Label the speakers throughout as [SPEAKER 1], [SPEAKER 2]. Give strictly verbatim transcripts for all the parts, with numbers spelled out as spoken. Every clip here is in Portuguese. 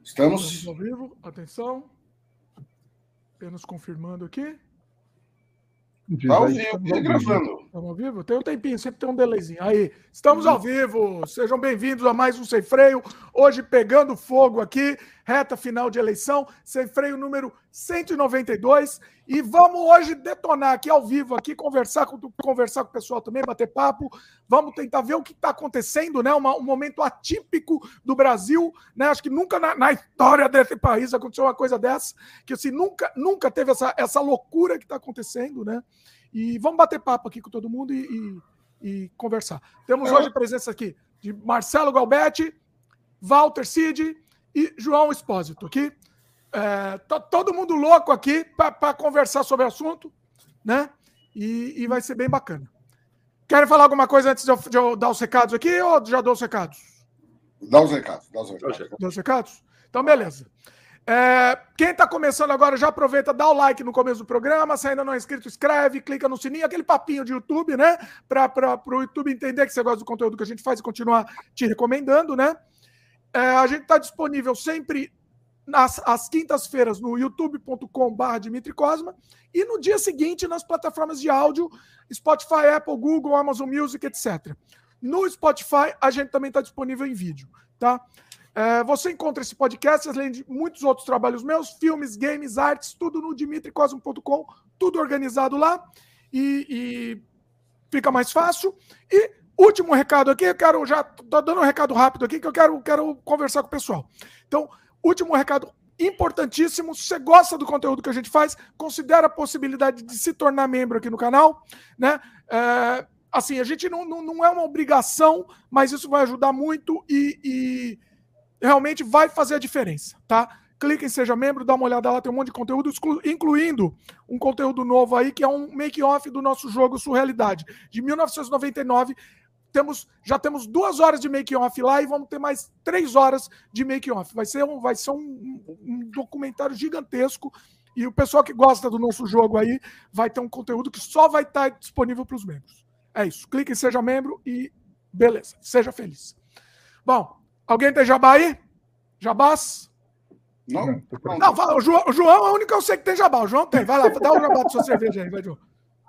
[SPEAKER 1] Estamos...
[SPEAKER 2] Estamos ao vivo, atenção. Apenas confirmando aqui.
[SPEAKER 1] Está ao vivo, e gravando.
[SPEAKER 2] Estamos ao vivo? Tem um tempinho, sempre tem um delayzinho. Aí, estamos ao vivo. Sejam bem-vindos a mais um Sem Freio. Hoje pegando fogo aqui, reta final de eleição, Sem Freio número cento e noventa e dois. E vamos hoje detonar aqui ao vivo, aqui, conversar com, conversar com o pessoal também, bater papo. Vamos tentar ver o que está acontecendo, né? Uma, um momento atípico do Brasil, né? Acho que nunca na, na história desse país aconteceu uma coisa dessa, que assim, nunca, nunca teve essa, essa loucura que está acontecendo, né? E vamos bater papo aqui com todo mundo e, e, e conversar. Temos hoje a presença aqui de Marcelo Galbetti, Walter Cid e João Espósito aqui. É, tá todo mundo louco aqui para conversar sobre o assunto, né? E, e vai ser bem bacana. Querem falar alguma coisa antes de eu, de eu dar os recados aqui ou já dou os recados?
[SPEAKER 1] Dá os recados. Dá os recados.
[SPEAKER 2] Dá os recados? Então, beleza. É, quem está começando agora, já aproveita, dá o like no começo do programa. Se ainda não é inscrito, inscreve, clica no sininho, aquele papinho de YouTube, né? Para o YouTube entender que você gosta do conteúdo que a gente faz e continuar te recomendando, né? É, a gente está disponível sempre nas às quintas-feiras no youtube ponto com barra Dimitri Cosma e no dia seguinte nas plataformas de áudio Spotify, Apple, Google, Amazon Music, etcétera. No Spotify a gente também está disponível em vídeo, tá? É, você encontra esse podcast, além de muitos outros trabalhos meus, filmes, games, artes, tudo no dimitri cosma ponto com, tudo organizado lá e, e fica mais fácil. E último recado aqui, eu quero já tô dando um recado rápido aqui que eu quero, quero conversar com o pessoal. Então, último recado importantíssimo, se você gosta do conteúdo que a gente faz, considere a possibilidade de se tornar membro aqui no canal, né? É, assim, a gente não, não, não é uma obrigação, mas isso vai ajudar muito e, e realmente vai fazer a diferença, tá? Clique em Seja Membro, dá uma olhada lá, tem um monte de conteúdo, incluindo um conteúdo novo aí, que é um make-off do nosso jogo Surrealidade, de mil novecentos e noventa e nove. Temos, já temos duas horas de make-off lá e vamos ter mais três horas de make-off. Vai ser, um, vai ser um, um documentário gigantesco e o pessoal que gosta do nosso jogo aí vai ter um conteúdo que só vai estar disponível para os membros. É isso. Clique em Seja Membro e beleza. Seja feliz. Bom, alguém tem jabá aí? Jabás?
[SPEAKER 1] Não.
[SPEAKER 2] Não, fala, o, João, o João é o único que eu sei que tem jabá. O João tem. Vai lá, dá o jabá da sua cerveja aí. Vai, João.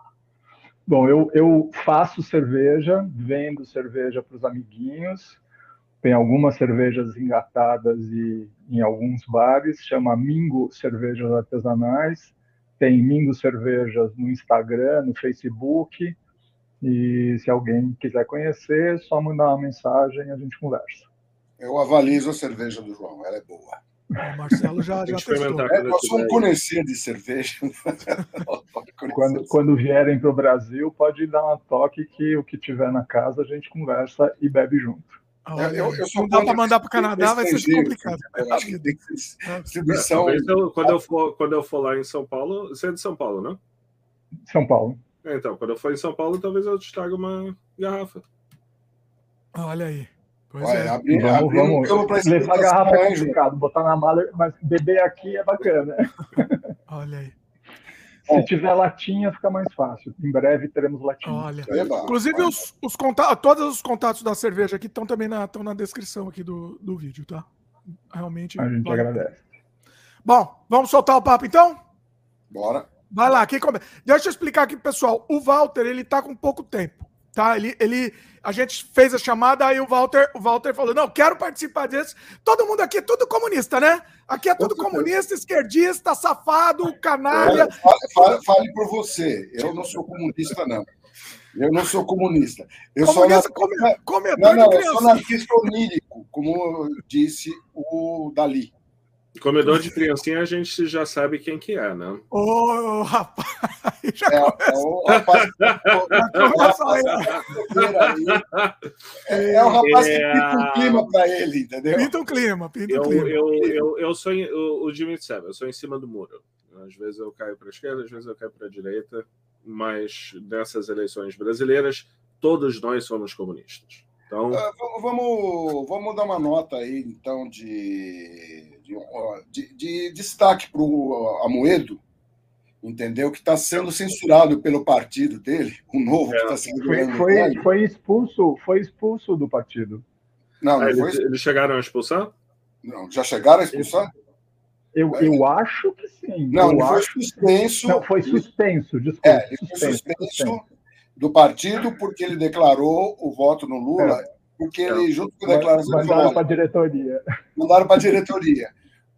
[SPEAKER 3] Bom, eu, eu faço cerveja, vendo cerveja para os amiguinhos. Tem algumas cervejas engatadas e, em alguns bares. Chama Mingo Cervejas Artesanais. Tem Mingo Cervejas no Instagram, no Facebook. E se alguém quiser conhecer, é só mandar uma mensagem e a gente conversa.
[SPEAKER 1] Eu avalizo a cerveja do João, ela é boa.
[SPEAKER 2] O Marcelo já, já testou.
[SPEAKER 1] É, eu sou um conhecido de cerveja.
[SPEAKER 3] Quando, quando vierem para o Brasil, pode dar um toque que o que tiver na casa a gente conversa e bebe junto.
[SPEAKER 2] Olha, eu, eu não dá para mandar para o Canadá, vai ser complicado.
[SPEAKER 1] Eu acho que tem que ser distribuição.
[SPEAKER 4] Eu, quando, eu for, quando eu for lá em São Paulo, você é de São Paulo, né?
[SPEAKER 3] São Paulo.
[SPEAKER 4] É, então, quando eu for em São Paulo, talvez eu te traga uma garrafa.
[SPEAKER 2] Olha aí. Pois
[SPEAKER 3] Olha,
[SPEAKER 2] é.
[SPEAKER 3] abrir, vamos abrir vamos um levar a garrafa é complicado, botar na mala, mas beber aqui é bacana.
[SPEAKER 2] Olha aí.
[SPEAKER 3] Se Bom, tiver latinha, fica mais fácil. Em breve teremos latinha.
[SPEAKER 2] Olha. Inclusive, os, os contatos, todos os contatos da cerveja aqui estão também na, estão na descrição aqui do, do vídeo, tá? Realmente.
[SPEAKER 3] A gente
[SPEAKER 2] vale.
[SPEAKER 3] agradece.
[SPEAKER 2] Bom, vamos soltar o papo então?
[SPEAKER 1] Bora.
[SPEAKER 2] Vai lá. Quem come... Deixa eu explicar aqui, pessoal. O Walter, ele tá com pouco tempo. Tá? Ele, ele, a gente fez a chamada, aí o Walter, o Walter falou, não, quero participar disso. Todo mundo aqui é tudo comunista, né? Aqui é tudo comunista, esquerdista, safado, canalha.
[SPEAKER 1] Fale, fale, fale por você. Eu não sou comunista, não. Eu não sou comunista. Eu
[SPEAKER 2] comunista,
[SPEAKER 1] sou
[SPEAKER 2] come, comedor
[SPEAKER 1] não, não,
[SPEAKER 2] de
[SPEAKER 1] eu sou anarquista onírico, como disse o Dali.
[SPEAKER 4] Comedor de criancinha, a gente já sabe quem que é, né?
[SPEAKER 2] Ô, oh, rapaz! Já
[SPEAKER 1] é, é o rapaz. É, é o rapaz que pinta um clima para ele, entendeu?
[SPEAKER 2] Pinta um clima, pinta um
[SPEAKER 4] eu,
[SPEAKER 2] clima.
[SPEAKER 4] Eu, eu, eu sou em, o, o Jimmy sabe, eu sou em cima do muro. Às vezes eu caio para a esquerda, às vezes eu caio para a direita, mas nessas eleições brasileiras, todos nós somos comunistas. Então,
[SPEAKER 1] uh, vamos, vamos dar uma nota aí, então, de. De, de, de destaque para o Amoedo, entendeu? Que está sendo censurado pelo partido dele, o novo é, que está sendo
[SPEAKER 3] foi, foi, foi expulso, foi expulso do partido.
[SPEAKER 1] Não, não
[SPEAKER 4] ah,
[SPEAKER 1] foi
[SPEAKER 4] eles, eles chegaram a expulsar?
[SPEAKER 1] Não, já chegaram a expulsar?
[SPEAKER 3] Eu, eu acho que sim.
[SPEAKER 1] Não,
[SPEAKER 3] eu
[SPEAKER 1] ele foi
[SPEAKER 3] acho...
[SPEAKER 1] suspenso.
[SPEAKER 3] Não, foi suspenso, desculpa.
[SPEAKER 1] É, ele
[SPEAKER 3] suspenso,
[SPEAKER 1] foi suspenso,
[SPEAKER 3] suspenso
[SPEAKER 1] do partido porque ele declarou o voto no Lula, é. porque ele, junto com a declaração...
[SPEAKER 3] Mandaram para a diretoria.
[SPEAKER 1] Mandaram para a diretoria.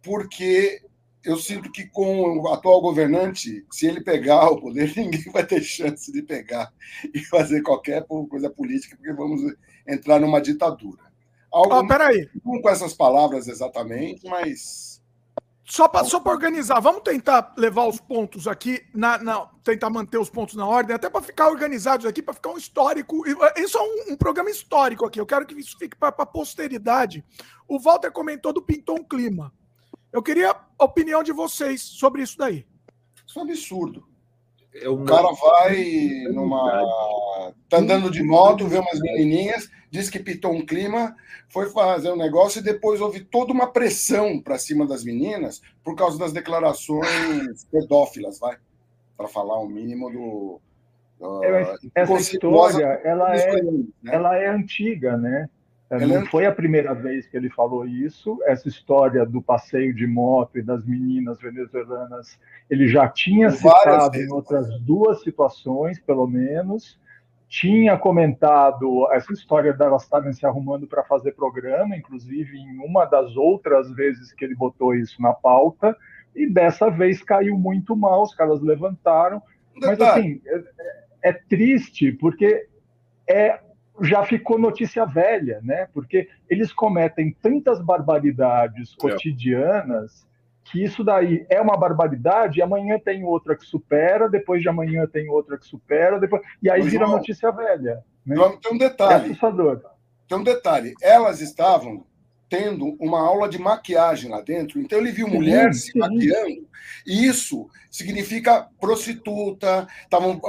[SPEAKER 1] Porque eu sinto que com o atual governante, se ele pegar o poder, ninguém vai ter chance de pegar e fazer qualquer coisa política, porque vamos entrar numa ditadura. Algo
[SPEAKER 2] oh, peraí.
[SPEAKER 1] Não com essas palavras exatamente, mas...
[SPEAKER 2] Só para só para organizar, vamos tentar levar os pontos aqui, na, na, tentar manter os pontos na ordem, até para ficar organizados aqui, para ficar um histórico. Isso é um, um programa histórico aqui, eu quero que isso fique para a posteridade. O Walter comentou do Pintou um Clima. Eu queria a opinião de vocês sobre isso daí.
[SPEAKER 1] Isso é um absurdo.
[SPEAKER 4] É uma...
[SPEAKER 1] O cara vai numa... tá andando de moto, vê umas menininhas, diz que pintou um clima, foi fazer um negócio e depois houve toda uma pressão para cima das meninas por causa das declarações pedófilas, vai, para falar o mínimo do...
[SPEAKER 3] do essa história, ela é, né? ela é antiga, né? Não foi a primeira vez que ele falou isso. Essa história do passeio de moto e das meninas venezuelanas, ele já tinha citado em outras duas situações, pelo menos. Tinha comentado essa história delas estarem se arrumando para fazer programa, inclusive em uma das outras vezes que ele botou isso na pauta. E dessa vez caiu muito mal, os caras levantaram. Mas, assim, é, é triste, porque é... já ficou notícia velha, né? Porque eles cometem tantas barbaridades cotidianas que isso daí é uma barbaridade e amanhã tem outra que supera, depois de amanhã tem outra que supera, depois... e aí vira notícia velha. Né?
[SPEAKER 1] Tem um detalhe.
[SPEAKER 3] É assustador.
[SPEAKER 1] Tem um detalhe. Elas estavam tendo uma aula de maquiagem lá dentro, então ele viu mulher sim, se sim. maquiando, e isso significa prostituta, estavam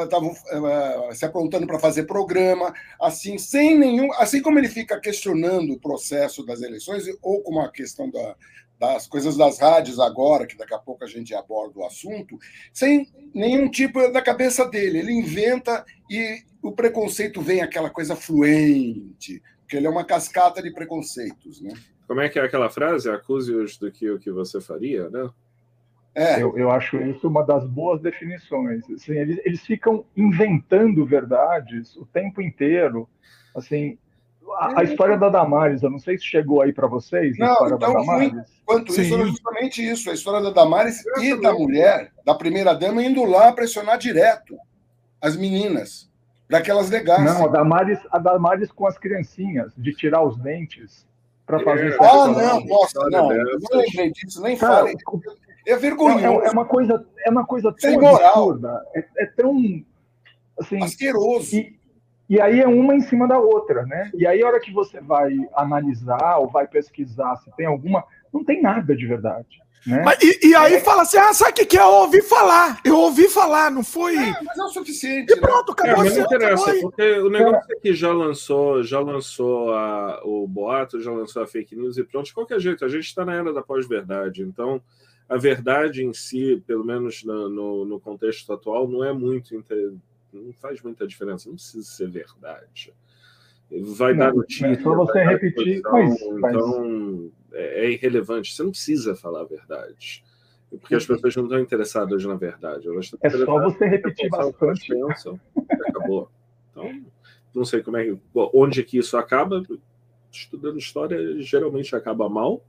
[SPEAKER 1] uh, se aprontando para fazer programa, assim, sem nenhum... Assim como ele fica questionando o processo das eleições, ou como a questão da, das coisas das rádios agora, que daqui a pouco a gente aborda o assunto, sem nenhum tipo da cabeça dele. Ele inventa e o preconceito vem aquela coisa fluente, porque ele é uma cascata de preconceitos, né?
[SPEAKER 4] Como é que é aquela frase? Acuse-os do que o que você faria, né?
[SPEAKER 3] É. Eu, eu acho isso uma das boas definições. Assim, eles, eles ficam inventando verdades o tempo inteiro. Assim, a, a história da Damares, eu não sei se chegou aí para vocês.
[SPEAKER 1] Não,
[SPEAKER 3] a história
[SPEAKER 1] então,
[SPEAKER 3] da Damares.
[SPEAKER 1] Ruim, quanto Sim. isso, era justamente isso. A história da Damares eu e também. da mulher, da primeira-dama, indo lá pressionar direto as meninas. Para que elas negassem.
[SPEAKER 3] Não, a Damares, a Damares com as criancinhas, de tirar os dentes para fazer...
[SPEAKER 1] É. Ah, não, nossa, não, eu não lembrei disso, nem Cara, falei. É vergonhoso.
[SPEAKER 3] É, é, uma coisa, é uma coisa tão
[SPEAKER 1] Sem moral.
[SPEAKER 3] absurda, é, é tão... Assim,
[SPEAKER 1] asqueroso.
[SPEAKER 3] E, e aí é uma em cima da outra, né? E aí a hora que você vai analisar ou vai pesquisar se tem alguma... Não tem nada de verdade. Né?
[SPEAKER 2] Mas, e, e aí é... fala assim, ah, sabe o que, que é? Eu ouvi falar, eu ouvi falar, não foi...
[SPEAKER 1] É, mas é o suficiente.
[SPEAKER 2] E pronto, acabou.
[SPEAKER 4] É, mas não interessa, porque o negócio é que já lançou, já lançou a, o boato, já lançou a fake news e pronto, de qualquer jeito, a gente está na era da pós-verdade, então a verdade em si, pelo menos no, no, no contexto atual, não é muito, não faz muita diferença, não precisa ser verdade. Vai não, dar notícia.
[SPEAKER 3] Só você repetir, mas,
[SPEAKER 4] então é, é irrelevante. Você não precisa falar a verdade. Porque as pessoas não estão interessadas na verdade. Elas estão
[SPEAKER 3] é só você repetir bastante.
[SPEAKER 4] Pensam, acabou. Então, não sei como é que, onde é que isso acaba. Estudando história geralmente acaba mal.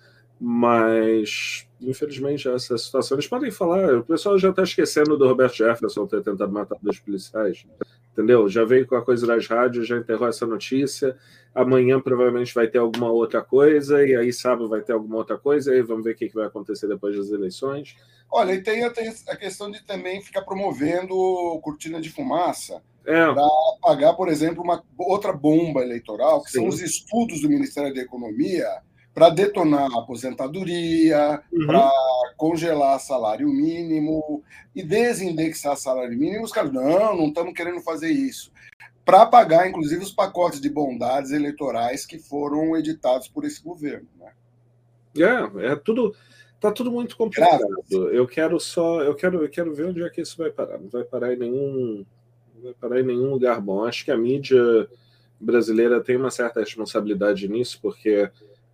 [SPEAKER 4] Mas, infelizmente, essa situação. Eles podem falar. O pessoal já está esquecendo do Roberto Jefferson ter tentado matar dois policiais. Entendeu? Já veio com a coisa das rádios, já enterrou essa notícia. Amanhã provavelmente vai ter alguma outra coisa, e aí sábado vai ter alguma outra coisa, e aí vamos ver o que vai acontecer depois das eleições.
[SPEAKER 1] Olha, e tem a questão de também ficar promovendo cortina de fumaça
[SPEAKER 4] é.
[SPEAKER 1] para apagar, por exemplo, uma outra bomba eleitoral, que Sim. são os estudos do Ministério da Economia para detonar a aposentadoria, uhum. para congelar salário mínimo e desindexar salário mínimo. Os caras, não, não estamos querendo fazer isso. Para pagar, inclusive, os pacotes de bondades eleitorais que foram editados por esse governo. Né?
[SPEAKER 4] É, é tudo... Tá tudo muito complicado. Graças. Eu quero só... Eu quero, eu quero ver onde é que isso vai parar. Não vai parar em nenhum... Não vai parar em nenhum lugar bom. Acho que a mídia brasileira tem uma certa responsabilidade nisso, porque...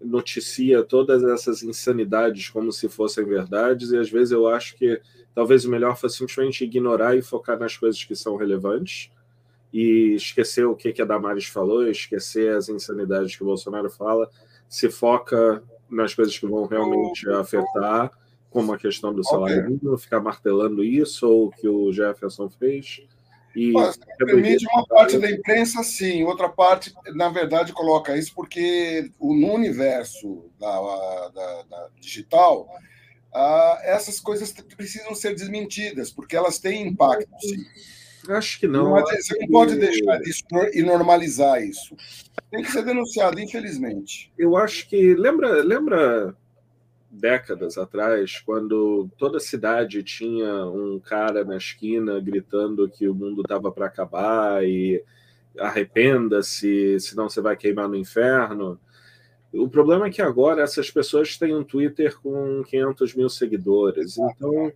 [SPEAKER 4] noticia todas essas insanidades como se fossem verdades, e às vezes eu acho que talvez o melhor fosse simplesmente ignorar e focar nas coisas que são relevantes, e esquecer o que a Damares falou, esquecer as insanidades que o Bolsonaro fala, se foca nas coisas que vão realmente afetar, como a questão do salário mínimo, ficar martelando isso, ou o que o Jefferson fez. E
[SPEAKER 1] Mas, permite uma parte da imprensa, sim. Outra parte, na verdade, coloca isso porque no universo da, da, da digital, ah, essas coisas precisam ser desmentidas, porque elas têm impacto, sim.
[SPEAKER 4] Acho que não.
[SPEAKER 1] não você não pode deixar isso e normalizar isso. Tem que ser denunciado, infelizmente.
[SPEAKER 4] Eu acho que... Lembra, lembra décadas atrás, quando toda cidade tinha um cara na esquina gritando que o mundo estava para acabar e arrependa-se, senão você vai queimar no inferno? O problema é que agora essas pessoas têm um Twitter com quinhentos mil seguidores. Então,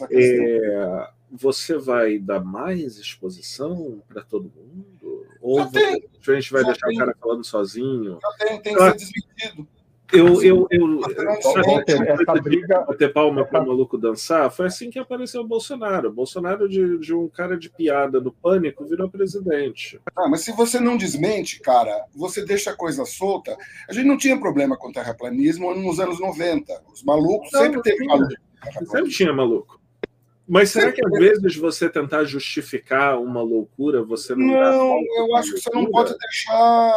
[SPEAKER 4] é, você vai dar mais exposição para todo mundo? Ou você, a gente vai deixar tem. o cara falando sozinho?
[SPEAKER 1] Já tem, tem que ser desmentido.
[SPEAKER 4] Eu, eu, eu,
[SPEAKER 3] essa briga,
[SPEAKER 4] bater palma para o maluco dançar, foi assim que apareceu o Bolsonaro. O Bolsonaro, de, de um cara de piada do Pânico, virou presidente.
[SPEAKER 1] Ah, mas se você não desmente, cara, você deixa a coisa solta. A gente não tinha problema com terraplanismo nos anos noventa. Os malucos não, sempre teve maluco.
[SPEAKER 4] Sempre tinha maluco. Mas será que às vezes você tentar justificar uma loucura, você não...
[SPEAKER 1] Não, eu acho que você não pode deixar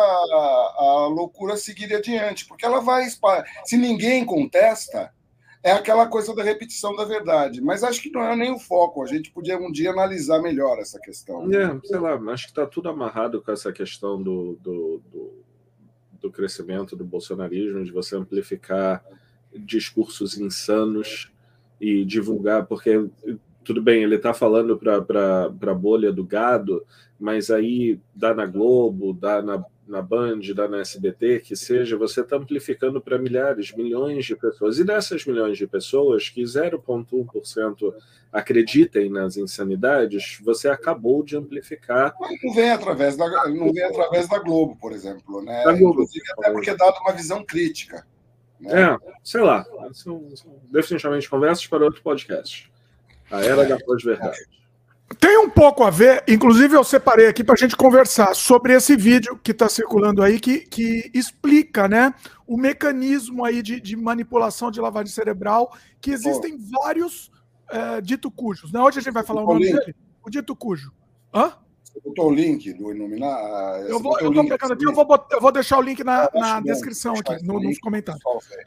[SPEAKER 1] a loucura seguir adiante, porque ela vai... Se ninguém contesta, é aquela coisa da repetição da verdade. Mas acho que não é nem o foco. A gente podia um dia analisar melhor essa questão.
[SPEAKER 4] É, sei lá, acho que está tudo amarrado com essa questão do, do, do, do crescimento do bolsonarismo, de você amplificar discursos insanos e divulgar, porque tudo bem, ele está falando para a bolha do gado, mas aí dá na Globo, dá na, na Band, dá na S B T, que seja, você está amplificando para milhares, milhões de pessoas. E dessas milhões de pessoas que zero vírgula um por cento acreditem nas insanidades, você acabou de amplificar.
[SPEAKER 1] Não vem através da, não vem através da Globo, por exemplo. Né?
[SPEAKER 4] Da Globo.
[SPEAKER 1] Inclusive, até porque é dado uma visão crítica.
[SPEAKER 4] É, sei lá, são, são definitivamente conversas para outro podcast. A era da pós-verdade.
[SPEAKER 2] Tem um pouco a ver, inclusive eu separei aqui para a gente conversar sobre esse vídeo que está circulando aí, que, que explica, né, o mecanismo aí de, de manipulação de lavagem cerebral, que existem oh. vários é, dito cujos. Né? Hoje a gente vai falar o nome dele, o dito cujo. Hã?
[SPEAKER 1] Você botou o link do Iluminar?
[SPEAKER 2] Eu vou, eu tô pegando aqui, eu vou, botar, eu vou deixar o link na, na descrição aqui, no, nos comentários.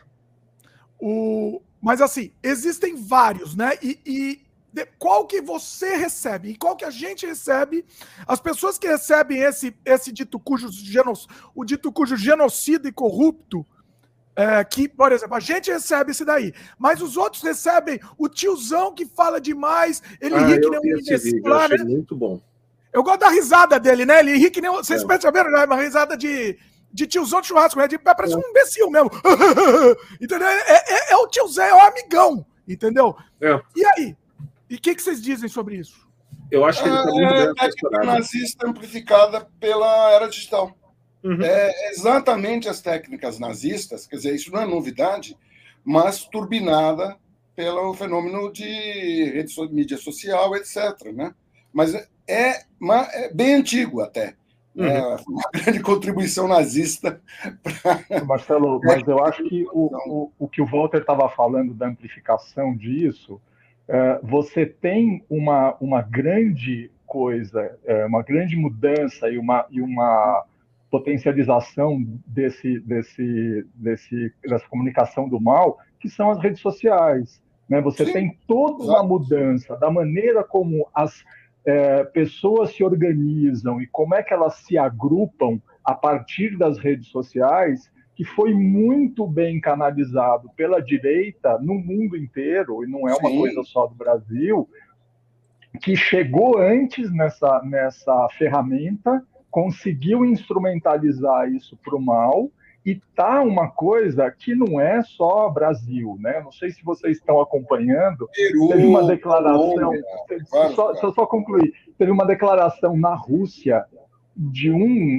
[SPEAKER 2] O, mas assim, existem vários, né? E, e de, qual que você recebe? E qual que a gente recebe? As pessoas que recebem esse, esse dito cujo, genos, o dito cujo genocida e corrupto, é, que, por exemplo, a gente recebe esse daí, mas os outros recebem o tiozão que fala demais, ele
[SPEAKER 4] ah,
[SPEAKER 2] ri que nem um
[SPEAKER 4] imbecil lá, né? Muito bom.
[SPEAKER 2] Eu gosto da risada dele, né? Ele ri que nem... Vocês é. perceberam, né? Uma risada de, de tiozão de churrasco, né? De, parece é. um imbecil mesmo. Entendeu? É, é, é o tiozão, é o amigão. Entendeu?
[SPEAKER 4] É.
[SPEAKER 2] E aí? E o que, que vocês dizem sobre isso?
[SPEAKER 4] Eu acho que ele está muito bem
[SPEAKER 1] técnica nazista amplificada pela era digital. Uhum. É exatamente as técnicas nazistas, quer dizer, isso não é novidade, mas turbinada pelo fenômeno de rede so, mídia social, etcétera, né? Mas é, uma, é bem antigo até. Uhum. É uma grande contribuição nazista. Pra...
[SPEAKER 3] Marcelo, mas eu acho que o, o, o que o Walter estava falando da amplificação disso, é, você tem uma, uma grande coisa, é, uma grande mudança e uma, e uma potencialização desse, desse, desse, dessa comunicação do mal, que são as redes sociais. Né? Você Sim. tem toda uma mudança da maneira como as É, pessoas se organizam e como é que elas se agrupam a partir das redes sociais, que foi muito bem canalizado pela direita no mundo inteiro, e não é uma Sim. coisa só do Brasil, que chegou antes nessa, nessa ferramenta, conseguiu instrumentalizar isso para o mal, e tá uma coisa que não é só Brasil, né? Não sei se vocês estão acompanhando. Peru, teve uma declaração. Colômbia, só, só, só concluir. Teve uma declaração na Rússia de um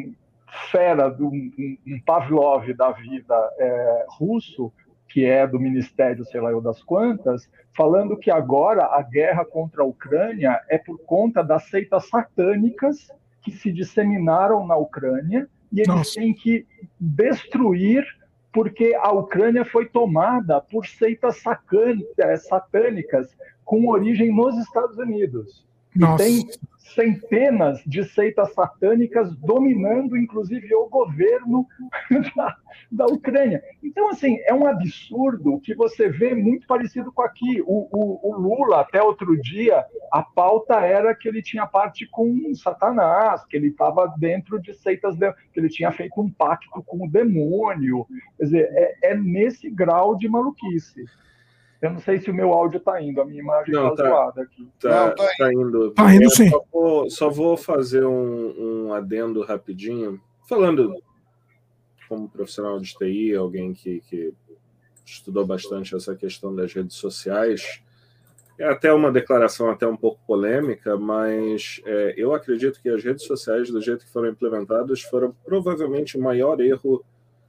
[SPEAKER 3] fera, de um, um, um Pavlov da vida é, russo, que é do Ministério, sei lá eu das quantas, falando que agora a guerra contra a Ucrânia é por conta das seitas satânicas que se disseminaram na Ucrânia e eles Nossa. têm que destruir porque a Ucrânia foi tomada por seitas satânicas com origem nos Estados Unidos.
[SPEAKER 2] Nossa.
[SPEAKER 3] E tem centenas de seitas satânicas dominando, inclusive, o governo da, da Ucrânia. Então, assim, é um absurdo que você vê muito parecido com aqui. O, o, o Lula, até outro dia, a pauta era que ele tinha parte com Satanás, que ele estava dentro de seitas, de, que ele tinha feito um pacto com o demônio. Quer dizer, é, é nesse grau de maluquice. Eu não sei se o meu áudio está indo, a minha imagem está tá zoada aqui.
[SPEAKER 4] Tá, não, tá, tá indo.
[SPEAKER 2] Tá indo, sim.
[SPEAKER 4] Só vou, só vou fazer um, um adendo rapidinho. Falando como profissional de T I, alguém que, que estudou bastante essa questão das redes sociais, é até uma declaração até um pouco polêmica, mas é, eu acredito que as redes sociais, do jeito que foram implementadas, foram provavelmente o maior erro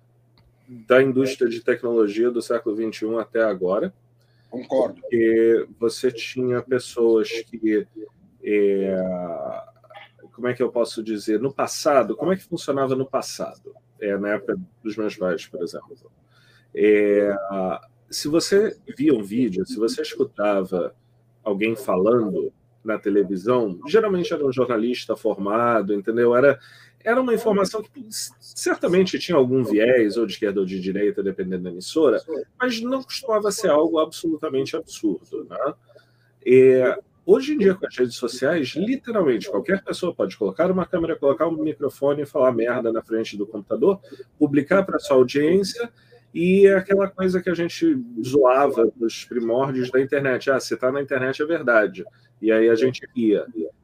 [SPEAKER 4] da indústria de tecnologia do século vinte e um até agora.
[SPEAKER 1] Concordo.
[SPEAKER 4] Porque você tinha pessoas que, é, como é que eu posso dizer, no passado, como é que funcionava no passado? É, na época dos meus pais, por exemplo. É, se você via um vídeo, se você escutava alguém falando na televisão, geralmente era um jornalista formado, entendeu? Era, era uma informação que certamente tinha algum viés, ou de esquerda ou de direita, dependendo da emissora, mas não costumava ser algo absolutamente absurdo, né? E, hoje em dia, com as redes sociais, literalmente, qualquer pessoa pode colocar uma câmera, colocar um microfone e falar merda na frente do computador, publicar para sua audiência, e é aquela coisa que a gente zoava nos primórdios da internet. Ah, se está na internet é verdade. E aí a gente ria.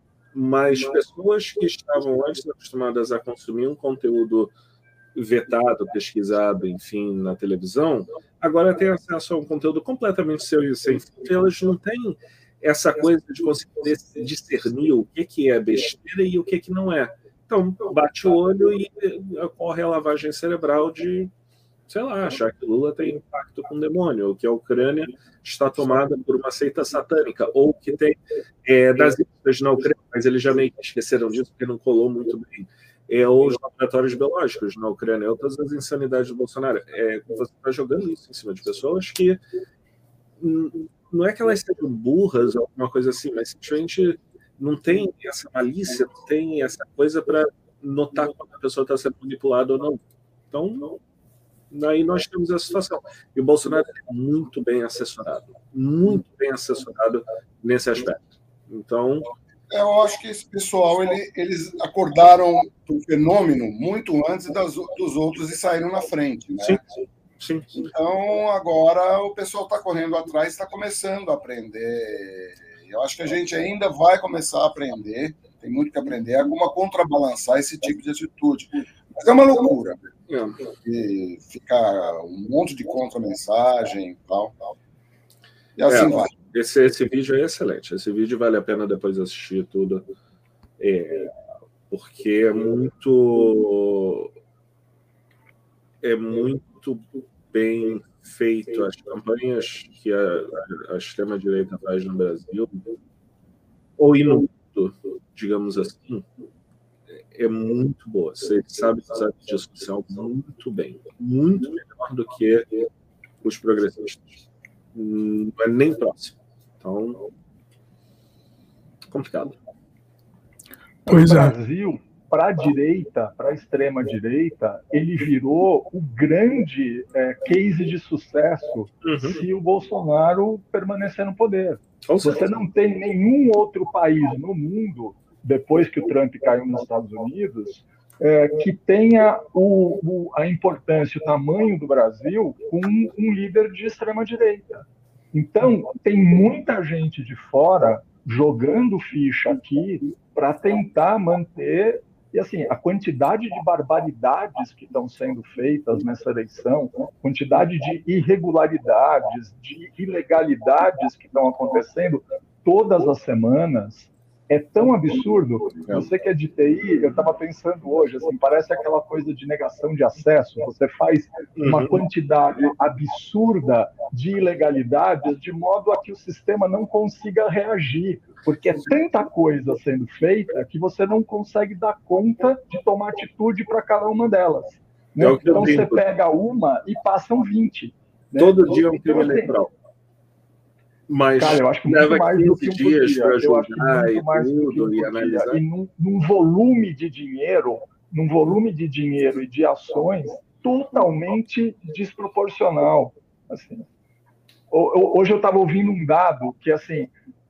[SPEAKER 4] Mas pessoas que estavam antes acostumadas a consumir um conteúdo vetado, pesquisado, enfim, na televisão, agora têm acesso a um conteúdo completamente seu, sem filtro, e elas não têm essa coisa de conseguir discernir o que, que é besteira e o que, que não é. Então, bate o olho e ocorre a lavagem cerebral de, sei lá, achar que Lula tem impacto com o demônio, ou que a Ucrânia está tomada por uma seita satânica, ou que tem é, das ilhas na Ucrânia, mas eles já meio que esqueceram disso porque não colou muito bem. É, ou os laboratórios biológicos na Ucrânia, ou todas as insanidades do Bolsonaro. É, você está jogando isso em cima de pessoas que hum, não é que elas sejam burras ou alguma coisa assim, mas simplesmente não tem essa malícia, não tem essa coisa para notar quando a pessoa está sendo manipulada ou não. Então, aí nós temos essa situação. E o Bolsonaro é muito bem assessorado, muito bem assessorado nesse aspecto. Então,
[SPEAKER 1] eu acho que esse pessoal, ele, eles acordaram o fenômeno muito antes das, dos outros e saíram na frente, né?
[SPEAKER 4] Sim, sim.
[SPEAKER 1] Então, agora o pessoal está correndo atrás, está começando a aprender. Eu acho que a gente ainda vai começar a aprender, tem muito que aprender, alguma contrabalançar esse tipo de atitude. Mas é uma loucura. E fica um monte de contra-mensagem e tal. E assim
[SPEAKER 4] é,
[SPEAKER 1] vai.
[SPEAKER 4] Esse, esse vídeo é excelente. Esse vídeo vale a pena depois assistir tudo. É, porque é muito... É muito bem feito. As campanhas que a, a, a extrema-direita faz no Brasil, ou no mundo, digamos assim, é muito boa. Você sabe usar a mídia social muito bem. Muito melhor do que os progressistas. Não é nem próximo. Então, complicado.
[SPEAKER 3] Pois é. O Brasil, para a direita, para a extrema-direita, ele virou o grande é, case de sucesso uhum. se o Bolsonaro permanecer no poder. Ou Você seja, não tem nenhum outro país no mundo, depois que o Trump caiu nos Estados Unidos, é, que tenha o, o, a importância, o tamanho do Brasil com um líder de extrema-direita. Então, tem muita gente de fora jogando ficha aqui para tentar manter... E, assim, a quantidade de barbaridades que estão sendo feitas nessa eleição, a quantidade de irregularidades, de ilegalidades que estão acontecendo todas as semanas, é tão absurdo. Você que é de T I, eu estava pensando hoje, assim, parece aquela coisa de negação de acesso. Você faz uma quantidade absurda de ilegalidades de modo a que o sistema não consiga reagir, porque é tanta coisa sendo feita que você não consegue dar conta de tomar atitude para cada uma delas. Né?
[SPEAKER 4] É
[SPEAKER 3] então você pega uma e passam vinte. Né?
[SPEAKER 4] Todo dia é um crime eleitoral.
[SPEAKER 3] Mas cara, eu acho que muito mais do que um dias dia. Eu acho que muito mais do que um dia. E num, num volume de dinheiro, num volume de dinheiro e de ações totalmente desproporcional. Assim. Hoje eu estava ouvindo um dado que, assim,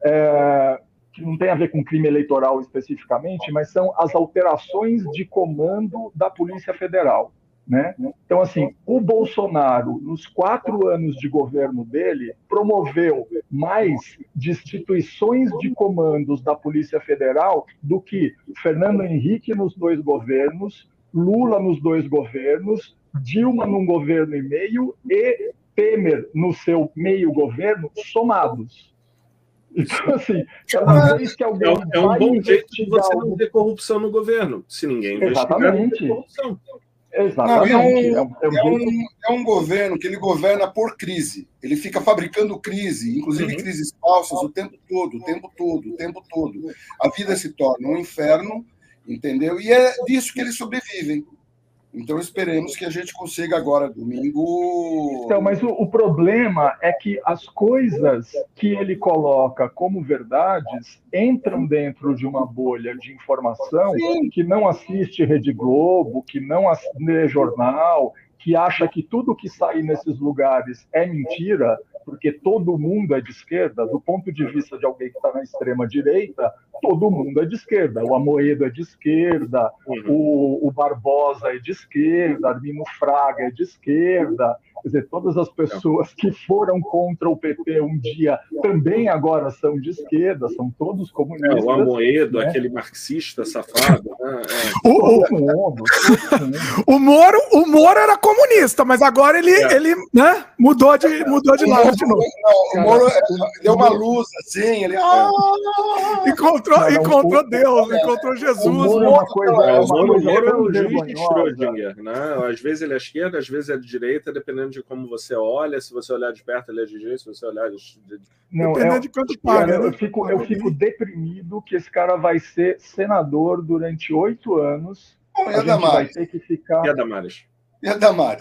[SPEAKER 3] é, que não tem a ver com crime eleitoral especificamente, mas são as alterações de comando da Polícia Federal. Né? Então, assim, o Bolsonaro, nos quatro anos de governo dele, promoveu mais destituições de comandos da Polícia Federal do que Fernando Henrique nos dois governos, Lula nos dois governos, Dilma num governo e meio e Temer no seu meio governo, somados. Então, assim, cada vez que alguém
[SPEAKER 4] é um, é um bom jeito de você não ter corrupção no governo, se ninguém investigar, não tem corrupção.
[SPEAKER 1] Exatamente. Não, é, um, é, um, é, um, é um governo que ele governa por crise. Ele fica fabricando crise, inclusive uhum. crises falsas, o tempo todo, o tempo todo, o tempo todo. A vida se torna um inferno, entendeu? E é disso que eles sobrevivem. Então, esperemos que a gente consiga agora, domingo...
[SPEAKER 3] Então, mas o, o problema é que as coisas que ele coloca como verdades entram dentro de uma bolha de informação Sim. que não assiste Rede Globo, que não lê jornal, que acha que tudo que sai nesses lugares é mentira, porque todo mundo é de esquerda, do ponto de vista de alguém que está na extrema-direita, todo mundo é de esquerda. O Amoedo é de esquerda, uhum. o, o Barbosa é de esquerda, Armino Fraga é de esquerda. Quer dizer, todas as pessoas que foram contra o P T um dia também agora são de esquerda, são todos comunistas.
[SPEAKER 4] É, o Amoedo, né? Aquele marxista safado. Né?
[SPEAKER 2] É. O, o, todo mundo, todo mundo. o, Moro, o Moro era comunista, mas agora ele, é. ele né, mudou de, mudou de lado de novo.
[SPEAKER 1] Não, o Moro deu uma luz assim, ele... Ah!
[SPEAKER 2] Encontrou, não, encontrou o, Deus, é, encontrou Jesus. O
[SPEAKER 3] Moro é uma coisa, é,
[SPEAKER 4] o Moro, Moro é o juiz de Schrödinger, né? Às vezes ele é esquerda, às vezes é de direita, dependendo de como você olha. Se você olhar de perto, ele é de direita, se você olhar de...
[SPEAKER 3] Não, dependendo é, de quanto paga. Eu, eu, fico, eu fico deprimido que esse cara vai ser senador durante oito anos.
[SPEAKER 1] Bom, e a, a gente vai
[SPEAKER 3] ter que ficar...
[SPEAKER 4] E a Damares?
[SPEAKER 1] E a Damares?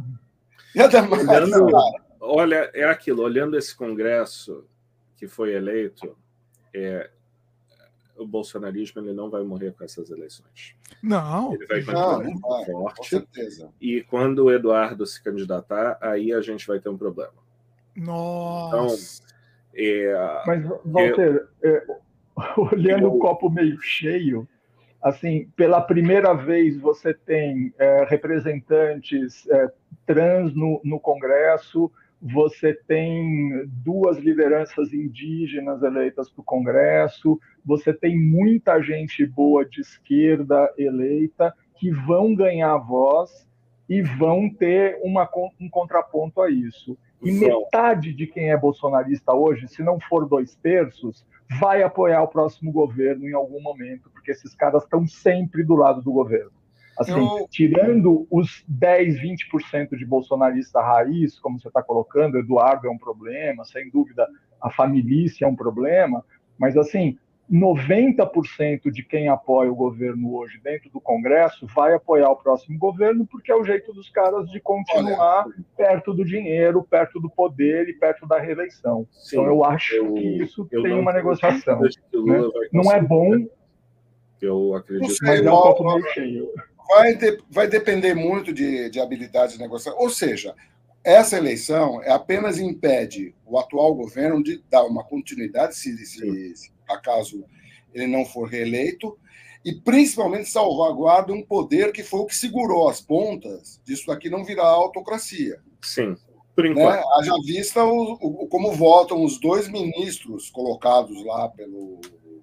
[SPEAKER 1] E a Damares?
[SPEAKER 4] Olhando, olha, é aquilo, olhando esse Congresso que foi eleito, é, o bolsonarismo ele não vai morrer com essas eleições.
[SPEAKER 2] Não.
[SPEAKER 4] Ele vai continuar
[SPEAKER 1] não, não vai,
[SPEAKER 4] forte.
[SPEAKER 1] Com certeza.
[SPEAKER 4] E quando o Eduardo se candidatar, aí a gente vai ter um problema.
[SPEAKER 2] Nossa.
[SPEAKER 4] Então, é,
[SPEAKER 3] Mas, Walter, eu... é, olhando eu... o copo meio cheio, assim, pela primeira vez você tem é, representantes é, trans no, no Congresso, você tem duas lideranças indígenas eleitas para o Congresso, você tem muita gente boa de esquerda eleita que vão ganhar voz e vão ter uma, um contraponto a isso. E metade de quem é bolsonarista hoje, se não for dois terços, vai apoiar o próximo governo em algum momento, porque esses caras estão sempre do lado do governo. Assim, eu... tirando os dez, vinte por cento de bolsonarista raiz, como você está colocando, Eduardo é um problema, sem dúvida a família é um problema, mas assim, noventa por cento de quem apoia o governo hoje dentro do Congresso vai apoiar o próximo governo, porque é o jeito dos caras de continuar Olha, perto do dinheiro, perto do poder e perto da reeleição. Sim, então eu acho eu, que isso tem uma negociação. Né? Não é bom,
[SPEAKER 4] eu acredito,
[SPEAKER 3] mas é um copo meio cheio.
[SPEAKER 1] Vai, de, vai depender muito de, de habilidade de negociação. Ou seja, essa eleição apenas impede o atual governo de dar uma continuidade, se, se, se acaso ele não for reeleito, e principalmente salvaguarda um poder que foi o que segurou as pontas disso daqui não virar autocracia.
[SPEAKER 4] Sim, por enquanto. Né?
[SPEAKER 1] Haja vista o, o, como votam os dois ministros colocados lá pelo...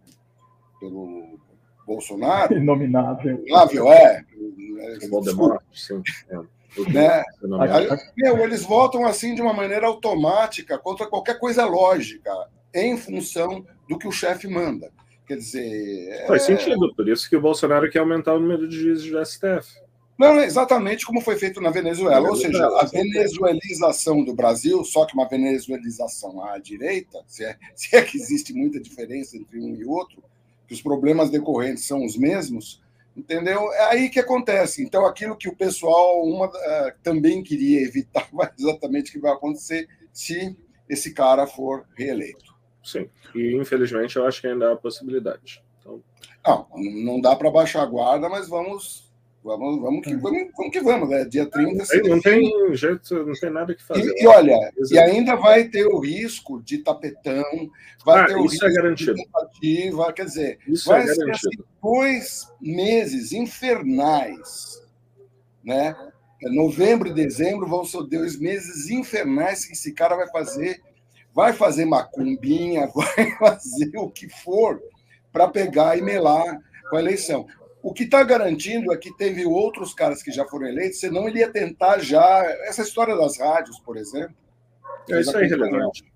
[SPEAKER 1] pelo Bolsonaro.
[SPEAKER 3] Inominável.
[SPEAKER 1] Inominável, é.
[SPEAKER 4] O Voldemort, sim. É.
[SPEAKER 1] Né? Meu, eles votam assim de uma maneira automática contra qualquer coisa lógica, em função do que o chefe manda. Quer dizer...
[SPEAKER 4] Faz
[SPEAKER 1] é...
[SPEAKER 4] sentido, por isso que o Bolsonaro quer aumentar o número de juízes do S T F.
[SPEAKER 1] Não, exatamente como foi feito na Venezuela. Ou seja, a venezuelização do Brasil, só que uma venezuelização à direita, se é, se é que existe muita diferença entre um e outro, que os problemas decorrentes são os mesmos, entendeu? É aí que acontece. Então, aquilo que o pessoal uma, uh, também queria evitar, vai exatamente o que vai acontecer se esse cara for reeleito.
[SPEAKER 4] Sim, e infelizmente eu acho que ainda há possibilidade. Então...
[SPEAKER 1] Não, não dá para baixar a guarda, mas vamos, vamos, vamos, que, vamos, vamos que vamos, né? Dia trinta...
[SPEAKER 4] Não, não tem jeito, não tem nada que fazer.
[SPEAKER 1] E, e olha, e ainda vai ter o risco de tapetão, vai
[SPEAKER 4] ah,
[SPEAKER 1] ter o
[SPEAKER 4] isso
[SPEAKER 1] risco
[SPEAKER 4] é garantido.
[SPEAKER 1] de tentativa, quer dizer,
[SPEAKER 4] isso
[SPEAKER 1] vai
[SPEAKER 4] é
[SPEAKER 1] ser
[SPEAKER 4] garantido.
[SPEAKER 1] assim, dois meses infernais, né? Novembro e dezembro vão ser dois meses infernais que esse cara vai fazer, vai fazer macumbinha, vai fazer o que for para pegar e melar com a eleição. O que está garantindo é que teve outros caras que já foram eleitos, senão ele ia tentar já... Essa história das rádios, por exemplo...
[SPEAKER 4] É isso aí, relevante.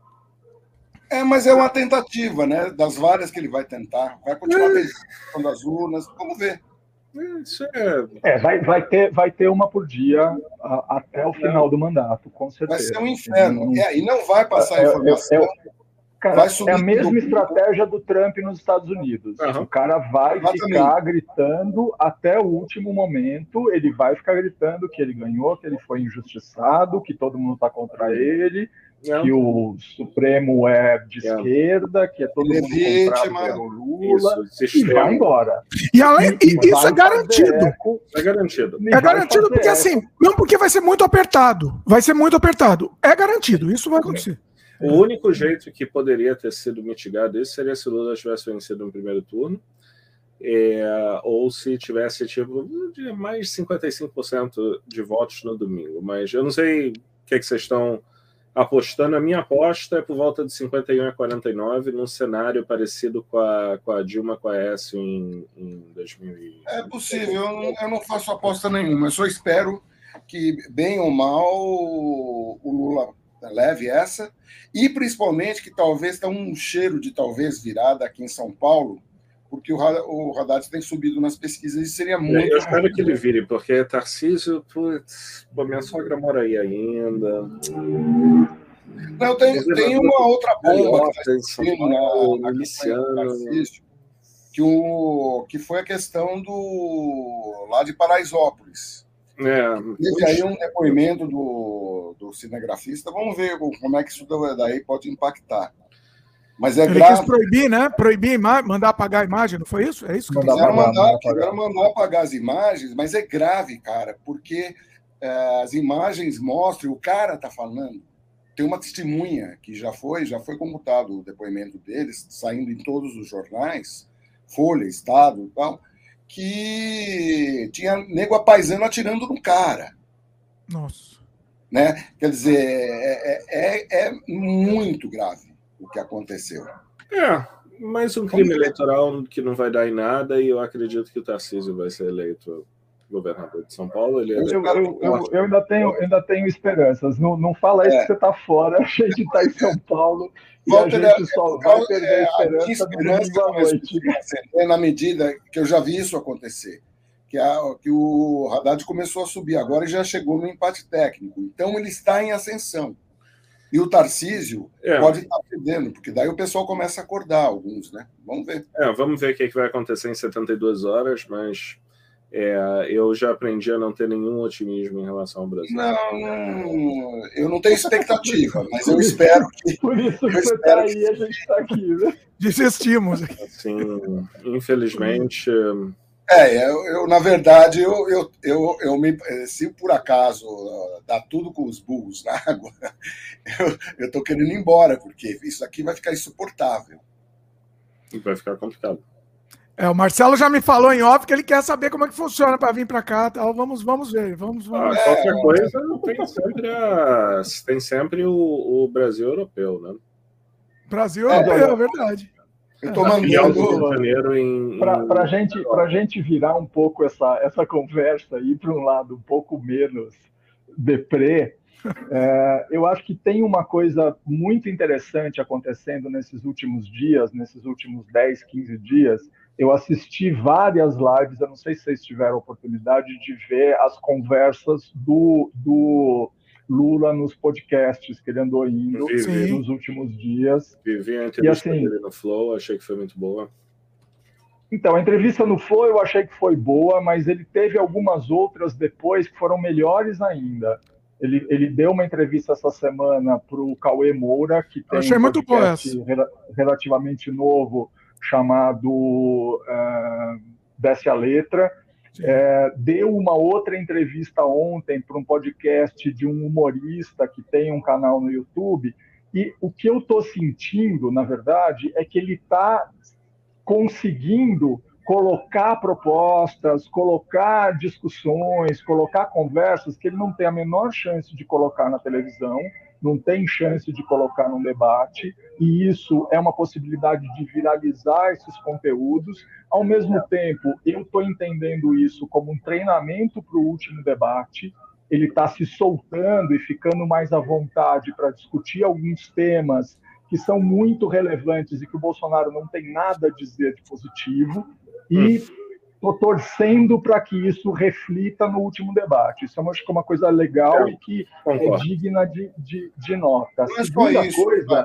[SPEAKER 1] É, mas é uma tentativa, né? Das várias que ele vai tentar. Vai continuar tentando as urnas. Vamos ver.
[SPEAKER 4] Isso é...
[SPEAKER 3] É, vai, vai, ter, vai ter uma por dia a, até o final do mandato, com certeza.
[SPEAKER 1] Vai ser um inferno. Não, é, e não vai passar
[SPEAKER 3] é,
[SPEAKER 1] informação.
[SPEAKER 3] É, é, cara, vai subir é a mesma estratégia do Trump nos Estados Unidos. Uhum. O cara vai Exatamente. ficar gritando até o último momento. Ele vai ficar gritando que ele ganhou, que ele foi injustiçado, que todo mundo está contra ele. Não. Que o Supremo é de é. esquerda, que é todo
[SPEAKER 1] ele
[SPEAKER 3] mundo
[SPEAKER 1] é
[SPEAKER 3] comprado pelo Lula, isso, e vai embora.
[SPEAKER 2] E, além, e, e isso é garantido.
[SPEAKER 4] Eco, é garantido.
[SPEAKER 2] É garantido porque, eco. assim, não porque vai ser muito apertado. Vai ser muito apertado. É garantido, isso vai acontecer.
[SPEAKER 4] O único jeito que poderia ter sido mitigado isso seria se o Lula tivesse vencido no primeiro turno, é, ou se tivesse, tipo, mais de cinquenta e cinco por cento de votos no domingo. Mas eu não sei o que, é que vocês estão... apostando. A minha aposta é por volta de cinquenta e um a quarenta e nove, num cenário parecido com a, com a Dilma, com a Aécio em, em dois mil e vinte.
[SPEAKER 1] É possível, eu não, eu não faço aposta nenhuma, eu só espero que, bem ou mal, o Lula leve essa, e principalmente que talvez está um cheiro de talvez virada aqui em São Paulo, porque o Haddad tem subido nas pesquisas e seria muito...
[SPEAKER 4] Eu espero ruim. que ele vire, porque Tarcísio, putz, minha sogra mora aí ainda.
[SPEAKER 1] Não, tem, tem uma outra bomba que está existindo na, na Tarcísio, que, o, que foi a questão do lá de Paraisópolis.
[SPEAKER 4] É,
[SPEAKER 1] Teve aí um depoimento do, do cinegrafista, vamos ver como é que isso daí pode impactar. Mas é
[SPEAKER 2] Ele
[SPEAKER 1] grave.
[SPEAKER 2] quis proibir, né? Proibir, mandar apagar a imagem, não foi isso? É isso que
[SPEAKER 1] eu quiseram mandar, quiseram mandar apagar as imagens, mas é grave, cara, porque é, as imagens mostram, o cara tá falando, tem uma testemunha que já foi, já foi computado o depoimento deles, saindo em todos os jornais, Folha, Estado e tal, que tinha nego apaisando atirando no cara.
[SPEAKER 2] Nossa.
[SPEAKER 1] Né? Quer dizer, é, é, é muito grave o que aconteceu.
[SPEAKER 4] É, mais um crime eleitoral que não vai dar em nada, e eu acredito que o Tarcísio vai ser eleito governador de São Paulo. Ele é...
[SPEAKER 3] eu, eu, eu, eu ainda, tenho, ainda tenho esperanças. Não, não fala isso é. que você está fora, a gente está em São Paulo e Walter, a gente só é, vai perder é, a esperança, a esperança à noite.
[SPEAKER 1] É na medida que eu já vi isso acontecer, que, a, que o Haddad começou a subir agora e já chegou no empate técnico. Então ele está em ascensão. E o Tarcísio é. pode estar perdendo, porque daí o pessoal começa a acordar, alguns, né? Vamos ver.
[SPEAKER 4] É, vamos ver o que, é que vai acontecer em setenta e duas horas, mas é, eu já aprendi a não ter nenhum otimismo em relação ao Brasil.
[SPEAKER 1] Não, não eu não tenho expectativa, mas eu espero que...
[SPEAKER 3] Por isso que você está aí, a gente está aqui, né?
[SPEAKER 2] Desistimos.
[SPEAKER 4] Assim, infelizmente...
[SPEAKER 1] É, eu, eu na verdade, eu, eu, eu, eu me, se por acaso dá tudo com os burros na água, eu estou querendo ir embora, porque isso aqui vai ficar insuportável.
[SPEAKER 4] Vai ficar complicado.
[SPEAKER 2] É, o Marcelo já me falou em off que ele quer saber como é que funciona para vir para cá. Tal. Vamos, vamos ver. Vamos, vamos...
[SPEAKER 4] Ah, qualquer é, coisa, tem sempre, a, tem sempre o, o Brasil europeu, né?
[SPEAKER 2] Brasil europeu, é, é verdade.
[SPEAKER 1] Eu estou mandando
[SPEAKER 3] para a gente, a gente virar um pouco essa, essa conversa e ir para um lado um pouco menos deprê. É, eu acho que tem uma coisa muito interessante acontecendo nesses últimos dias, nesses últimos dez, quinze dias. Eu assisti várias lives, eu não sei se vocês tiveram a oportunidade de ver as conversas do, do Lula nos podcasts que ele andou indo
[SPEAKER 2] Sim.
[SPEAKER 3] nos últimos dias.
[SPEAKER 4] Vivi a entrevista
[SPEAKER 3] e, assim,
[SPEAKER 4] dele no Flow, achei que foi muito boa.
[SPEAKER 3] Então, a entrevista no Flow eu achei que foi boa, mas ele teve algumas outras depois que foram melhores ainda. Ele, ele deu uma entrevista essa semana para o Cauê Moura, que tem
[SPEAKER 2] achei
[SPEAKER 3] um
[SPEAKER 2] muito
[SPEAKER 3] podcast
[SPEAKER 2] boa
[SPEAKER 3] rel relativamente novo, chamado uh, Desce a Letra. É, deu uma outra entrevista ontem para um podcast de um humorista que tem um canal no YouTube. E o que eu estou sentindo, na verdade, é que ele está conseguindo colocar propostas, colocar discussões, colocar conversas que ele não tem a menor chance de colocar na televisão, não tem chance de colocar num debate, e isso é uma possibilidade de viralizar esses conteúdos. Ao mesmo tempo, eu estou entendendo isso como um treinamento para o último debate. Ele está se soltando e ficando mais à vontade para discutir alguns temas que são muito relevantes e que o Bolsonaro não tem nada a dizer de positivo, e estou torcendo para que isso reflita no último debate. Isso eu acho que é uma coisa legal é, e que concordo. é digna de, de, de nota. A segunda isso, coisa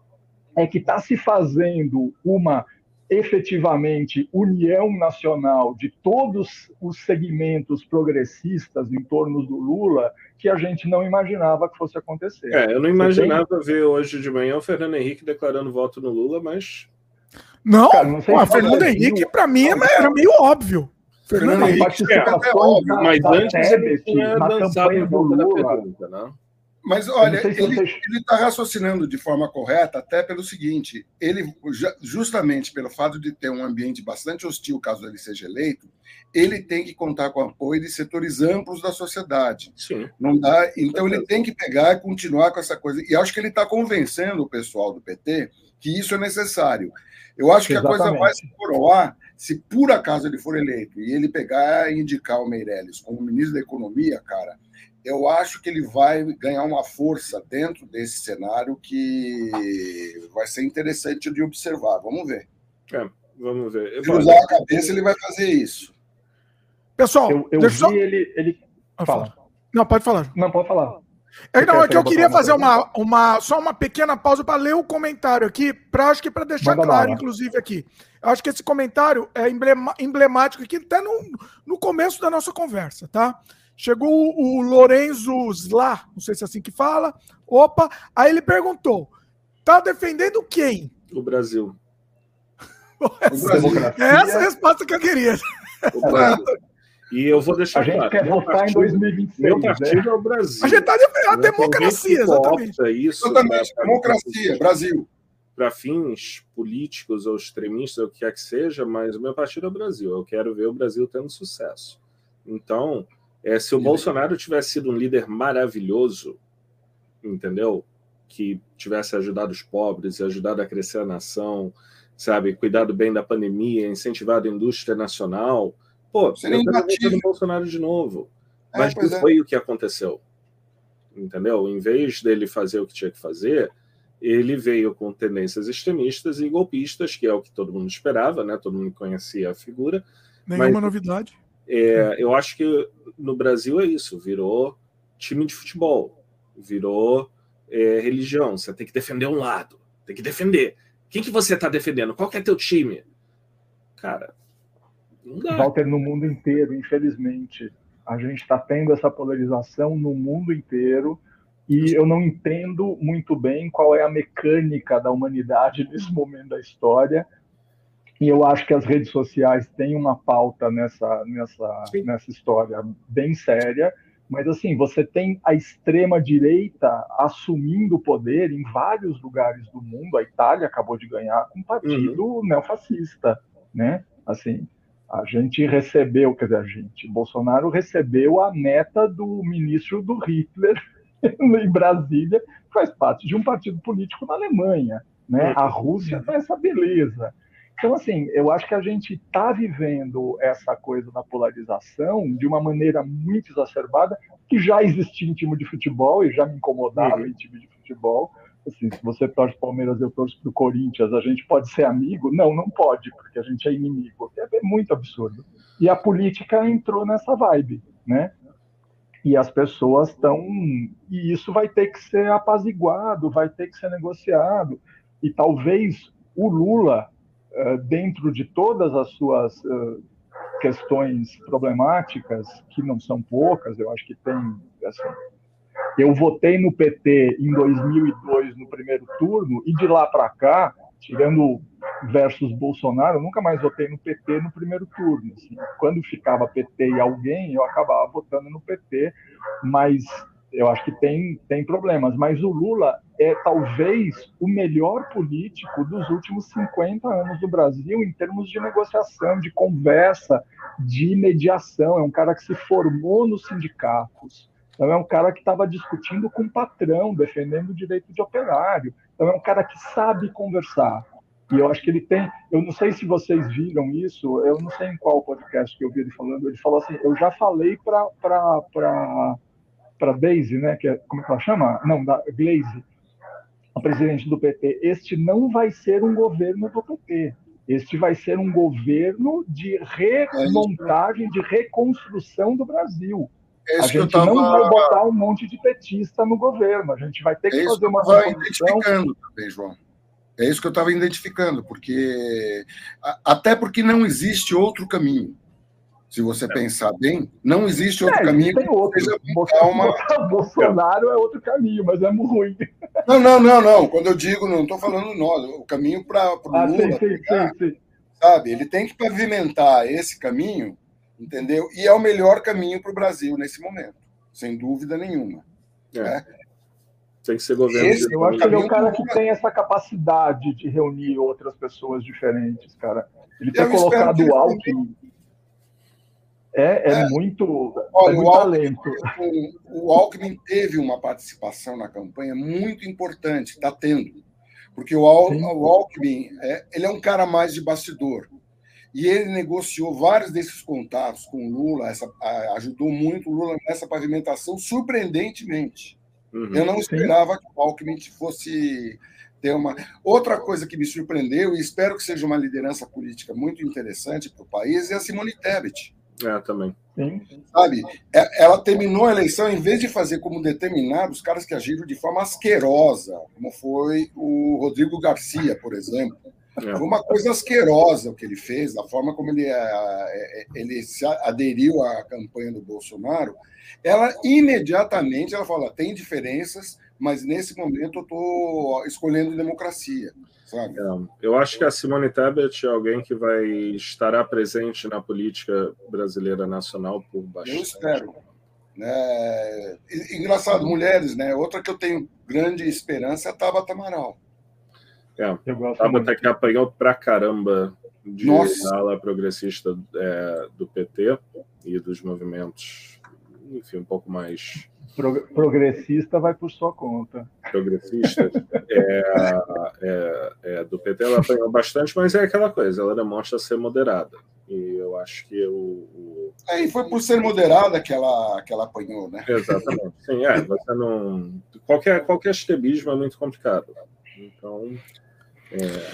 [SPEAKER 3] é que está se fazendo uma, efetivamente, união nacional de todos os segmentos progressistas em torno do Lula, que a gente não imaginava que fosse acontecer.
[SPEAKER 4] É, eu não imaginava tem... ver hoje de manhã o Fernando Henrique declarando voto no Lula, mas...
[SPEAKER 2] Não, Cara, não o Fernando Henrique, para mim, era meio óbvio.
[SPEAKER 3] Fernando Henrique, é, é óbvio, mas da antes ele tinha
[SPEAKER 4] na campanha do Lula. Pergunta, não?
[SPEAKER 1] Mas, olha, ele está raciocinando de forma correta até pelo seguinte, ele, justamente pelo fato de ter um ambiente bastante hostil, caso ele seja eleito, ele tem que contar com o apoio de setores amplos da sociedade.
[SPEAKER 4] Sim.
[SPEAKER 1] Não dá, então, ele tem que pegar e continuar com essa coisa. E acho que ele está convencendo o pessoal do P T que isso é necessário. Eu acho que Exatamente. a coisa vai se coroar se, por acaso, ele for eleito e ele pegar e indicar o Meirelles como ministro da Economia, cara, eu acho que ele vai ganhar uma força dentro desse cenário que vai ser interessante de observar. Vamos ver.
[SPEAKER 4] É, vamos ver.
[SPEAKER 1] Se usar a cabeça, ele vai fazer isso.
[SPEAKER 2] Pessoal,
[SPEAKER 3] eu, eu
[SPEAKER 2] deixa
[SPEAKER 3] vi
[SPEAKER 2] só...
[SPEAKER 3] ele... ele...
[SPEAKER 2] Fala. Não, pode falar.
[SPEAKER 3] Não, pode falar.
[SPEAKER 2] É, não, é que eu queria fazer uma, uma, só uma pequena pausa para ler o comentário aqui, pra, acho que para deixar Manda claro, lá, inclusive, aqui. Eu acho que esse comentário é emblema, emblemático aqui, até no, no começo da nossa conversa, tá? Chegou o, o Lorenzo Slá, não sei se é assim que fala. Opa, aí ele perguntou, tá defendendo quem?
[SPEAKER 4] O Brasil.
[SPEAKER 2] essa, é essa a resposta que eu queria.
[SPEAKER 4] O Brasil. E eu vou deixar
[SPEAKER 3] a gente
[SPEAKER 4] claro.
[SPEAKER 3] quer votar partido, em dois mil e vinte e seis.
[SPEAKER 4] Meu partido né? é o Brasil.
[SPEAKER 2] A gente está a democracia, exatamente.
[SPEAKER 4] Isso
[SPEAKER 1] exatamente, democracia, Brasil.
[SPEAKER 4] Para fins políticos ou extremistas, ou o que quer que seja, mas o meu partido é o Brasil. Eu quero ver o Brasil tendo sucesso. Então, é, se o e Bolsonaro aí? tivesse sido um líder maravilhoso, entendeu? Que tivesse ajudado os pobres, ajudado a crescer a nação, sabe? Cuidado bem da pandemia, incentivado a indústria nacional... Pô,
[SPEAKER 1] Seria
[SPEAKER 4] eu quero votar no Bolsonaro de novo. Mas é, não foi é. o que aconteceu. Entendeu? Em vez dele fazer o que tinha que fazer, ele veio com tendências extremistas e golpistas, que é o que todo mundo esperava, né? Todo mundo conhecia a figura.
[SPEAKER 2] Nenhuma mas, novidade.
[SPEAKER 4] É, eu acho que no Brasil é isso. Virou time de futebol. Virou é, religião. Você tem que defender um lado. Tem que defender. Quem que você está defendendo? Qual que é teu time? Cara...
[SPEAKER 3] Walter, no mundo inteiro, infelizmente, a gente está tendo essa polarização no mundo inteiro e eu não entendo muito bem qual é a mecânica da humanidade nesse momento da história e eu acho que as redes sociais têm uma pauta nessa, nessa, nessa história bem séria, mas assim, você tem a extrema-direita assumindo o poder em vários lugares do mundo. A Itália acabou de ganhar com um partido uhum. neofascista, né? Assim... A gente recebeu, quer dizer, a gente, Bolsonaro recebeu a neta do ministro do Hitler em Brasília, que faz parte de um partido político na Alemanha, né? A Rússia tem essa beleza. Então, assim, eu acho que a gente está vivendo essa coisa da polarização de uma maneira muito exacerbada, que já existia em time de futebol e já me incomodava uhum. em time de futebol. Assim, se você torce para o Palmeiras, eu torço para o Corinthians, a gente pode ser amigo? Não, não pode, porque a gente é inimigo. É muito absurdo. E a política entrou nessa vibe, né? E as pessoas estão... E isso vai ter que ser apaziguado, vai ter que ser negociado. E talvez o Lula, dentro de todas as suas questões problemáticas, que não são poucas, eu acho que tem... Assim, eu votei no P T em dois mil e dois, no primeiro turno, e de lá para cá, tirando versus Bolsonaro, eu nunca mais votei no P T no primeiro turno. Assim. Quando ficava P T e alguém, eu acabava votando no P T, mas eu acho que tem, tem problemas. Mas o Lula é talvez o melhor político dos últimos cinquenta anos do Brasil em termos de negociação, de conversa, de mediação. É um cara que se formou nos sindicatos. Então, é um cara que estava discutindo com o patrão, defendendo o direito de operário. Então, é um cara que sabe conversar. E eu acho que ele tem... Eu não sei se vocês viram isso, eu não sei em qual podcast que eu vi ele falando. Ele falou assim, eu já falei para para Daisy, né, que é, como é que ela chama? Não, da Glaze, a presidente do P T. Este não vai ser um governo do P T. Este vai ser um governo de remontagem, de reconstrução do Brasil. É a gente tava... não vai botar um monte de petista no governo, a gente vai ter que é fazer uma
[SPEAKER 1] reconstrução. Também, João. É isso que eu estava identificando, porque até porque não existe outro caminho. Se você é. pensar bem, não existe outro é, caminho.
[SPEAKER 3] Tem outro. Bolsonaro, uma... Bolsonaro é outro caminho, mas é muito ruim.
[SPEAKER 1] Não, não, não, não. Quando eu digo, não estou falando nós, o caminho para o ah, Lula, sim, sim, tá? sim, sim. sabe? Ele tem que pavimentar esse caminho. Entendeu? E é o melhor caminho para o Brasil nesse momento, sem dúvida nenhuma.
[SPEAKER 4] É. Né? Tem que ser governo.
[SPEAKER 3] Esse, eu acho que ele é o cara que tem essa capacidade de reunir outras pessoas diferentes, cara. Ele ter colocado o Alckmin é, é, é muito,
[SPEAKER 1] olha,
[SPEAKER 3] é muito
[SPEAKER 1] o Alckmin,
[SPEAKER 3] talento.
[SPEAKER 1] O, o Alckmin teve uma participação na campanha muito importante, está tendo. Porque o, Al, o Alckmin é, ele é um cara mais de bastidor. E ele negociou vários desses contatos com o Lula, essa, ajudou muito o Lula nessa pavimentação, surpreendentemente. Uhum, Eu não esperava sim. que o Alckmin fosse ter uma... Outra coisa que me surpreendeu, e espero que seja uma liderança política muito interessante para o país, é a Simone Tebet.
[SPEAKER 4] É, também.
[SPEAKER 3] Sim.
[SPEAKER 1] Sabe? Ela terminou a eleição, em vez de fazer como determinados, caras que agiram de forma asquerosa, como foi o Rodrigo Garcia, por exemplo. Foi uma coisa asquerosa o que ele fez, da forma como ele, ele se aderiu à campanha do Bolsonaro. Ela imediatamente ela fala, tem diferenças, mas nesse momento eu estou escolhendo democracia. Sabe?
[SPEAKER 4] É, eu acho que a Simone Tebet é alguém que vai estará presente na política brasileira nacional por bastante.
[SPEAKER 1] Eu espero. É, engraçado, mulheres, né? Outra que eu tenho grande esperança é a Tabata Amaral.
[SPEAKER 4] É, Tabata que apanhou pra caramba de ala progressista é, do P T e dos movimentos, enfim, um pouco mais...
[SPEAKER 3] Pro, progressista vai por sua conta.
[SPEAKER 4] Progressista é, é, é, do P T ela apanhou bastante, mas é aquela coisa, ela demonstra ser moderada. E eu acho que o... o...
[SPEAKER 1] É, e foi por ser moderada que ela, que ela apanhou, né?
[SPEAKER 4] Exatamente. Sim, é, você não... Qualquer, qualquer estebismo é muito complicado. Então... É,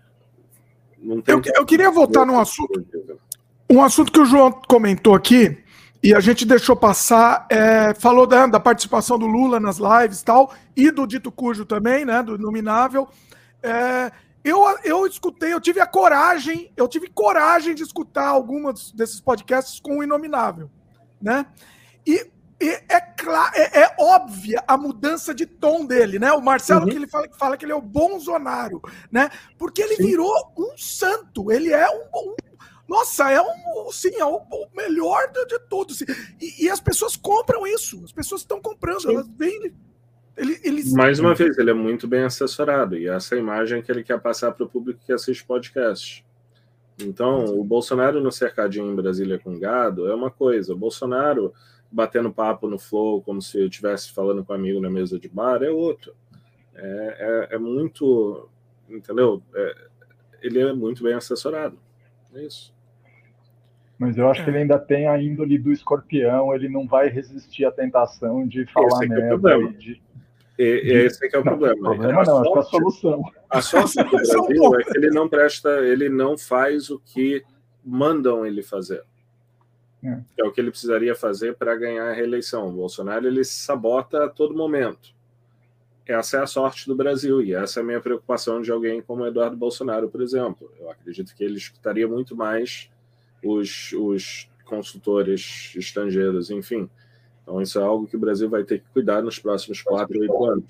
[SPEAKER 4] não tem
[SPEAKER 2] eu, eu queria voltar num assunto, um assunto que o João comentou aqui e a gente deixou passar, é, falou da, da participação do Lula nas lives e tal, e do Dito Cujo também, né, do Inominável. É, eu, eu escutei, eu tive a coragem, eu tive coragem de escutar alguns desses podcasts com o Inominável, né? E E é, claro, é, é óbvia a mudança de tom dele, né? O Marcelo, uhum. que ele fala, fala que ele é o bonzonário, né? Porque ele Sim. virou um santo. Ele é um, um nossa, é um, sim, é o, o melhor de, de todos. E, e as pessoas compram isso. As pessoas estão comprando. Sim. Elas vêm. Ele, ele...
[SPEAKER 4] Mais uma vez, ele é muito bem assessorado. E essa imagem que ele quer passar para o público que assiste podcast. Então, o Bolsonaro no cercadinho em Brasília com gado é uma coisa. O Bolsonaro batendo papo no Flow, como se eu estivesse falando com um amigo na mesa de bar, é outro. É, é, é muito... Entendeu? É, ele é muito bem assessorado. É isso.
[SPEAKER 3] Mas eu acho é. que ele ainda tem a índole do escorpião, ele não vai resistir à tentação de falar
[SPEAKER 4] esse
[SPEAKER 3] merda.
[SPEAKER 4] É e
[SPEAKER 3] de,
[SPEAKER 4] e,
[SPEAKER 3] de...
[SPEAKER 4] Esse é que é o
[SPEAKER 3] não,
[SPEAKER 4] problema.
[SPEAKER 3] O problema
[SPEAKER 4] a
[SPEAKER 3] não,
[SPEAKER 4] sorte,
[SPEAKER 3] é a solução.
[SPEAKER 4] A sorte do Brasil é que ele não presta, ele não faz o que mandam ele fazer. É, que é o que ele precisaria fazer para ganhar a reeleição. O Bolsonaro ele se sabota a todo momento. Essa é a sorte do Brasil, e essa é a minha preocupação de alguém como Eduardo Bolsonaro, por exemplo. Eu acredito que ele escutaria muito mais os, os consultores estrangeiros, enfim. Então isso é algo que o Brasil vai ter que cuidar nos próximos quatro, oito anos.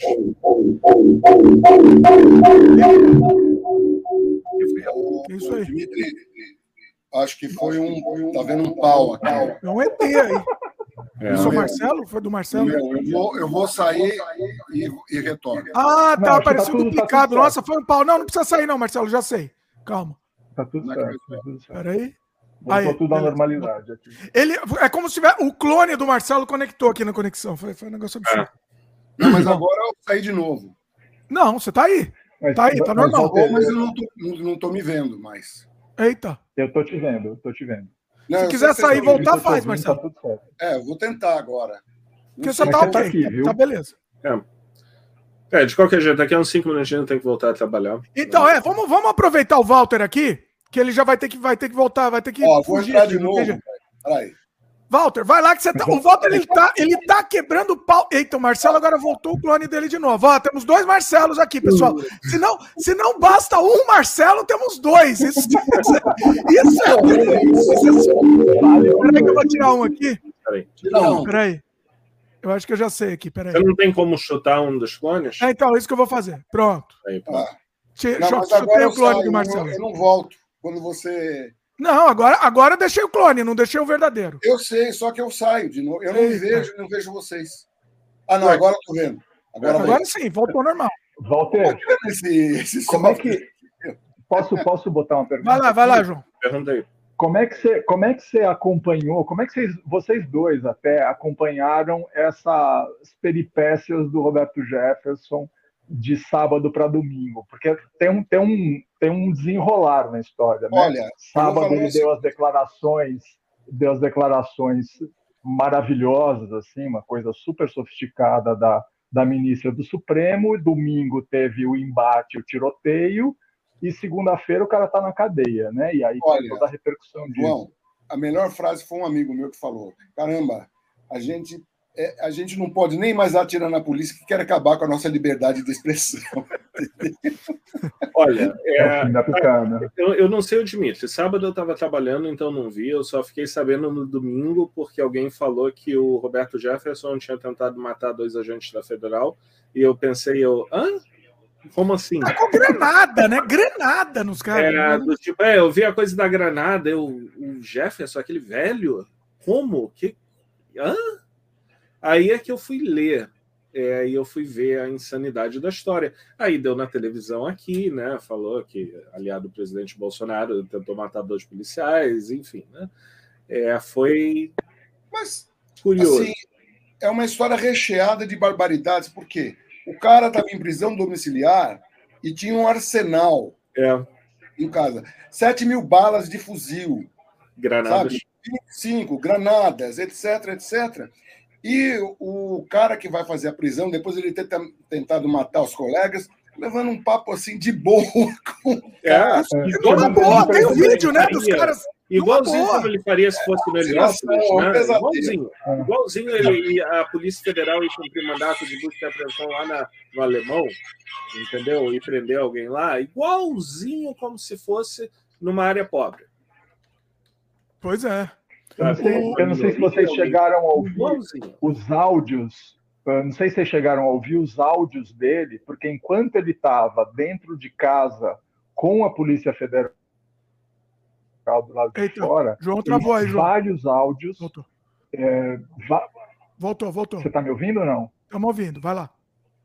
[SPEAKER 2] Isso aí.
[SPEAKER 1] Acho que foi um... Tá vendo um pau aqui.
[SPEAKER 2] É um E T aí. É. Isso é o Marcelo? Foi do Marcelo?
[SPEAKER 1] Eu vou, eu vou sair e, e retorno.
[SPEAKER 2] Ah, tá,
[SPEAKER 3] não,
[SPEAKER 2] parecia
[SPEAKER 3] tá
[SPEAKER 2] um duplicado.
[SPEAKER 3] Tá
[SPEAKER 2] Nossa, foi um pau. Não, não precisa sair não, Marcelo, já sei. Calma.
[SPEAKER 3] Tá tudo certo. Tá tudo certo.
[SPEAKER 2] Peraí.
[SPEAKER 3] Voltou tudo à normalidade aqui.
[SPEAKER 2] Ele, é como se tiver, o clone do Marcelo conectou aqui na conexão. Foi, foi um negócio absurdo.
[SPEAKER 1] Não, mas agora eu saí de novo.
[SPEAKER 2] Não, você tá aí.
[SPEAKER 3] Mas,
[SPEAKER 2] tá aí, tá normal.
[SPEAKER 1] Mas, mas eu não tô, não, não tô me vendo mais.
[SPEAKER 2] Eita.
[SPEAKER 3] Eu tô te vendo, eu tô te vendo.
[SPEAKER 2] Não, se quiser sair e voltar, faz, Marcelo.
[SPEAKER 3] Tá tudo certo.
[SPEAKER 1] É, eu vou tentar agora.
[SPEAKER 2] Porque você tá ok, tá, aqui, tá beleza.
[SPEAKER 4] É. é, de qualquer jeito, daqui a uns cinco minutinhos tem que voltar a trabalhar.
[SPEAKER 2] Então, é, vamos, vamos aproveitar o Walter aqui, que ele já vai ter que, vai ter que voltar, vai ter que
[SPEAKER 1] Ó, vou entrar de novo. Peraí.
[SPEAKER 2] Walter, vai lá que você tá. O Walter, ele tá, ele tá quebrando o pau. Eita, o Marcelo agora voltou o clone dele de novo. Ó, temos dois Marcelos aqui, pessoal. Se não, se não basta um Marcelo, temos dois. Isso, isso, isso é. Isso é... Peraí que eu vou tirar um aqui.
[SPEAKER 4] Peraí.
[SPEAKER 2] Não, peraí. Eu acho que eu já sei aqui, peraí.
[SPEAKER 4] Você não tem como chutar um dos clones?
[SPEAKER 2] É, então, é isso que eu vou fazer. Pronto.
[SPEAKER 4] Aí, pronto.
[SPEAKER 1] Ah.
[SPEAKER 2] Che
[SPEAKER 1] não,
[SPEAKER 2] mas agora o clone do Marcelo.
[SPEAKER 1] Eu não, eu não volto quando você...
[SPEAKER 2] Não, agora, agora eu deixei o clone, não deixei o verdadeiro.
[SPEAKER 1] Eu sei, só que eu saio de novo. Eu não me vejo, não vejo vocês. Ah, não, agora eu tô vendo. Agora,
[SPEAKER 2] agora sim, voltou normal.
[SPEAKER 3] Walter,
[SPEAKER 1] esse, esse
[SPEAKER 3] como é que... Posso, posso botar uma pergunta?
[SPEAKER 2] Vai lá, vai lá, João.
[SPEAKER 4] Pergunta aí.
[SPEAKER 3] Como é que você, como é que você acompanhou, como é que vocês, vocês dois até acompanharam essas peripécias do Roberto Jefferson de sábado para domingo? Porque tem um, tem, um, tem um desenrolar na história, né?
[SPEAKER 1] Olha,
[SPEAKER 3] sábado ele deu as declarações, deu as declarações maravilhosas, assim, uma coisa super sofisticada da, da ministra do Supremo. Domingo teve o embate, o tiroteio. E segunda-feira o cara tá na cadeia, né? E aí
[SPEAKER 1] Olha,
[SPEAKER 3] tem toda a repercussão disso.
[SPEAKER 1] João, a melhor frase foi um amigo meu que falou: caramba, a gente, é, a gente não pode nem mais atirar na polícia que quer acabar com a nossa liberdade de expressão.
[SPEAKER 4] Olha, é,
[SPEAKER 3] é né?
[SPEAKER 4] eu, eu não sei o Dimitri. Sábado eu estava trabalhando, então não vi. Eu só fiquei sabendo no domingo porque alguém falou que o Roberto Jefferson tinha tentado matar dois agentes da Federal. E eu pensei, eu, hã? Como assim?
[SPEAKER 2] Tá com granada, né? Granada nos caras.
[SPEAKER 4] É, do tipo, é, eu vi a coisa da granada, eu, o Jefferson, aquele velho, como? Que... Hã? Aí é que eu fui ler, é, e eu fui ver a insanidade da história. Aí deu na televisão aqui, né? Falou que aliado do presidente Bolsonaro tentou matar dois policiais, enfim, né? É, foi
[SPEAKER 1] Mas,
[SPEAKER 4] curioso.
[SPEAKER 1] Assim, é uma história recheada de barbaridades, por quê? O cara estava em prisão domiciliar e tinha um arsenal
[SPEAKER 4] é.
[SPEAKER 1] em casa. Sete mil balas de fuzil.
[SPEAKER 4] Granadas.
[SPEAKER 1] Sabe? vinte e cinco, granadas, etc, etcétera. E o cara que vai fazer a prisão, depois ele ter tentado matar os colegas, levando um papo assim de boa com o cara.
[SPEAKER 2] É, igual boa, tem o um vídeo, né, dos caras...
[SPEAKER 4] Igualzinho como ele faria se fosse no Exército, né?
[SPEAKER 1] Um
[SPEAKER 4] Igualzinho. Igualzinho ele, a Polícia Federal ia cumprir mandato de busca e apreensão lá na, no Alemão, entendeu? E prender alguém lá, igualzinho como se fosse numa área pobre.
[SPEAKER 2] Pois é.
[SPEAKER 3] Eu não sei, eu não sei se vocês chegaram a ouvir os áudios, eu não sei se vocês chegaram a ouvir os áudios dele, porque enquanto ele estava dentro de casa com a Polícia Federal, do lado de
[SPEAKER 2] Eita,
[SPEAKER 3] fora,
[SPEAKER 2] João travou aí, João.
[SPEAKER 3] Vários áudios.
[SPEAKER 2] Voltou.
[SPEAKER 3] É, va...
[SPEAKER 2] voltou, voltou.
[SPEAKER 3] Você está me ouvindo ou não?
[SPEAKER 2] Estamos ouvindo, vai lá.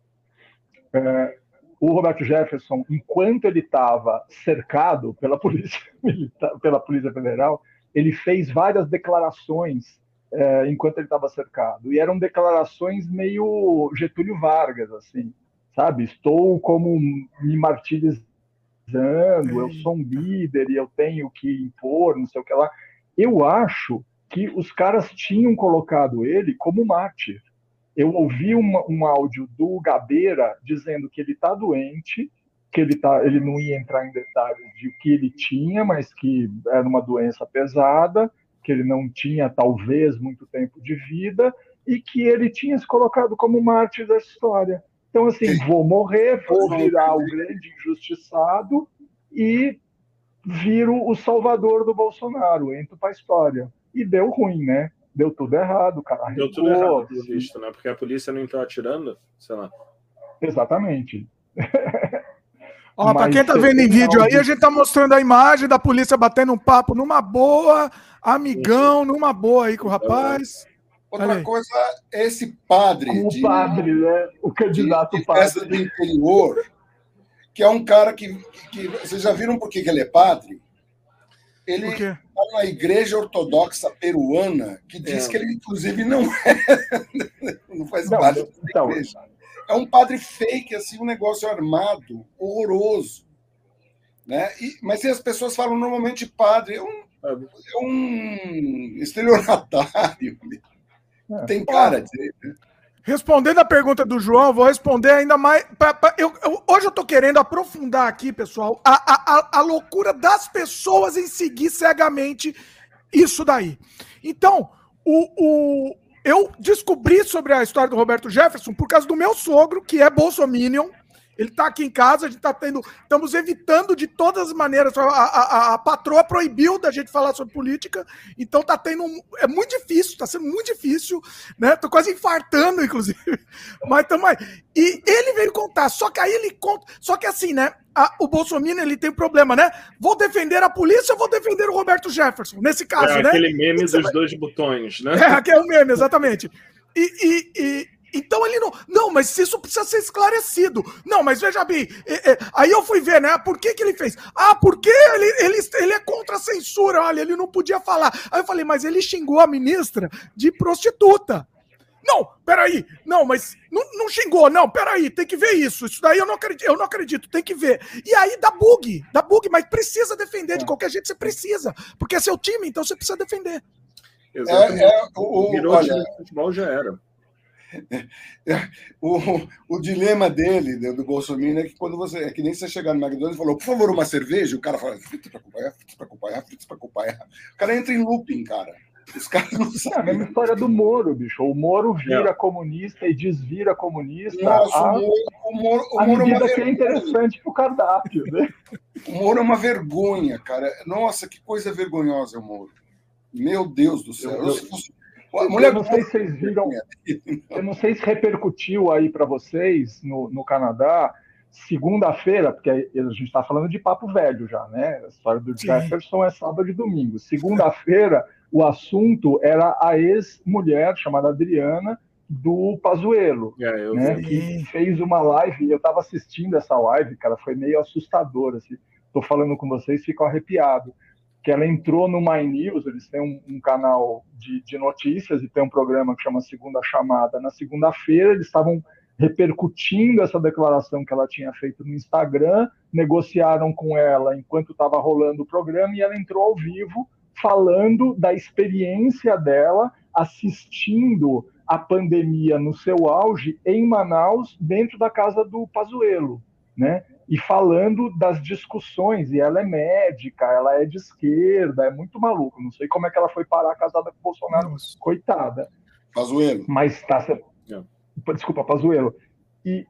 [SPEAKER 3] É, o Roberto Jefferson, enquanto ele estava cercado pela polícia, militar, pela Polícia Federal, ele fez várias declarações é, enquanto ele estava cercado. E eram declarações meio Getúlio Vargas, assim, sabe? Estou como me martirizando eu sou um líder e eu tenho que impor, não sei o que lá. Eu acho que os caras tinham colocado ele como mártir. Eu ouvi uma, um áudio do Gabeira dizendo que ele está doente, que ele, tá, ele não ia entrar em detalhes de o que ele tinha, mas que era uma doença pesada, que ele não tinha, talvez, muito tempo de vida, e que ele tinha se colocado como mártir dessa história. Então, assim, vou morrer, vou virar o grande injustiçado e viro o salvador do Bolsonaro, entro para a história. E deu ruim, né? Deu tudo errado, o cara
[SPEAKER 4] Deu tudo errado, pelo visto, né? Porque a polícia não entrou atirando, sei lá.
[SPEAKER 3] Exatamente.
[SPEAKER 2] Ó, para quem tá vendo em vídeo aí, a gente tá mostrando a imagem da polícia batendo um papo numa boa, amigão, numa boa aí com o rapaz.
[SPEAKER 1] Outra coisa, esse padre.
[SPEAKER 3] O
[SPEAKER 1] de,
[SPEAKER 3] padre, né? O candidato
[SPEAKER 1] de, de
[SPEAKER 3] padre.
[SPEAKER 1] festa do interior, que é um cara que, que. Vocês já viram por que ele é padre? Ele está na igreja ortodoxa peruana, que diz é. que ele, inclusive, não é. Não faz
[SPEAKER 3] não,
[SPEAKER 1] parte da
[SPEAKER 3] então,
[SPEAKER 1] igreja. É um padre fake, assim, um negócio armado, horroroso. Né? E, mas as pessoas falam normalmente padre, é um, é um estelionatário. É. Tem cara de. Né?
[SPEAKER 2] Respondendo a pergunta do João, vou responder ainda mais. Pra, pra, eu, eu, hoje eu tô querendo aprofundar aqui, pessoal, a, a, a loucura das pessoas em seguir cegamente isso daí. Então, o, o, eu descobri sobre a história do Roberto Jefferson por causa do meu sogro, que é bolsominion. Ele tá aqui em casa, a gente tá tendo. Estamos evitando de todas as maneiras. A, a, a patroa proibiu da gente falar sobre política, então tá tendo. Um, é muito difícil, tá sendo muito difícil, né? Tô quase infartando, inclusive. Mas também. E ele veio contar, só que aí ele conta. Só que assim, né? A, o Bolsonaro ele tem um problema, né? Vou defender a polícia ou vou defender o Roberto Jefferson? Nesse caso,
[SPEAKER 4] é,
[SPEAKER 2] né?
[SPEAKER 4] Aquele meme dos
[SPEAKER 2] vai...
[SPEAKER 4] dois botões, né?
[SPEAKER 2] É, aquele é o meme, exatamente. E. e, e... Então ele não... Não, mas isso precisa ser esclarecido. Não, mas veja bem, é, é, aí eu fui ver, né? Por que que ele fez? Ah, porque ele, ele, ele é contra a censura, olha, ele não podia falar. Aí eu falei, mas ele xingou a ministra de prostituta. Não, peraí, não, mas não, não xingou, não, peraí, tem que ver isso. Isso daí eu não acredito, eu não acredito, tem que ver. E aí dá bug, dá bug, mas precisa defender, de qualquer jeito você precisa. Porque é seu time, então você precisa defender.
[SPEAKER 4] Exatamente.
[SPEAKER 1] É, é, o,
[SPEAKER 4] Virou
[SPEAKER 1] olha,
[SPEAKER 4] time de futebol, já era.
[SPEAKER 1] O, o dilema dele, do Bolsonaro, é que quando você. É que nem você chegar no McDonald's e falou, por favor, uma cerveja, o cara fala, fritas para acompanhar, fritas para acompanhar, fritas para acompanhar. O cara entra em looping, cara. Os caras não sabem.
[SPEAKER 3] É a mesma história do Moro, bicho. O Moro vira é. comunista e desvira comunista.
[SPEAKER 1] Nossa, a, o Moro, o Moro, o
[SPEAKER 3] a
[SPEAKER 1] Moro
[SPEAKER 3] medida
[SPEAKER 1] é uma
[SPEAKER 3] que é interessante pro cardápio, né?
[SPEAKER 1] O Moro é uma vergonha, cara. Nossa, que coisa vergonhosa o Moro. Meu Deus do céu. Eu, eu,
[SPEAKER 3] eu, mulher, eu não sei se vocês viram. Eu não sei se repercutiu aí para vocês no, no Canadá. Segunda-feira, porque a gente está falando de papo velho já, né? A história do Jefferson é sábado e domingo. Segunda-feira, o assunto era a ex-mulher chamada Adriana do Pazuello,
[SPEAKER 4] é,
[SPEAKER 3] né? Que fez uma live, e eu estava assistindo essa live, cara, foi meio assustador. Assim. Tô falando com vocês, fico arrepiado. Que ela entrou no My News, eles têm um, um canal de, de notícias e tem um programa que chama Segunda Chamada. Na segunda-feira, eles estavam repercutindo essa declaração que ela tinha feito no Instagram, negociaram com ela enquanto estava rolando o programa e ela entrou ao vivo falando da experiência dela assistindo a pandemia no seu auge em Manaus, dentro da casa do Pazuello, né? E falando das discussões, e ela é médica, ela é de esquerda, é muito maluco. Não sei como é que ela foi parar casada com o Bolsonaro, Nossa. Coitada.
[SPEAKER 1] Pazuello.
[SPEAKER 3] Mas tá...
[SPEAKER 4] Yeah.
[SPEAKER 3] Desculpa, Pazuello. E,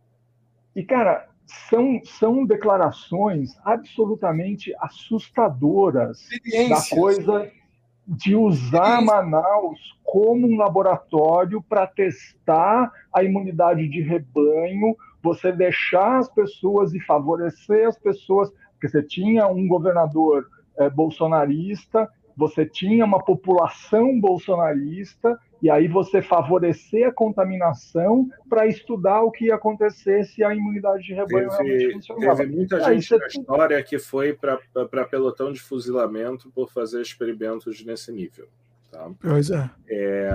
[SPEAKER 3] e cara, são, são declarações absolutamente assustadoras da coisa de usar Manaus como um laboratório para testar a imunidade de rebanho, você deixar as pessoas e favorecer as pessoas, porque você tinha um governador é, bolsonarista, você tinha uma população bolsonarista, e aí você favorecer a contaminação para estudar o que ia acontecer se a imunidade de rebanho
[SPEAKER 4] teve,
[SPEAKER 3] realmente funcionava.
[SPEAKER 4] Teve muita
[SPEAKER 3] aí
[SPEAKER 4] gente na história que foi para pelotão de fuzilamento por fazer experimentos nesse nível. Tá?
[SPEAKER 2] Pois é.
[SPEAKER 4] é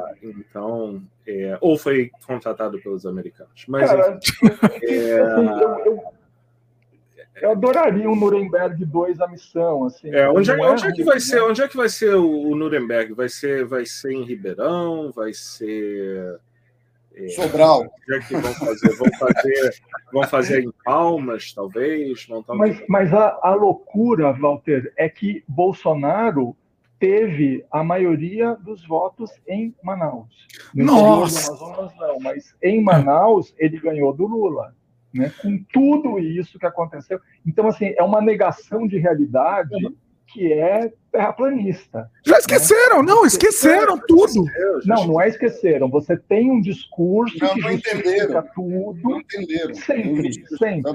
[SPEAKER 4] então, é, ou foi contratado pelos americanos. Mas
[SPEAKER 3] Cara,
[SPEAKER 4] é,
[SPEAKER 3] assim, eu, eu... Eu adoraria um Nuremberg dois a missão, assim.
[SPEAKER 4] É, onde, é, onde
[SPEAKER 3] é,
[SPEAKER 4] é que vai ser? Onde é que vai ser o, o Nuremberg? Vai ser, vai ser em Ribeirão? Vai ser
[SPEAKER 1] é, Sobral?
[SPEAKER 4] Onde é que vão fazer? Vão fazer, vão fazer em Palmas, talvez? Montar um...
[SPEAKER 3] Mas, mas a, a loucura, Walter, é que Bolsonaro teve a maioria dos votos em Manaus. No
[SPEAKER 2] Nossa!
[SPEAKER 3] interior do Amazonas, não, mas em Manaus ele ganhou do Lula. Né, com tudo isso que aconteceu. Então, assim, é uma negação de realidade que é terraplanista.
[SPEAKER 2] Já esqueceram, né? não, esqueceram tudo.
[SPEAKER 3] Não, não é esqueceram. Você tem um discurso
[SPEAKER 1] não,
[SPEAKER 3] que
[SPEAKER 1] não
[SPEAKER 3] justifica
[SPEAKER 1] entenderam.
[SPEAKER 3] tudo.
[SPEAKER 1] Não entenderam.
[SPEAKER 3] Sempre,
[SPEAKER 1] não
[SPEAKER 3] sempre.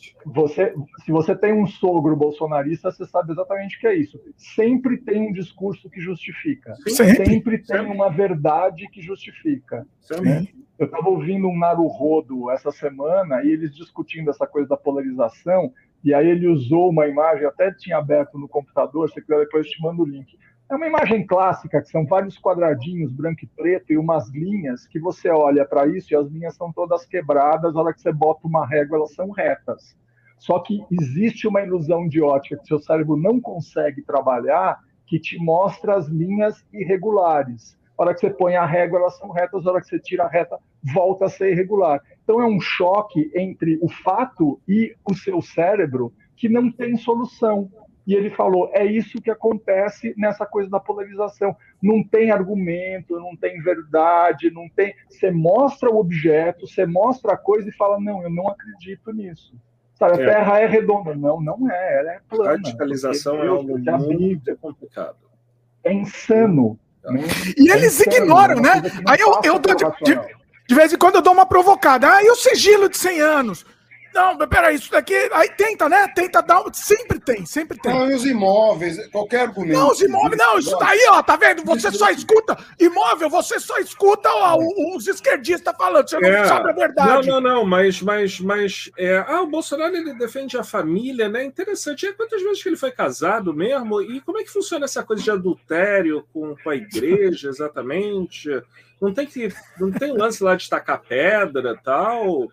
[SPEAKER 3] Você, se você tem um sogro bolsonarista, você sabe exatamente o que é isso. Sempre tem um discurso que justifica.
[SPEAKER 2] Sempre,
[SPEAKER 3] sempre tem
[SPEAKER 4] sempre.
[SPEAKER 3] uma verdade que justifica. Né? Eu estava ouvindo um Naruhodo essa semana e eles discutindo essa coisa da polarização, e aí ele usou uma imagem, até tinha aberto no computador, se quiser depois eu te mando o link. É uma imagem clássica, que são vários quadradinhos branco e preto e umas linhas que você olha para isso e as linhas são todas quebradas, a hora que você bota uma régua elas são retas. Só que existe uma ilusão de ótica que seu cérebro não consegue trabalhar, que te mostra as linhas irregulares. A hora que você põe a régua, elas são retas, a hora que você tira a reta, volta a ser irregular. Então é um choque entre o fato e o seu cérebro que não tem solução. E ele falou, é isso que acontece nessa coisa da polarização. Não tem argumento, não tem verdade, não tem... Você mostra o objeto, você mostra a coisa e fala, não, eu não acredito nisso. Sabe, a
[SPEAKER 4] é.
[SPEAKER 3] Terra é redonda. Não, não é, ela é plana.
[SPEAKER 4] A radicalização é algo muito complicado.
[SPEAKER 3] É insano. Né?
[SPEAKER 2] E eles é ignoram, né? Aí eu, eu dou de, de, de vez em quando eu dou uma provocada. Ah, e o sigilo de cem anos? Não, mas peraí, isso daqui. Aí tenta, né? Tenta dar. Sempre tem, sempre tem.
[SPEAKER 1] Não, e os imóveis, qualquer argumento.
[SPEAKER 2] Não, os imóveis, não, isso daí, ó, tá vendo? Você só escuta. Imóvel, você só escuta ó, os esquerdistas falando, você não é. sabe a verdade.
[SPEAKER 4] Não, não, não, mas. mas, mas é... Ah, o Bolsonaro ele defende a família, né? Interessante. E quantas vezes que ele foi casado mesmo? E como é que funciona essa coisa de adultério com, com a igreja, exatamente? Não tem que. Não tem lance lá de tacar pedra e tal.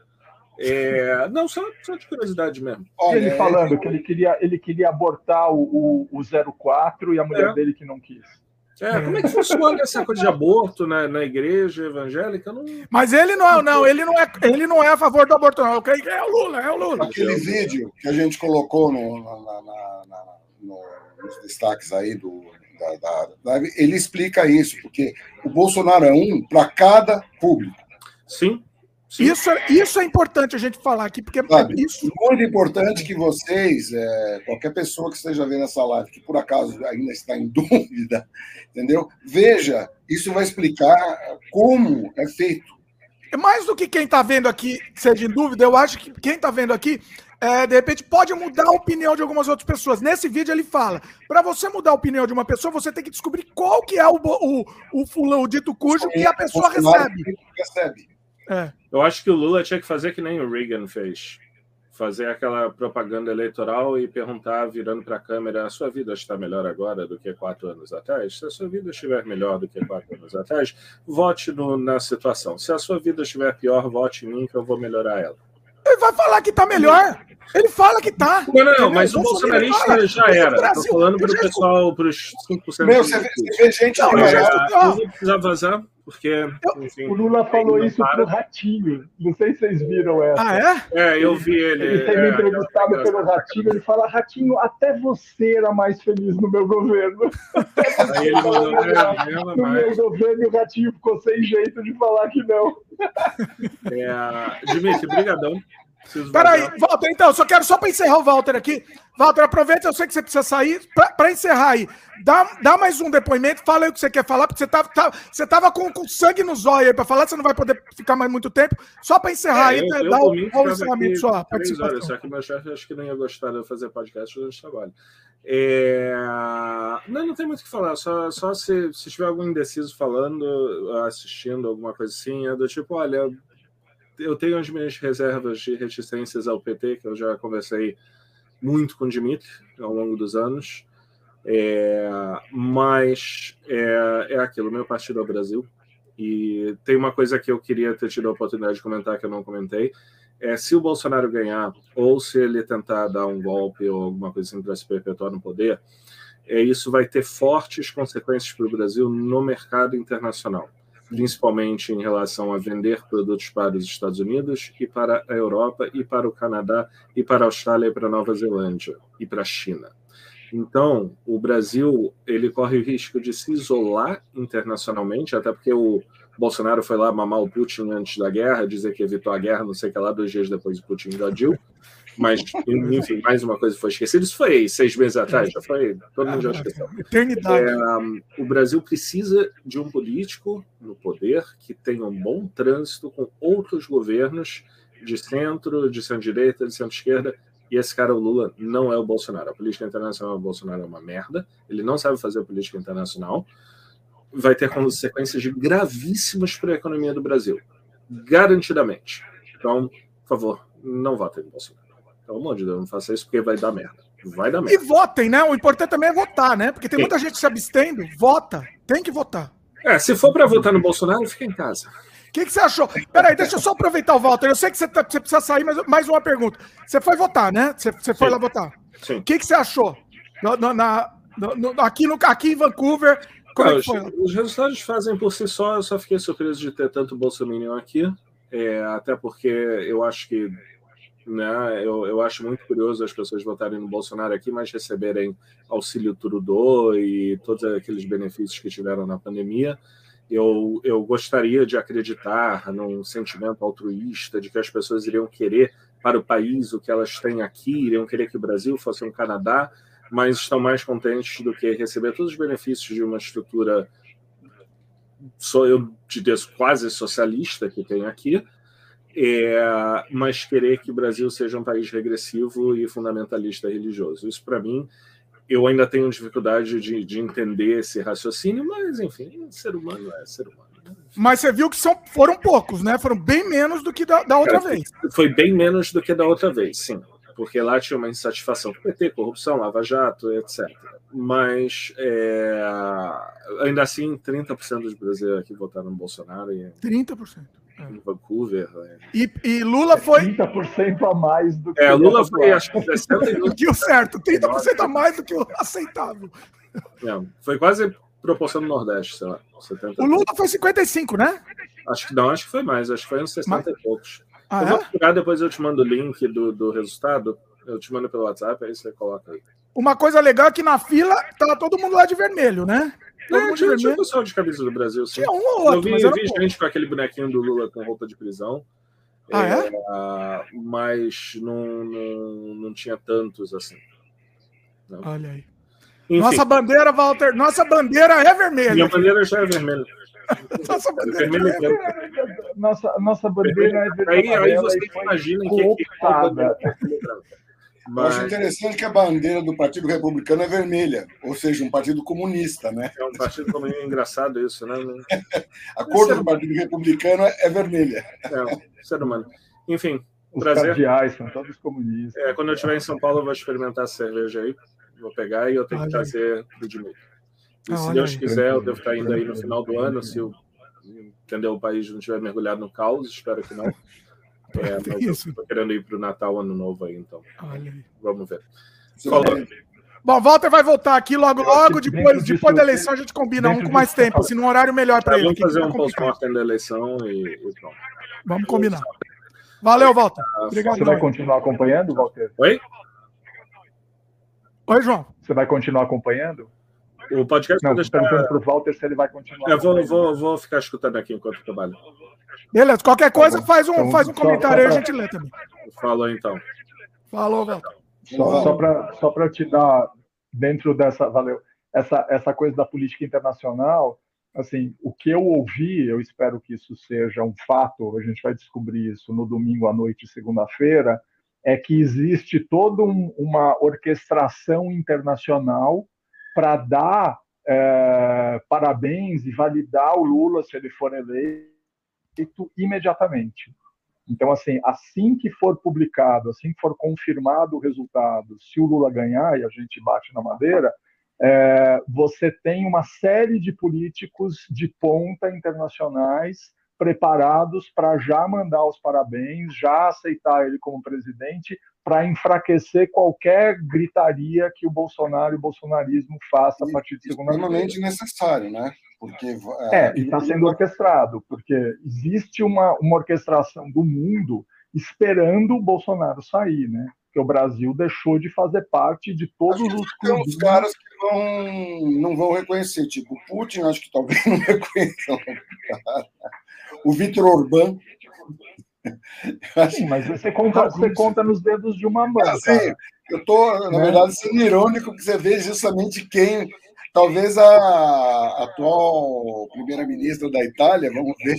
[SPEAKER 4] É... Não, só, só de curiosidade mesmo.
[SPEAKER 3] Olha, ele falando é... que ele queria, ele queria abortar o, o, o zero quatro e a mulher é. dele que não quis.
[SPEAKER 4] É, como é que funciona essa coisa de aborto na, na igreja evangélica? Não...
[SPEAKER 2] Mas ele não é, não, ele não é, ele não é a favor do aborto, não. Eu creio que é o Lula, é o Lula.
[SPEAKER 1] Aquele vídeo que a gente colocou no, na, na, na, no, nos destaques aí do, da, da, da, ele explica isso, porque o Bolsonaro é um para cada público.
[SPEAKER 4] Sim.
[SPEAKER 2] Isso, isso é importante a gente falar aqui, porque
[SPEAKER 1] Sabe,
[SPEAKER 2] é isso.
[SPEAKER 1] Muito importante que vocês, é, qualquer pessoa que esteja vendo essa live, que por acaso ainda está em dúvida, entendeu? Veja, isso vai explicar como é feito.
[SPEAKER 2] Mais do que quem está vendo aqui seja em dúvida, eu acho que quem está vendo aqui, é, de repente, pode mudar a opinião de algumas outras pessoas. Nesse vídeo ele fala, para você mudar a opinião de uma pessoa, você tem que descobrir qual que é o, o, o fulano, o dito cujo, que a pessoa recebe.
[SPEAKER 1] recebe.
[SPEAKER 2] É.
[SPEAKER 4] Eu acho que o Lula tinha que fazer que nem o Reagan fez. Fazer aquela propaganda eleitoral e perguntar, virando para a câmera, a sua vida está melhor agora do que quatro anos atrás? Se a sua vida estiver melhor do que quatro anos atrás, vote no, na situação. Se a sua vida estiver pior, vote em mim que eu vou melhorar ela.
[SPEAKER 2] Ele vai falar que está melhor. Ele fala que está.
[SPEAKER 4] Não, não, não, mas o bolsonarista já era. Estou falando para o pessoal, para os cinco por cento.
[SPEAKER 1] Meu, você vê, você vê gente...
[SPEAKER 4] Não,
[SPEAKER 1] que
[SPEAKER 4] eu não vou precisar vazar, porque... Enfim,
[SPEAKER 3] o Lula falou isso para o Ratinho. Não sei se vocês viram essa.
[SPEAKER 2] Ah, é?
[SPEAKER 4] É, eu vi ele.
[SPEAKER 3] Ele sendo
[SPEAKER 4] é,
[SPEAKER 3] entrevistado
[SPEAKER 4] é,
[SPEAKER 3] pelo Ratinho, ele fala, Ratinho, até você era mais feliz no meu governo.
[SPEAKER 4] Aí ele mandou,
[SPEAKER 3] no no meu governo, o Ratinho ficou sem jeito de falar que não.
[SPEAKER 4] É, Dimitri, brigadão.
[SPEAKER 2] Peraí, Walter, então, só quero só para encerrar o Walter aqui. Walter, aproveita, eu sei que você precisa sair. Para encerrar aí, dá, dá mais um depoimento, fala aí o que você quer falar, porque você tava, tava, você tava com, com sangue no zóio aí para falar, você não vai poder ficar mais muito tempo. Só para encerrar é, aí, eu, dá eu, o, o encerramento só.
[SPEAKER 4] Horas, só que meu chefe acho que não ia gostar de eu fazer podcast durante o trabalho. É... Não, não tem muito o que falar, só, só se, se tiver algum indeciso falando, assistindo, alguma coisa assim, é do tipo, olha... Eu tenho as minhas reservas de reticências ao P T, que eu já conversei muito com o Dimitri ao longo dos anos, é, mas é, é aquilo, meu partido é o Brasil, e tem uma coisa que eu queria ter tido a oportunidade de comentar que eu não comentei, é, se o Bolsonaro ganhar, ou se ele tentar dar um golpe ou alguma coisa assim para se perpetuar no poder, é, isso vai ter fortes consequências para o Brasil no mercado internacional, principalmente em relação a vender produtos para os Estados Unidos e para a Europa e para o Canadá e para a Austrália e para a Nova Zelândia e para a China. Então, o Brasil ele corre o risco de se isolar internacionalmente, até porque o Bolsonaro foi lá mamar o Putin antes da guerra, dizer que evitou a guerra, não sei o que lá, dois dias depois o Putin invadiu. Mas, enfim, mais uma coisa foi esquecida. Isso foi seis meses atrás, já foi, todo mundo já esqueceu.
[SPEAKER 2] Eternidade.
[SPEAKER 4] É, o Brasil precisa de um político no poder que tenha um bom trânsito com outros governos de centro, de centro-direita, de centro-esquerda. E esse cara, o Lula, não é o Bolsonaro. A política internacional do Bolsonaro é uma merda. Ele não sabe fazer política internacional. Vai ter consequências gravíssimas para a economia do Brasil. Garantidamente. Então, por favor, não votem no Bolsonaro. Pelo amor de Deus, não faça isso porque vai dar merda. Vai dar merda.
[SPEAKER 2] E votem, né? O importante também é votar, né? Porque tem muita gente se abstendo. Vota. Tem que votar.
[SPEAKER 4] É, se for para votar no Bolsonaro, fica em casa.
[SPEAKER 2] O que, que você achou? Peraí, deixa eu só aproveitar o Walter. Eu sei que você, tá, você precisa sair, mas mais uma pergunta. Você foi votar, né? Você, você foi
[SPEAKER 4] Sim.
[SPEAKER 2] lá votar.
[SPEAKER 4] Sim.
[SPEAKER 2] O que, que você achou? No, no, na, no, no, aqui, no, aqui em Vancouver, como
[SPEAKER 4] Não,
[SPEAKER 2] é que foi?
[SPEAKER 4] Os, os resultados fazem por si só. Eu só fiquei surpreso de ter tanto bolsominion aqui. É, até porque eu acho que né, eu, eu acho muito curioso as pessoas votarem no Bolsonaro aqui, mas receberem auxílio Trudeau e todos aqueles benefícios que tiveram na pandemia. Eu, eu gostaria de acreditar num sentimento altruísta de que as pessoas iriam querer para o país o que elas têm aqui, iriam querer que o Brasil fosse um Canadá, mas estão mais contentes do que receber todos os benefícios de uma estrutura, eu diria, quase socialista que tem aqui, é, mas querer que o Brasil seja um país regressivo e fundamentalista religioso. Isso, para mim, eu ainda tenho dificuldade de, de entender esse raciocínio, mas, enfim, ser humano é ser humano. Né?
[SPEAKER 2] Mas você viu que são, foram poucos, né? Foram bem menos do que da, da outra
[SPEAKER 4] Cara,
[SPEAKER 2] vez.
[SPEAKER 4] Foi bem menos do que da outra vez, sim. Porque lá tinha uma insatisfação com o P T, corrupção, Lava-Jato, etcétera. Mas, é, ainda assim, trinta por cento dos brasileiros aqui votaram no Bolsonaro. E
[SPEAKER 2] trinta por cento.
[SPEAKER 4] em Vancouver. É.
[SPEAKER 2] E, e Lula foi...
[SPEAKER 3] trinta por cento a mais do que...
[SPEAKER 4] É, Lula foi, acho que sessenta
[SPEAKER 2] do que o certo. trinta por cento a mais do que o aceitável.
[SPEAKER 4] É, foi quase proporção do Nordeste, sei lá. setenta.
[SPEAKER 2] O Lula foi cinquenta e cinco, né?
[SPEAKER 4] Acho que não, acho que foi mais. Acho que foi uns sessenta Mas... e poucos.
[SPEAKER 2] Ah,
[SPEAKER 4] eu
[SPEAKER 2] é?
[SPEAKER 4] vou procurar, depois eu te mando o link do, do resultado. Eu te mando pelo WhatsApp, aí você coloca aí.
[SPEAKER 2] Uma coisa legal é que na fila tava todo mundo lá de vermelho, né? Todo
[SPEAKER 4] É,
[SPEAKER 2] mundo
[SPEAKER 4] tinha,
[SPEAKER 2] de
[SPEAKER 4] tinha
[SPEAKER 2] vermelho.
[SPEAKER 4] pessoal de camisa do Brasil, sim.
[SPEAKER 2] Tinha um ou outro,
[SPEAKER 4] eu vi,
[SPEAKER 2] mas era
[SPEAKER 4] vi
[SPEAKER 2] pouco.
[SPEAKER 4] gente com aquele bonequinho do Lula com roupa de prisão.
[SPEAKER 2] Ah, é?
[SPEAKER 4] é? Mas não, não, não tinha tantos assim. Não.
[SPEAKER 2] Olha aí.
[SPEAKER 4] Enfim,
[SPEAKER 2] Nossa bandeira, Walter, nossa bandeira é vermelha.
[SPEAKER 4] minha bandeira já é vermelha.
[SPEAKER 2] Nossa bandeira
[SPEAKER 4] Vermelho e
[SPEAKER 2] é
[SPEAKER 4] branco.
[SPEAKER 3] Nossa, nossa bandeira é verde
[SPEAKER 4] Aí, aí
[SPEAKER 3] amarela
[SPEAKER 4] vocês
[SPEAKER 3] e foi
[SPEAKER 4] imaginam que que é a bandeira vermelha e branca.
[SPEAKER 1] Eu acho interessante que a bandeira do Partido Republicano é vermelha, ou seja, um partido comunista, né?
[SPEAKER 4] É um partido como é engraçado isso, né?
[SPEAKER 1] A cor do Partido Republicano é vermelha.
[SPEAKER 4] É, um ser humano. Enfim,
[SPEAKER 3] Os
[SPEAKER 4] prazer.
[SPEAKER 3] cardeais são todos comunistas.
[SPEAKER 4] É, quando eu estiver em São Paulo, eu vou experimentar essa cerveja aí. Vou pegar e eu tenho que
[SPEAKER 2] Olha
[SPEAKER 4] trazer pro Dmitry. E
[SPEAKER 2] Ah,
[SPEAKER 4] se
[SPEAKER 2] olha
[SPEAKER 4] Deus
[SPEAKER 2] aí.
[SPEAKER 4] quiser, eu devo estar indo aí no final do ano, se o, entendeu, o país não tiver mergulhado no caos, espero que não. É, mas eu
[SPEAKER 2] Isso.
[SPEAKER 4] estou querendo ir para o Natal, Ano Novo aí, então.
[SPEAKER 2] Olha aí.
[SPEAKER 4] Vamos ver.
[SPEAKER 1] Falou.
[SPEAKER 2] Bom, Walter vai voltar aqui logo, logo.
[SPEAKER 3] que
[SPEAKER 2] Depois,
[SPEAKER 3] dentro
[SPEAKER 2] depois da
[SPEAKER 3] disso-
[SPEAKER 2] eleição a gente combina um
[SPEAKER 3] dentro
[SPEAKER 2] com mais
[SPEAKER 3] disso-
[SPEAKER 2] tempo, assim, num horário melhor
[SPEAKER 4] Tá,
[SPEAKER 2] para ele.
[SPEAKER 4] vamos
[SPEAKER 2] que
[SPEAKER 4] fazer
[SPEAKER 2] tá
[SPEAKER 4] um
[SPEAKER 2] complicado.
[SPEAKER 4] post-mortem da eleição e, e pronto.
[SPEAKER 2] Vamos combinar. Valeu, Walter. Obrigado.
[SPEAKER 3] Você vai continuar acompanhando, Walter?
[SPEAKER 4] Oi?
[SPEAKER 2] Oi, João.
[SPEAKER 3] Você vai continuar acompanhando?
[SPEAKER 4] O podcast
[SPEAKER 3] Não,
[SPEAKER 4] vai
[SPEAKER 3] estou
[SPEAKER 4] deixar...
[SPEAKER 3] perguntando para o Walter se ele vai continuar.
[SPEAKER 4] Eu vou,
[SPEAKER 3] acompanhando.
[SPEAKER 4] vou, vou ficar escutando aqui enquanto trabalho.
[SPEAKER 2] Beleza, qualquer coisa
[SPEAKER 3] bom.
[SPEAKER 2] faz um,
[SPEAKER 3] Então,
[SPEAKER 2] faz um
[SPEAKER 3] só-
[SPEAKER 2] comentário aí,
[SPEAKER 3] só
[SPEAKER 2] a
[SPEAKER 3] pra-
[SPEAKER 2] gente lê também.
[SPEAKER 4] Falou então.
[SPEAKER 2] Falou, Walter.
[SPEAKER 3] Só, só para só para te dar, dentro dessa, valeu, essa, essa coisa da política internacional, assim, o que eu ouvi, eu espero que isso seja um fato, a gente vai descobrir isso no domingo à noite, segunda-feira, é que existe toda um, uma orquestração internacional para dar é, parabéns e validar o Lula, se ele for eleito, imediatamente. Então, assim, assim que for publicado, assim que for confirmado o resultado, se o Lula ganhar, e a gente bate na madeira, é, você tem uma série de políticos de ponta internacionais preparados para já mandar os parabéns, já aceitar ele como presidente, para enfraquecer qualquer gritaria que o Bolsonaro e o bolsonarismo faça a partir de segunda-feira.
[SPEAKER 1] Extremamente necessário, né? Porque,
[SPEAKER 3] é, e está sendo orquestrado, porque existe uma, uma orquestração do mundo esperando o Bolsonaro sair, né? Porque o Brasil deixou de fazer parte de todos os
[SPEAKER 1] clubes. Tem uns caras que vão, não vão reconhecer, tipo o Putin, acho que talvez não reconheçam. O Vitor Orbán.
[SPEAKER 3] Sim, mas você conta, você conta nos dedos de uma mão.
[SPEAKER 1] Sim, eu estou, na né? verdade, sendo irônico, que você vê justamente quem. Talvez a atual primeira-ministra da Itália, vamos ver.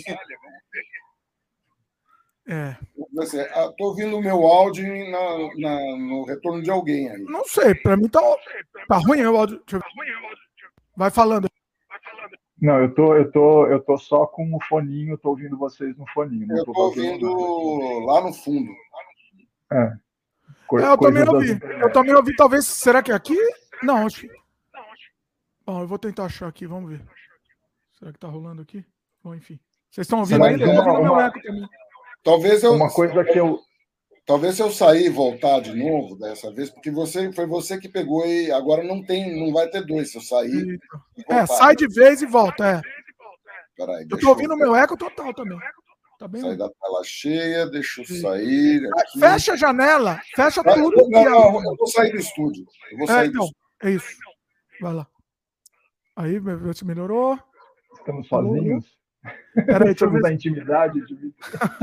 [SPEAKER 2] É.
[SPEAKER 1] Estou ouvindo o meu áudio na, na, no retorno de alguém aí.
[SPEAKER 2] Não sei, para mim tá, tá ruim o áudio. Vai falando.
[SPEAKER 3] Não, eu tô, eu tô, eu tô só com o foninho, tô ouvindo vocês no foninho. Não
[SPEAKER 1] eu tô, tô ouvindo nada. Lá no fundo.
[SPEAKER 3] É.
[SPEAKER 2] Co é eu também ouvi. Das... Eu também ouvi, talvez. Será que é aqui? Não, acho que. Bom, eu vou tentar achar aqui, vamos ver. Será que tá rolando aqui? Bom, enfim. Vocês estão ouvindo ainda? Eu tô ouvindo meu eco também.
[SPEAKER 1] Talvez eu.
[SPEAKER 3] Uma coisa que eu.
[SPEAKER 1] Talvez se eu sair e voltar de novo dessa vez, porque você foi você que pegou e agora não tem, não vai ter dois se eu sair.
[SPEAKER 2] É, sai de vez e volta, é.
[SPEAKER 1] Peraí,
[SPEAKER 2] eu tô ouvindo o meu eco total também. Tá bem.
[SPEAKER 1] Sair da tela cheia, deixa eu sair. Aqui.
[SPEAKER 2] Fecha a janela, fecha
[SPEAKER 1] ah,
[SPEAKER 2] tudo.
[SPEAKER 1] Não, não, eu vou sair do estúdio. Eu vou sair
[SPEAKER 2] é, então,
[SPEAKER 1] do
[SPEAKER 2] é isso. Vai lá. Aí, vê se melhorou.
[SPEAKER 3] Estamos sozinhos?
[SPEAKER 2] Peraí,
[SPEAKER 3] Estamos na intimidade. De...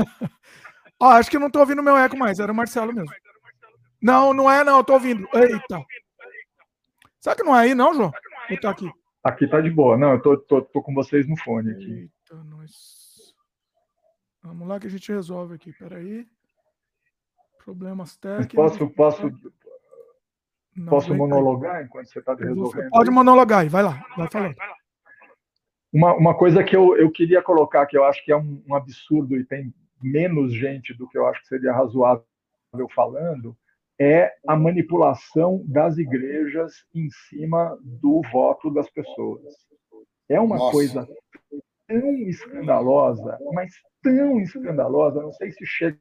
[SPEAKER 2] Ó, acho que não tô ouvindo meu eco mais, era o Marcelo mesmo. Não, não é não, eu tô ouvindo. Eita. Será que não é aí não, João? Ou tá aqui?
[SPEAKER 3] Aqui tá de boa. Não, eu tô, tô, tô com vocês no fone aqui.
[SPEAKER 2] Eita, nós... Vamos lá que a gente resolve aqui, peraí. Problemas técnicos.
[SPEAKER 3] Posso, posso, não, posso monologar enquanto você tá resolvendo?
[SPEAKER 2] Pode monologar aí, vai lá, vai falando.
[SPEAKER 3] Uma, uma coisa que eu, eu queria colocar, que eu acho que é um, um absurdo e tem menos gente do que eu acho que seria razoável falando, é a manipulação das igrejas em cima do voto das pessoas. É uma Nossa. coisa tão escandalosa, mas tão escandalosa, não sei se chega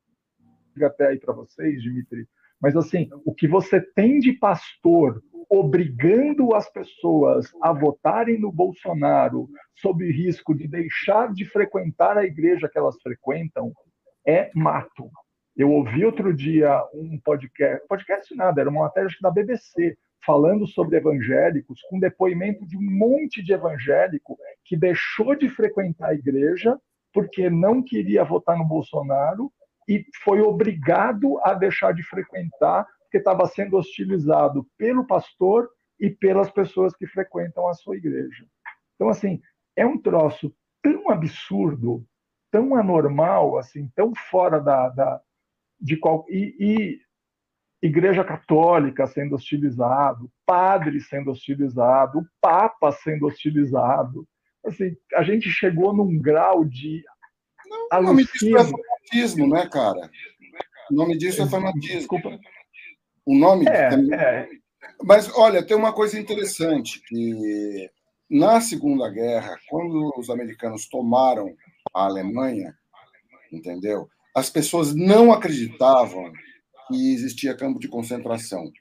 [SPEAKER 3] até aí para vocês, Dimitri, mas assim, o que você tem de pastor obrigando as pessoas a votarem no Bolsonaro sob risco de deixar de frequentar a igreja que elas frequentam é mato. Eu ouvi outro dia um podcast, podcast nada, era uma matéria da B B C, falando sobre evangélicos, com depoimento de um monte de evangélico que deixou de frequentar a igreja porque não queria votar no Bolsonaro e foi obrigado a deixar de frequentar porque estava sendo hostilizado pelo pastor e pelas pessoas que frequentam a sua igreja. Então, assim, é um troço tão absurdo, tão anormal, assim, tão fora da... da de qual, e, e igreja católica sendo hostilizado, padre sendo hostilizado, o papa sendo hostilizado. Assim, a gente chegou num grau de
[SPEAKER 1] Não, o nome disso é fanatismo, né, cara? O nome disso é fanatismo.
[SPEAKER 3] Desculpa.
[SPEAKER 1] O nome
[SPEAKER 3] é,
[SPEAKER 1] também...
[SPEAKER 3] é.
[SPEAKER 1] Mas, olha, tem uma coisa interessante, que na Segunda Guerra, quando os americanos tomaram a Alemanha, entendeu? As pessoas não acreditavam que existia campo de concentração.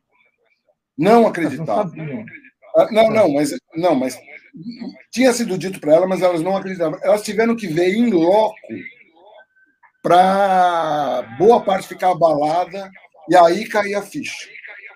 [SPEAKER 1] Não acreditavam.
[SPEAKER 3] Não,
[SPEAKER 1] não, não, mas, não, mas tinha sido dito para elas, mas elas não acreditavam. Elas tiveram que ver em loco para boa parte ficar abalada e aí cair a ficha.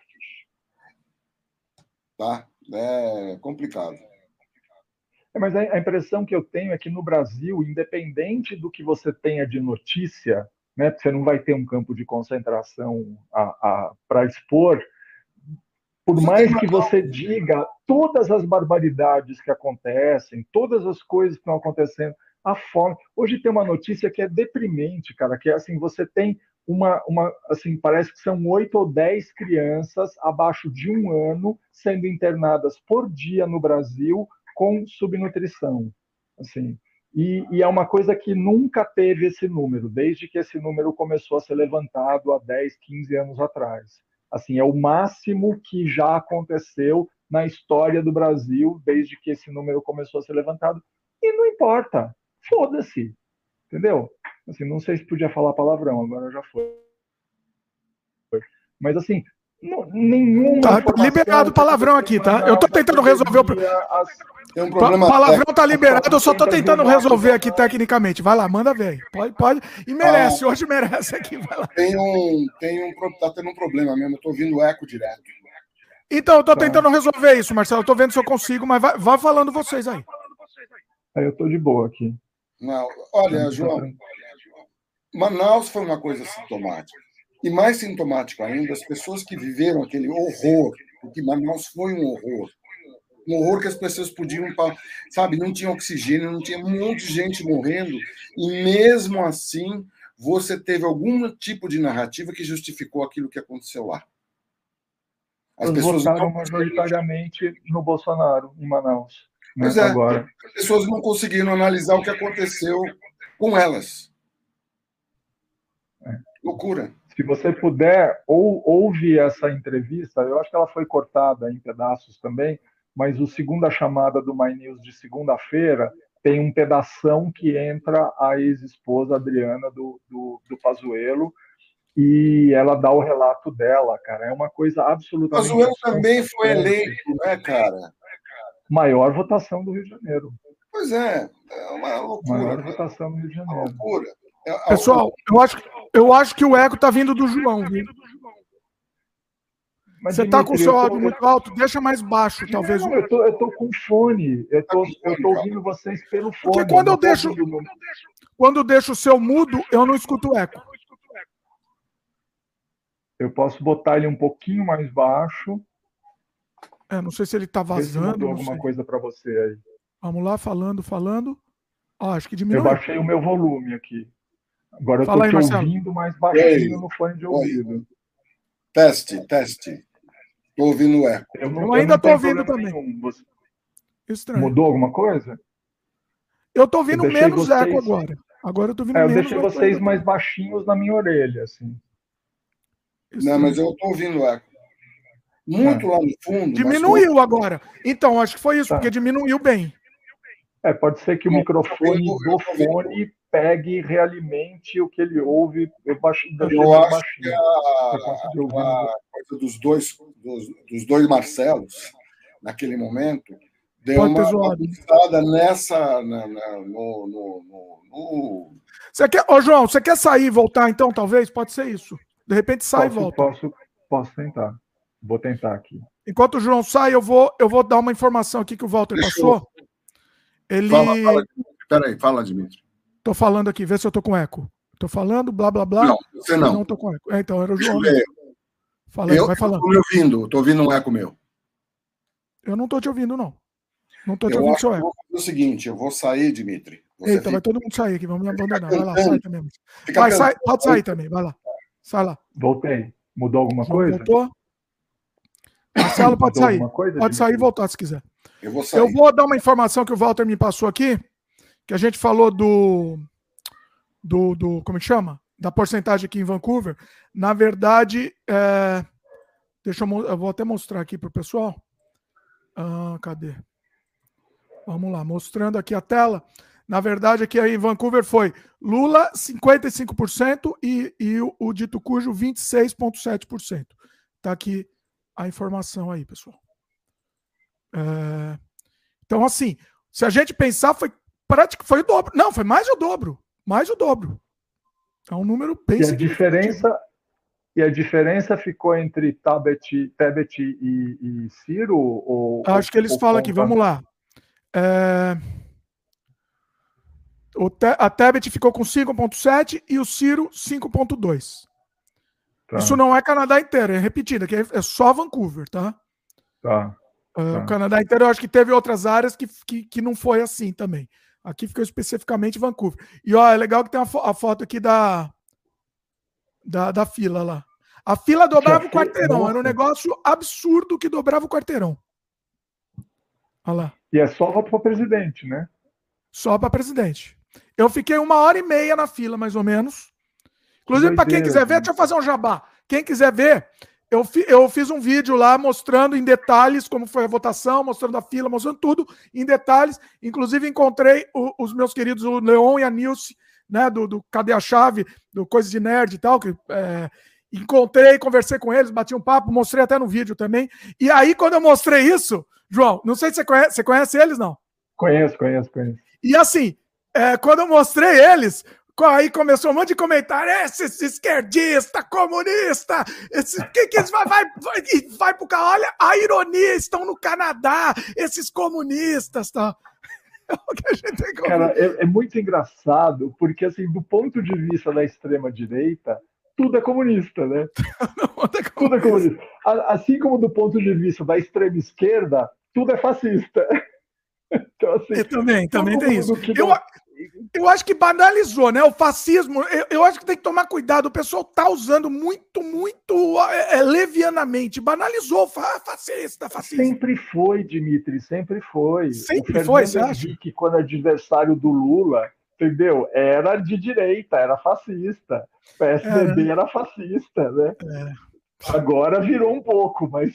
[SPEAKER 1] Tá? É complicado.
[SPEAKER 3] É, mas a impressão que eu tenho é que no Brasil, independente do que você tenha de notícia, né, você não vai ter um campo de concentração para expor, por você mais que você diga todas as barbaridades que acontecem, todas as coisas que estão acontecendo, a fome. Hoje tem uma notícia que é deprimente, cara, que é assim, você tem uma, uma assim, parece que são oito ou dez crianças abaixo de um ano sendo internadas por dia no Brasil com subnutrição, assim, e, e é uma coisa que nunca teve esse número, desde que esse número começou a ser levantado há dez, quinze anos atrás. Assim, é o máximo que já aconteceu na história do Brasil, desde que esse número começou a ser levantado, e não importa, foda-se, Entendeu? Assim, não sei se podia falar palavrão, agora já foi. Mas assim, não, nenhuma
[SPEAKER 2] Tá
[SPEAKER 3] informação
[SPEAKER 2] liberado o palavrão aqui, tá? Eu tô tentando resolver o problema.
[SPEAKER 1] Tem um problema
[SPEAKER 2] Palavrão
[SPEAKER 1] técnico.
[SPEAKER 2] tá liberado, eu só tô tentando resolver aqui tecnicamente. Vai lá, manda ver. Pode, pode. E merece,
[SPEAKER 1] Ah,
[SPEAKER 2] hoje merece aqui. Vai lá.
[SPEAKER 1] Tem um, tem um, pro- tá tendo um problema mesmo, eu tô ouvindo eco direto.
[SPEAKER 2] Então, eu tô tentando resolver isso, Marcelo. Eu tô vendo se eu consigo, mas vai, vai falando vocês aí.
[SPEAKER 3] Aí eu tô de boa aqui.
[SPEAKER 1] Não, olha, João, Manaus foi uma coisa sintomática. E mais sintomático ainda, as pessoas que viveram aquele horror, porque Manaus foi um horror. Um horror que as pessoas podiam, sabe, não tinha oxigênio, não tinha um monte de gente morrendo, e mesmo assim você teve algum tipo de narrativa que justificou aquilo que aconteceu lá.
[SPEAKER 3] As Eles pessoas votaram não... majoritariamente no Bolsonaro, em Manaus. Né,
[SPEAKER 1] pois é,
[SPEAKER 3] agora.
[SPEAKER 1] As pessoas não conseguiram analisar o que aconteceu com elas.
[SPEAKER 3] É.
[SPEAKER 1] Loucura.
[SPEAKER 3] Se você puder, ou ouve essa entrevista, eu acho que ela foi cortada em pedaços também, mas o Segunda Chamada do My News de segunda-feira tem um pedação que entra a ex-esposa Adriana do, do, do Pazuello, e ela dá o relato dela, cara. É uma coisa absolutamente...
[SPEAKER 1] Pazuello também foi eleito, né, cara?
[SPEAKER 3] Maior votação do Rio de Janeiro.
[SPEAKER 1] Pois é, é uma loucura.
[SPEAKER 3] Maior votação do Rio de Janeiro.
[SPEAKER 1] Uma loucura.
[SPEAKER 2] Pessoal, eu acho, eu acho que o eco tá vindo do João, viu? Mas, Você Dimitri, tá com o seu áudio tô... muito alto? Deixa mais baixo, talvez.
[SPEAKER 3] Não, eu tô, eu tô com fone. Eu tô, eu tô ouvindo vocês pelo fone.
[SPEAKER 2] Porque quando eu, deixo, ouvindo... quando eu deixo o seu mudo, eu não escuto o eco.
[SPEAKER 3] Eu posso botar ele um pouquinho mais baixo.
[SPEAKER 2] É, não sei se ele tá vazando.
[SPEAKER 3] Mudou alguma sei. coisa para você aí.
[SPEAKER 2] Vamos lá, falando, falando. Ó, acho que diminuiu.
[SPEAKER 3] Eu baixei o meu volume aqui. Agora eu
[SPEAKER 2] Fala
[SPEAKER 3] tô
[SPEAKER 2] aí,
[SPEAKER 3] te
[SPEAKER 2] Marcelo.
[SPEAKER 3] ouvindo mais baixinho Oi. no fone de ouvido.
[SPEAKER 1] Oi. Teste, teste. Tô ouvindo o eco.
[SPEAKER 2] Eu, não, eu ainda eu tô ouvindo também.
[SPEAKER 3] Você...
[SPEAKER 2] Estranho.
[SPEAKER 3] Mudou alguma coisa?
[SPEAKER 2] Eu tô ouvindo eu menos
[SPEAKER 3] vocês...
[SPEAKER 2] eco agora. Agora eu tô ouvindo
[SPEAKER 3] é, eu
[SPEAKER 2] menos
[SPEAKER 3] deixei vocês mais agora. baixinhos na minha orelha, assim.
[SPEAKER 1] Não, mas eu tô ouvindo eco. Muito ah. lá no fundo.
[SPEAKER 2] Diminuiu mas... agora. Então, acho que foi isso, tá. porque diminuiu bem.
[SPEAKER 3] É, pode ser que o microfone do fone pegue e realimente o que ele ouve. Eu, baixo,
[SPEAKER 1] eu acho baixinho, que a, a coisa dos dois, dos, dos dois Marcelos, naquele momento, deu pode uma pisada nessa. Na, na, no, no, no, no...
[SPEAKER 2] Você quer, ô João, você quer sair e voltar então, talvez? Pode ser isso. De repente sai
[SPEAKER 3] posso,
[SPEAKER 2] e volta.
[SPEAKER 3] Posso, posso tentar. Vou tentar aqui.
[SPEAKER 2] Enquanto o João sai, eu vou, eu vou dar uma informação aqui que o Walter Deixa passou. Eu... Ele...
[SPEAKER 1] Fala, fala. Peraí, fala, Dimitri.
[SPEAKER 2] Tô falando aqui, vê se eu tô com eco. Tô falando, blá, blá, blá.
[SPEAKER 1] Não, você não.
[SPEAKER 2] Não tô com eco. É, então, era o João.
[SPEAKER 1] Fala, eu, vai falando. Eu tô me ouvindo, tô ouvindo um eco meu.
[SPEAKER 2] Eu não tô te ouvindo, não. Não tô te
[SPEAKER 1] eu
[SPEAKER 2] ouvindo
[SPEAKER 1] acho
[SPEAKER 2] seu
[SPEAKER 1] que
[SPEAKER 2] eco.
[SPEAKER 1] Eu vou fazer o seguinte, eu vou sair, Dimitri.
[SPEAKER 2] Você Eita, fica... vai todo mundo sair aqui, vamos me abandonar. Vai lá, sai também. Vai, sai, pode sair também, vai lá. Sai lá.
[SPEAKER 3] Voltei. Mudou alguma coisa?
[SPEAKER 2] Voltou. Marcelo, pode sair.
[SPEAKER 3] Coisa,
[SPEAKER 2] pode sair e voltar se quiser.
[SPEAKER 1] Eu vou sair.
[SPEAKER 2] Eu vou dar uma informação que o Walter me passou aqui, que a gente falou do, do, do como é que chama? Da porcentagem aqui em Vancouver. Na verdade, é, deixa eu, eu vou até mostrar aqui para o pessoal. Ah, cadê? Vamos lá, mostrando aqui a tela. Na verdade, aqui aí em Vancouver foi Lula cinquenta e cinco por cento e, e o, o dito cujo vinte e seis vírgula sete por cento. Está aqui a informação aí, pessoal. É, então, assim, se a gente pensar, foi praticamente foi o dobro. Não, foi mais o dobro. Mais o dobro. É um número bem
[SPEAKER 3] e a diferença E a diferença ficou entre Tabet, Tebet e, e Ciro? Ou,
[SPEAKER 2] Acho que eles
[SPEAKER 3] ou
[SPEAKER 2] falam aqui, vamos lá. É... O Te... A Tebet ficou com cinco vírgula sete e o Ciro cinco vírgula dois. Tá. Isso não é Canadá inteiro, é repetido, aqui é só Vancouver, tá?
[SPEAKER 3] Tá.
[SPEAKER 2] Uh,
[SPEAKER 3] tá.
[SPEAKER 2] O Canadá inteiro, eu acho que teve outras áreas que, que, que não foi assim também. Aqui ficou especificamente Vancouver. E ó, é legal que tem a, fo a foto aqui da, da, da fila lá. A fila dobrava o quarteirão. Era um negócio absurdo que dobrava o quarteirão. Olha lá.
[SPEAKER 3] E é só para presidente, né?
[SPEAKER 2] Só para presidente. Eu fiquei uma hora e meia na fila, mais ou menos. Inclusive, para quem quiser ver, deixa eu fazer um jabá. Quem quiser ver, eu, fi, eu fiz um vídeo lá mostrando em detalhes como foi a votação, mostrando a fila, mostrando tudo em detalhes. Inclusive, encontrei o, os meus queridos, o Leon e a Nilce, né, do, do Cadê a Chave, do Coisa de Nerd e tal, que é, encontrei, conversei com eles, bati um papo, mostrei até no vídeo também. E aí, quando eu mostrei isso, João, não sei se você conhece, você conhece eles, não?
[SPEAKER 3] Conheço, conheço, conheço.
[SPEAKER 2] E assim, é, quando eu mostrei eles, aí começou um monte de comentário, esse, esse esquerdista, comunista, esse, que que eles vai, vai, vai, vai pro cara, olha a ironia, estão no Canadá, esses comunistas, tá? É o que a gente tem que
[SPEAKER 3] Cara, é, é muito engraçado, porque assim, do ponto de vista da extrema-direita, tudo é comunista, né? Tudo é comunista. Assim como do ponto de vista da extrema-esquerda, tudo é fascista. Então, assim,
[SPEAKER 2] eu também, também tem isso. Eu,
[SPEAKER 3] não...
[SPEAKER 2] eu acho que banalizou, né? O fascismo, eu, eu acho que tem que tomar cuidado. O pessoal tá usando muito, muito é, levianamente. Banalizou, fascista, fascista.
[SPEAKER 3] Sempre foi, Dimitri, sempre foi.
[SPEAKER 2] Sempre
[SPEAKER 3] o
[SPEAKER 2] foi, você acha?
[SPEAKER 3] Henrique, quando é adversário do Lula, entendeu? Era de direita, era fascista. P S D B é, era fascista, né? É. Agora virou um pouco, mas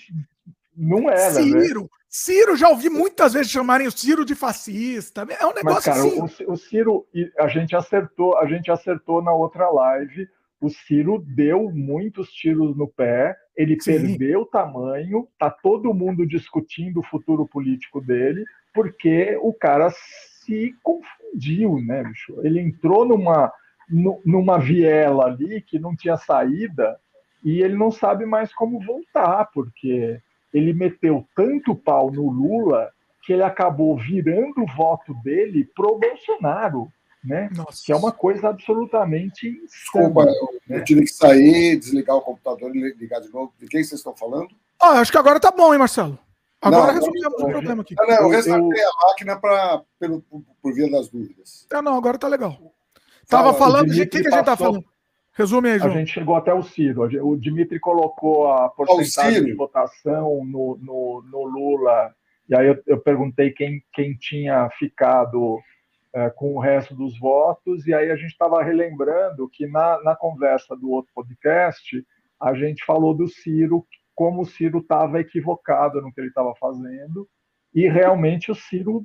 [SPEAKER 3] não era,
[SPEAKER 2] Ciro,
[SPEAKER 3] né?
[SPEAKER 2] Ciro, já ouvi muitas vezes chamarem o Ciro de fascista. É um negócio
[SPEAKER 3] mas, cara,
[SPEAKER 2] assim.
[SPEAKER 3] O, o Ciro, a gente acertou, a gente acertou na outra live. O Ciro deu muitos tiros no pé, ele Sim. perdeu o tamanho, tá todo mundo discutindo o futuro político dele, porque o cara se confundiu, né, bicho? Ele entrou numa, numa viela ali que não tinha saída e ele não sabe mais como voltar, porque ele meteu tanto pau no Lula que ele acabou virando o voto dele pro Bolsonaro, né?
[SPEAKER 2] Nossa.
[SPEAKER 3] Que é uma coisa absolutamente insana.
[SPEAKER 1] Desculpa, eu, né? eu tive que sair, desligar o computador e ligar de novo. De quem vocês estão falando?
[SPEAKER 2] Ah, acho que agora tá bom, hein, Marcelo? Agora não, resolvemos o problema aqui.
[SPEAKER 1] Não, não, eu restartei eu... a máquina pra, pelo, por, por via das dúvidas.
[SPEAKER 2] Ah, não, agora tá legal. Tava Fala, falando de quem que a gente tá falando? Resume aí, João.
[SPEAKER 3] A gente chegou até o Ciro. O Dimitri colocou a porcentagem de votação no, no, no Lula. E aí eu, eu perguntei quem, quem tinha ficado é, com o resto dos votos. E aí a gente estava relembrando que na, na conversa do outro podcast, a gente falou do Ciro, como o Ciro estava equivocado no que ele estava fazendo. E realmente o Ciro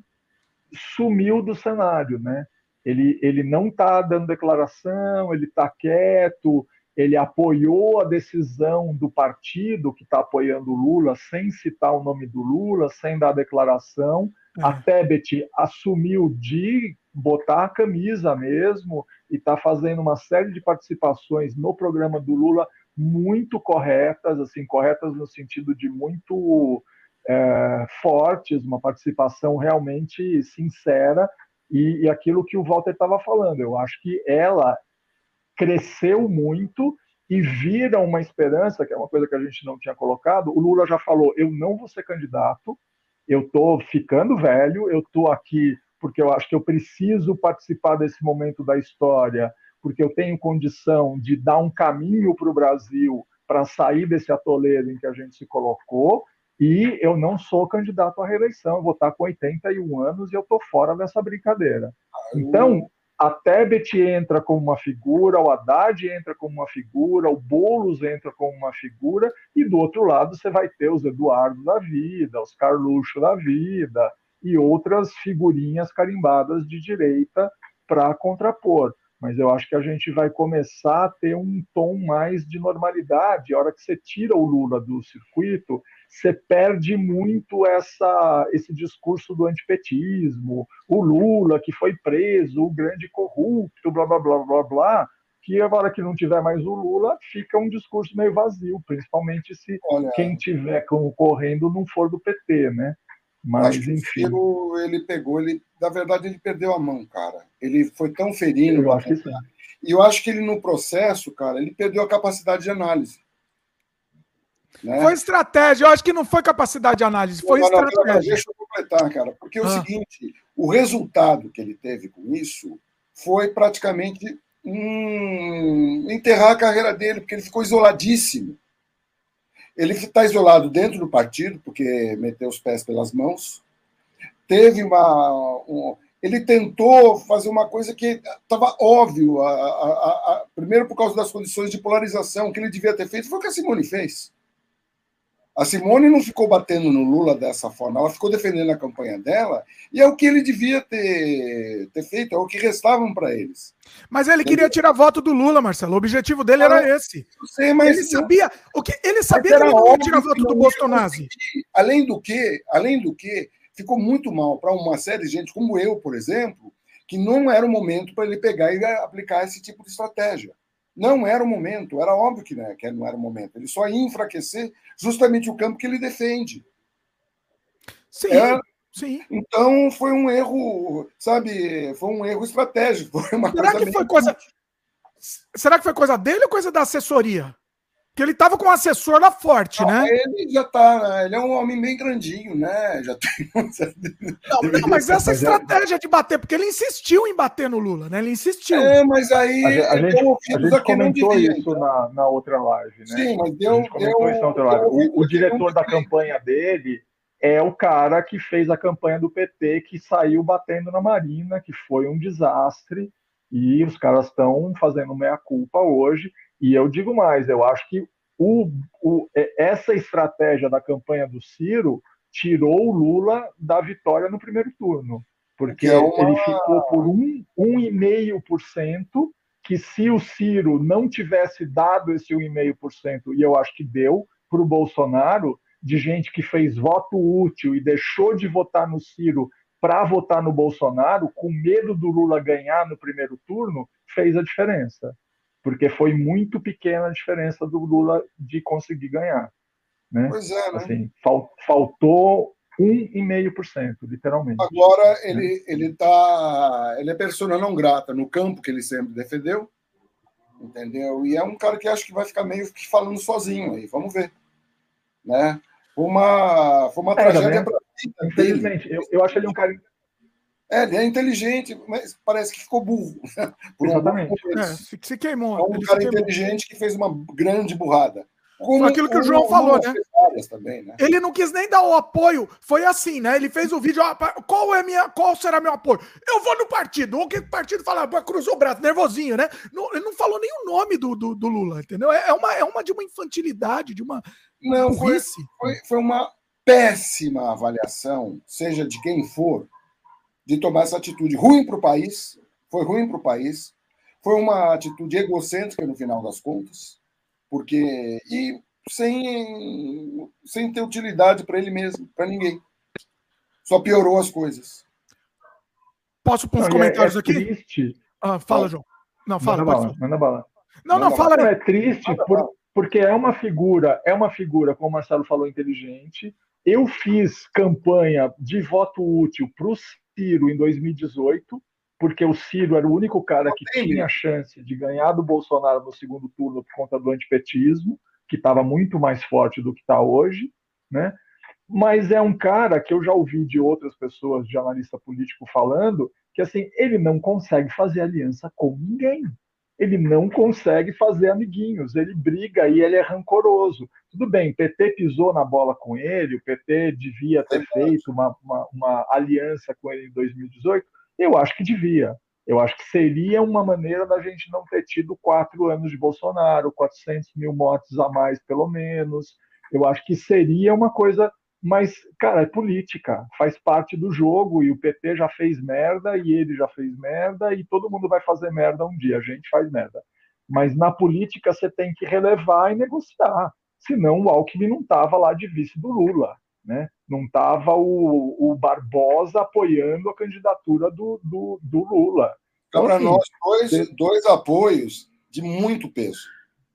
[SPEAKER 3] sumiu do cenário, né? Ele, ele não está dando declaração, ele está quieto, ele apoiou a decisão do partido que está apoiando o Lula, sem citar o nome do Lula, sem dar declaração. É. A Tebet assumiu de botar a camisa mesmo e está fazendo uma série de participações no programa do Lula muito corretas, assim, corretas no sentido de muito é, fortes, uma participação realmente sincera. E, e aquilo que o Walter estava falando, eu acho que ela cresceu muito e vira uma esperança, que é uma coisa que a gente não tinha colocado. O Lula já falou, eu não vou ser candidato, eu estou ficando velho, eu estou aqui porque eu acho que eu preciso participar desse momento da história, porque eu tenho condição de dar um caminho para o Brasil para sair desse atoleiro em que a gente se colocou. E eu não sou candidato à reeleição, eu vou estar com oitenta e um anos e eu estou fora dessa brincadeira. Então, a Tebet entra como uma figura, o Haddad entra como uma figura, o Boulos entra como uma figura, e do outro lado você vai ter os Eduardo da vida, os Carluxo da vida, e outras figurinhas carimbadas de direita para contrapor. Mas eu acho que a gente vai começar a ter um tom mais de normalidade. A hora que você tira o Lula do circuito, você perde muito essa, esse discurso do antipetismo, o Lula que foi preso, o grande corrupto, blá, blá, blá, blá, blá, que agora que não tiver mais o Lula, fica um discurso meio vazio, principalmente se Olha, quem estiver concorrendo não for do P T, né? Mas,
[SPEAKER 1] acho que enfim. O Ciro, ele pegou, ele, na verdade, ele perdeu a mão, cara. Ele foi tão ferido.
[SPEAKER 3] Eu acho que sim.
[SPEAKER 1] E eu acho que ele, no processo, cara, ele perdeu a capacidade de análise.
[SPEAKER 2] Né? Foi estratégia. Eu acho que não foi capacidade de análise, foi não, não, estratégia.
[SPEAKER 1] Não, deixa eu completar, cara. Porque é o ah. seguinte, o resultado que ele teve com isso foi praticamente hum, enterrar a carreira dele, porque ele ficou isoladíssimo. Ele está isolado dentro do partido, porque meteu os pés pelas mãos. Teve uma... Um, ele tentou fazer uma coisa que estava óbvio. A, a, a, primeiro, por causa das condições de polarização que ele devia ter feito, foi o que a Simone fez. A Simone não ficou batendo no Lula dessa forma, ela ficou defendendo a campanha dela, e é o que ele devia ter, ter feito, é o que restavam para eles.
[SPEAKER 2] Mas ele queria tirar voto do Lula, Marcelo. O objetivo dele era esse.
[SPEAKER 1] Eu sei, mas
[SPEAKER 2] ele sabia, o que ele sabia que ele não ia tirar voto do Bolsonaro.
[SPEAKER 1] Além do que, além do que, ficou muito mal para uma série de gente como eu, por exemplo, que não era o momento para ele pegar e aplicar esse tipo de estratégia. Não era o momento, era óbvio que, né, que não era o momento. Ele só ia enfraquecer justamente o campo que ele defende.
[SPEAKER 2] Sim,
[SPEAKER 1] é,
[SPEAKER 2] sim.
[SPEAKER 1] Então foi um erro, sabe, foi um erro estratégico. Foi uma
[SPEAKER 2] Será
[SPEAKER 1] coisa
[SPEAKER 2] que foi coisa. Será que foi coisa dele ou coisa da assessoria? Porque ele estava com um assessor lá forte, não, né?
[SPEAKER 1] Ele já tá, ele é um homem bem grandinho, né? Já tem.
[SPEAKER 2] Não, não, mas essa estratégia de bater, porque ele insistiu em bater no Lula, né? Ele insistiu.
[SPEAKER 1] É, mas aí.
[SPEAKER 3] A gente, a gente, a gente comentou devia, isso então. na, na outra live, né?
[SPEAKER 1] Sim, mas deu.
[SPEAKER 3] A gente comentou deu, isso na outra live. O, o diretor da campanha dele é o cara que fez a campanha do P T, que saiu batendo na Marina, que foi um desastre, e os caras estão fazendo meia-culpa hoje. E eu digo mais, eu acho que o, o, essa estratégia da campanha do Ciro tirou o Lula da vitória no primeiro turno, porque é uma... ele ficou por um, um vírgula cinco por cento, que se o Ciro não tivesse dado esse um vírgula cinco por cento, e eu acho que deu, para o Bolsonaro, de gente que fez voto útil e deixou de votar no Ciro para votar no Bolsonaro, com medo do Lula ganhar no primeiro turno, fez a diferença. Porque foi muito pequena a diferença do Lula de conseguir ganhar. Né?
[SPEAKER 1] Pois é, né?
[SPEAKER 3] Assim, fal, faltou um vírgula cinco por cento, literalmente.
[SPEAKER 1] Agora, né? ele, ele, tá, ele é persona não grata no campo que ele sempre defendeu, entendeu? E é um cara que acho que vai ficar meio que falando sozinho aí, vamos ver. Né? Foi uma, foi uma é, tragédia para
[SPEAKER 3] a vida. Infelizmente, eu, eu acho ele um cara...
[SPEAKER 1] É, ele é inteligente, mas parece que ficou burro.
[SPEAKER 3] Por Exatamente.
[SPEAKER 2] É, se queimou.
[SPEAKER 1] É um
[SPEAKER 2] ele
[SPEAKER 1] cara inteligente que fez uma grande burrada.
[SPEAKER 2] Como, foi aquilo que o João falou, né?
[SPEAKER 1] Também, né?
[SPEAKER 2] Ele não quis nem dar o apoio. Foi assim, né? Ele fez o vídeo. Ah, qual, é minha, qual será meu apoio? Eu vou no partido. O que o partido fala? Cruzou o braço, nervosinho, né? Não, ele não falou nem o nome do, do, do Lula, entendeu? É uma, é uma de uma infantilidade, de uma.
[SPEAKER 1] Não, foi, foi, foi uma péssima avaliação, seja de quem for, de tomar essa atitude ruim para o país, foi ruim para o país, foi uma atitude egocêntrica no final das contas, porque e sem, sem ter utilidade para ele mesmo, para ninguém. Só piorou as coisas.
[SPEAKER 2] Posso pôr uns
[SPEAKER 3] não,
[SPEAKER 2] comentários
[SPEAKER 3] é, é
[SPEAKER 2] aqui?
[SPEAKER 3] Triste.
[SPEAKER 2] Ah, fala, João. Não, fala.
[SPEAKER 3] Manda bala, manda bala.
[SPEAKER 2] Não, não,
[SPEAKER 3] manda
[SPEAKER 2] fala.
[SPEAKER 3] Bala. É triste por, porque é uma figura, é uma figura, como o Marcelo falou, inteligente. Eu fiz campanha de voto útil para o Ciro em dois mil e dezoito, porque o Ciro era o único cara que tinha chance de ganhar do Bolsonaro no segundo turno por conta do antipetismo, que estava muito mais forte do que está hoje, né? Mas é um cara que eu já ouvi de outras pessoas, de analista político, falando que assim, ele não consegue fazer aliança com ninguém. Ele não consegue fazer amiguinhos, ele briga e ele é rancoroso. Tudo bem, o P T pisou na bola com ele, o P T devia ter feito uma, uma, uma aliança com ele em dois mil e dezoito, eu acho que devia. Eu acho que seria uma maneira da gente não ter tido quatro anos de Bolsonaro, quatrocentos mil mortes a mais, pelo menos. Eu acho que seria uma coisa... Mas, cara, é política, faz parte do jogo, e o P T já fez merda, e ele já fez merda, e todo mundo vai fazer merda um dia, a gente faz merda. Mas na política você tem que relevar e negociar, senão o Alckmin não estava lá de vice do Lula, né? Não estava o, o Barbosa apoiando a candidatura do, do, do Lula.
[SPEAKER 1] Então, para assim, nós, dois, você... dois apoios de muito peso.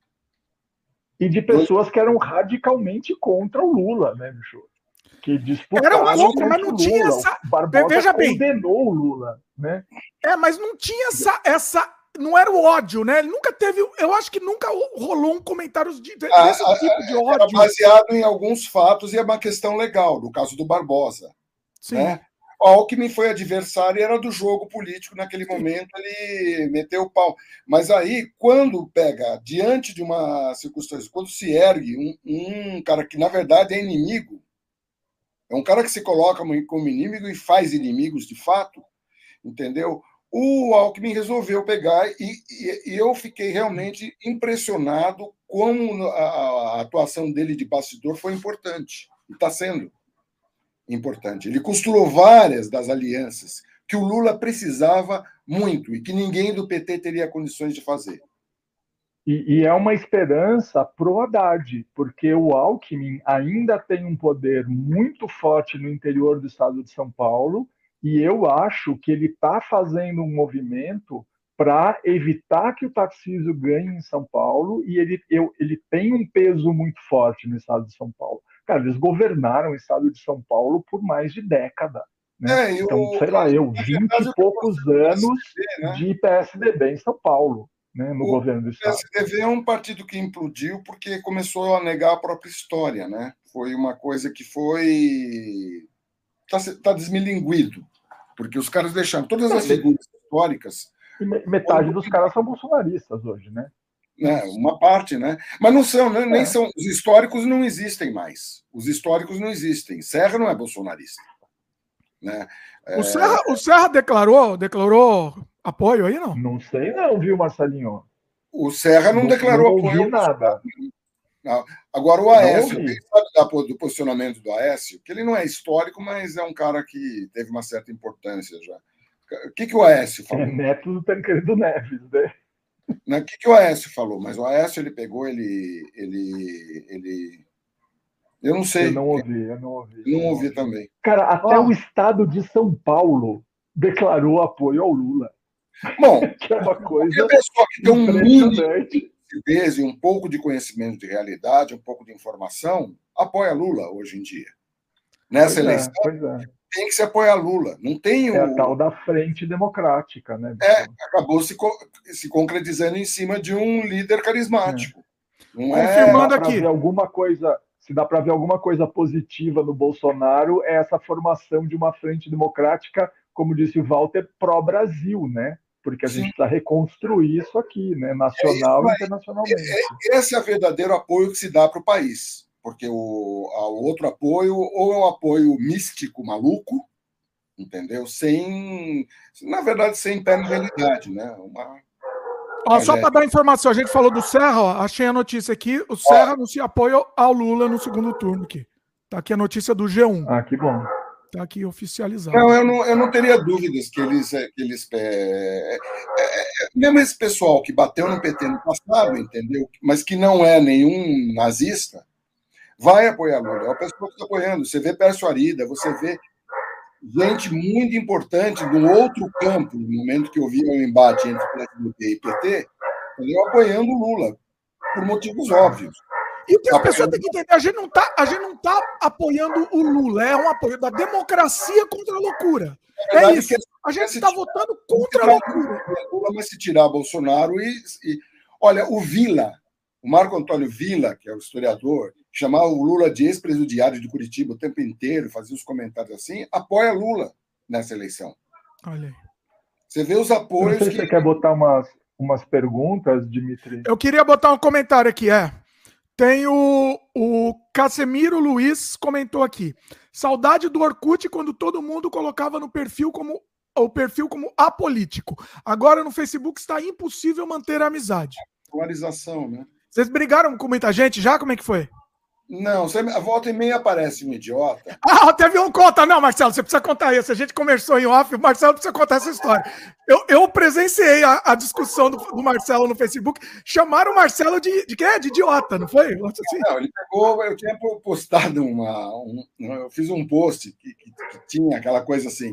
[SPEAKER 3] E de pessoas dois... que eram radicalmente contra o Lula, né, bicho? Que disputaram
[SPEAKER 2] era contra, mas não tinha
[SPEAKER 3] Lula.
[SPEAKER 2] essa.
[SPEAKER 3] O Barbosa
[SPEAKER 2] Veja bem.
[SPEAKER 3] condenou o Lula, né?
[SPEAKER 2] É, mas não tinha essa, essa. Não era o ódio, né? Ele nunca teve. Eu acho que nunca rolou um comentário de, desse
[SPEAKER 1] ah,
[SPEAKER 2] tipo de ódio.
[SPEAKER 1] Era baseado em alguns fatos e é uma questão legal, no caso do Barbosa. Sim. Né? O Alckmin foi adversário e era do jogo político naquele Sim. momento, ele meteu o pau. Mas aí, quando pega, diante de uma circunstância, quando se ergue um, um cara que, na verdade, é inimigo, é um cara que se coloca como inimigo e faz inimigos de fato, entendeu? o Alckmin resolveu pegar e, e, e eu fiquei realmente impressionado como a, a atuação dele de bastidor foi importante, e está sendo importante. Ele costurou várias das alianças que o Lula precisava muito e que ninguém do P T teria condições de fazer.
[SPEAKER 3] E, e é uma esperança pro Haddad, porque o Alckmin ainda tem um poder muito forte no interior do estado de São Paulo, e eu acho que ele está fazendo um movimento para evitar que o Tarcísio ganhe em São Paulo, e ele, eu, ele tem um peso muito forte no estado de São Paulo. Cara, eles governaram o estado de São Paulo por mais de década. Né? É, eu, então, sei lá, eu, vinte e poucos anos P S D, né? de P S D B em São Paulo. Né, no o governo do Estado.
[SPEAKER 1] O P S D B é um partido que implodiu porque começou a negar a própria história, né? Foi uma coisa que foi está tá desmilinguido, porque os caras deixaram todas as figuras históricas.
[SPEAKER 3] E metade dos caras são bolsonaristas hoje, né?
[SPEAKER 1] É, uma parte, né? Mas não são, né? Nem é. são. Os históricos não existem mais. Os históricos não existem. Serra não é bolsonarista, né?
[SPEAKER 2] O Serra, é... o Serra declarou, declarou apoio aí, não?
[SPEAKER 3] Não sei não, viu, Marcelinho?
[SPEAKER 1] O Serra não, não declarou
[SPEAKER 3] não apoio. Não nada.
[SPEAKER 1] Não. Agora, o Aécio, quem sabe do posicionamento do Aécio, que ele não é histórico, mas é um cara que teve uma certa importância já. O que, que o Aécio falou?
[SPEAKER 3] É neto do Tancredo Neves, né?
[SPEAKER 1] O que, que o Aécio falou? Mas o Aécio, ele pegou, ele... ele, ele... Eu não sei.
[SPEAKER 3] Eu não ouvi, eu não ouvi.
[SPEAKER 1] Eu não ouvi também.
[SPEAKER 3] Cara, até ah. o estado de São Paulo declarou apoio ao Lula.
[SPEAKER 1] Bom,
[SPEAKER 3] que é uma coisa
[SPEAKER 1] a pessoa que tem um mínimo de lucidez e um pouco de conhecimento de realidade, um pouco de informação, apoia Lula hoje em dia. Nessa
[SPEAKER 3] pois
[SPEAKER 1] eleição,
[SPEAKER 3] é, pois é.
[SPEAKER 1] tem que se apoiar Lula. Não tem o...
[SPEAKER 3] É a tal da frente democrática, né?
[SPEAKER 1] É, acabou se, co se concretizando em cima de um líder carismático.
[SPEAKER 3] É. Não Confirmando é... aqui. Ver alguma coisa, se dá para ver alguma coisa positiva no Bolsonaro, é essa formação de uma frente democrática, como disse o Walter, pró-Brasil, né? Porque a Sim. gente precisa reconstruir isso aqui, né? Nacional é e internacionalmente.
[SPEAKER 1] Esse é o verdadeiro apoio que se dá para o país. Porque o, o outro apoio, ou é um apoio místico, maluco, entendeu? Sem, na verdade, sem pé na realidade, né? Uma...
[SPEAKER 2] Ó, só para dar informação, a gente falou do Serra, ó, achei a notícia aqui, o Serra não se apoia ao Lula no segundo turno aqui. Tá aqui a notícia do G um.
[SPEAKER 3] Ah, que bom.
[SPEAKER 2] Tá aqui oficializado.
[SPEAKER 1] Não, eu não, eu não teria dúvidas que eles... Que eles é, é, é, mesmo esse pessoal que bateu no P T no passado, entendeu? Mas que não é nenhum nazista, vai apoiar Lula. É a pessoa que está apoiando. Você vê Pércio Arida, você vê gente muito importante de um outro campo, no momento que eu vi o embate entre P S D B e P T, entendeu? Apoiando o Lula, por motivos óbvios.
[SPEAKER 2] E o que a pessoa tem que entender, a gente não está tá apoiando o Lula, é um apoio da democracia contra a loucura. É, é isso. A gente está votando contra a loucura.
[SPEAKER 1] Lula vai se tirar Bolsonaro e, e... Olha, o Vila, o Marco Antônio Vila, que é o historiador, chamava o Lula de ex-presidiário de Curitiba o tempo inteiro, fazia os comentários assim, apoia Lula nessa eleição.
[SPEAKER 2] Olha aí.
[SPEAKER 1] Você vê os apoios...
[SPEAKER 3] Não sei se
[SPEAKER 1] que...
[SPEAKER 3] você quer botar umas, umas perguntas, Dimitri.
[SPEAKER 2] Eu queria botar um comentário aqui, é... Tem o, o Casemiro Luiz comentou aqui. Saudade do Orkut quando todo mundo colocava no perfil como o perfil como apolítico. Agora no Facebook está impossível manter a amizade.
[SPEAKER 1] Polarização, né?
[SPEAKER 2] Vocês brigaram com muita gente já? Como é que foi?
[SPEAKER 1] Não, você, a volta e meia aparece um idiota.
[SPEAKER 2] Ah, teve um conta. Não, Marcelo, você precisa contar isso. A gente conversou em off, o Marcelo precisa contar essa história. Eu, eu presenciei a, a discussão do, do Marcelo no Facebook. Chamaram o Marcelo de, de quê? De idiota, não foi? Assim.
[SPEAKER 1] Não, ele pegou, eu tinha postado uma... Um, eu fiz um post que, que, que tinha aquela coisa assim...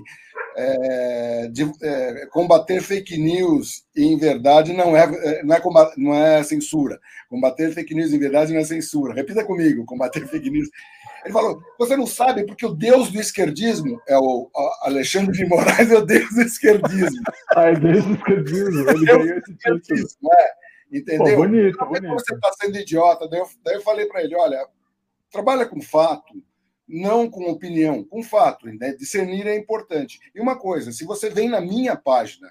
[SPEAKER 1] É, de, é, combater fake news em verdade não é, não, é combat, não é censura. Combater fake news em verdade não é censura. Repita comigo, combater fake news. Ele falou, você não sabe porque o deus do esquerdismo é o Alexandre de Moraes, é o deus do esquerdismo.
[SPEAKER 3] Ah, é deus do esquerdismo. Ele ganhou esse título.
[SPEAKER 1] É, entendeu?
[SPEAKER 3] Pô, bonito,
[SPEAKER 1] então,
[SPEAKER 3] bonito.
[SPEAKER 1] Você está sendo idiota. Daí eu, daí eu falei para ele, olha, trabalha com fato, não com opinião, com fato, né? Discernir é importante. E uma coisa, se você vem na minha página,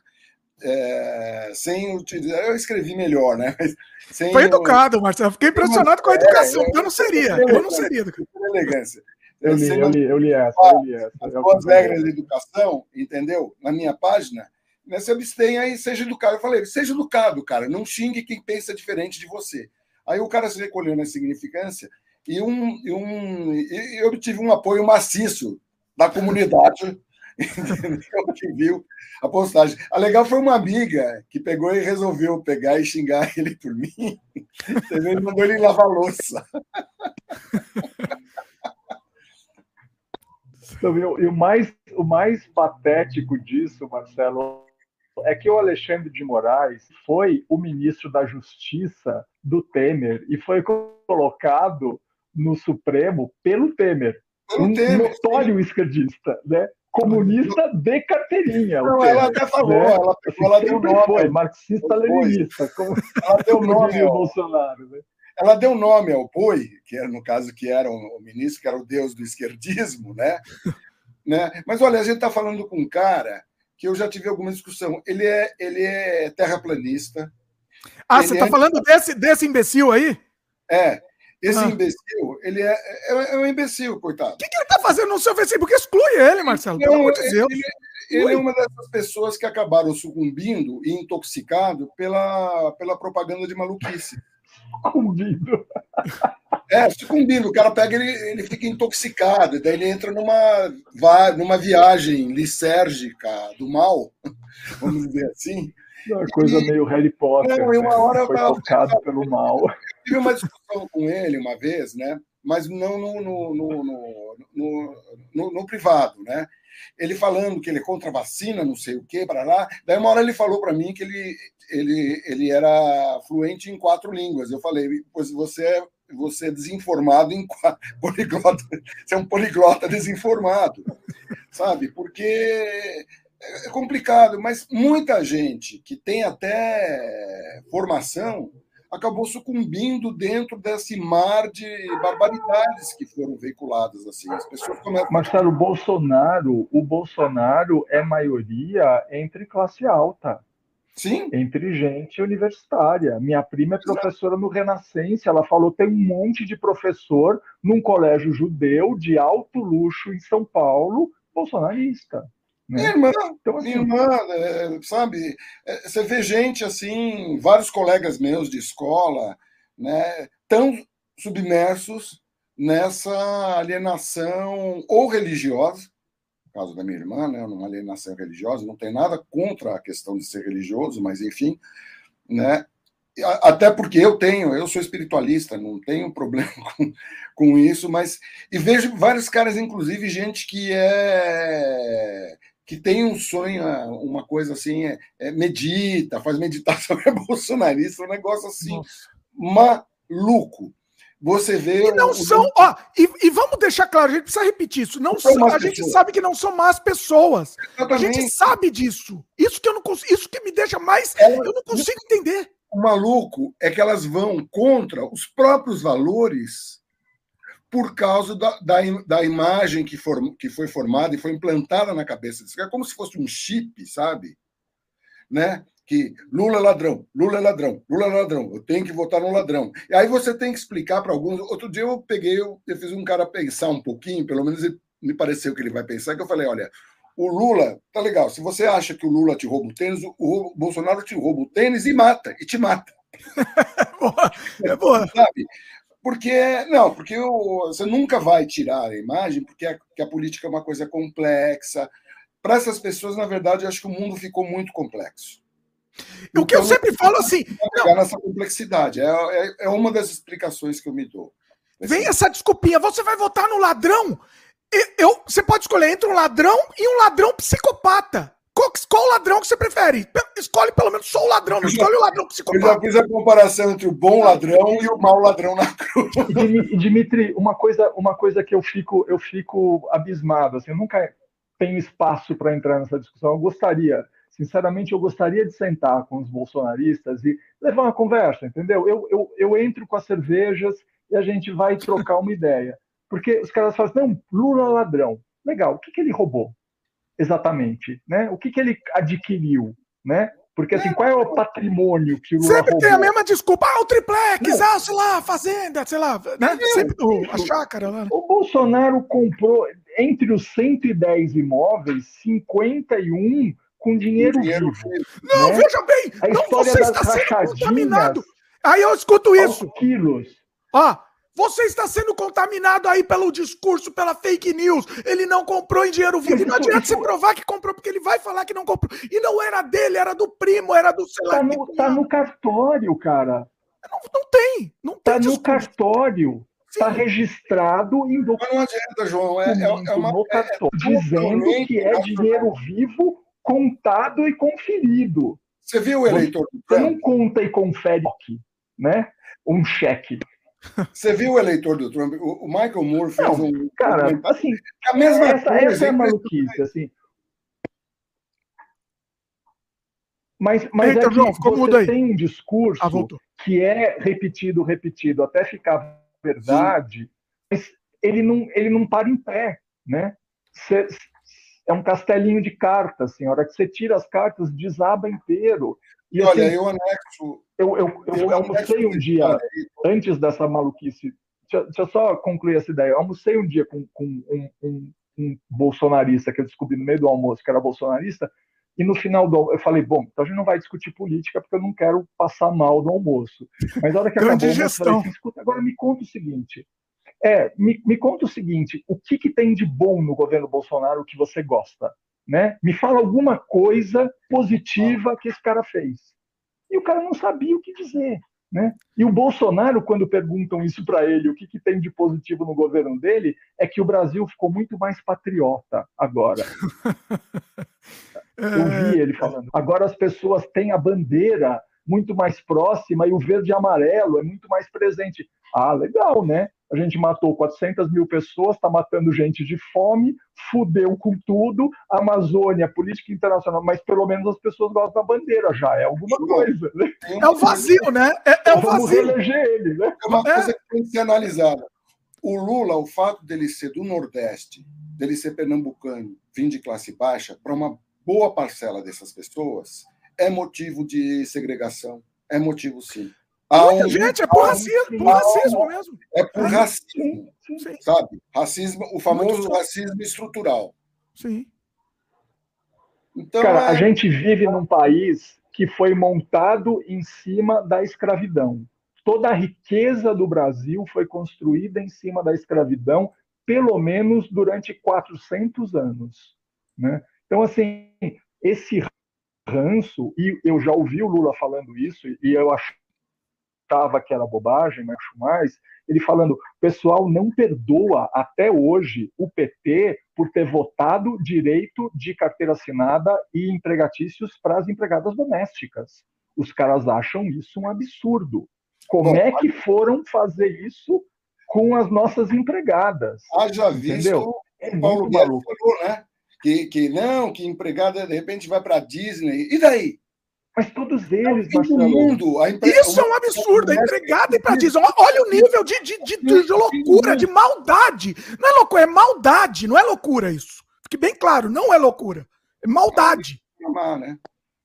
[SPEAKER 1] é, sem utilizar, eu escrevi melhor, né? Mas sem
[SPEAKER 2] Foi educado, Marcelo. Fiquei impressionado com a educação. É, eu, eu não seria. Eu não seria.
[SPEAKER 1] Elegância.
[SPEAKER 3] Eu li, eu li, eu li essa. Eu li essa.
[SPEAKER 1] As boas regras de educação, entendeu? Na minha página, né, se abstenha e seja educado. Eu falei, seja educado, cara, não xingue quem pensa diferente de você. Aí o cara se recolheu na significância e, um, e, um, e eu tive um apoio maciço da comunidade, entendeu? Que viu a postagem. A legal foi uma amiga que pegou e resolveu pegar e xingar ele por mim, entendeu? Ele mandou ele lavar louça.
[SPEAKER 3] Então, e o mais, o mais patético disso, Marcelo, é que o Alexandre de Moraes foi o ministro da Justiça do Temer e foi colocado no Supremo pelo Temer.
[SPEAKER 1] Pelo
[SPEAKER 3] um
[SPEAKER 1] Temer,
[SPEAKER 3] notório
[SPEAKER 1] sim.
[SPEAKER 3] esquerdista, né? Comunista de carteirinha.
[SPEAKER 1] Não,
[SPEAKER 3] Temer,
[SPEAKER 1] ela até falou,
[SPEAKER 3] né?
[SPEAKER 1] ela,
[SPEAKER 3] assim,
[SPEAKER 1] ela deu nome.
[SPEAKER 3] Foi marxista-leninista, como,
[SPEAKER 1] ela deu
[SPEAKER 3] como
[SPEAKER 1] nome
[SPEAKER 3] diria o
[SPEAKER 1] ao,
[SPEAKER 3] Bolsonaro. Né?
[SPEAKER 1] Ela deu nome ao boi, que era, no caso, que era o ministro, que era o deus do esquerdismo, né? né? Mas, olha, a gente está falando com um cara que eu já tive alguma discussão. Ele é, ele é terraplanista.
[SPEAKER 2] Ah, você está é... falando desse, desse imbecil aí?
[SPEAKER 1] É. Esse
[SPEAKER 2] ah.
[SPEAKER 1] imbecil, ele é, é, é um imbecil, coitado.
[SPEAKER 2] O que, que ele está fazendo no seu Facebook? Exclui ele, Marcelo. Não, pelo amor de Deus.
[SPEAKER 1] Ele, ele é uma dessas pessoas que acabaram sucumbindo e intoxicado pela, pela propaganda de maluquice.
[SPEAKER 3] Sucumbindo.
[SPEAKER 1] É, sucumbindo. O cara pega, ele, ele fica intoxicado, daí ele entra numa, numa viagem lisérgica do mal, vamos dizer assim.
[SPEAKER 3] Uma coisa e, meio Harry Potter,
[SPEAKER 1] não,
[SPEAKER 3] né?
[SPEAKER 1] uma hora
[SPEAKER 3] foi tocado pelo mal.
[SPEAKER 1] Eu tive uma discussão com ele uma vez, né? Mas não no, no, no, no, no, no, no privado, né? Ele falando que ele é contra a vacina, não sei o quê, para lá. Daí uma hora ele falou para mim que ele, ele, ele era fluente em quatro línguas. Eu falei, pois você é, você é desinformado em quatro, poliglota, você é um poliglota desinformado, sabe? Porque é complicado, mas muita gente que tem até formação acabou sucumbindo dentro desse mar de barbaridades que foram veiculadas assim. As pessoas começam...
[SPEAKER 3] Marcelo, Bolsonaro, o Bolsonaro é maioria entre classe alta.
[SPEAKER 1] Sim.
[SPEAKER 3] Entre gente universitária. Minha prima é professora no Renascença, ela falou que tem um monte de professor num colégio judeu de alto luxo em São Paulo, bolsonarista. Né?
[SPEAKER 1] Minha irmã,
[SPEAKER 3] então, assim,
[SPEAKER 1] minha irmã é, sabe, é, você vê gente assim, vários colegas meus de escola, né, tão submersos nessa alienação ou religiosa, no caso da minha irmã, né, numa alienação religiosa, não tem nada contra a questão de ser religioso, mas enfim, né, até porque eu tenho, eu sou espiritualista, não tenho problema com, com isso, mas e vejo vários caras, inclusive gente que é que tem um sonho, uma coisa assim, é, é medita, faz meditação, é bolsonarista, um negócio assim, Nossa. maluco. Você vê...
[SPEAKER 2] E não
[SPEAKER 1] o,
[SPEAKER 2] são...
[SPEAKER 1] o...
[SPEAKER 2] Ó, e, e vamos deixar claro, a gente precisa repetir isso, não são, a gente pessoas. sabe que não são más pessoas. Exatamente. A gente sabe disso. Isso que, eu não consigo, isso que me deixa mais... Ela, eu não consigo entender.
[SPEAKER 1] O maluco é que elas vão contra os próprios valores por causa da, da, da imagem que, for, que foi formada e foi implantada na cabeça desse cara, como se fosse um chip, sabe? Né? Que Lula é ladrão, Lula é ladrão, Lula é ladrão, eu tenho que votar no ladrão. E aí você tem que explicar para alguns... Outro dia eu peguei, eu, eu fiz um cara pensar um pouquinho, pelo menos ele, me pareceu que ele vai pensar, que eu falei, olha, o Lula, tá legal, se você acha que o Lula te rouba o tênis, o, o Bolsonaro te rouba o tênis e mata, e te mata.
[SPEAKER 2] É boa, é boa.
[SPEAKER 1] Sabe? Porque, não, porque o, você nunca vai tirar a imagem, porque a, que a política é uma coisa complexa. Para essas pessoas, na verdade, eu acho que o mundo ficou muito complexo.
[SPEAKER 2] O então, que eu sempre falo assim...
[SPEAKER 1] Não, nessa complexidade, é, é, é uma das explicações que eu me dou.
[SPEAKER 2] Vem essa desculpinha, você vai votar no ladrão? Eu, você pode escolher entre um ladrão e um ladrão psicopata. Qual, qual ladrão que você prefere? Escolhe pelo menos só o ladrão, não escolhe o ladrão psicopata.
[SPEAKER 1] Eu já fiz a comparação entre o bom ladrão e o mau ladrão na cruz.
[SPEAKER 3] Dimitri, uma coisa, uma coisa que eu fico, eu fico abismado, assim, eu nunca tenho espaço para entrar nessa discussão. Eu gostaria, sinceramente, eu gostaria de sentar com os bolsonaristas e levar uma conversa, entendeu? Eu, eu, eu entro com as cervejas e a gente vai trocar uma ideia. Porque os caras falam assim, não, Lula ladrão. Legal, o que, que ele roubou? Exatamente, né? O que, que ele adquiriu, né? Porque assim, qual é o patrimônio que o Lula
[SPEAKER 2] sempre
[SPEAKER 3] roubou?
[SPEAKER 2] Tem a mesma desculpa, ah, o triplex, não. ah, sei lá, a fazenda, sei lá, né?
[SPEAKER 3] Não,
[SPEAKER 2] sempre o, a chácara lá.
[SPEAKER 3] O Bolsonaro comprou, entre os cento e dez imóveis, cinquenta e um com dinheiro,
[SPEAKER 1] dinheiro
[SPEAKER 3] vivo.
[SPEAKER 1] vivo.
[SPEAKER 2] Não,
[SPEAKER 3] né?
[SPEAKER 2] veja bem,
[SPEAKER 3] A
[SPEAKER 2] não,
[SPEAKER 3] história
[SPEAKER 2] você
[SPEAKER 3] das
[SPEAKER 2] está sendo
[SPEAKER 3] rachadinhas
[SPEAKER 2] contaminado. Aí eu escuto isso.
[SPEAKER 3] aos quilos.
[SPEAKER 2] Ó, você está sendo contaminado aí pelo discurso, pela fake news. Ele não comprou em dinheiro vivo.
[SPEAKER 3] Mas
[SPEAKER 2] E não
[SPEAKER 3] isso-
[SPEAKER 2] adianta
[SPEAKER 3] isso-
[SPEAKER 2] você provar que comprou, porque ele vai falar que não comprou. E não era dele, era do primo, era do sei lá.
[SPEAKER 3] Tá
[SPEAKER 2] que-
[SPEAKER 3] no, tá no cartório, cara.
[SPEAKER 2] Não, não tem, não tem
[SPEAKER 3] Tá no
[SPEAKER 2] discurso.
[SPEAKER 3] cartório. Tá
[SPEAKER 2] Sim.
[SPEAKER 3] registrado em documento
[SPEAKER 1] Mas não adianta, João. É, é, é uma,
[SPEAKER 3] no cartório, dizendo que é dinheiro vivo contado e conferido.
[SPEAKER 1] Você viu o eleitor do
[SPEAKER 3] Você
[SPEAKER 1] Trump?
[SPEAKER 3] não conta e confere, né? Um cheque.
[SPEAKER 1] Você viu o eleitor do Trump? O, o Michael Moore fez
[SPEAKER 3] Não,
[SPEAKER 1] um.
[SPEAKER 3] cara,
[SPEAKER 1] um
[SPEAKER 3] assim,
[SPEAKER 1] a mesma
[SPEAKER 3] essa,
[SPEAKER 1] coisa.
[SPEAKER 3] essa é a maluquice, assim. Mas, mas
[SPEAKER 2] Eita,
[SPEAKER 3] é que
[SPEAKER 2] João, ficou mudo aí.
[SPEAKER 3] você tem um discurso
[SPEAKER 2] Ah, voltou.
[SPEAKER 3] que é repetido, repetido, até ficar verdade, mas ele não, ele não para em pé, né? Cê, é um castelinho de cartas, assim, a hora que você tira as cartas, desaba inteiro. E, assim,
[SPEAKER 1] Olha, eu anexo.
[SPEAKER 3] eu, eu, eu, eu almocei um dia, antes dessa maluquice, deixa, deixa eu só concluir essa ideia, eu almocei um dia com, com um, um, um bolsonarista que eu descobri no meio do almoço que era bolsonarista, e no final do eu falei, bom, então a gente não vai discutir política porque eu não quero passar mal no almoço. Mas na hora que acabou o almoço, eu falei assim, escuta, agora me conta o seguinte, é, me, me conta o seguinte, o que, que tem de bom no governo Bolsonaro que você gosta? Né? Me fala alguma coisa positiva que esse cara fez. E o cara não sabia o que dizer. Né? E o Bolsonaro, quando perguntam isso para ele, o que, que tem de positivo no governo dele, é que o Brasil ficou muito mais patriota agora. Eu vi ele falando. Agora as pessoas têm a bandeira muito mais próxima e o verde e amarelo é muito mais presente. Ah, legal, né? A gente matou quatrocentas mil pessoas, está matando gente de fome, fudeu com tudo, Amazônia, política internacional, mas pelo menos as pessoas gostam da bandeira, já é alguma coisa. Né?
[SPEAKER 2] É o vazio, né? É, é o
[SPEAKER 3] Vamos
[SPEAKER 2] vazio.
[SPEAKER 3] reeleger ele, né?
[SPEAKER 1] É uma coisa que tem que ser analisada. O Lula, o fato dele ser do Nordeste, dele ser pernambucano, vim de classe baixa, para uma boa parcela dessas pessoas, é motivo de segregação. É motivo, sim.
[SPEAKER 2] Muita um, gente, é por racismo, por racismo mesmo.
[SPEAKER 1] É por racismo,
[SPEAKER 2] sim, sim.
[SPEAKER 1] sabe? Racismo, o famoso racismo estrutural.
[SPEAKER 2] Sim.
[SPEAKER 3] Então, Cara, é... a gente vive num país que foi montado em cima da escravidão. Toda a riqueza do Brasil foi construída em cima da escravidão, pelo menos durante quatrocentos anos. Né? Então, assim, esse ranço, e eu já ouvi o Lula falando isso, e eu achava que era bobagem, mas acho mais, ele falando, o pessoal não perdoa até hoje o P T por ter votado direito de carteira assinada e empregatícios para as empregadas domésticas. Os caras acham isso um absurdo. Como Bom, é que foram fazer isso com as nossas empregadas?
[SPEAKER 1] Haja visto
[SPEAKER 3] é
[SPEAKER 1] o Paulo Guedes falou, né? Que, que não, que empregada de repente vai para a Disney. E daí?
[SPEAKER 3] Mas todos eles,
[SPEAKER 1] Marcelo, mundo, a
[SPEAKER 2] empre... Isso é um absurdo, a empregada ir para a Disney. Olha o nível de, de, de, de loucura, de maldade. Não é loucura, é maldade, não é loucura isso. Fique bem claro, não é loucura. É maldade.
[SPEAKER 1] É, né?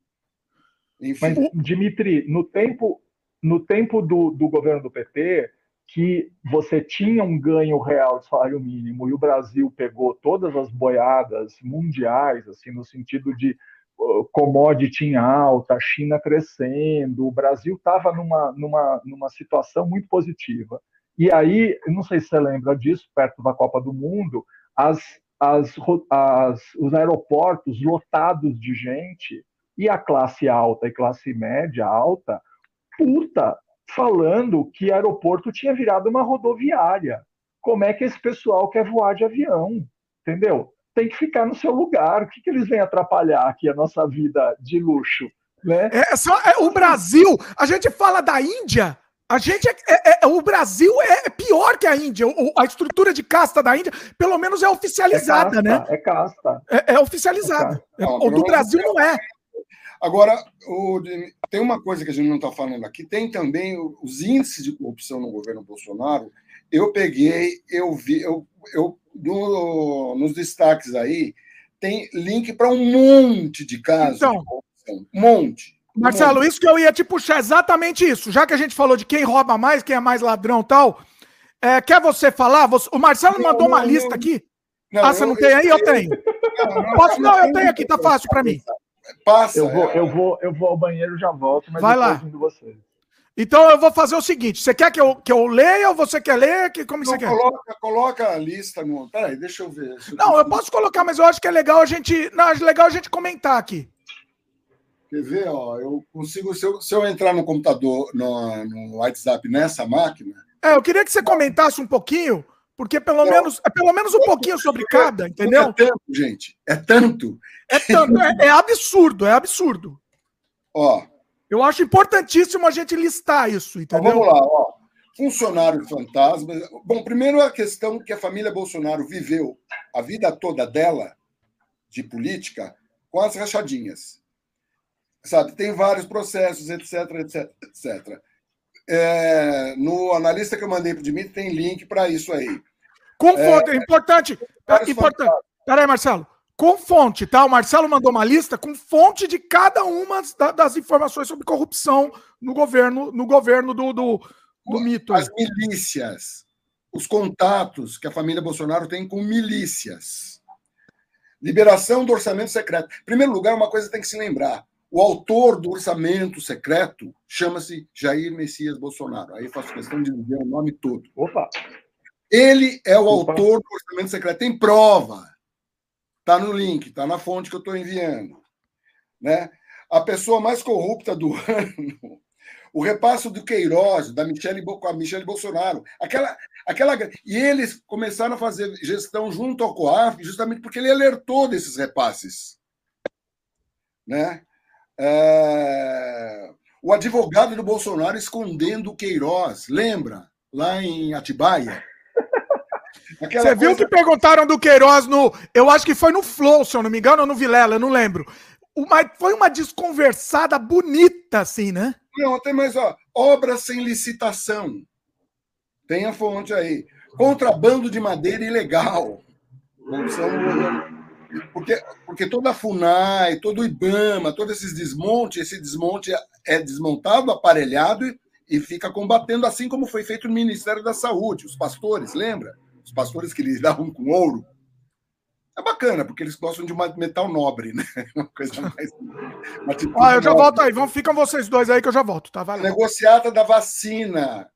[SPEAKER 3] Enfim. Mas, Dimitri, no tempo, no tempo do, do governo do P T, que você tinha um ganho real de salário mínimo e o Brasil pegou todas as boiadas mundiais, assim, no sentido de uh, commodity em alta, a China crescendo, o Brasil estava numa, numa, numa situação muito positiva. E aí, não sei se você lembra disso, perto da Copa do Mundo, as, as, as, os aeroportos lotados de gente e a classe alta e classe média alta, puta, falando que aeroporto tinha virado uma rodoviária. Como é que esse pessoal quer voar de avião? Entendeu? Tem que ficar no seu lugar. O que, que eles vêm atrapalhar aqui a nossa vida de luxo? Né?
[SPEAKER 2] É, só, é, o Brasil, a gente fala da Índia, a gente é, é, é, o Brasil é pior que a Índia. O, a estrutura de casta da Índia, pelo menos, é oficializada,
[SPEAKER 3] é casta,
[SPEAKER 2] né?
[SPEAKER 3] É casta.
[SPEAKER 2] É, é oficializada. É
[SPEAKER 1] ah,
[SPEAKER 2] o do Brasil não é.
[SPEAKER 1] Agora, o, tem uma coisa que a gente não está falando aqui, tem também os índices de corrupção no governo Bolsonaro. Eu peguei, eu vi, eu, eu no, nos destaques aí, tem link para um monte de casos
[SPEAKER 2] então,
[SPEAKER 1] de corrupção. Um monte. Um
[SPEAKER 2] Marcelo,
[SPEAKER 1] monte.
[SPEAKER 2] isso que eu ia te puxar, exatamente isso. Já que a gente falou de quem rouba mais, quem é mais ladrão e tal, é, quer você falar? Você, o Marcelo não, mandou não, uma não, lista aqui. Não, ah, você eu, não tem aí? Eu, eu tenho. Não, não, Posso? Não, eu tenho aqui, tá fácil para mim.
[SPEAKER 1] passa.
[SPEAKER 3] Eu vou,
[SPEAKER 1] é...
[SPEAKER 3] eu vou, eu vou ao banheiro e já volto, mas
[SPEAKER 2] Vai
[SPEAKER 3] depois
[SPEAKER 2] lá.
[SPEAKER 3] indo vocês.
[SPEAKER 2] Então eu vou fazer o seguinte: você quer que eu, que eu leia ou você quer ler? Que, como
[SPEAKER 1] Não,
[SPEAKER 2] você quer?
[SPEAKER 1] coloca, coloca a lista no. Peraí, deixa eu ver. Se eu
[SPEAKER 2] Não, eu
[SPEAKER 1] consigo...
[SPEAKER 2] posso colocar, mas eu acho que é legal a gente. Não, acho legal a gente comentar aqui.
[SPEAKER 1] Quer ver? Ó, eu consigo. Se eu, se eu entrar no computador, no, no WhatsApp nessa máquina.
[SPEAKER 2] É, eu queria que você comentasse um pouquinho, porque pelo
[SPEAKER 1] Não,
[SPEAKER 2] menos é pelo menos um pouquinho sobre cada, entendeu?
[SPEAKER 1] É tanto, gente. É tanto.
[SPEAKER 2] É tanto, é, é absurdo, é absurdo.
[SPEAKER 1] Ó.
[SPEAKER 2] Eu acho importantíssimo a gente listar isso, entendeu?
[SPEAKER 1] Então, vamos lá, ó. Funcionário fantasma. Bom, primeiro a questão que a família Bolsonaro viveu a vida toda dela, de política, com as rachadinhas. Sabe, tem vários processos, etc, etc, etcétera. É, no analista que eu mandei para o Dimitri tem link para isso aí.
[SPEAKER 2] Com fonte, é importante. É importante. Peraí, Marcelo. Com fonte, tá? O Marcelo mandou uma lista com fonte de cada uma das informações sobre corrupção no governo, no governo do, do, do mito.
[SPEAKER 1] As milícias, os contatos que a família Bolsonaro tem com milícias. Liberação do orçamento secreto. Em primeiro lugar, uma coisa tem que se lembrar. O autor do orçamento secreto chama-se Jair Messias Bolsonaro. Aí eu faço questão de dizer o nome todo.
[SPEAKER 3] Opa!
[SPEAKER 1] Ele é o
[SPEAKER 3] Opa.
[SPEAKER 1] autor do orçamento secreto. Tem prova. Está no link, está na fonte que eu estou enviando. Né? A pessoa mais corrupta do ano, o repasso do Queiroz, da Michele, com a Michele Bolsonaro. Aquela, aquela, e eles começaram a fazer gestão junto ao COAF justamente porque ele alertou desses repasses. Né? É... O advogado do Bolsonaro escondendo o Queiroz, lembra? Lá em Atibaia.
[SPEAKER 2] Aquela Você viu coisa... que perguntaram do Queiroz no... Eu acho que foi no Flow, se eu não me engano, ou no Vilela, eu não lembro. Uma... Foi uma desconversada bonita, assim, né?
[SPEAKER 1] Não, tem mais, ó. Obras sem licitação. Tem a fonte aí. Contrabando de madeira ilegal. Porque, porque toda a FUNAI, todo o IBAMA, todos esses desmontes, esse desmonte é desmontado, aparelhado e, e fica combatendo, assim como foi feito no Ministério da Saúde. Os pastores, lembra? Os pastores que eles davam com ouro. É bacana, porque eles gostam de metal nobre, né? Uma coisa mais... Uma
[SPEAKER 2] ah, eu já nobre. Volto aí. Vão, ficam vocês dois aí que eu já volto, tá? Vai lá.
[SPEAKER 1] Negociata da vacina.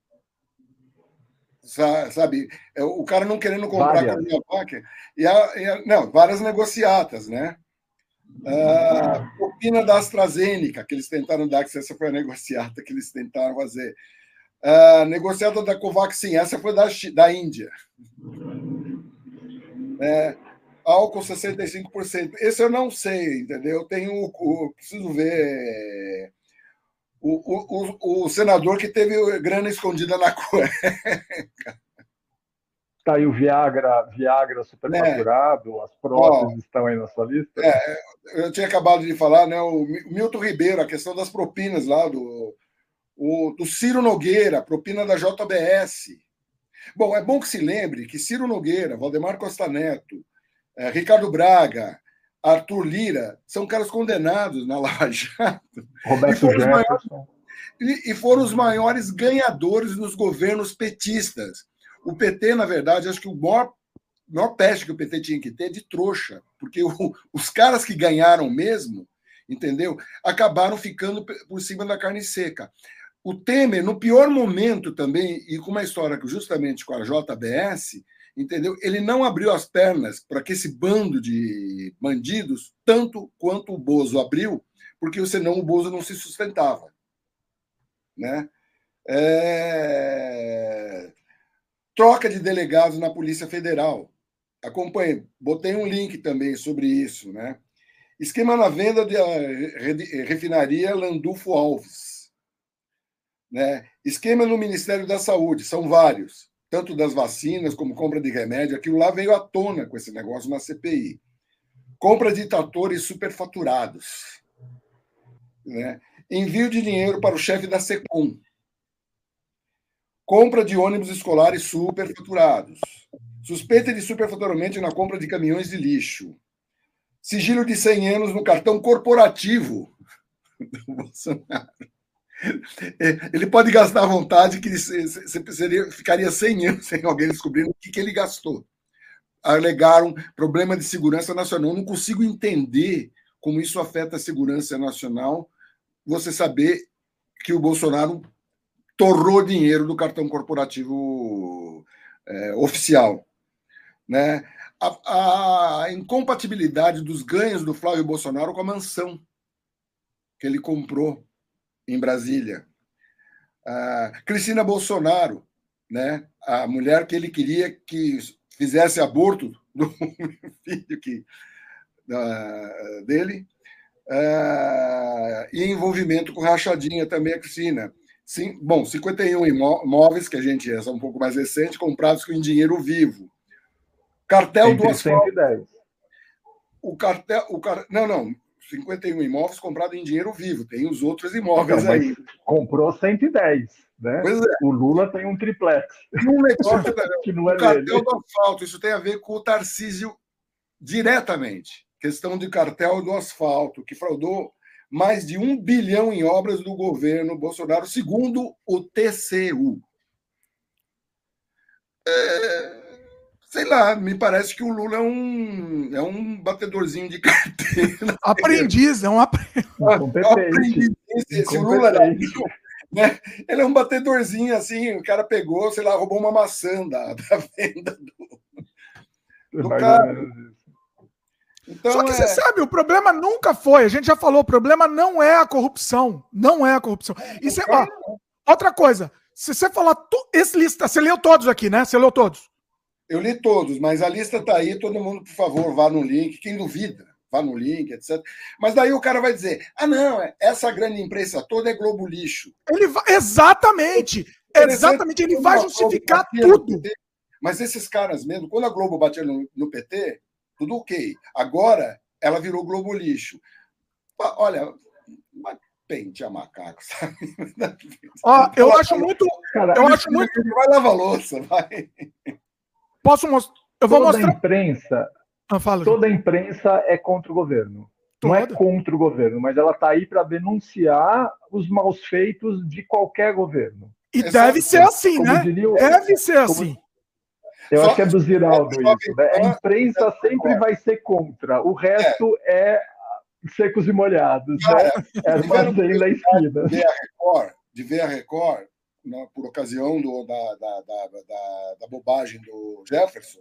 [SPEAKER 1] Sabe? O cara não querendo comprar a Coronavac. E a, e a, não, várias negociatas, né? A propina da AstraZeneca, que eles tentaram dar, que essa foi a negociata que eles tentaram fazer. A negociata da Covaxin, essa foi da, da Índia. É, álcool sessenta e cinco por cento. Esse eu não sei, entendeu? Eu tenho, o, preciso ver o, o, o, o senador que teve grana escondida na cueca.
[SPEAKER 3] Tá aí o Viagra, Viagra superfaturado, é. As próteses oh, estão aí na sua lista?
[SPEAKER 1] É, eu tinha acabado de falar, né? O Milton Ribeiro, a questão das propinas lá, do, o, do Ciro Nogueira, propina da J B S. Bom, é bom que se lembre que Ciro Nogueira, Valdemar Costa Neto, é, Ricardo Braga, Arthur Lira, são caras condenados na Lava Jato.
[SPEAKER 3] Roberto
[SPEAKER 1] e, foram
[SPEAKER 3] Jefferson.
[SPEAKER 1] Maiores, e, e foram os maiores ganhadores nos governos petistas. O P T, na verdade, acho que o maior, maior peste que o P T tinha que ter é de trouxa, porque o, os caras que ganharam mesmo, entendeu? Acabaram ficando por cima da carne seca. O Temer, no pior momento também, e com uma história justamente com a J B S, entendeu? Ele não abriu as pernas para que esse bando de bandidos, tanto quanto o Bozo abriu, porque senão o Bozo não se sustentava. Né? É... Troca de delegados na Polícia Federal. Acompanhe, botei um link também sobre isso. Né? Esquema na venda da refinaria Landulfo Alves. Né? Esquema no Ministério da Saúde, são vários, tanto das vacinas como compra de remédio. Aquilo lá veio à tona com esse negócio na C P I. Compra de tratores superfaturados. Né? Envio de dinheiro para o chefe da SECOM. Compra de ônibus escolares superfaturados. Suspeita de superfaturamento na compra de caminhões de lixo. Sigilo de cem anos no cartão corporativo do Bolsonaro. Ele pode gastar à vontade, que seria, ficaria cem anos sem alguém descobrindo o que, que ele gastou. Alegaram problema de segurança nacional. Não consigo entender como isso afeta a segurança nacional, você saber que o Bolsonaro torrou dinheiro do cartão corporativo é, oficial, né? A, a incompatibilidade dos ganhos do Flávio Bolsonaro com a mansão que ele comprou em Brasília. A Cristina Bolsonaro, né? A mulher que ele queria que fizesse aborto do filho que, da, dele, uh, e envolvimento com rachadinha também a Cristina. Sim, bom, cinquenta e um imóveis, que a gente é um pouco mais recente, comprados com dinheiro vivo. Cartel
[SPEAKER 3] Entre
[SPEAKER 1] do asfalto.
[SPEAKER 3] cento e dez.
[SPEAKER 1] O cartel, o car... Não, não. cinquenta e um imóveis comprados em dinheiro vivo. Tem os outros imóveis
[SPEAKER 3] não,
[SPEAKER 1] aí.
[SPEAKER 3] Comprou cento e dez. Né?
[SPEAKER 1] Pois é.
[SPEAKER 3] O Lula tem um triplex.
[SPEAKER 1] E um negócio,
[SPEAKER 3] que não é
[SPEAKER 1] o cartel
[SPEAKER 3] dele.
[SPEAKER 1] do asfalto, isso tem a ver com o Tarcísio diretamente. Questão de cartel do asfalto, que fraudou mais de um bilhão em obras do governo Bolsonaro, segundo o T C U. É... Sei lá, me parece que o Lula é um, é um batedorzinho de carteira.
[SPEAKER 2] Aprendiz, é um aprendiz.
[SPEAKER 3] Incompetente.
[SPEAKER 1] Se o Lula era, né? Ele é um batedorzinho assim, o cara pegou, sei lá, roubou uma maçã da, da venda do, do cara.
[SPEAKER 2] Então, Só que é... você sabe, o problema nunca foi, a gente já falou, o problema não é a corrupção. Não é a corrupção. E você, ó, outra coisa, se você falar, esse lista, você leu todos aqui, né? Você leu todos?
[SPEAKER 1] Eu li todos, mas a lista está aí, todo mundo, por favor, vá no link, quem duvida, vá no link, etcétera. Mas daí o cara vai dizer, ah, não, essa grande imprensa toda é Globo lixo.
[SPEAKER 2] Ele vai, exatamente, exatamente, ele vai justificar tudo.
[SPEAKER 1] Mas esses caras mesmo, quando a Globo batia no, no P T, tudo ok. Agora, ela virou Globo lixo. Olha, pente a macaco, sabe?
[SPEAKER 2] Ó, eu acho muito... Cara, eu acho muito...
[SPEAKER 1] Vai lavar louça, vai...
[SPEAKER 2] Posso mostrar? Eu vou
[SPEAKER 3] toda
[SPEAKER 2] mostrar.
[SPEAKER 3] A imprensa,
[SPEAKER 2] ah, fala,
[SPEAKER 3] toda a imprensa é contra o governo. Toda. Não é contra o governo, mas ela está aí para denunciar os maus feitos de qualquer governo.
[SPEAKER 2] E é deve ser assim, né? O... Deve ser como... assim.
[SPEAKER 3] Eu Só... acho que é do Ziraldo isso. Né? A imprensa sempre vai ser contra. O resto é, é secos e molhados. Cara, né? É armazém da esquina.
[SPEAKER 1] De ver a Record, de ver a Record Na, por ocasião do, da, da, da, da, da bobagem do Jefferson,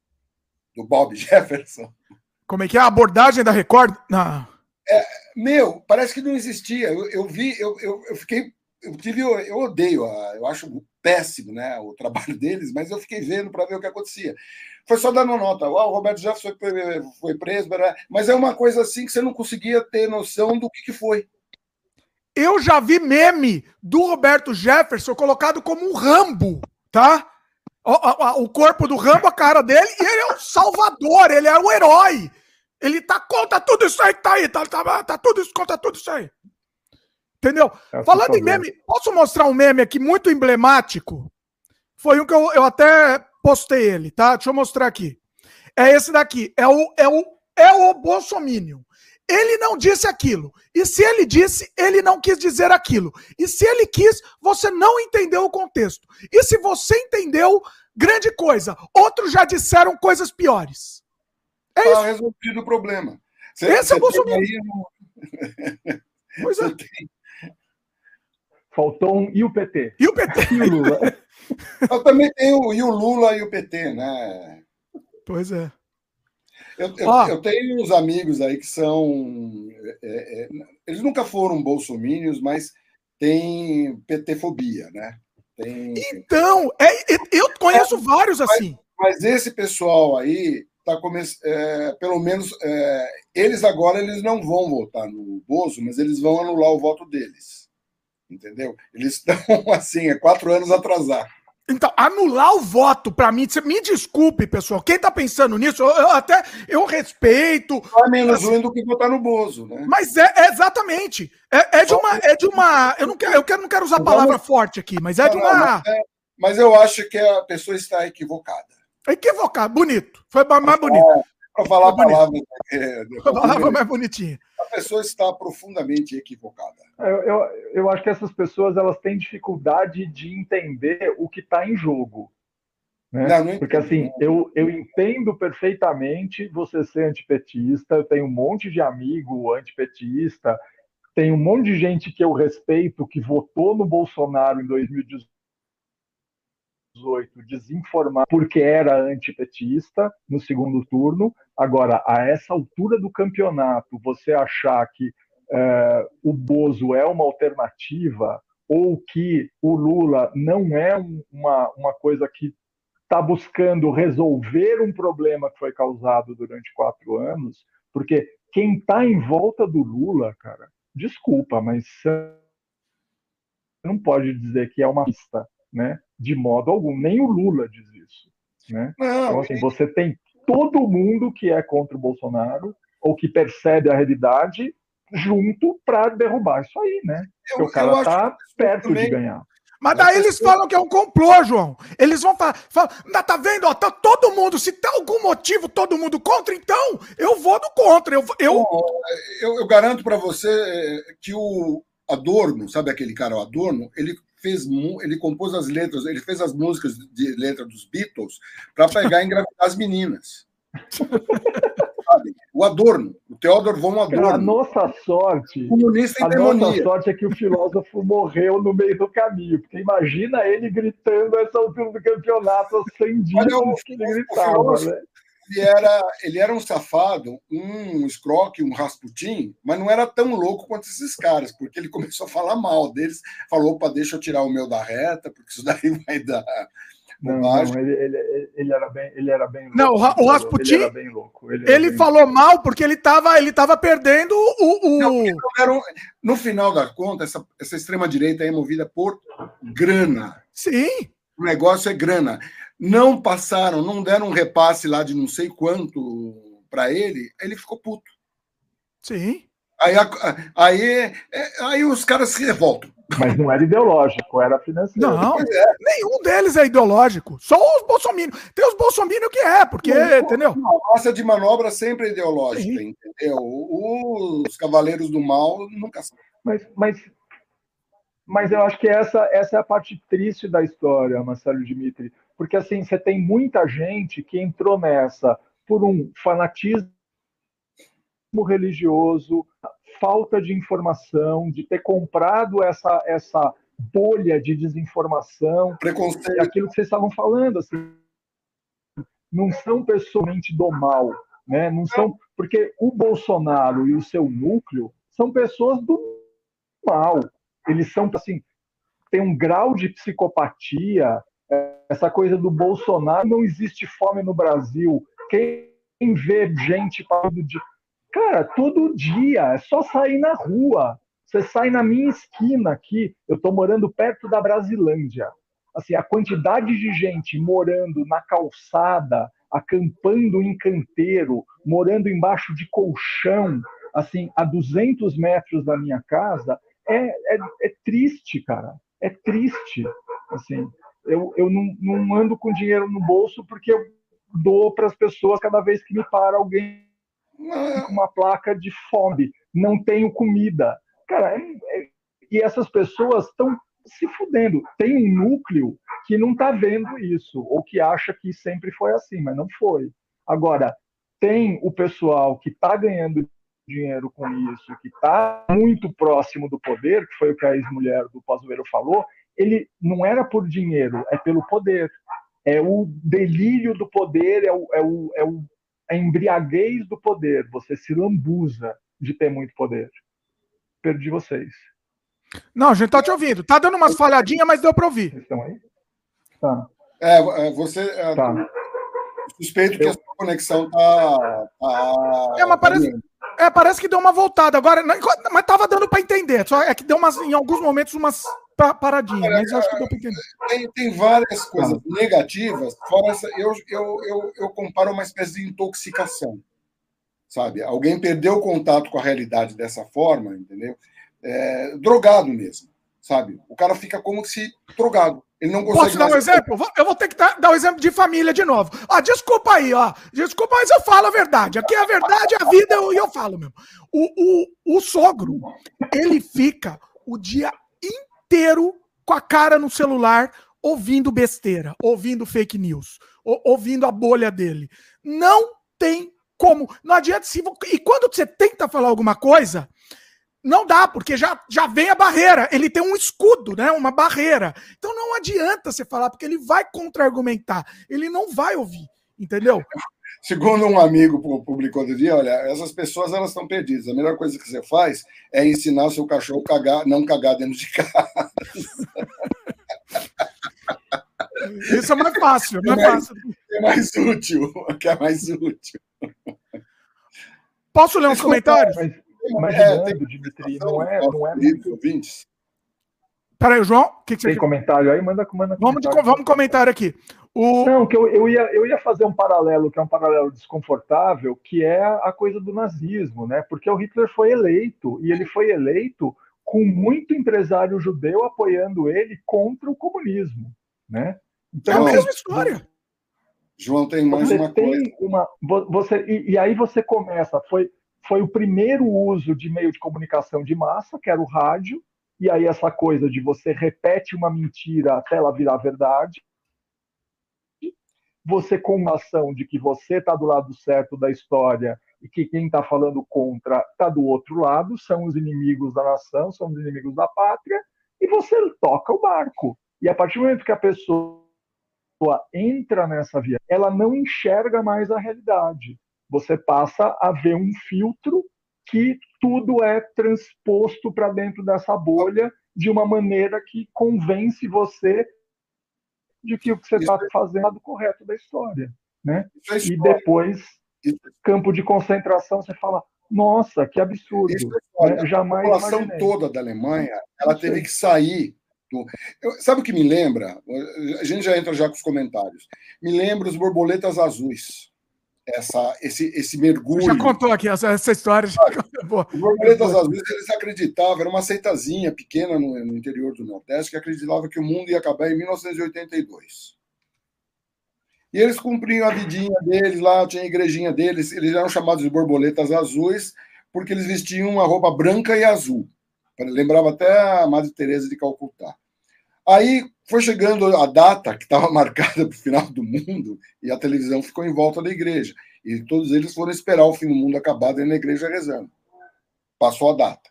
[SPEAKER 1] do Bob Jefferson.
[SPEAKER 2] Como é que é a abordagem da Record? Não.
[SPEAKER 1] É, meu, parece que não existia. Eu, eu vi, eu, eu, eu fiquei, eu tive, eu, eu odeio, eu acho péssimo, né, o trabalho deles, mas eu fiquei vendo para ver o que acontecia. Foi só dando nota. Oh, o Roberto Jefferson foi, foi preso, mas é uma coisa assim que você não conseguia ter noção do que, que foi.
[SPEAKER 2] Eu já vi meme do Roberto Jefferson colocado como um Rambo, tá? O, o, o corpo do Rambo, a cara dele, e ele é o salvador, ele é o herói. Ele tá contra tudo isso aí que tá aí, tá, tá, tá tudo isso, contra tudo isso aí. Entendeu? É Falando em meme, posso mostrar um meme aqui muito emblemático? Foi um que eu, eu até postei ele, tá? Deixa eu mostrar aqui. É esse daqui, é o, é o, é o Bolsominion. Ele não disse aquilo. E se ele disse, ele não quis dizer aquilo. E se ele quis, você não entendeu o contexto. E se você entendeu, grande coisa. Outros já disseram coisas piores. É
[SPEAKER 1] tá
[SPEAKER 2] isso.
[SPEAKER 1] resolvido o problema.
[SPEAKER 2] Você, Esse é o Bolsonaro.
[SPEAKER 1] Aí...
[SPEAKER 2] Pois é.
[SPEAKER 1] Tem...
[SPEAKER 3] Faltou um e o P T.
[SPEAKER 2] E o P T.
[SPEAKER 3] E o Lula.
[SPEAKER 1] Eu também tenho o, e o Lula e o P T, né?
[SPEAKER 2] Pois é.
[SPEAKER 1] Eu, eu, ah. eu tenho uns amigos aí que são... É, é, eles nunca foram bolsomínios, mas têm P T-fobia, né? Tem...
[SPEAKER 2] Então, é, eu conheço é, vários assim.
[SPEAKER 1] Mas, mas esse pessoal aí, tá come... É, pelo menos, é, eles agora eles não vão votar no Bozo, mas eles vão anular o voto deles. Entendeu? Eles estão, assim, é quatro anos atrasados.
[SPEAKER 2] Então, anular o voto, pra mim, me desculpe, pessoal, quem tá pensando nisso, eu, eu até, eu respeito...
[SPEAKER 1] É menos ruim do que votar no Bozo, né?
[SPEAKER 2] Mas é, é exatamente, é, é de uma, é de uma, eu não quero, eu quero, não quero usar palavra forte aqui, mas é de uma...
[SPEAKER 1] Não, mas, é, mas eu acho que a pessoa está equivocada.
[SPEAKER 2] Equivocada, bonito, foi mais bonito.
[SPEAKER 1] É, para falar a palavra... É,
[SPEAKER 2] a palavra mais bonitinha.
[SPEAKER 1] A pessoa está profundamente equivocada.
[SPEAKER 3] Eu, eu, eu acho que essas pessoas elas têm dificuldade de entender o que está em jogo. Né? Não, não Porque assim, eu, eu entendo perfeitamente você ser antipetista, eu tenho um monte de amigo antipetista, tem um monte de gente que eu respeito que votou no Bolsonaro em dois mil e dezoito desinformado porque era antipetista no segundo turno. Agora, a essa altura do campeonato, você achar que é, o Bozo é uma alternativa ou que o Lula não é uma, uma coisa que está buscando resolver um problema que foi causado durante quatro anos, porque quem está em volta do Lula, cara, desculpa, mas você não pode dizer que é uma pista, né? De modo algum, nem o Lula diz isso, né? Não, então, assim, você tem todo mundo que é contra o Bolsonaro ou que percebe a realidade junto para derrubar isso aí, né? Porque eu, o cara está perto também de ganhar.
[SPEAKER 2] Mas daí eles falam que é um complô, João. Eles vão falar, falam, tá vendo? Ó, tá todo mundo, se tem algum motivo todo mundo contra, então eu vou do contra. Eu, eu...
[SPEAKER 1] eu, eu garanto para você que o Adorno, sabe aquele cara, o Adorno, ele fez, ele compôs as letras, ele fez as músicas de letra dos Beatles para pegar e engravidar as meninas. O Adorno, o Theodor von Adorno.
[SPEAKER 3] A nossa sorte,
[SPEAKER 1] comunista em
[SPEAKER 3] a demonia. Nossa sorte é que o filósofo morreu no meio do caminho, porque imagina ele gritando essa altura do campeonato, sem dias que ele gritava, né?
[SPEAKER 1] Ele era, ele era um safado, um escroque, um Rasputin, mas não era tão louco quanto esses caras, porque ele começou a falar mal deles, falou, opa, deixa eu tirar o meu da reta, porque isso daí vai dar...
[SPEAKER 3] Não, não ele, ele, ele, era bem, ele era bem louco.
[SPEAKER 2] Não, o, o Rasputin, ele, era bem louco. ele, ele falou louco. mal porque ele estava ele tava perdendo o... o... Não,
[SPEAKER 1] não, no final da conta, essa, essa extrema-direita é movida por grana.
[SPEAKER 2] Sim.
[SPEAKER 1] O negócio é grana. Não passaram, não deram um repasse lá de não sei quanto para ele, ele ficou puto.
[SPEAKER 2] Sim.
[SPEAKER 1] Aí, aí, aí os caras se revoltam.
[SPEAKER 3] Mas não era ideológico, era financeiro.
[SPEAKER 2] Não, é. Nenhum deles é ideológico. Só os bolsominions. Tem os bolsominions que é, porque, não, entendeu?
[SPEAKER 1] A massa de manobra sempre é ideológica, Sim. entendeu? Os cavaleiros do mal nunca são.
[SPEAKER 3] Mas, mas, mas eu acho que essa, essa é a parte triste da história, Marcelo Dimitri. Porque, assim, você tem muita gente que entrou nessa por um fanatismo religioso, falta de informação, de ter comprado essa, essa bolha de desinformação,
[SPEAKER 1] preconceito.
[SPEAKER 3] Aquilo que vocês estavam falando, assim, não são pessoalmente do mal, né? Não são, porque o Bolsonaro e o seu núcleo são pessoas do mal. Eles são, assim, tem um grau de psicopatia, essa coisa do Bolsonaro, não existe fome no Brasil. Quem vê gente falando de Cara, todo dia, é só sair na rua. Você sai na minha esquina aqui, eu estou morando perto da Brasilândia. Assim, a quantidade de gente morando na calçada, acampando em canteiro, morando embaixo de colchão, assim, a duzentos metros da minha casa, é, é, é triste, cara. É triste. Assim, eu, eu não, não ando com dinheiro no bolso porque eu dou para as pessoas cada vez que me para alguém com uma placa de fome, não tenho comida. Cara, é, é, e essas pessoas estão se fudendo. Tem um núcleo que não está vendo isso, ou que acha que sempre foi assim, mas não foi. Agora, tem o pessoal que está ganhando dinheiro com isso, que está muito próximo do poder, que foi o que a ex-mulher do Pazuello falou, ele não era por dinheiro, é pelo poder. É o delírio do poder, é o, é o, é o a embriaguez do poder, você se lambuza de ter muito poder. Perdi vocês.
[SPEAKER 2] Não, a gente tá te ouvindo. Tá dando umas falhadinhas, mas deu para ouvir.
[SPEAKER 3] Vocês estão aí? Tá.
[SPEAKER 1] É, você... É, tá. Suspeito que Eu... a sua conexão tá... tá...
[SPEAKER 2] É, mas parece... É, parece que deu uma voltada. Agora, mas tava dando para entender. Só é que deu umas, em alguns momentos umas paradinhas, mas acho que deu para entender.
[SPEAKER 1] Tem, tem várias coisas negativas. Fora essa, eu, eu, eu, eu comparo uma espécie de intoxicação, sabe? Alguém perdeu o contato com a realidade dessa forma, entendeu? É, drogado mesmo, sabe? O cara fica como se drogado. Ele não consegue.
[SPEAKER 2] Posso dar um exemplo? Eu vou ter que dar, dar um exemplo de família de novo. Ah, desculpa aí, ó. Desculpa, mas eu falo a verdade. Aqui é a verdade, a vida, e eu, eu falo mesmo. O, o, o sogro, ele fica o dia inteiro com a cara no celular, ouvindo besteira, ouvindo fake news, ou, ouvindo a bolha dele. Não tem como. Não adianta se. E quando você tenta falar alguma coisa, não dá, porque já, já vem a barreira. Ele tem um escudo, né? Uma barreira. Então não adianta você falar, porque ele vai contra-argumentar. Ele não vai ouvir, entendeu?
[SPEAKER 1] Segundo um amigo publicou outro dia, olha, essas pessoas elas estão perdidas. A melhor coisa que você faz é ensinar o seu cachorro a cagar, não cagar dentro de casa.
[SPEAKER 2] Isso é mais fácil, é mais,
[SPEAKER 1] é mais,
[SPEAKER 2] fácil.
[SPEAKER 1] É mais útil, que é mais útil.
[SPEAKER 2] Posso ler uns comentários?
[SPEAKER 3] Mas, imaginando, é, Dimitri, não é, não é muito...
[SPEAKER 1] ouvintes.
[SPEAKER 2] Peraí, João, o que, que você
[SPEAKER 3] tem quer? Comentário aí? Manda, manda
[SPEAKER 2] vamos
[SPEAKER 3] comentário.
[SPEAKER 2] De, vamos comentar aqui. O...
[SPEAKER 3] Não, que eu, eu, ia, eu ia fazer um paralelo, que é um paralelo desconfortável, que é a coisa do nazismo, né? Porque o Hitler foi eleito, e ele foi eleito com muito empresário judeu apoiando ele contra o comunismo, né?
[SPEAKER 2] Então, é a mesma história.
[SPEAKER 1] João, tem mais
[SPEAKER 3] você
[SPEAKER 1] uma
[SPEAKER 3] tem
[SPEAKER 1] coisa.
[SPEAKER 3] Uma, você, e, e aí você começa, foi, foi o primeiro uso de meio de comunicação de massa, que era o rádio, e aí essa coisa de você repete uma mentira até ela virar verdade, você com a ação de que você está do lado certo da história e que quem está falando contra está do outro lado, são os inimigos da nação, são os inimigos da pátria, e você toca o barco. E a partir do momento que a pessoa entra nessa via, ela não enxerga mais a realidade. Você passa a ver um filtro que tudo é transposto para dentro dessa bolha de uma maneira que convence você de que o que você está fazendo é do correto da história, né?
[SPEAKER 1] É
[SPEAKER 3] e depois, Isso. campo de concentração, você fala, nossa, que absurdo. É né? Jamais
[SPEAKER 1] a população imaginei. toda da Alemanha, ela teve que sair. Do... Eu, sabe o que me lembra? A gente já entra já com os comentários. Me lembra os borboletas azuis. Essa, esse, esse mergulho.
[SPEAKER 2] Já contou aqui essa, essa história. Já...
[SPEAKER 1] Os borboletas azuis, eles acreditavam, era uma seitazinha pequena no, no interior do Nordeste que acreditava que o mundo ia acabar em mil novecentos e oitenta e dois. E eles cumpriam a vidinha deles lá, tinha a igrejinha deles, eles eram chamados de borboletas azuis porque eles vestiam uma roupa branca e azul. Lembrava até a Madre Teresa de Calcutá. Aí foi chegando a data que estava marcada para o final do mundo e a televisão ficou em volta da igreja. E todos eles foram esperar o fim do mundo acabar dentro da igreja rezando. Passou a data.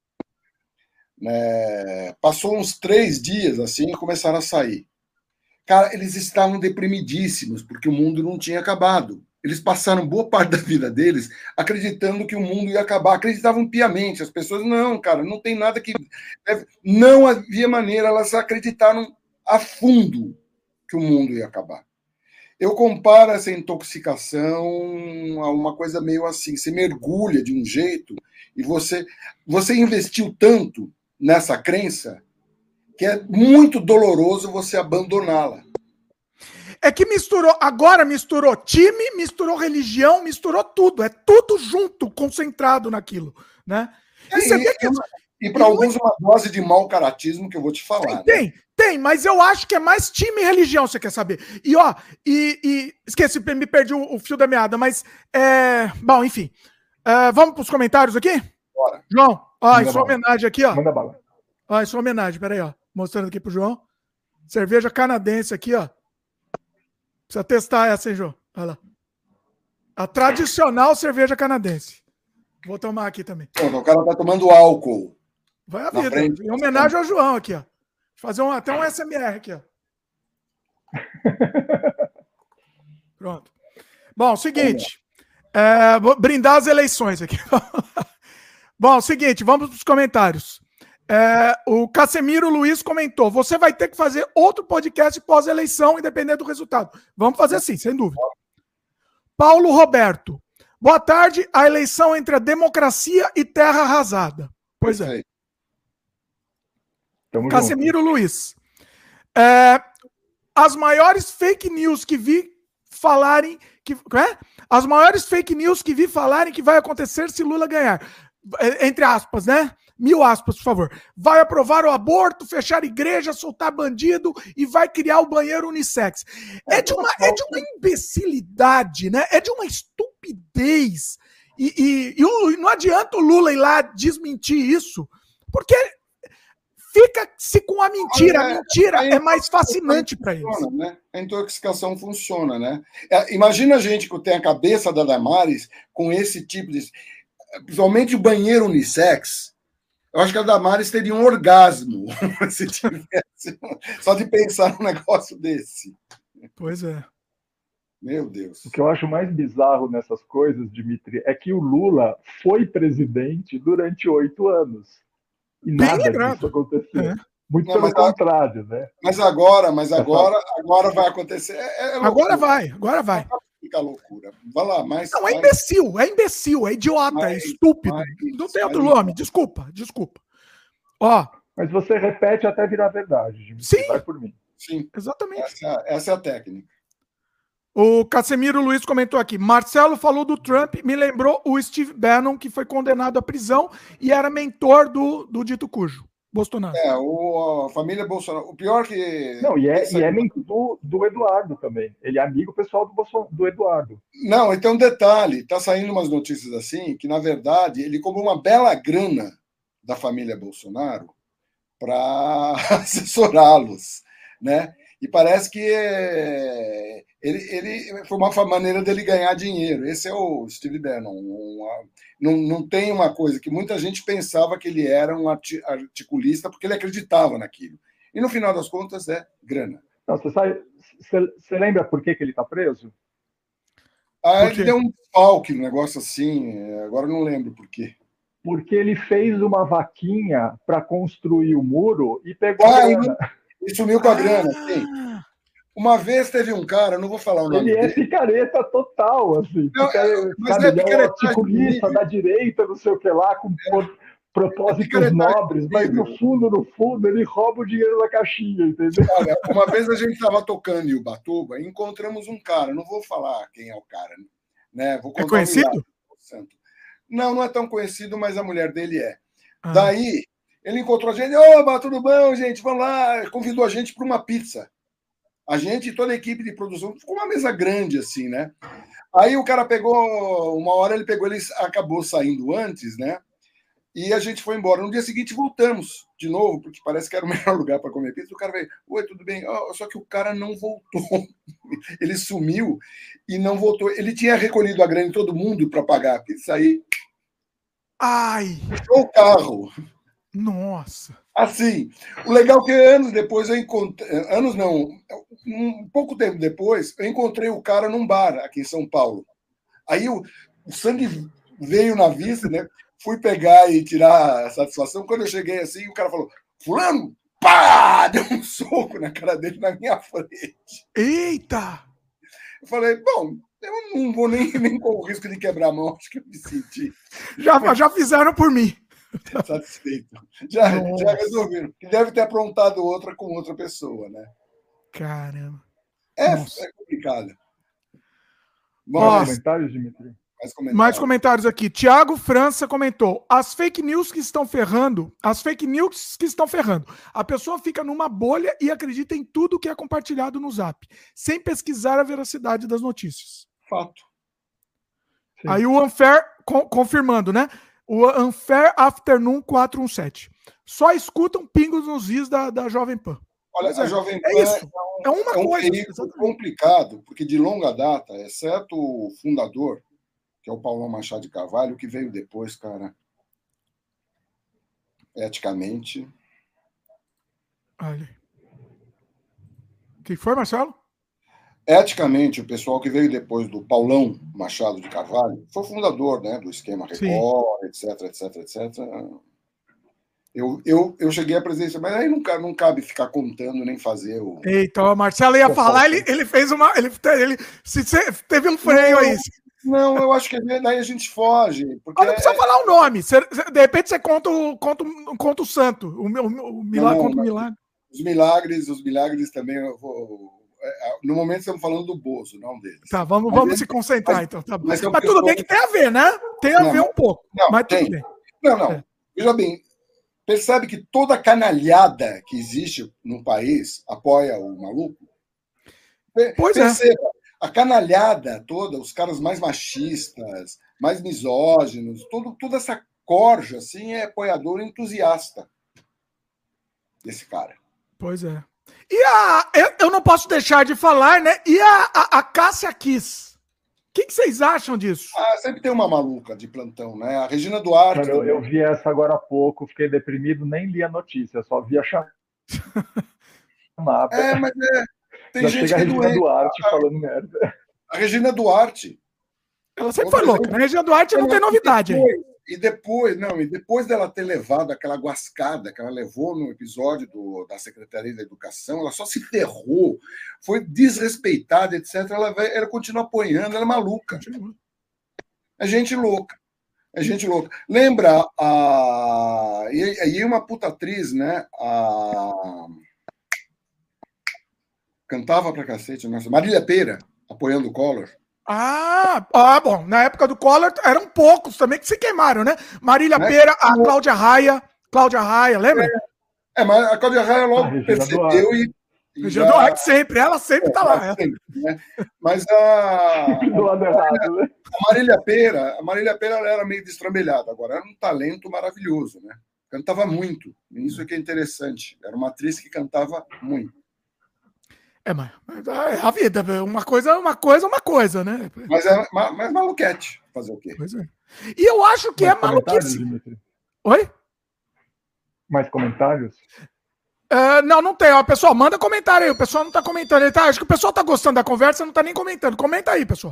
[SPEAKER 1] É, passou uns três dias assim e começaram a sair. Cara, eles estavam deprimidíssimos porque o mundo não tinha acabado. Eles passaram boa parte da vida deles acreditando que o mundo ia acabar. Acreditavam piamente. As pessoas, não, cara, não tem nada que... Não havia maneira, elas acreditaram a fundo que o mundo ia acabar. Eu comparo essa intoxicação a uma coisa meio assim. Você mergulha de um jeito e você, você investiu tanto nessa crença que é muito doloroso você abandoná-la.
[SPEAKER 2] É que misturou, agora misturou time, misturou religião, misturou tudo. É tudo junto, concentrado naquilo, né?
[SPEAKER 1] E, você vê que... e para alguns uma dose de mau caratismo que eu vou te falar.
[SPEAKER 2] Tem,
[SPEAKER 1] né?
[SPEAKER 2] tem, tem, mas eu acho que é mais time e religião, você quer saber. E ó, e, e esqueci, me perdi o, o fio da meada, mas é... Bom, enfim. É, vamos para os comentários aqui?
[SPEAKER 1] Bora.
[SPEAKER 2] João, ó, em sua homenagem aqui, ó.
[SPEAKER 3] Manda bala.
[SPEAKER 2] Ó, em sua homenagem, peraí, ó. Mostrando aqui pro João. Cerveja canadense aqui, ó. Precisa testar essa, hein, João? Olha lá. A tradicional cerveja canadense. Vou tomar aqui também.
[SPEAKER 1] O cara tá tomando álcool.
[SPEAKER 2] Vai a vida. Frente, em homenagem ao João aqui, ó. Fazer um, até um S M R aqui, ó. Pronto. Bom, seguinte. É, vou brindar as eleições aqui. Bom, seguinte, vamos para os comentários. É, o Casemiro Luiz comentou: você vai ter que fazer outro podcast pós-eleição, independente do resultado. Vamos fazer sim, sem dúvida. Paulo Roberto: boa tarde. A eleição entre a democracia e terra arrasada. Pois é.
[SPEAKER 3] Tamo
[SPEAKER 2] Casemiro
[SPEAKER 3] junto.
[SPEAKER 2] Luiz: é, as maiores fake news que vi falarem que, é? as maiores fake news que vi falarem que vai acontecer se Lula ganhar, entre aspas, né? Mil aspas, por favor. Vai aprovar o aborto, fechar igreja, soltar bandido e vai criar o banheiro unissex. É de uma, é de uma imbecilidade, né? É de uma estupidez. E, e, e não adianta o Lula ir lá desmentir isso, porque identifica-se com a mentira. A mentira
[SPEAKER 1] é,
[SPEAKER 2] é mais fascinante para eles.
[SPEAKER 1] Né? A intoxicação funciona, né? É, imagina a gente que tem a cabeça da Damares com esse tipo de... Principalmente o banheiro unissex. Eu acho que a Damares teria um orgasmo se tivesse... Só de pensar num negócio desse.
[SPEAKER 2] Pois é.
[SPEAKER 1] Meu Deus.
[SPEAKER 3] O que eu acho mais bizarro nessas coisas, Dimitri, é que o Lula foi presidente durante oito anos. E
[SPEAKER 2] Bem
[SPEAKER 3] nada
[SPEAKER 2] lembrado.
[SPEAKER 3] disso aconteceu.
[SPEAKER 2] É.
[SPEAKER 3] Muito
[SPEAKER 1] Não,
[SPEAKER 3] pelo
[SPEAKER 1] mas a-
[SPEAKER 3] contrário, né?
[SPEAKER 1] Mas agora, mas agora, agora vai acontecer. É, é loucura.
[SPEAKER 2] Agora vai, agora vai.
[SPEAKER 1] Fica loucura. Vai lá, mas.
[SPEAKER 2] Não, é
[SPEAKER 1] mas-
[SPEAKER 2] imbecil, é imbecil, é idiota, é
[SPEAKER 1] Mas-
[SPEAKER 2] estúpido.
[SPEAKER 1] mas-
[SPEAKER 2] Não tem
[SPEAKER 1] mas-
[SPEAKER 2] outro nome, desculpa, desculpa. Ó,
[SPEAKER 3] Mas você repete até virar verdade, Dimitri.
[SPEAKER 2] Sim.
[SPEAKER 3] Vai por mim.
[SPEAKER 1] Sim,
[SPEAKER 2] exatamente.
[SPEAKER 1] essa, essa é a técnica.
[SPEAKER 2] O Casemiro Luiz comentou aqui. Marcelo falou do Trump, me lembrou o Steve Bannon, que foi condenado à prisão e era mentor do, do dito cujo, Bolsonaro.
[SPEAKER 1] É, o, a família Bolsonaro. O pior que.
[SPEAKER 3] Não, e é,
[SPEAKER 1] essa-
[SPEAKER 3] e é mentor do, do Eduardo também. Ele é amigo pessoal do, Bolson, do Eduardo.
[SPEAKER 1] Não, então um detalhe: está saindo umas notícias assim que, na verdade, ele cobrou uma bela grana da família Bolsonaro para assessorá-los, né? E parece que é, ele, ele foi uma maneira dele ganhar dinheiro. Esse é o Steve Bannon. Uma, não, não tem uma coisa que muita gente pensava que ele era um arti- articulista porque ele acreditava naquilo. E no final das contas é grana.
[SPEAKER 3] Não, você, sabe, você, você lembra por que, que ele está preso?
[SPEAKER 1] Ah,
[SPEAKER 2] Por
[SPEAKER 1] ele
[SPEAKER 2] quê?
[SPEAKER 1] deu um palco, um negócio assim, agora eu não lembro por quê.
[SPEAKER 3] Porque ele fez uma vaquinha para construir o muro e pegou
[SPEAKER 1] Ah,
[SPEAKER 3] a
[SPEAKER 1] e
[SPEAKER 3] grana.
[SPEAKER 1] E sumiu com a grana, sim.
[SPEAKER 2] Ah,
[SPEAKER 1] Uma vez teve um cara, eu não vou falar o nome
[SPEAKER 3] Ele é
[SPEAKER 1] dele.
[SPEAKER 3] picareta total, assim.
[SPEAKER 1] Não,
[SPEAKER 3] Picareta,
[SPEAKER 1] mas
[SPEAKER 3] sabe,
[SPEAKER 1] não é
[SPEAKER 3] ele é um
[SPEAKER 1] picaretagem
[SPEAKER 3] articulista
[SPEAKER 1] nível.
[SPEAKER 3] da direita, não sei o que lá, com pro- propósitos
[SPEAKER 1] picaretagem
[SPEAKER 3] nobres, mas
[SPEAKER 1] nível.
[SPEAKER 3] no fundo, no fundo, ele rouba o dinheiro da caixinha, entendeu?
[SPEAKER 1] Olha, uma vez a gente estava tocando em Ubatuba e encontramos um cara, não vou falar quem é o cara, né? Vou
[SPEAKER 2] É
[SPEAKER 1] contar
[SPEAKER 2] conhecido?
[SPEAKER 1] um milagre. Não, não é tão conhecido, mas a mulher dele é.
[SPEAKER 2] ah.
[SPEAKER 1] Daí, ele encontrou a gente, oba, tudo bom, gente, vamos lá. Convidou a gente para uma pizza. A gente e toda a equipe de produção, ficou uma mesa grande, assim, né? Aí o cara pegou, uma hora ele pegou, ele acabou saindo antes, né? E a gente foi embora. No dia seguinte voltamos de novo, porque parece que era o melhor lugar para comer pizza. O cara veio, oi, tudo bem? Oh, só que o cara não voltou. Ele sumiu e não voltou. Ele tinha recolhido a grana de todo mundo para pagar a pizza. Aí
[SPEAKER 2] Ai,
[SPEAKER 1] fechou o carro.
[SPEAKER 2] nossa.
[SPEAKER 1] Assim, o legal é que anos depois eu encontrei, anos não, um pouco tempo depois, eu encontrei o cara num bar aqui em São Paulo. Aí o, o sangue veio na vista, né? Fui pegar e tirar a satisfação. Quando eu cheguei assim, o cara falou: Fulano, pá! Deu um soco na cara dele na minha frente.
[SPEAKER 2] Eita!
[SPEAKER 1] Eu falei: bom, eu não vou nem, nem com o risco de quebrar a mão, acho que eu me senti
[SPEAKER 2] Já, já fizeram por mim.
[SPEAKER 1] satisfeito. Já,
[SPEAKER 2] Nossa.
[SPEAKER 1] já resolveram. Que deve ter aprontado outra com outra pessoa, né?
[SPEAKER 2] Caramba.
[SPEAKER 1] É,
[SPEAKER 2] Nossa.
[SPEAKER 1] é complicado.
[SPEAKER 3] Mais
[SPEAKER 2] Nossa.
[SPEAKER 3] comentários, Dimitri?
[SPEAKER 1] Mais comentários.
[SPEAKER 2] Mais comentários aqui. Tiago França comentou: as fake news que estão ferrando, as fake news que estão ferrando. A pessoa fica numa bolha e acredita em tudo que é compartilhado no Zap, sem pesquisar a veracidade das notícias.
[SPEAKER 1] Fato.
[SPEAKER 3] Sim.
[SPEAKER 2] Aí o Unfair, con- confirmando, né? O Unfair Afternoon quatrocentos e dezessete. Só escutam pingos nos is da, da Jovem Pan.
[SPEAKER 1] Olha,
[SPEAKER 2] Pois
[SPEAKER 1] a
[SPEAKER 2] é,
[SPEAKER 1] Jovem Pan
[SPEAKER 2] é isso. É uma
[SPEAKER 1] é um
[SPEAKER 2] coisa.
[SPEAKER 1] veículo
[SPEAKER 2] exatamente.
[SPEAKER 1] complicado, porque de longa data, exceto o fundador, que é o Paulão Machado de Carvalho, que veio depois, cara, eticamente.
[SPEAKER 2] Olha. O que foi, Marcelo?
[SPEAKER 1] Eticamente, o pessoal que veio depois do Paulão Machado de Carvalho foi fundador, né, do esquema Record, etc, etc, etcétera. Eu, eu, eu cheguei à presidência, mas aí não, ca- não cabe ficar contando nem fazer o.
[SPEAKER 2] Eita, o Marcelo ia falar, ele, ele fez uma. Ele, ele se, se- teve um freio aí.
[SPEAKER 1] Não, eu acho que daí a gente foge. Porque
[SPEAKER 2] Mas não precisa falar o nome. Você- você- de repente você conta o, conta, o- conta o santo. O, meu- o, milagre
[SPEAKER 1] Não,
[SPEAKER 2] conta o
[SPEAKER 1] mas-
[SPEAKER 2] milagre.
[SPEAKER 1] os milagres, os milagres também. Eu vou, é, no momento estamos falando do Bozo, não deles.
[SPEAKER 2] Tá, vamos,
[SPEAKER 1] Mas
[SPEAKER 2] vamos
[SPEAKER 1] ele-
[SPEAKER 2] se concentrar
[SPEAKER 1] mas-
[SPEAKER 2] então. Tá bom.
[SPEAKER 1] mas
[SPEAKER 2] Mas,
[SPEAKER 1] é um
[SPEAKER 2] tudo bem
[SPEAKER 1] pessoal-
[SPEAKER 2] que tem a ver, né? Tem a
[SPEAKER 1] Não,
[SPEAKER 2] ver um pouco.
[SPEAKER 1] não,
[SPEAKER 2] mas
[SPEAKER 1] tem.
[SPEAKER 2] tudo bem.
[SPEAKER 1] Não, não.
[SPEAKER 2] É.
[SPEAKER 1] Veja bem, percebe que toda a canalhada que existe no país apoia o maluco? Pe-
[SPEAKER 2] Pois é.
[SPEAKER 1] Perceba, a canalhada toda, os caras mais machistas, mais misóginos, tudo, toda essa corja assim, é apoiador entusiasta. desse cara.
[SPEAKER 2] Pois é. E a... Eu, eu não posso deixar de falar, né? E a, a, a Cássia Kiss? O que, que vocês acham disso?
[SPEAKER 1] Ah, sempre tem uma maluca de plantão, né? A Regina Duarte.
[SPEAKER 3] Cara, eu, eu vi essa agora há pouco, fiquei deprimido, nem li a notícia, só vi a chamada.
[SPEAKER 1] É, mas é, tem
[SPEAKER 3] Já
[SPEAKER 1] gente
[SPEAKER 3] chega
[SPEAKER 1] que
[SPEAKER 3] a
[SPEAKER 1] é
[SPEAKER 3] Regina
[SPEAKER 1] doente.
[SPEAKER 3] Duarte
[SPEAKER 1] A,
[SPEAKER 3] falando merda.
[SPEAKER 1] a Regina Duarte.
[SPEAKER 2] Ela sempre foi louca, né? A Regina Duarte não, não tem novidade
[SPEAKER 1] depois,
[SPEAKER 2] aí.
[SPEAKER 1] E depois, não, e depois dela ter levado aquela guascada que ela levou no episódio do, da Secretaria da Educação, ela só se ferrou, foi desrespeitada, etcétera. Ela, ela continua apoiando, ela é maluca. É gente louca. É gente louca. Lembra a. E aí uma puta atriz, né? A. Cantava pra cacete, nossa. Marília Pêra, apoiando o Collor.
[SPEAKER 2] Ah, ah, bom, na época do Collor eram poucos também que se queimaram, né? Marília né? Pêra, a Cláudia Raia, Cláudia Raia, lembra?
[SPEAKER 1] É, é mas a Cláudia Raia logo percebeu e. e
[SPEAKER 2] Regina Duarte sempre, ela sempre é, tá lá.
[SPEAKER 1] Sempre, né? Mas a.
[SPEAKER 3] Do lado errado, né?
[SPEAKER 1] A Marília Pêra, a Marília Pêra ela era meio destrambelhada, agora era um talento maravilhoso, né? Cantava muito, isso é que é interessante. Era uma atriz que cantava muito.
[SPEAKER 2] É, mas é a vida, uma coisa, uma coisa, uma coisa, né?
[SPEAKER 1] Mas é mais maluquete, fazer o quê?
[SPEAKER 2] Pois é. E eu acho que
[SPEAKER 3] Mais
[SPEAKER 2] é maluquice.
[SPEAKER 3] Dimitri?
[SPEAKER 2] Oi?
[SPEAKER 3] Mais comentários?
[SPEAKER 2] Uh, não, não tem. Ó, pessoal, manda comentário aí. O pessoal não tá comentando. Ele tá, acho que o pessoal tá gostando da conversa, não tá nem comentando. Comenta aí, pessoal.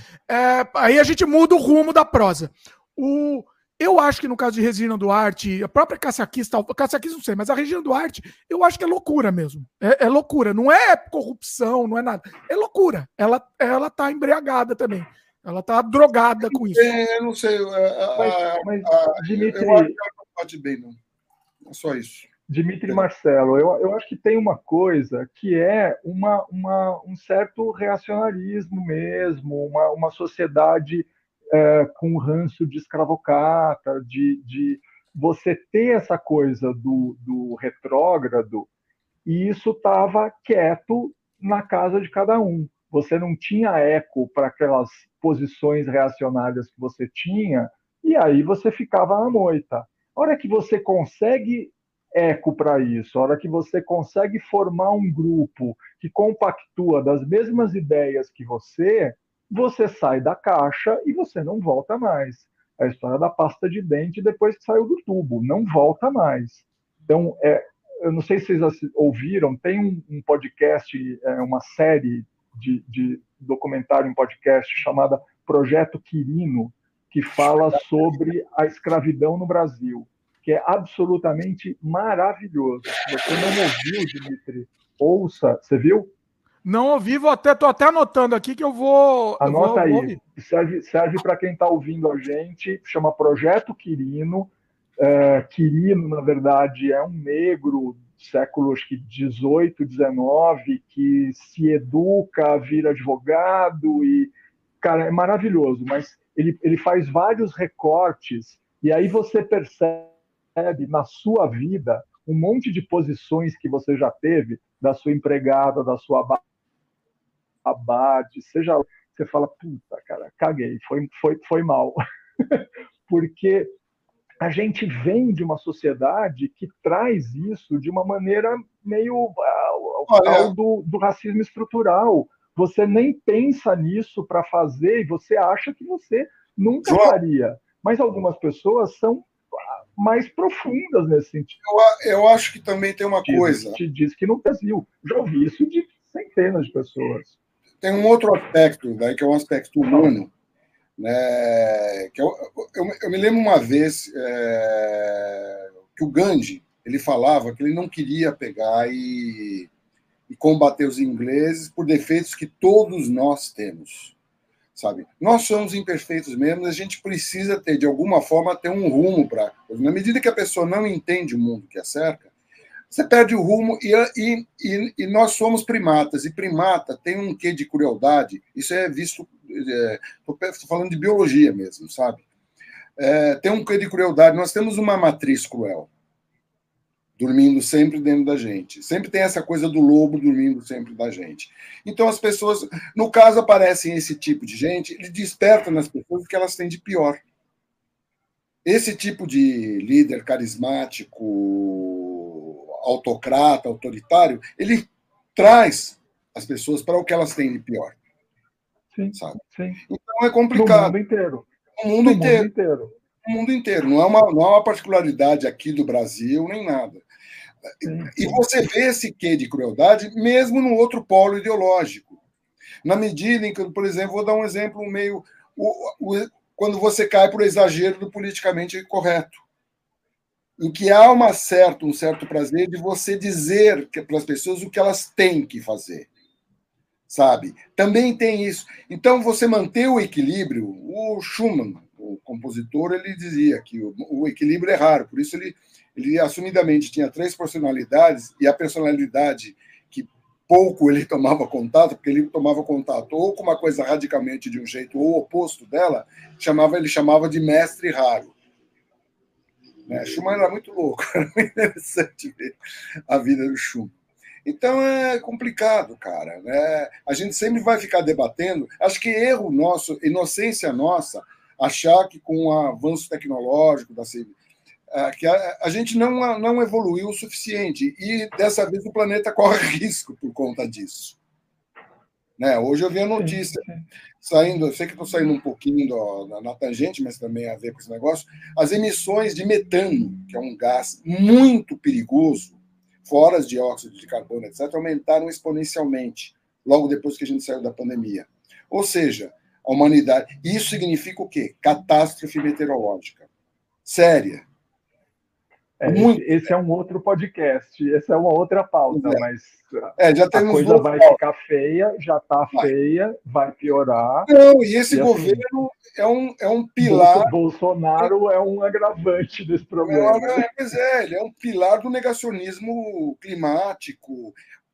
[SPEAKER 2] É, aí a gente muda o rumo da prosa. O... Eu acho que no caso de Regina Duarte, a própria Cássia Kiss, tal, Cássia Kiss não sei, mas a Regina Duarte, eu acho que é loucura mesmo. É, é loucura, não é corrupção, não é nada. É loucura. Ela, ela tá embriagada também. Ela tá drogada com isso.
[SPEAKER 1] É, eu não sei. A,
[SPEAKER 3] mas,
[SPEAKER 1] a,
[SPEAKER 3] mas,
[SPEAKER 1] a,
[SPEAKER 3] Dimitri,
[SPEAKER 1] eu acho que ela não pode bem, não. É só isso.
[SPEAKER 3] Dimitri Marcelo, eu, eu acho que tem uma coisa que é uma, uma, um certo reacionarismo mesmo, uma, uma sociedade é, com ranço de escravocrata, de, de você ter essa coisa do, do retrógrado, e isso estava quieto na casa de cada um. Você não tinha eco para aquelas posições reacionárias que você tinha, e aí você ficava na moita. A hora que você consegue eco para isso, a hora que você consegue formar um grupo que compactua das mesmas ideias que você, você sai da caixa e você não volta mais. É a história da pasta de dente depois que saiu do tubo, não volta mais. Então, é, eu não sei se vocês ouviram, tem um, um podcast, é, uma série de, de documentário em podcast chamada Projeto Quirino, que fala sobre a escravidão no Brasil, que é absolutamente maravilhoso. Se você não ouviu, Dimitri, ouça. Você viu?
[SPEAKER 2] Não ouvi, vou até, tô até anotando aqui que eu vou...
[SPEAKER 3] Anota
[SPEAKER 2] eu vou,
[SPEAKER 3] aí.
[SPEAKER 2] vou
[SPEAKER 3] serve serve para quem está ouvindo a gente, chama Projeto Quirino. É, Quirino, na verdade, é um negro século acho que dezoito, dezenove, que se educa, vira advogado e, cara, é maravilhoso, mas ele, ele faz vários recortes e aí você percebe na sua vida um monte de posições que você já teve, da sua empregada, da sua babá, seja, você fala, puta, cara, caguei, foi, foi, foi mal. Porque a gente vem de uma sociedade que traz isso de uma maneira meio ao do, do racismo estrutural. Você nem pensa nisso para fazer e você acha que você nunca
[SPEAKER 1] João,
[SPEAKER 3] faria. Mas algumas pessoas são mais profundas nesse sentido.
[SPEAKER 1] Eu, eu acho que também tem uma coisa.
[SPEAKER 3] Te diz que no Brasil. Já ouvi isso de centenas de pessoas.
[SPEAKER 1] Tem um outro aspecto, né, que é um aspecto humano. Né, que eu, eu, eu me lembro uma vez é, que o Gandhi ele falava que ele não queria pegar e, e combater os ingleses por defeitos que todos nós temos, sabe? Nós somos imperfeitos mesmo, a gente precisa ter de alguma forma ter um rumo para. Na medida que a pessoa não entende o mundo que a cerca, você perde o rumo e, e, e, e nós somos primatas, e primata tem um quê de crueldade, isso é visto, estou é, falando de biologia mesmo, sabe? É, tem um quê de crueldade, nós temos uma matriz cruel, dormindo sempre dentro da gente, sempre tem essa coisa do lobo dormindo sempre da gente. Então as pessoas, no caso aparecem esse tipo de gente, ele desperta nas pessoas o que elas têm de pior. Esse tipo de líder carismático, autocrata, autoritário, ele traz as pessoas para o que elas têm de pior.
[SPEAKER 3] Sim,
[SPEAKER 1] sabe?
[SPEAKER 3] Sim.
[SPEAKER 1] Então é complicado.
[SPEAKER 3] No mundo inteiro.
[SPEAKER 1] No mundo
[SPEAKER 3] no
[SPEAKER 1] inteiro.
[SPEAKER 3] Mundo inteiro.
[SPEAKER 1] No mundo inteiro. Não é uma, não é uma particularidade aqui do Brasil, nem nada.
[SPEAKER 3] Sim,
[SPEAKER 1] e
[SPEAKER 3] sim.
[SPEAKER 1] você vê esse quê de crueldade mesmo no outro polo ideológico. Na medida em que, por exemplo, vou dar um exemplo meio... O, o, quando você cai para o exagero do politicamente correto. Em que há uma certa, um certo prazer de você dizer para as pessoas o que elas têm que fazer. Sabe? Também tem isso. Então, você manter o equilíbrio... O Schumann, o compositor, ele dizia que o, o equilíbrio é raro, por isso ele, ele assumidamente tinha três personalidades, e a personalidade que pouco ele tomava contato, porque ele tomava contato ou com uma coisa radicalmente de um jeito ou oposto dela, chamava, ele chamava de mestre raro. Né? Schumann era muito louco, era muito interessante ver a vida do Schumann. Então é complicado, cara. Né? A gente sempre vai ficar debatendo. Acho que erro nosso, inocência nossa, achar que com o avanço tecnológico da que a, a gente não, não evoluiu o suficiente. E dessa vez o planeta corre risco por conta disso. Né? Hoje eu vi a notícia, sim, sim. saindo, eu sei que estou saindo um pouquinho do, na, na tangente, mas também a ver com esse negócio, as emissões de metano, que é um gás muito perigoso, fora as dióxido de carbono, etcétera, aumentaram exponencialmente logo depois que a gente saiu da pandemia. Ou seja, a humanidade... Isso significa o quê? Catástrofe meteorológica. Séria.
[SPEAKER 3] É, esse, esse é um outro podcast, essa é uma outra pauta, é. mas
[SPEAKER 1] é, já
[SPEAKER 3] a coisa voltado. vai ficar feia, já está feia, vai piorar.
[SPEAKER 1] Não, e esse e governo assim, é, um, é um pilar...
[SPEAKER 3] Bolsonaro é um agravante desse problema.
[SPEAKER 1] É, é, pois é, ele é um pilar do negacionismo climático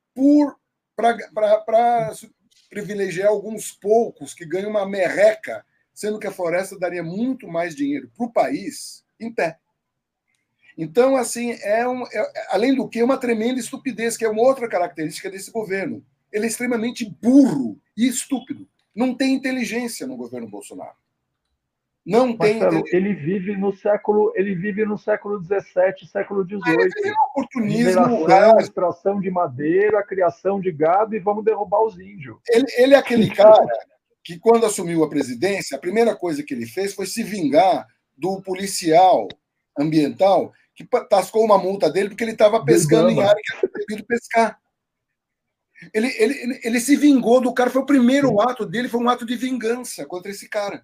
[SPEAKER 1] para privilegiar alguns poucos que ganham uma merreca, sendo que a floresta daria muito mais dinheiro para o país em pé. Então, assim, é, um, é além do que, uma tremenda estupidez, que é uma outra característica desse governo. Ele é extremamente burro e estúpido. Não tem inteligência no governo Bolsonaro. Não tem
[SPEAKER 3] Marcelo, ele vive no século, ele vive no século dezessete, século dezoito.
[SPEAKER 1] É um oportunismo,
[SPEAKER 3] mineração, extração de madeira, criação de gado e vamos derrubar os índios.
[SPEAKER 1] Ele, ele é aquele cara que, quando assumiu a presidência, a primeira coisa que ele fez foi se vingar do policial ambiental que tascou uma multa dele porque ele estava pescando em área que era proibido pescar. Ele, ele, ele se vingou do cara, foi o primeiro Sim. ato dele, foi um ato de vingança contra esse cara.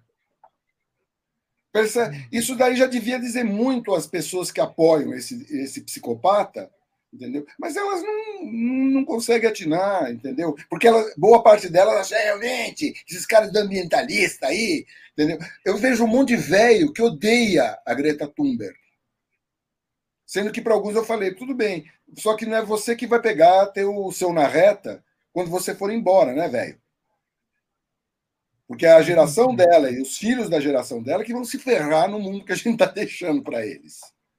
[SPEAKER 1] Isso daí já devia dizer muito às pessoas que apoiam esse, esse psicopata, entendeu? Mas elas não, não conseguem atinar, entendeu? Porque ela, boa parte delas acha, realmente, esses caras do ambientalista aí, entendeu? Eu vejo um monte de velho que odeia a Greta Thunberg. Sendo que para alguns eu falei, tudo bem, só que não é você que vai pegar, ter o seu na reta quando você for embora, né, velho? Porque é a geração dela e os filhos da geração dela que vão se ferrar no mundo que a gente está deixando para eles.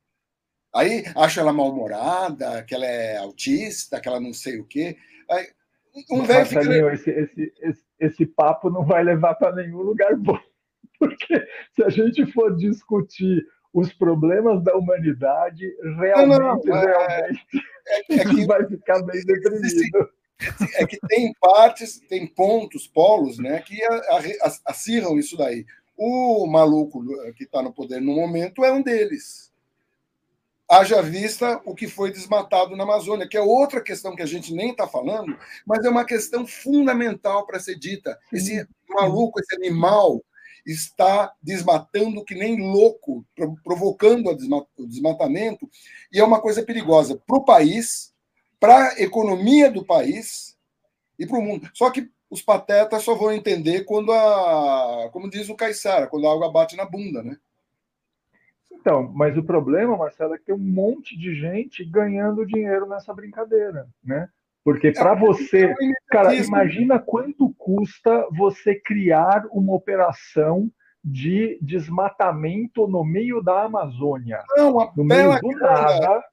[SPEAKER 1] Aí acha ela mal-humorada, que ela é autista, que ela não sei o quê. Aí, um velho fica...
[SPEAKER 3] esse, esse, esse, esse papo não vai levar para nenhum lugar bom. Porque se a gente for discutir os problemas da humanidade, realmente, não, não, é, realmente, é, é que, vai ficar bem deprimido.
[SPEAKER 1] É que tem partes, tem pontos, polos, né, que acirram isso daí. O maluco que está no poder no momento é um deles. Haja vista o que foi desmatado na Amazônia, que é outra questão que a gente nem está falando, mas é uma questão fundamental para ser dita. Esse maluco, esse animal, está desmatando que nem louco, provocando o desmatamento, e é uma coisa perigosa para o país, para a economia do país e para o mundo. Só que os patetas só vão entender quando a, como diz o Caissara, quando a água bate na bunda, né?
[SPEAKER 3] Então, mas o problema, Marcelo, é que tem um monte de gente ganhando dinheiro nessa brincadeira, né? Porque para é, você... Cara, imagina quanto custa você criar uma operação de desmatamento no meio da Amazônia.
[SPEAKER 1] Não, uma
[SPEAKER 3] no
[SPEAKER 1] bela
[SPEAKER 3] meio do nada.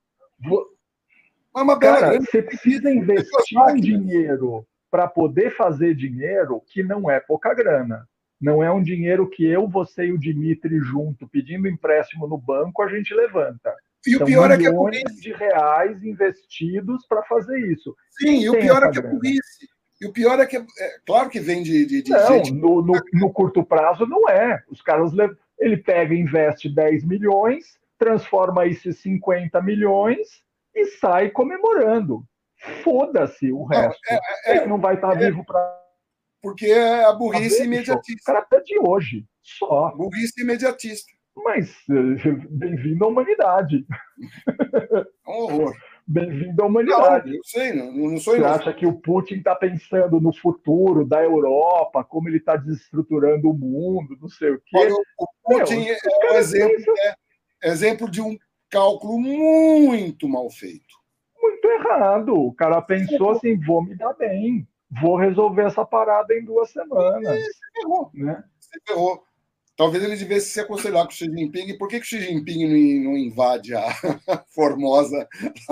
[SPEAKER 1] Uma bela
[SPEAKER 3] cara,
[SPEAKER 1] grana.
[SPEAKER 3] Você precisa investir um dinheiro para poder fazer dinheiro que não é pouca grana. Não é um dinheiro que eu, você e o Dimitri junto, pedindo empréstimo no banco, a gente levanta.
[SPEAKER 1] E
[SPEAKER 3] São
[SPEAKER 1] o pior é que é
[SPEAKER 3] milhões de reais investidos para fazer isso.
[SPEAKER 1] Sim, e o pior é que é burrice. E o pior é que, é, claro que vem de, de, de
[SPEAKER 3] não,
[SPEAKER 1] gente...
[SPEAKER 3] No, no, no curto prazo não é. Os caras, ele pega e investe dez milhões, transforma isso em cinquenta milhões e sai comemorando. Foda-se o resto. Não, é, é, ele não vai estar é, vivo para...
[SPEAKER 1] Porque é a burrice imediatista.
[SPEAKER 3] O cara é de hoje, só.
[SPEAKER 1] Burrice imediatista.
[SPEAKER 3] Mas bem-vindo à humanidade.
[SPEAKER 1] É um horror.
[SPEAKER 3] Bem-vindo à humanidade.
[SPEAKER 1] Não, eu sei, não, não sou
[SPEAKER 3] Você acha que o Putin está pensando no futuro da Europa, como ele está desestruturando o mundo, não sei o quê?
[SPEAKER 1] Olha, o Putin Meu, é um exemplo, pensam... é, exemplo de um cálculo muito mal feito.
[SPEAKER 3] Muito errado. O cara pensou assim, vou me dar bem, vou resolver essa parada em duas semanas.
[SPEAKER 1] E se ferrou. Né? Se ferrou. Talvez ele devesse se aconselhar com o Xi Jinping. Por que, que o Xi Jinping não, não invade a Formosa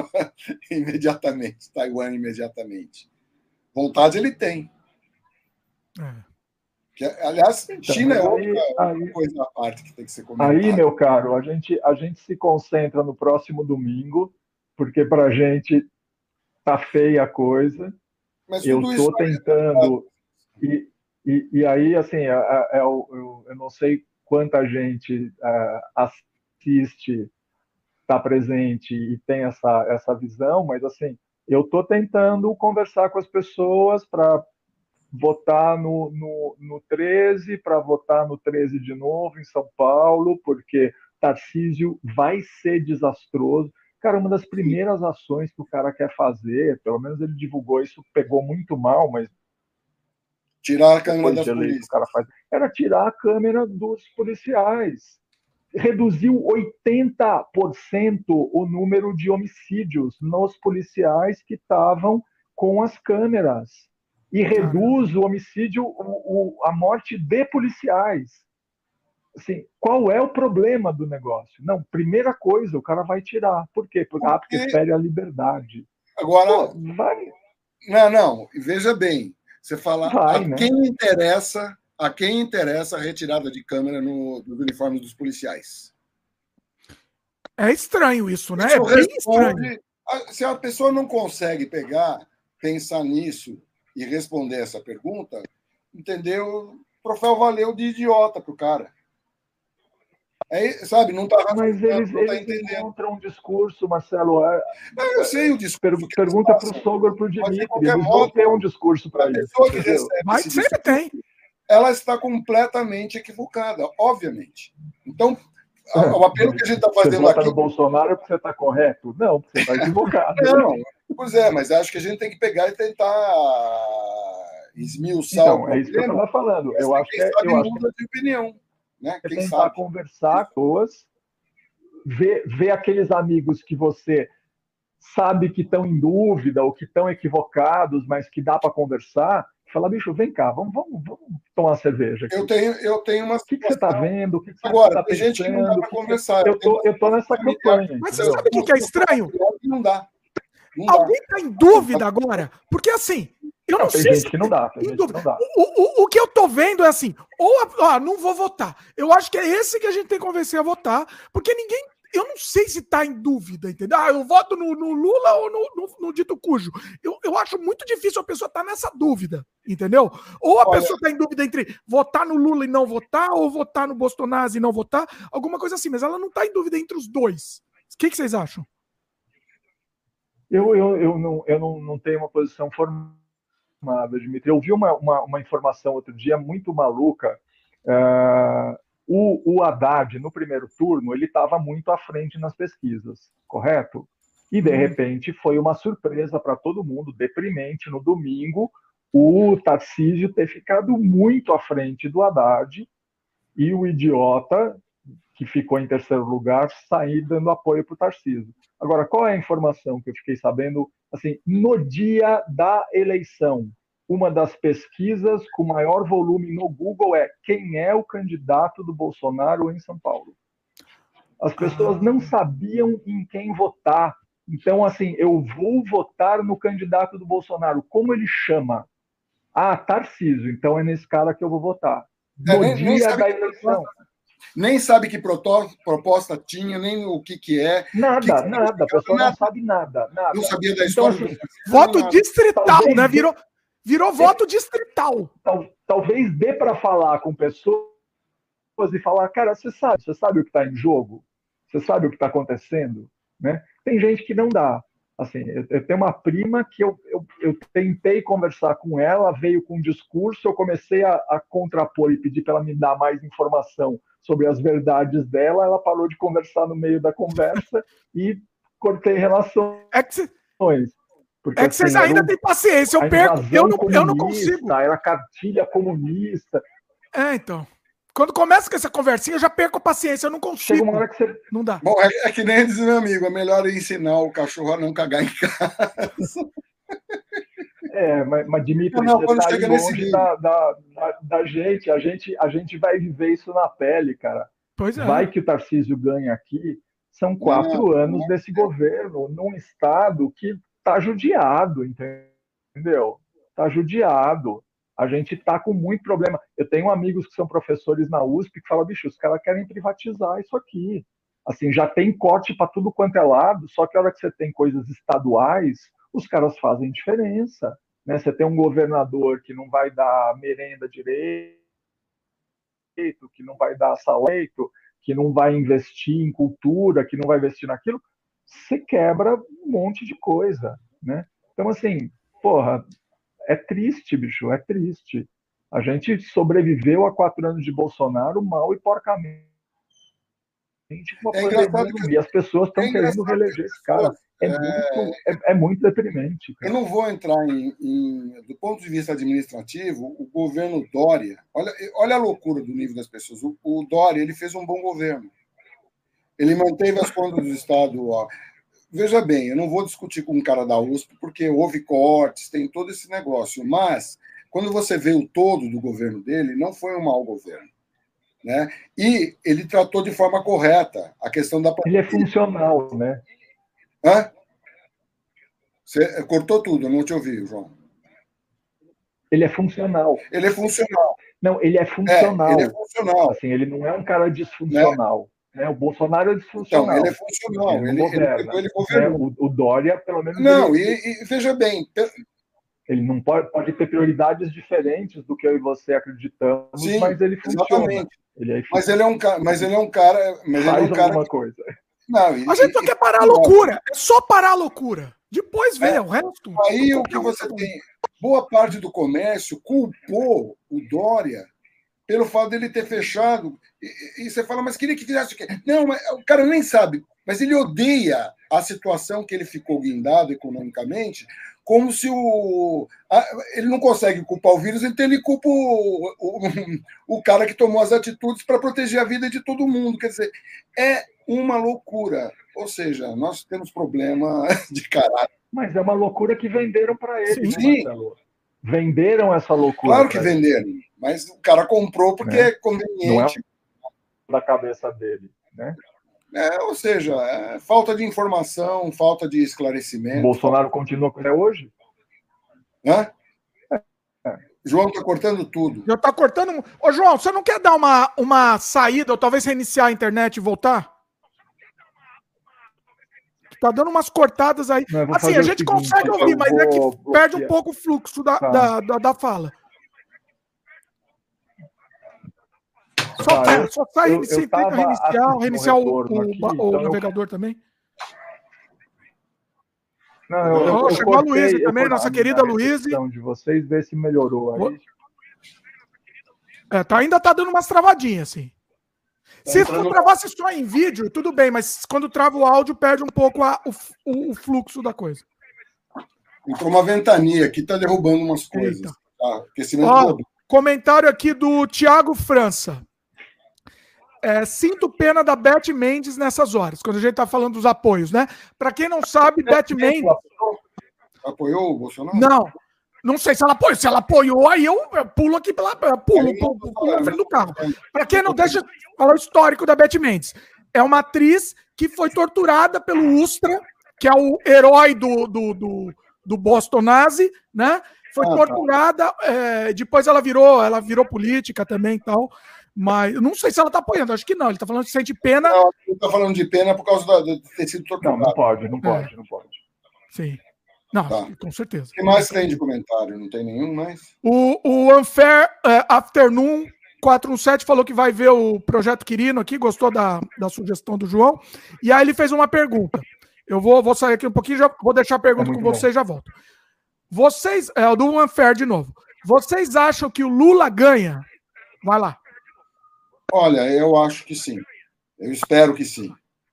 [SPEAKER 1] imediatamente, Taiwan imediatamente? Vontade ele tem. É. Que, aliás, então, China é outra, aí, outra coisa à parte que tem que ser comentada.
[SPEAKER 3] Aí, meu caro, a gente, a gente se concentra no próximo domingo, porque para a gente tá feia a coisa. Mas eu estou tentando... É... E, E, e aí, assim, é, é, eu, eu, eu não sei quanta gente é, assiste, está presente e tem essa, essa visão, mas, assim, eu estou tentando conversar com as pessoas para votar no, no, no treze, para votar no treze de novo em São Paulo, porque Tarcísio vai ser desastroso. Cara, uma das primeiras ações que o cara quer fazer, pelo menos ele divulgou isso, pegou muito mal, mas
[SPEAKER 1] tirar a câmera das polícias.
[SPEAKER 3] O cara faz, era tirar a câmera dos policiais. Reduziu oitenta por cento o número de homicídios nos policiais que estavam com as câmeras. E reduz o homicídio, o, o, a morte de policiais. Assim, qual é o problema do negócio? Não, primeira coisa, o cara vai tirar. Por quê? Porque, ah, porque fere a liberdade.
[SPEAKER 1] Agora,
[SPEAKER 3] Pô, vai.
[SPEAKER 1] Não, não, veja bem. Você fala
[SPEAKER 3] Vai,
[SPEAKER 1] a
[SPEAKER 3] né?
[SPEAKER 1] quem interessa, a quem interessa a retirada de câmera no, nos uniformes dos policiais.
[SPEAKER 2] É estranho isso, né?
[SPEAKER 1] Isso
[SPEAKER 2] é bem
[SPEAKER 1] responde,
[SPEAKER 2] estranho.
[SPEAKER 1] Se a pessoa não consegue pegar, pensar nisso e responder essa pergunta, entendeu? O troféu valeu de idiota pro cara. É, sabe, não está
[SPEAKER 3] Mas eles,
[SPEAKER 1] não tá
[SPEAKER 3] eles
[SPEAKER 1] entendendo.
[SPEAKER 3] encontram um discurso, Marcelo.
[SPEAKER 1] Não, eu sei o discurso.
[SPEAKER 3] Per, pergunta para o Sogor, para o Dimitri. Eles modo, vão ter um discurso para isso.
[SPEAKER 1] A pessoa que recebe
[SPEAKER 2] Mas
[SPEAKER 1] esse
[SPEAKER 2] sempre
[SPEAKER 1] discurso,
[SPEAKER 2] tem.
[SPEAKER 1] Ela está completamente equivocada, obviamente. Então, é, o apelo que a gente está fazendo
[SPEAKER 3] você
[SPEAKER 1] aqui...
[SPEAKER 3] Você no Bolsonaro porque você está correto? Não, porque você está equivocado.
[SPEAKER 1] Não, pois é, mas acho que a gente tem que pegar e tentar esmiuçar
[SPEAKER 3] então,
[SPEAKER 1] o problema.
[SPEAKER 3] É isso que eu estava falando. Eu acho que é,
[SPEAKER 1] sabe,
[SPEAKER 3] eu acho
[SPEAKER 1] muda de opinião. Né?
[SPEAKER 3] É
[SPEAKER 1] Quem
[SPEAKER 3] tentar
[SPEAKER 1] sabe?
[SPEAKER 3] conversar com pessoas, ver, ver aqueles amigos que você sabe que estão em dúvida ou que estão equivocados, mas que dá para conversar, falar, bicho, vem cá, vamos, vamos, vamos tomar uma cerveja aqui.
[SPEAKER 1] Eu tenho, eu tenho uma
[SPEAKER 3] O que, que você está vendo? O que, que você
[SPEAKER 1] Agora,
[SPEAKER 3] está
[SPEAKER 1] tem
[SPEAKER 3] pensando?
[SPEAKER 1] gente que não dá para conversar.
[SPEAKER 3] Eu tô, eu tô nessa campanha.
[SPEAKER 2] Mas você sabe o que é estranho?
[SPEAKER 1] Não dá. Não
[SPEAKER 2] Alguém está em dúvida agora? Porque assim, eu não, não
[SPEAKER 3] tem
[SPEAKER 2] sei
[SPEAKER 3] gente
[SPEAKER 2] se
[SPEAKER 3] que não dá, tem gente que não dá.
[SPEAKER 2] O, o, o que eu tô vendo é assim, ou a, ah, não vou votar. Eu acho que é esse que a gente tem que convencer a votar, porque ninguém, eu não sei se tá em dúvida, entendeu? Ah, eu voto no, no Lula ou no, no, no dito cujo. Eu, eu acho muito difícil a pessoa estar tá nessa dúvida, entendeu? Ou a Olha, pessoa tá em dúvida entre votar no Lula e não votar, ou votar no Bolsonaro e não votar, alguma coisa assim, mas ela não tá em dúvida entre os dois. O que, que vocês acham?
[SPEAKER 3] Eu, eu, eu, não, eu não, não tenho uma posição formada, Dimitri. Eu vi uma, uma, uma informação outro dia muito maluca. Uh, o, o Haddad, no primeiro turno, ele estava muito à frente nas pesquisas, correto? E, de repente, foi uma surpresa para todo mundo, deprimente, no domingo, o Tarcísio ter ficado muito à frente do Haddad e o idiota, que ficou em terceiro lugar, sair dando apoio para o Tarcísio. Agora, qual é a informação que eu fiquei sabendo? Assim, no dia da eleição, uma das pesquisas com maior volume no Google é quem é o candidato do Bolsonaro em São Paulo. As pessoas não sabiam em quem votar. Então, assim, eu vou votar no candidato do Bolsonaro. Como ele chama? Ah, Tarcísio. Então é nesse cara que eu vou votar. No
[SPEAKER 1] é, nem,
[SPEAKER 3] dia
[SPEAKER 1] nem
[SPEAKER 3] da eleição.
[SPEAKER 1] Nem sabe que proposta tinha, nem o que, que é.
[SPEAKER 3] Nada,
[SPEAKER 1] que que
[SPEAKER 3] nada. A pessoa nada. não sabe nada, nada.
[SPEAKER 1] Não sabia da história.
[SPEAKER 3] Então, assim,
[SPEAKER 1] do...
[SPEAKER 2] Voto
[SPEAKER 1] nada.
[SPEAKER 2] distrital, talvez né? Virou, virou voto distrital.
[SPEAKER 3] Tal, talvez dê para falar com pessoas e falar, cara, você sabe, você sabe o que está em jogo? Você sabe o que está acontecendo? Né? Tem gente que não dá. Assim, eu, eu tenho uma prima que eu, eu, eu tentei conversar com ela, veio com um discurso, eu comecei a, a contrapor e pedir para ela me dar mais informação sobre as verdades dela, ela parou de conversar no meio da conversa e cortei relações.
[SPEAKER 2] É que, cê,
[SPEAKER 3] porque,
[SPEAKER 2] é que assim, vocês ainda um, têm paciência, eu perco, eu não, eu não consigo.
[SPEAKER 3] Era cartilha comunista.
[SPEAKER 2] É, então. Quando começa com essa conversinha, eu já perco a paciência, eu não consigo.
[SPEAKER 3] Chega uma hora que você...
[SPEAKER 2] Não dá.
[SPEAKER 1] Bom, é, é que nem diz meu amigo, é melhor ensinar o cachorro a não cagar em casa.
[SPEAKER 3] É, mas, mas Dimitri, não, não, você tá aí longe da, da, da, da gente. A, gente. A gente vai viver isso na pele, cara.
[SPEAKER 2] Pois é.
[SPEAKER 3] Vai que o Tarcísio ganha aqui. São quatro não, anos não. desse governo, num estado que tá judiado, entendeu? Tá judiado. A gente está com muito problema. Eu tenho amigos que são professores na U S P que falam, bicho, os caras querem privatizar isso aqui. Assim, já tem corte para tudo quanto é lado, só que a hora que você tem coisas estaduais, os caras fazem diferença. Né? Você tem um governador que não vai dar merenda direito, que não vai dar salário, que não vai investir em cultura, que não vai investir naquilo, você quebra um monte de coisa. Né? Então, assim, porra, é triste, bicho, é triste. A gente sobreviveu a quatro anos de Bolsonaro mal e porcamente.
[SPEAKER 1] É engraçado que...
[SPEAKER 3] E as pessoas estão é querendo reeleger esse cara. É, é... Muito, é, é muito deprimente. Cara.
[SPEAKER 1] Eu não vou entrar em, em... Do ponto de vista administrativo, o governo Dória... Olha, olha a loucura do nível das pessoas. O, o Dória ele fez um bom governo. Ele manteve as contas do Estado... Ó. Veja bem, eu não vou discutir com um cara da U S P, porque houve cortes, tem todo esse negócio, mas quando você vê o todo do governo dele, não foi um mau governo. Né? E ele tratou de forma correta a questão da...
[SPEAKER 3] Ele é funcional, né?
[SPEAKER 1] Hã? Você cortou tudo, não te ouvi, João.
[SPEAKER 3] Ele é funcional.
[SPEAKER 1] Ele é funcional.
[SPEAKER 3] Não, ele é funcional.
[SPEAKER 1] É, ele é funcional.
[SPEAKER 3] Assim, ele não é um cara disfuncional. Né? Né? O Bolsonaro é disfuncional.
[SPEAKER 1] Então, ele é funcional.
[SPEAKER 3] Ele,
[SPEAKER 1] ele,
[SPEAKER 3] governa,
[SPEAKER 1] ele, ele governa.
[SPEAKER 3] Né? O, o Dória, pelo menos...
[SPEAKER 1] Não,
[SPEAKER 3] ele...
[SPEAKER 1] e, e veja bem...
[SPEAKER 3] Ele não pode, pode ter prioridades diferentes do que eu e você acreditamos, Sim, mas ele funciona. Exatamente. Ele é
[SPEAKER 1] mas ele é um cara, mas ele é um cara, mas
[SPEAKER 3] Faz
[SPEAKER 1] ele é um cara
[SPEAKER 3] alguma
[SPEAKER 1] que...
[SPEAKER 3] coisa.
[SPEAKER 1] Não, e,
[SPEAKER 2] a gente só
[SPEAKER 1] e,
[SPEAKER 2] quer parar a loucura, é só parar a loucura. Depois vem é, o resto.
[SPEAKER 1] Aí o que você tem, boa parte do comércio culpou o Dória pelo fato dele ter fechado. E, e você fala, mas queria que fizesse o quê? Não, mas o cara nem sabe, mas ele odeia a situação que ele ficou guindado economicamente, como se o... Ele não consegue culpar o vírus, então ele culpa o, o, o cara que tomou as atitudes para proteger a vida de todo mundo. Quer dizer, é uma loucura. Ou seja, nós temos problema de caráter.
[SPEAKER 3] Mas é uma loucura que venderam para ele,
[SPEAKER 1] Sim.
[SPEAKER 3] né, Marcelo? Venderam essa loucura.
[SPEAKER 1] Claro que venderam, ele. Mas o cara comprou porque né? é conveniente.
[SPEAKER 3] Não é da cabeça dele, né?
[SPEAKER 1] É, ou seja, é falta de informação, falta de esclarecimento.
[SPEAKER 3] O Bolsonaro falta... continua até hoje?
[SPEAKER 1] Hã? É. João está cortando tudo.
[SPEAKER 2] Eu tá cortando. Ô, João, você não quer dar uma, uma saída ou talvez reiniciar a internet e voltar? Tá dando umas cortadas aí. Não, assim, a gente seguinte, consegue ouvir, mas é que bloquear. Perde um pouco o fluxo da, tá. da, da, da fala. Só, ah, eu, só sai, eu, eu tenta reiniciar, reiniciar o, o, aqui, o, o então navegador eu... também.
[SPEAKER 3] Não, eu, eu,
[SPEAKER 2] oh,
[SPEAKER 3] eu
[SPEAKER 2] chegou cortei, a Luísa também, nossa querida Luísa.
[SPEAKER 3] De vocês, ver se melhorou aí.
[SPEAKER 2] É, tá, ainda tá dando umas travadinhas, assim. Se tu não... travasse só em vídeo, tudo bem, mas quando trava o áudio, perde um pouco a, o, o, o fluxo da coisa.
[SPEAKER 1] Entrou uma ventania aqui, tá derrubando umas coisas. Tá?
[SPEAKER 2] Ó, comentário aqui do Thiago França. É, sinto pena da Beth Mendes nessas horas, quando a gente tá falando dos apoios, né? Para quem não sabe, Beth Mendes...
[SPEAKER 1] Apoiou o Bolsonaro?
[SPEAKER 2] Não, não sei se ela apoiou. Se ela apoiou, aí eu pulo aqui pela... Pulo, pulo, pulo, pulo na frente do carro. Para quem não deixa... Falar o histórico da Beth Mendes. É uma atriz que foi torturada pelo Ustra, que é o herói do, do, do, do Boston Nazi, né? foi
[SPEAKER 3] ah,
[SPEAKER 2] torturada,
[SPEAKER 3] tá.
[SPEAKER 2] é, depois ela virou, ela virou política também e tal. Mas eu não sei se ela está apoiando, acho que não. Ele está falando que sente pena.
[SPEAKER 1] Não, ele está falando de pena por causa da, de ter sido torturado.
[SPEAKER 3] Não, não pode, não pode, é. não pode.
[SPEAKER 2] Sim. Não,
[SPEAKER 1] tá.
[SPEAKER 2] com certeza.
[SPEAKER 1] O que mais tem de comentário? Não tem nenhum mais?
[SPEAKER 2] O, o Unfair uh, Afternoon quatro um sete falou que vai ver o Projeto Quirino aqui, gostou da, da sugestão do João. E aí ele fez uma pergunta. Eu vou, vou sair aqui um pouquinho, já vou deixar a pergunta é com vocês e já volto. Vocês, é o do Unfair de novo. Vocês acham que o Lula ganha? Vai lá.
[SPEAKER 1] Olha, eu acho que sim. Eu espero que sim.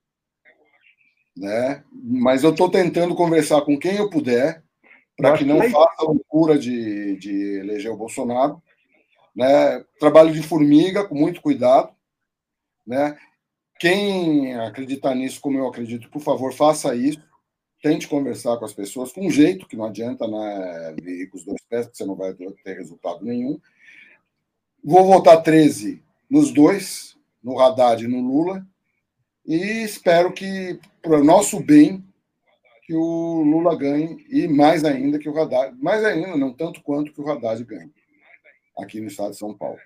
[SPEAKER 1] Né? Mas eu estou tentando conversar com quem eu puder para que não que... faça a loucura de, de eleger o Bolsonaro. Né? Trabalho de formiga, com muito cuidado. Né? Quem acreditar nisso, como eu acredito, por favor, faça isso. Tente conversar com as pessoas com um jeito, que não adianta, né, vir com os dois pés, porque você não vai ter resultado nenhum. Vou votar treze nos dois, no Haddad e no Lula, e espero que, para o nosso bem, que o Lula ganhe, e mais ainda que o Haddad, mais ainda, não tanto quanto que o Haddad ganhe, aqui no estado de São Paulo.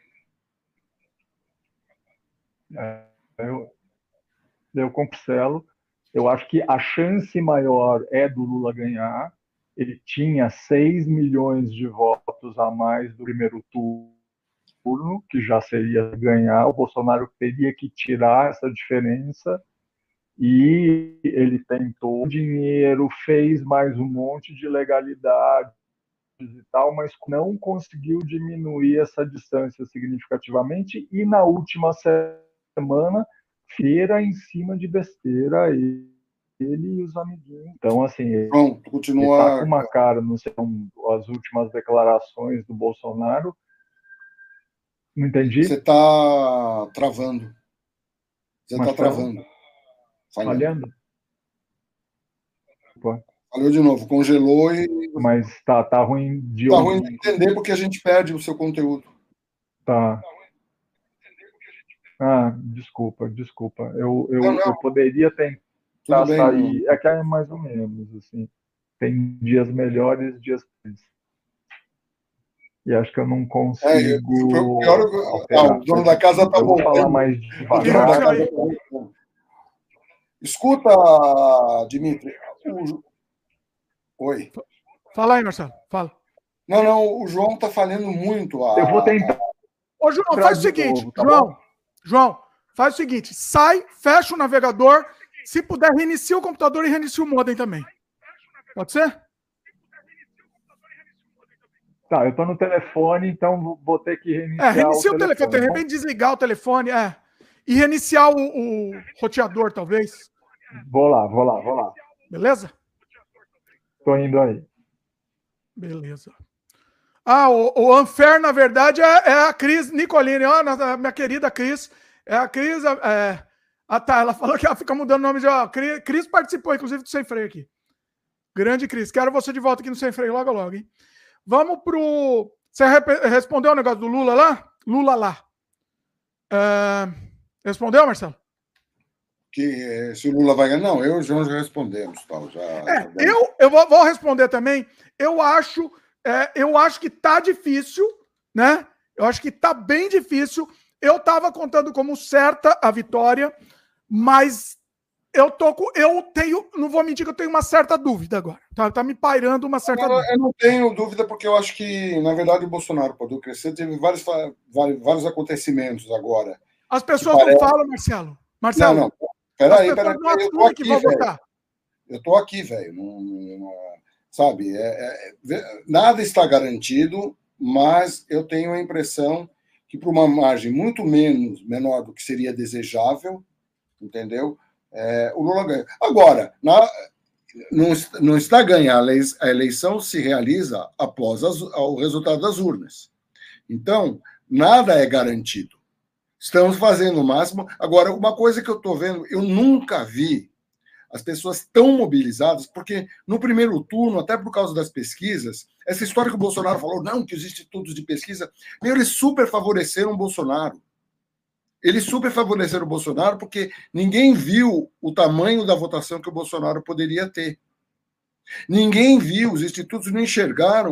[SPEAKER 3] É, eu, eu com o Marcelo, eu acho que a chance maior é do Lula ganhar. Ele tinha seis milhões de votos a mais do primeiro turno, que já seria ganhar. O Bolsonaro teria que tirar essa diferença e ele tentou dinheiro, fez mais um monte de legalidades e tal, mas não conseguiu diminuir essa distância significativamente e na última semana feira em cima de besteira e ele e os amiguinhos. Então, assim,
[SPEAKER 1] Bom, continua...
[SPEAKER 3] ele tá com uma cara, não sei, as últimas declarações do Bolsonaro. Não entendi.
[SPEAKER 1] Você está travando. Você está travando.
[SPEAKER 3] Falhando?
[SPEAKER 1] Falhou de novo, congelou e...
[SPEAKER 3] Mas tá, tá ruim de
[SPEAKER 1] Tá ruim de entender porque a gente perde o seu conteúdo.
[SPEAKER 3] Tá. Ah, desculpa, desculpa. Eu, eu, não, não. eu poderia tentar bem, sair. Não. É que é mais ou menos, assim. Tem dias melhores, dias piores. E acho que eu não consigo. É, eu,
[SPEAKER 1] pior, ah, o dono da casa está
[SPEAKER 3] voltando. Vou falar mais devagar. Tá...
[SPEAKER 1] Escuta, Dimitri. O... Oi.
[SPEAKER 2] Fala aí, Marcelo. Fala.
[SPEAKER 1] Não, não, o João está falhando muito. A...
[SPEAKER 3] Eu vou tentar.
[SPEAKER 2] Ô, João, faz o seguinte, novo, tá João. Bom? João, faz o seguinte: sai, fecha o navegador. Se puder, reinicia o computador e reinicia o modem também. Pode ser?
[SPEAKER 3] Tá, eu tô no telefone, então vou ter que reiniciar.
[SPEAKER 2] É, reinicia o, o telefone, de repente desligar o telefone, é. E reiniciar o, o roteador, talvez.
[SPEAKER 3] Vou lá, vou lá, vou lá.
[SPEAKER 2] Beleza?
[SPEAKER 3] Tô indo aí.
[SPEAKER 2] Beleza. Ah, o, o Unfair, na verdade, é, é a Cris Nicolini, ó, a minha querida Cris. É a Cris. É... Ah, tá. Ela falou que ela fica mudando o nome de. Ó, Cris, Cris participou, inclusive, do Sem Freio aqui. Grande Cris. Quero você de volta aqui no Sem Freio logo, logo, hein? Vamos pro. Você respondeu o negócio do Lula lá? Lula lá. Uh... Respondeu, Marcelo?
[SPEAKER 1] Que se o Lula vai ganhar. Não, eu e o João já respondemos. Tal, já,
[SPEAKER 2] é, já eu eu vou, vou responder também. Eu acho, é, eu acho que tá difícil, né? Eu acho que tá bem difícil. Eu tava contando como certa a vitória, mas eu tô com, eu tenho, não vou mentir que eu tenho uma certa dúvida agora. Tá, tá me pairando uma certa
[SPEAKER 1] agora,
[SPEAKER 2] dúvida.
[SPEAKER 1] Eu não tenho dúvida porque eu acho que, na verdade, o Bolsonaro pode crescer. Teve vários, vários, vários acontecimentos agora.
[SPEAKER 2] As pessoas não parece... falam, Marcelo. Marcelo.
[SPEAKER 1] Não, não. Peraí, peraí.
[SPEAKER 2] Não eu tô aqui, que votar.
[SPEAKER 1] Eu tô aqui, velho. Não, não, sabe? É, é, nada está garantido, mas eu tenho a impressão que, por uma margem muito menos menor do que seria desejável, entendeu? É, o Lula ganha. Agora, na, não, não está ganha. A eleição se realiza após as, o resultado das urnas. Então, nada é garantido. Estamos fazendo o máximo. Agora, uma coisa que eu estou vendo, eu nunca vi as pessoas tão mobilizadas, porque no primeiro turno, até por causa das pesquisas, essa história que o Bolsonaro falou, não, que os institutos de pesquisa, meu, eles super favoreceram o Bolsonaro. Eles super favoreceram o Bolsonaro porque ninguém viu o tamanho da votação que o Bolsonaro poderia ter. Ninguém viu, os institutos não enxergaram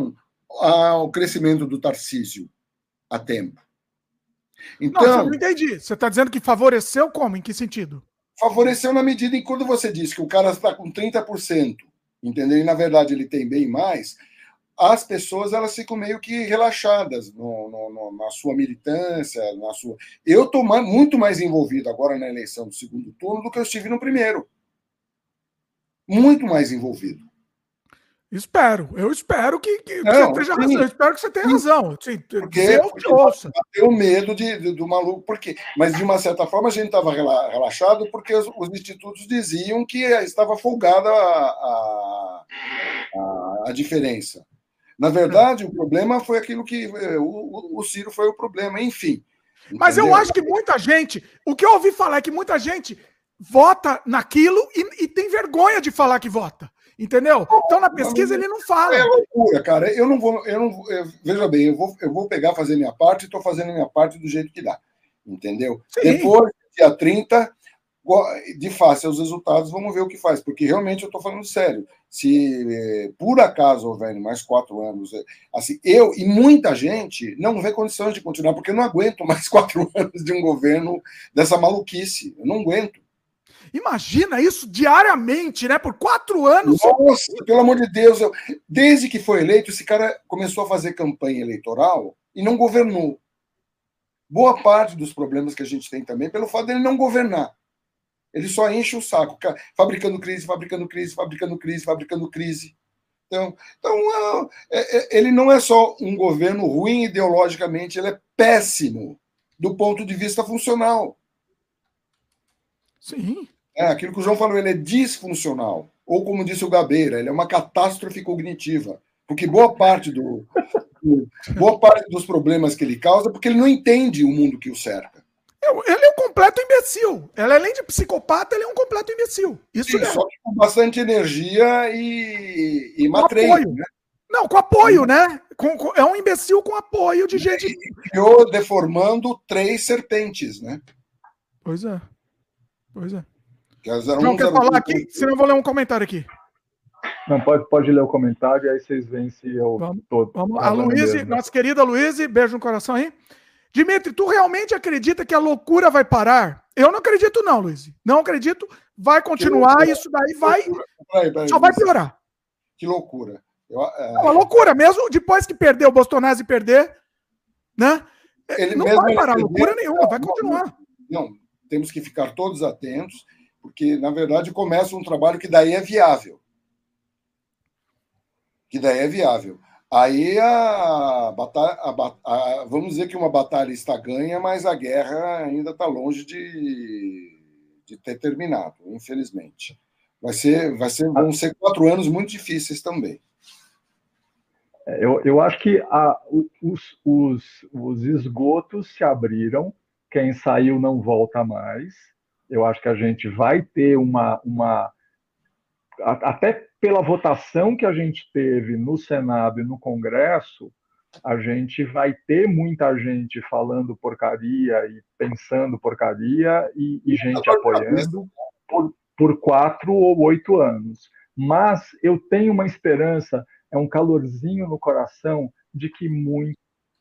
[SPEAKER 1] ao crescimento do Tarcísio a tempo.
[SPEAKER 2] Então, não, eu não entendi. Você está dizendo que favoreceu como? Em que sentido?
[SPEAKER 1] Favoreceu na medida em que quando você diz que o cara está com trinta por cento, entendeu? E na verdade ele tem bem mais, as pessoas elas ficam meio que relaxadas no, no, no, na sua militância, na sua. Eu estou muito mais envolvido agora na eleição do segundo turno do que eu estive no primeiro. Muito mais envolvido.
[SPEAKER 2] Espero, eu espero que, que, não, que você tenha razão. Eu espero que você tenha sim, razão. Sim,
[SPEAKER 1] porque eu te ouço. Eu tenho medo de, de, do maluco, porque, mas de uma certa forma a gente estava relaxado porque os, os institutos diziam que estava folgada a, a, a, a diferença. Na verdade, o problema foi aquilo que o, o Ciro foi o problema, enfim.
[SPEAKER 2] Mas entendeu? Eu acho que muita gente, o que eu ouvi falar é que muita gente vota naquilo e, e tem vergonha de falar que vota. Entendeu? Então, na pesquisa, ele não fala.
[SPEAKER 1] É loucura, cara. Eu não vou. Eu não, eu, veja bem, eu vou, eu vou pegar, fazer minha parte e estou fazendo minha parte do jeito que dá. Entendeu? Sim. Depois, dia trinta, de face aos resultados, vamos ver o que faz. Porque realmente eu estou falando sério. Se por acaso houver mais quatro anos, assim, eu e muita gente não vê condições de continuar, porque eu não aguento mais quatro anos de um governo dessa maluquice. Eu não aguento.
[SPEAKER 2] Imagina isso diariamente, né? Por quatro anos.
[SPEAKER 1] Nossa, pelo amor de Deus. Eu... Desde que foi eleito, esse cara começou a fazer campanha eleitoral e não governou. Boa parte dos problemas que a gente tem também pelo fato dele não governar. Ele só enche o saco, fabricando crise, fabricando crise, fabricando crise, fabricando crise. Então, então ele não é só um governo ruim ideologicamente, ele é péssimo do ponto de vista funcional.
[SPEAKER 2] Sim.
[SPEAKER 1] É, aquilo que o João falou, ele é disfuncional. Ou, como disse o Gabeira, ele é uma catástrofe cognitiva. Porque boa parte, do, do, boa parte dos problemas que ele causa é porque ele não entende o mundo que o cerca.
[SPEAKER 2] Ele é um completo imbecil. Ele, além de psicopata, ele é um completo imbecil. Isso
[SPEAKER 1] Sim,
[SPEAKER 2] é.
[SPEAKER 1] Só que com bastante energia e, e matreiro, né?
[SPEAKER 2] Não, com apoio, né? Com, com, é um imbecil com apoio de gente.
[SPEAKER 1] E criou deformando três serpentes, né?
[SPEAKER 2] Pois é. Pois é.
[SPEAKER 1] Não
[SPEAKER 2] quer falar aqui? Senão eu vou ler um comentário aqui.
[SPEAKER 3] Não, pode, pode ler o comentário, aí vocês veem se eu
[SPEAKER 2] vamos,
[SPEAKER 3] tô.
[SPEAKER 2] Vamos. A Luíse, nossa querida Luíse, beijo no coração aí. Dimitri, tu realmente acredita que a loucura vai parar? Eu não acredito, não, Luíse. Não acredito. Vai continuar, isso daí vai. Peraí, peraí, só vai piorar.
[SPEAKER 1] Que loucura. Eu, é...
[SPEAKER 2] Não, uma loucura, mesmo depois que perder o Bolsonaro e perder, né?
[SPEAKER 1] Ele
[SPEAKER 2] não
[SPEAKER 1] mesmo
[SPEAKER 2] vai parar
[SPEAKER 1] ele
[SPEAKER 2] loucura
[SPEAKER 1] perder,
[SPEAKER 2] nenhuma,
[SPEAKER 1] não,
[SPEAKER 2] vai continuar.
[SPEAKER 1] Não, não, temos que ficar todos atentos, porque, na verdade, começa um trabalho que daí é viável. Que daí é viável. Aí a batalha, a, a, vamos dizer que uma batalha está ganha, mas a guerra ainda está longe de, de ter terminado, infelizmente. Vai ser, vai ser, vão ser quatro anos muito difíceis também.
[SPEAKER 3] Eu, eu acho que a, os, os, os esgotos se abriram, quem saiu não volta mais. Eu acho que a gente vai ter uma, uma até pela votação que a gente teve no Senado e no Congresso, a gente vai ter muita gente falando porcaria e pensando porcaria e, e gente apoiando por, por quatro ou oito anos. Mas eu tenho uma esperança, é um calorzinho no coração de que muito...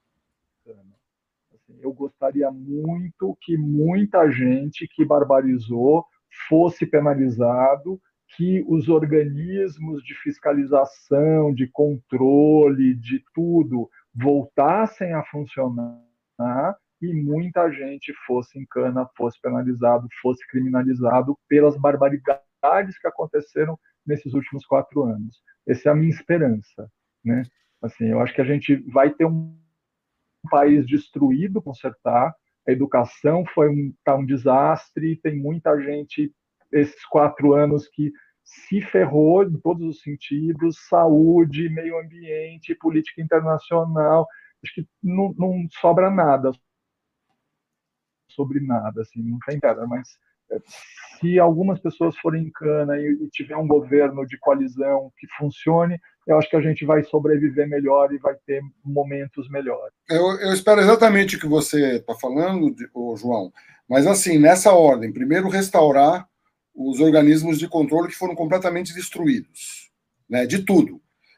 [SPEAKER 3] Eu gostaria muito que muita gente que barbarizou fosse penalizado, que os organismos de fiscalização, de controle, de tudo, voltassem a funcionar e muita gente fosse em cana, fosse penalizado, fosse criminalizado pelas barbaridades que aconteceram nesses últimos quatro anos. Essa é a minha esperança, né? Assim, eu acho que a gente vai ter um país destruído, consertar. A educação foi um, tá um desastre, tem muita gente esses quatro anos que se ferrou em todos os sentidos, saúde, meio ambiente, política internacional, acho que não, não sobra nada sobre nada, assim, não tem nada, mas se algumas pessoas forem em cana e, e tiver um governo de coalizão que funcione, eu acho que a gente vai sobreviver melhor e vai ter momentos melhores.
[SPEAKER 1] Eu, eu espero exatamente o que você está falando, João, mas assim, nessa ordem, primeiro restaurar os organismos de controle que foram completamente destruídos, né, de tudo.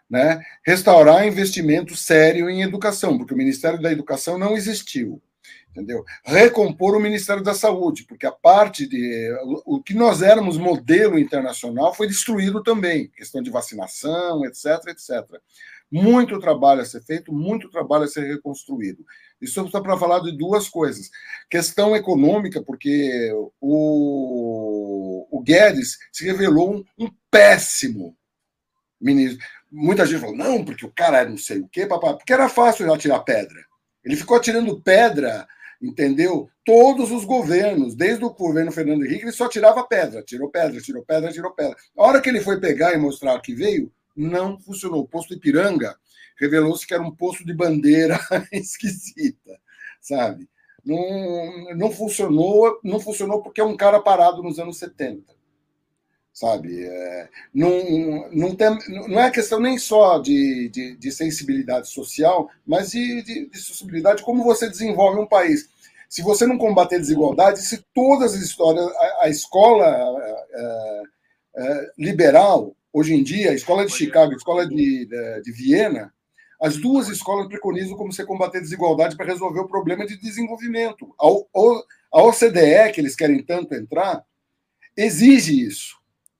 [SPEAKER 1] né? Restaurar investimento sério em educação, porque o Ministério da Educação não existiu. Entendeu? Recompor o Ministério da Saúde, porque a parte de o que nós éramos modelo internacional foi destruído também, questão de vacinação, etc, etcétera. Muito trabalho a ser feito, muito trabalho a ser reconstruído. Isso só para falar de duas coisas. Questão econômica, porque o, o Guedes se revelou um, um péssimo ministro. Muita gente falou, não, porque o cara era não sei o quê, papai, porque era fácil ele atirar pedra. Ele ficou atirando pedra, entendeu? Todos os governos, desde o governo Fernando Henrique, ele só tirava pedra, tirou pedra, tirou pedra, tirou pedra. A hora que ele foi pegar e mostrar o que veio, não funcionou. O posto Ipiranga revelou-se que era um posto de bandeira esquisita, sabe? Não, não funcionou, não funcionou porque é um cara parado nos anos setenta, sabe? É, não, não, tem, não é questão nem só de, de, de sensibilidade social, mas de, de, de sensibilidade como você desenvolve um país. Se você não combater a desigualdade, se todas as histórias, a, a escola é, é, liberal, hoje em dia, a escola de Chicago, a escola de, de, de Viena, as duas escolas preconizam como você combater a desigualdade para resolver o problema de desenvolvimento. A, a O C D E, que eles querem tanto entrar, exige isso.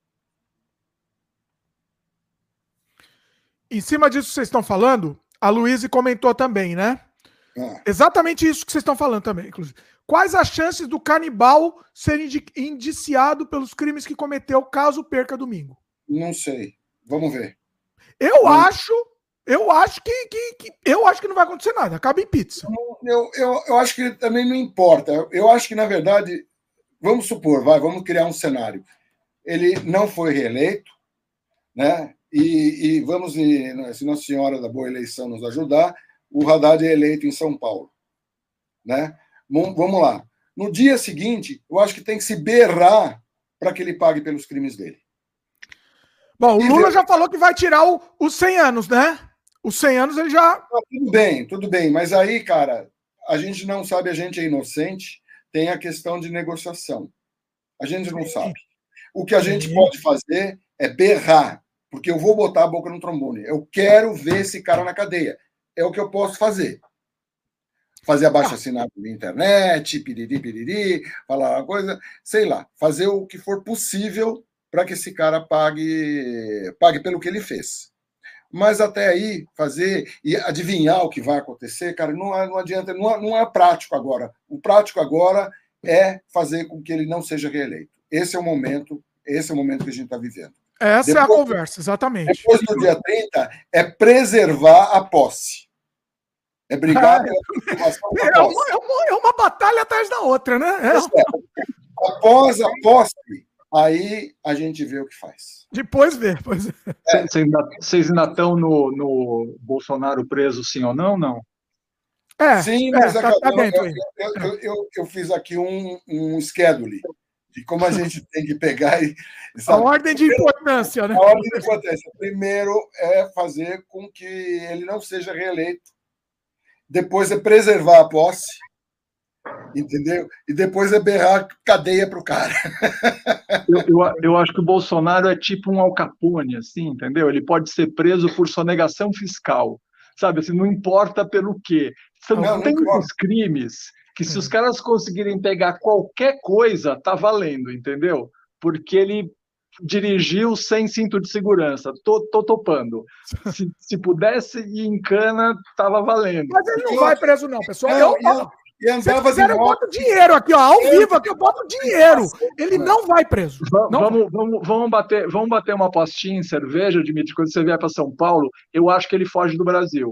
[SPEAKER 2] Em cima disso que vocês estão falando, a Luísa comentou também, né? Ah. Exatamente isso que vocês estão falando também, inclusive. Quais as chances do Canibal ser indiciado pelos crimes que cometeu caso perca domingo?
[SPEAKER 1] Não sei. Vamos ver.
[SPEAKER 2] Eu não. acho, eu acho que, que, que eu acho que não vai acontecer nada. Acaba em pizza.
[SPEAKER 1] Eu, eu, eu acho que também não importa. Eu acho que, na verdade, vamos supor, vai, vamos criar um cenário. Ele não foi reeleito, né? E, e vamos, se Nossa Senhora da Boa Eleição nos ajudar, o Haddad é eleito em São Paulo, né? Vamos lá. No dia seguinte, eu acho que tem que se berrar para que ele pague pelos crimes dele.
[SPEAKER 2] Bom, o Lula já falou que vai tirar o, os cem anos, né? Os cem anos ele já...
[SPEAKER 1] Ah, tudo bem, tudo bem. Mas aí, cara, a gente não sabe, a gente é inocente, tem a questão de negociação. A gente não sabe. O que a gente pode fazer é berrar, porque eu vou botar a boca no trombone. Eu quero ver esse cara na cadeia. É o que eu posso fazer. Fazer abaixo-assinado na internet, piriri, piriri, falar uma coisa, sei lá, fazer o que for possível para que esse cara pague, pague pelo que ele fez. Mas até aí, fazer e adivinhar o que vai acontecer, cara, não, não adianta, não, não é prático agora. O prático agora é fazer com que ele não seja reeleito. Esse é o momento, esse é o momento que a gente está vivendo.
[SPEAKER 2] Essa depois, é a conversa, exatamente.
[SPEAKER 1] Depois do dia trinta, é preservar a posse. É brigar pela preservação da
[SPEAKER 2] é posse. Uma, é, uma, é uma batalha atrás da outra, né? É.
[SPEAKER 1] É. Após a posse, aí a gente vê o que faz.
[SPEAKER 2] Depois vê. Depois...
[SPEAKER 3] É. Vocês, ainda, vocês ainda estão no, no Bolsonaro preso, sim ou não? Não.
[SPEAKER 2] É,
[SPEAKER 1] sim,
[SPEAKER 2] é,
[SPEAKER 1] mas
[SPEAKER 2] tá,
[SPEAKER 1] acabou,
[SPEAKER 2] tá dentro,
[SPEAKER 1] eu, eu, eu, eu, eu fiz aqui um, um schedule de como a gente tem que pegar e...
[SPEAKER 2] Sabe, a ordem de importância, né?
[SPEAKER 1] A ordem de importância. Primeiro é fazer com que ele não seja reeleito. Depois é preservar a posse, entendeu? E depois é berrar cadeia para o cara.
[SPEAKER 3] Eu, eu, eu acho que o Bolsonaro é tipo um Al Capone, assim, entendeu? Ele pode ser preso por sonegação fiscal, sabe? Assim, não importa pelo quê. São não, tantos não crimes que se os caras conseguirem pegar qualquer coisa, tá valendo, entendeu? Porque ele dirigiu sem cinto de segurança. Tô, tô topando. Se, se pudesse ir em cana, tava valendo.
[SPEAKER 2] Mas ele não vai preso não, pessoal. Não, eu, eu,
[SPEAKER 1] e andava
[SPEAKER 2] se quiser, eu boto dinheiro aqui, ó, ao vivo aqui, eu boto dinheiro. Ele não vai preso. Não
[SPEAKER 3] vamos,
[SPEAKER 2] vai.
[SPEAKER 3] Vamos, vamos, bater, vamos bater uma apostinha em cerveja, Dimitri, quando você vier para São Paulo, eu acho que ele foge do Brasil.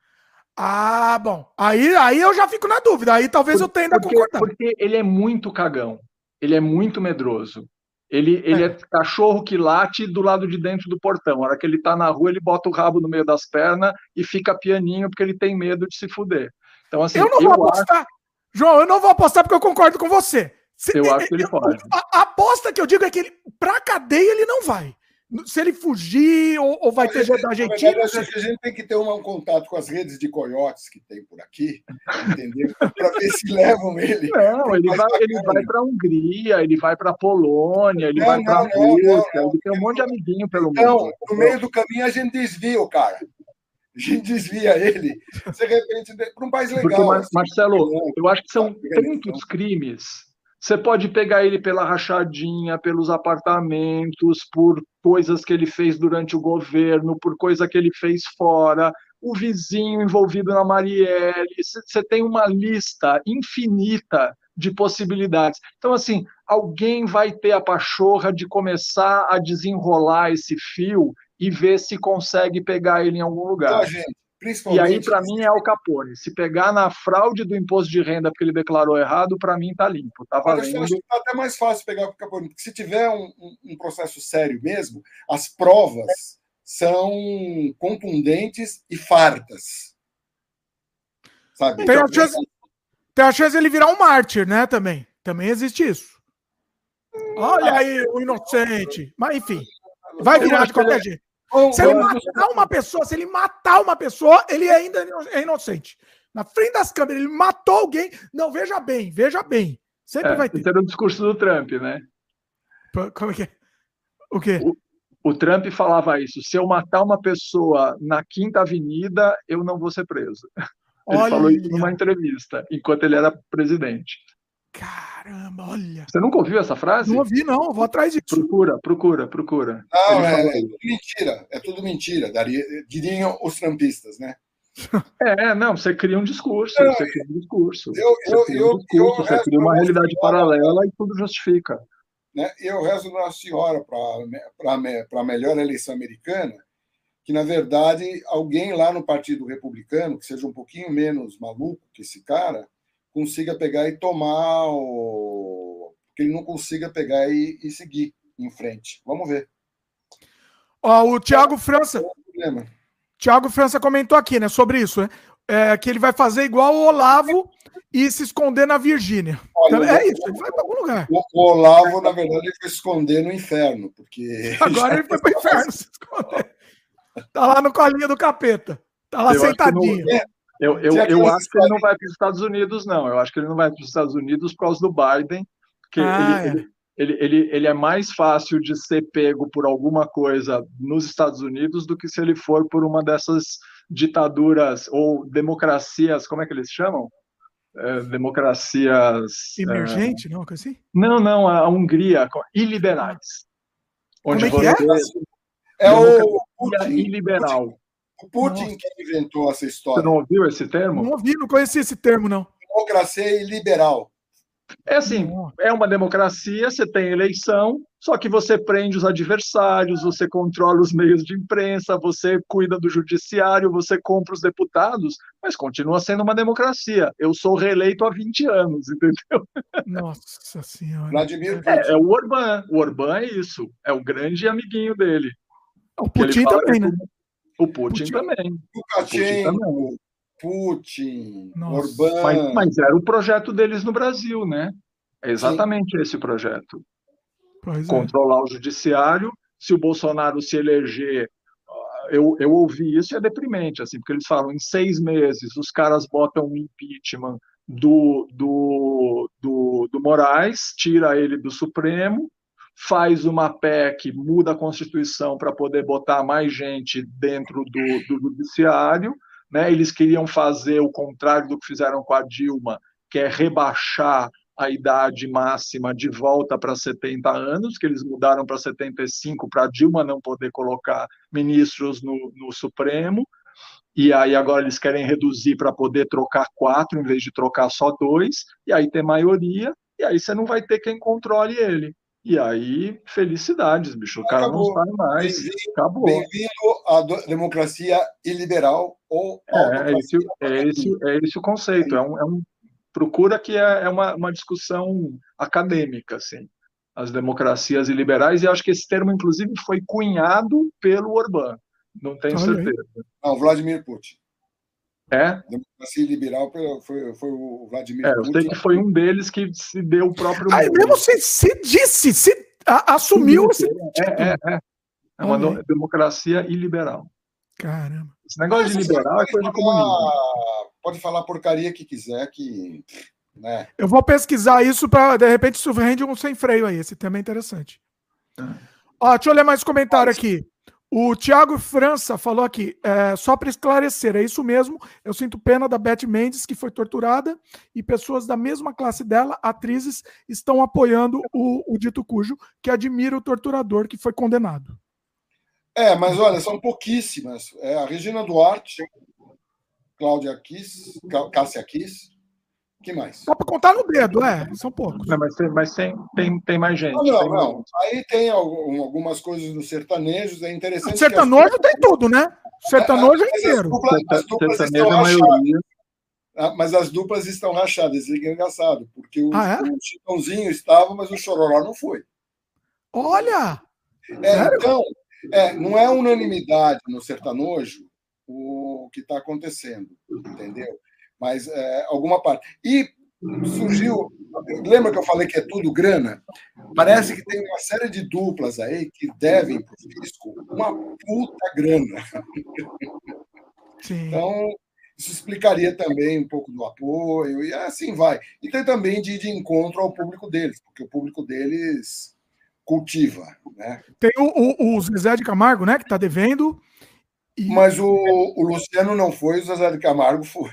[SPEAKER 2] Ah, bom. Aí, aí eu já fico na dúvida. Aí talvez
[SPEAKER 3] Por,
[SPEAKER 2] eu tenha ainda
[SPEAKER 3] porque,
[SPEAKER 2] concordar.
[SPEAKER 3] Porque ele é muito cagão. Ele é muito medroso. Ele, ele é. é cachorro que late do lado de dentro do portão. A hora que ele tá na rua, ele bota o rabo no meio das pernas e fica pianinho porque ele tem medo de se fuder. Então, assim,
[SPEAKER 2] eu não vou eu apostar. Acho... João, eu não vou apostar porque eu concordo com você.
[SPEAKER 3] Eu acho que ele pode.
[SPEAKER 2] A, a aposta que eu digo é que ele, pra cadeia ele não vai. se ele fugir ou, ou vai ter gente da Argentina.
[SPEAKER 1] Na verdade, a gente tem que ter um, um contato com as redes de coiotes que tem por aqui, entendeu? Para ver se levam ele.
[SPEAKER 3] Não, ele vai, ele vai para a Hungria, ele vai para a Polônia, ele
[SPEAKER 1] não,
[SPEAKER 3] vai para a Rússia, ele tem um monte de amiguinho pelo
[SPEAKER 1] então,
[SPEAKER 3] mundo.
[SPEAKER 1] No meio do caminho a gente desvia o cara. A gente desvia ele, de repente, para um país legal.
[SPEAKER 3] Porque,
[SPEAKER 1] assim,
[SPEAKER 3] Marcelo, eu acho que são tantos crimes. Você pode pegar ele pela rachadinha, pelos apartamentos, por coisas que ele fez durante o governo, por coisa que ele fez fora, o vizinho envolvido na Marielle. Você tem uma lista infinita de possibilidades. Então, assim, alguém vai ter a pachorra de começar a desenrolar esse fio e ver se consegue pegar ele em algum lugar.
[SPEAKER 1] Então, gente,
[SPEAKER 3] e aí, para mim, é Al Capone. Se pegar na fraude do imposto de renda porque ele declarou errado, para mim tá limpo, tá valendo.
[SPEAKER 1] Eu acho que tá até mais fácil pegar o Al Capone, porque se tiver um, um, um processo sério mesmo, as provas são contundentes e fartas. Sabe?
[SPEAKER 2] Tem,
[SPEAKER 1] Então,
[SPEAKER 2] a chance, tem a chance de ele virar um mártir, né, também. Também existe isso. Olha aí, o inocente. Mas, enfim, vai virar de qualquer jeito. Se ele matar uma pessoa, se ele matar uma pessoa, ele ainda é inocente. Na frente das câmeras, ele matou alguém. Não, veja bem, veja bem. Sempre
[SPEAKER 3] é,
[SPEAKER 2] vai ter.
[SPEAKER 3] Esse era o discurso do Trump, né?
[SPEAKER 2] Como é que é? O quê?
[SPEAKER 3] O, o Trump falava isso. Se eu matar uma pessoa na Quinta Avenida, eu não vou ser preso. Ele
[SPEAKER 2] olha.
[SPEAKER 3] falou isso numa entrevista, enquanto ele era presidente.
[SPEAKER 2] Caramba, olha.
[SPEAKER 3] Você nunca ouviu essa frase?
[SPEAKER 2] Não ouvi, não. Vou atrás disso.
[SPEAKER 3] Procura, procura, procura.
[SPEAKER 1] Não, é, é tudo mentira. É tudo mentira. Daria, diriam os trumpistas, né?
[SPEAKER 3] É, não, você cria um discurso. Não, você cria um discurso.
[SPEAKER 1] Eu, eu,
[SPEAKER 3] você cria, um discurso, eu, eu, você cria uma realidade paralela e tudo justifica.
[SPEAKER 1] Né? Eu rezo Nossa Senhora para a melhor eleição americana, que, na verdade, alguém lá no Partido Republicano, que seja um pouquinho menos maluco que esse cara, consiga pegar e tomar o... que ele não consiga pegar e, e seguir em frente. Vamos ver.
[SPEAKER 2] Ó, o Thiago França... Thiago França comentou aqui, né, sobre isso, né? É, que ele vai fazer igual o Olavo e se esconder na Virgínia. Então, é isso, ele vai para algum lugar.
[SPEAKER 1] O, o Olavo, na verdade, ele foi se esconder no inferno, porque...
[SPEAKER 2] Agora ele foi para o inferno se esconder. Tá lá no colinho do capeta. Tá lá eu sentadinho.
[SPEAKER 3] Acho eu, eu, eu acho que ele não vai para os Estados Unidos, não. Eu acho que ele não vai para os Estados Unidos por causa do Biden, porque ah, ele, é. ele, ele, ele, ele é mais fácil de ser pego por alguma coisa nos Estados Unidos do que se ele for por uma dessas ditaduras ou democracias, como é que eles chamam? É, democracias...
[SPEAKER 2] Emergente, é... não? Assim?
[SPEAKER 3] Não, não, a Hungria, iliberais.
[SPEAKER 2] Onde como é que
[SPEAKER 1] você... é? É o Putin,
[SPEAKER 3] iliberal.
[SPEAKER 1] O Putin Nossa. que inventou essa história.
[SPEAKER 3] Você não ouviu esse termo?
[SPEAKER 2] Não ouvi, não conhecia esse termo, não.
[SPEAKER 1] Democracia iliberal.
[SPEAKER 3] É assim, é uma democracia, você tem eleição, só que você prende os adversários, você controla os meios de imprensa, você cuida do judiciário, você compra os deputados, mas continua sendo uma democracia. Eu sou reeleito há vinte anos, entendeu?
[SPEAKER 2] Nossa Senhora.
[SPEAKER 1] Vladimir Putin.
[SPEAKER 3] É, é o Orbán. O Orbán é isso. É o grande amiguinho dele.
[SPEAKER 2] O Putin também, né?
[SPEAKER 3] O Putin, Putin também.
[SPEAKER 1] O Putin também. Putin,
[SPEAKER 2] Nossa.
[SPEAKER 1] Orbán...
[SPEAKER 3] Mas, mas era o projeto deles no Brasil, né? É exatamente Sim. esse projeto.
[SPEAKER 2] Pois
[SPEAKER 3] Controlar
[SPEAKER 2] é.
[SPEAKER 3] o judiciário. Se o Bolsonaro se eleger... Eu, eu ouvi isso e é deprimente, assim, porque eles falam, em seis meses, os caras botam um impeachment do, do, do, do Moraes, tira ele do Supremo, faz uma P E C, muda a Constituição para poder botar mais gente dentro do, do judiciário, né? Eles queriam fazer o contrário do que fizeram com a Dilma, que é rebaixar a idade máxima de volta para setenta anos, que eles mudaram para setenta e cinco, para a Dilma não poder colocar ministros no, no Supremo, e aí agora eles querem reduzir para poder trocar quatro, em vez de trocar só dois, e aí ter maioria, e aí você não vai ter quem controle ele. E aí, felicidades, bicho. O cara Acabou. não sai mais.
[SPEAKER 1] Bem-vindo,
[SPEAKER 3] Acabou.
[SPEAKER 1] Bem-vindo à democracia iliberal ou
[SPEAKER 3] é, é, esse, é, esse, é esse o conceito. É um, é um, procura que é, é uma, uma discussão acadêmica, assim, as democracias iliberais, e acho que esse termo, inclusive, foi cunhado pelo Orbán. Não tenho
[SPEAKER 2] Olha
[SPEAKER 3] certeza.
[SPEAKER 1] Aí. Não, Vladimir Putin.
[SPEAKER 3] É?
[SPEAKER 1] Democracia liberal foi, foi o Vladimir
[SPEAKER 3] é,
[SPEAKER 1] Putin.
[SPEAKER 3] Eu sei que foi um deles que se deu o próprio...
[SPEAKER 2] Ah, mesmo se, se disse, se a, assumiu...
[SPEAKER 3] Se... É, é, é. É uma no, democracia iliberal.
[SPEAKER 2] Caramba.
[SPEAKER 3] Esse negócio Mas, de liberal é coisa de comunismo.
[SPEAKER 1] Pode falar a porcaria que quiser, que... Né?
[SPEAKER 2] Eu vou pesquisar isso para, de repente, isso rende um sem freio aí. Esse tema é interessante. É. Ó, deixa eu ler mais comentário aqui. O Thiago França falou aqui, é, só para esclarecer, é isso mesmo, eu sinto pena da Beth Mendes, que foi torturada, e pessoas da mesma classe dela, atrizes, estão apoiando o, o dito cujo, que admira o torturador que foi condenado.
[SPEAKER 1] É, mas olha, são pouquíssimas. É, a Regina Duarte, Cláudia Kiss, Cássia Kiss, que mais?
[SPEAKER 2] Dá para contar no dedo, é, são poucos.
[SPEAKER 3] Não, mas tem, mas tem, tem, tem mais gente.
[SPEAKER 1] Ah, não,
[SPEAKER 3] tem
[SPEAKER 1] não.
[SPEAKER 3] Mais...
[SPEAKER 1] Aí tem algumas coisas dos sertanejos, é interessante.
[SPEAKER 2] O sertanojo duplas... tem tudo, né? O sertanojo é, é inteiro.
[SPEAKER 1] As duplas, as duplas
[SPEAKER 3] sertanejo é a maioria.
[SPEAKER 1] Ah, mas as duplas estão rachadas, isso é engraçado, porque o,
[SPEAKER 2] ah, é?
[SPEAKER 1] o Chitãozinho estava, mas o Chororó não foi.
[SPEAKER 2] Olha!
[SPEAKER 1] É, então, é, não é unanimidade no sertanojo o que está acontecendo, entendeu? Mas é, alguma parte. E surgiu, lembra que eu falei que é tudo grana? Parece que tem uma série de duplas aí que devem para o fisco uma puta grana.
[SPEAKER 2] Sim.
[SPEAKER 1] Então, isso explicaria também um pouco do apoio, e assim vai. E tem também de ir de encontro ao público deles, porque o público deles cultiva, né?
[SPEAKER 2] Tem o, o, o Zezé de Camargo, né, que está devendo.
[SPEAKER 1] E... Mas o, o Luciano não foi, o Zezé de Camargo foi.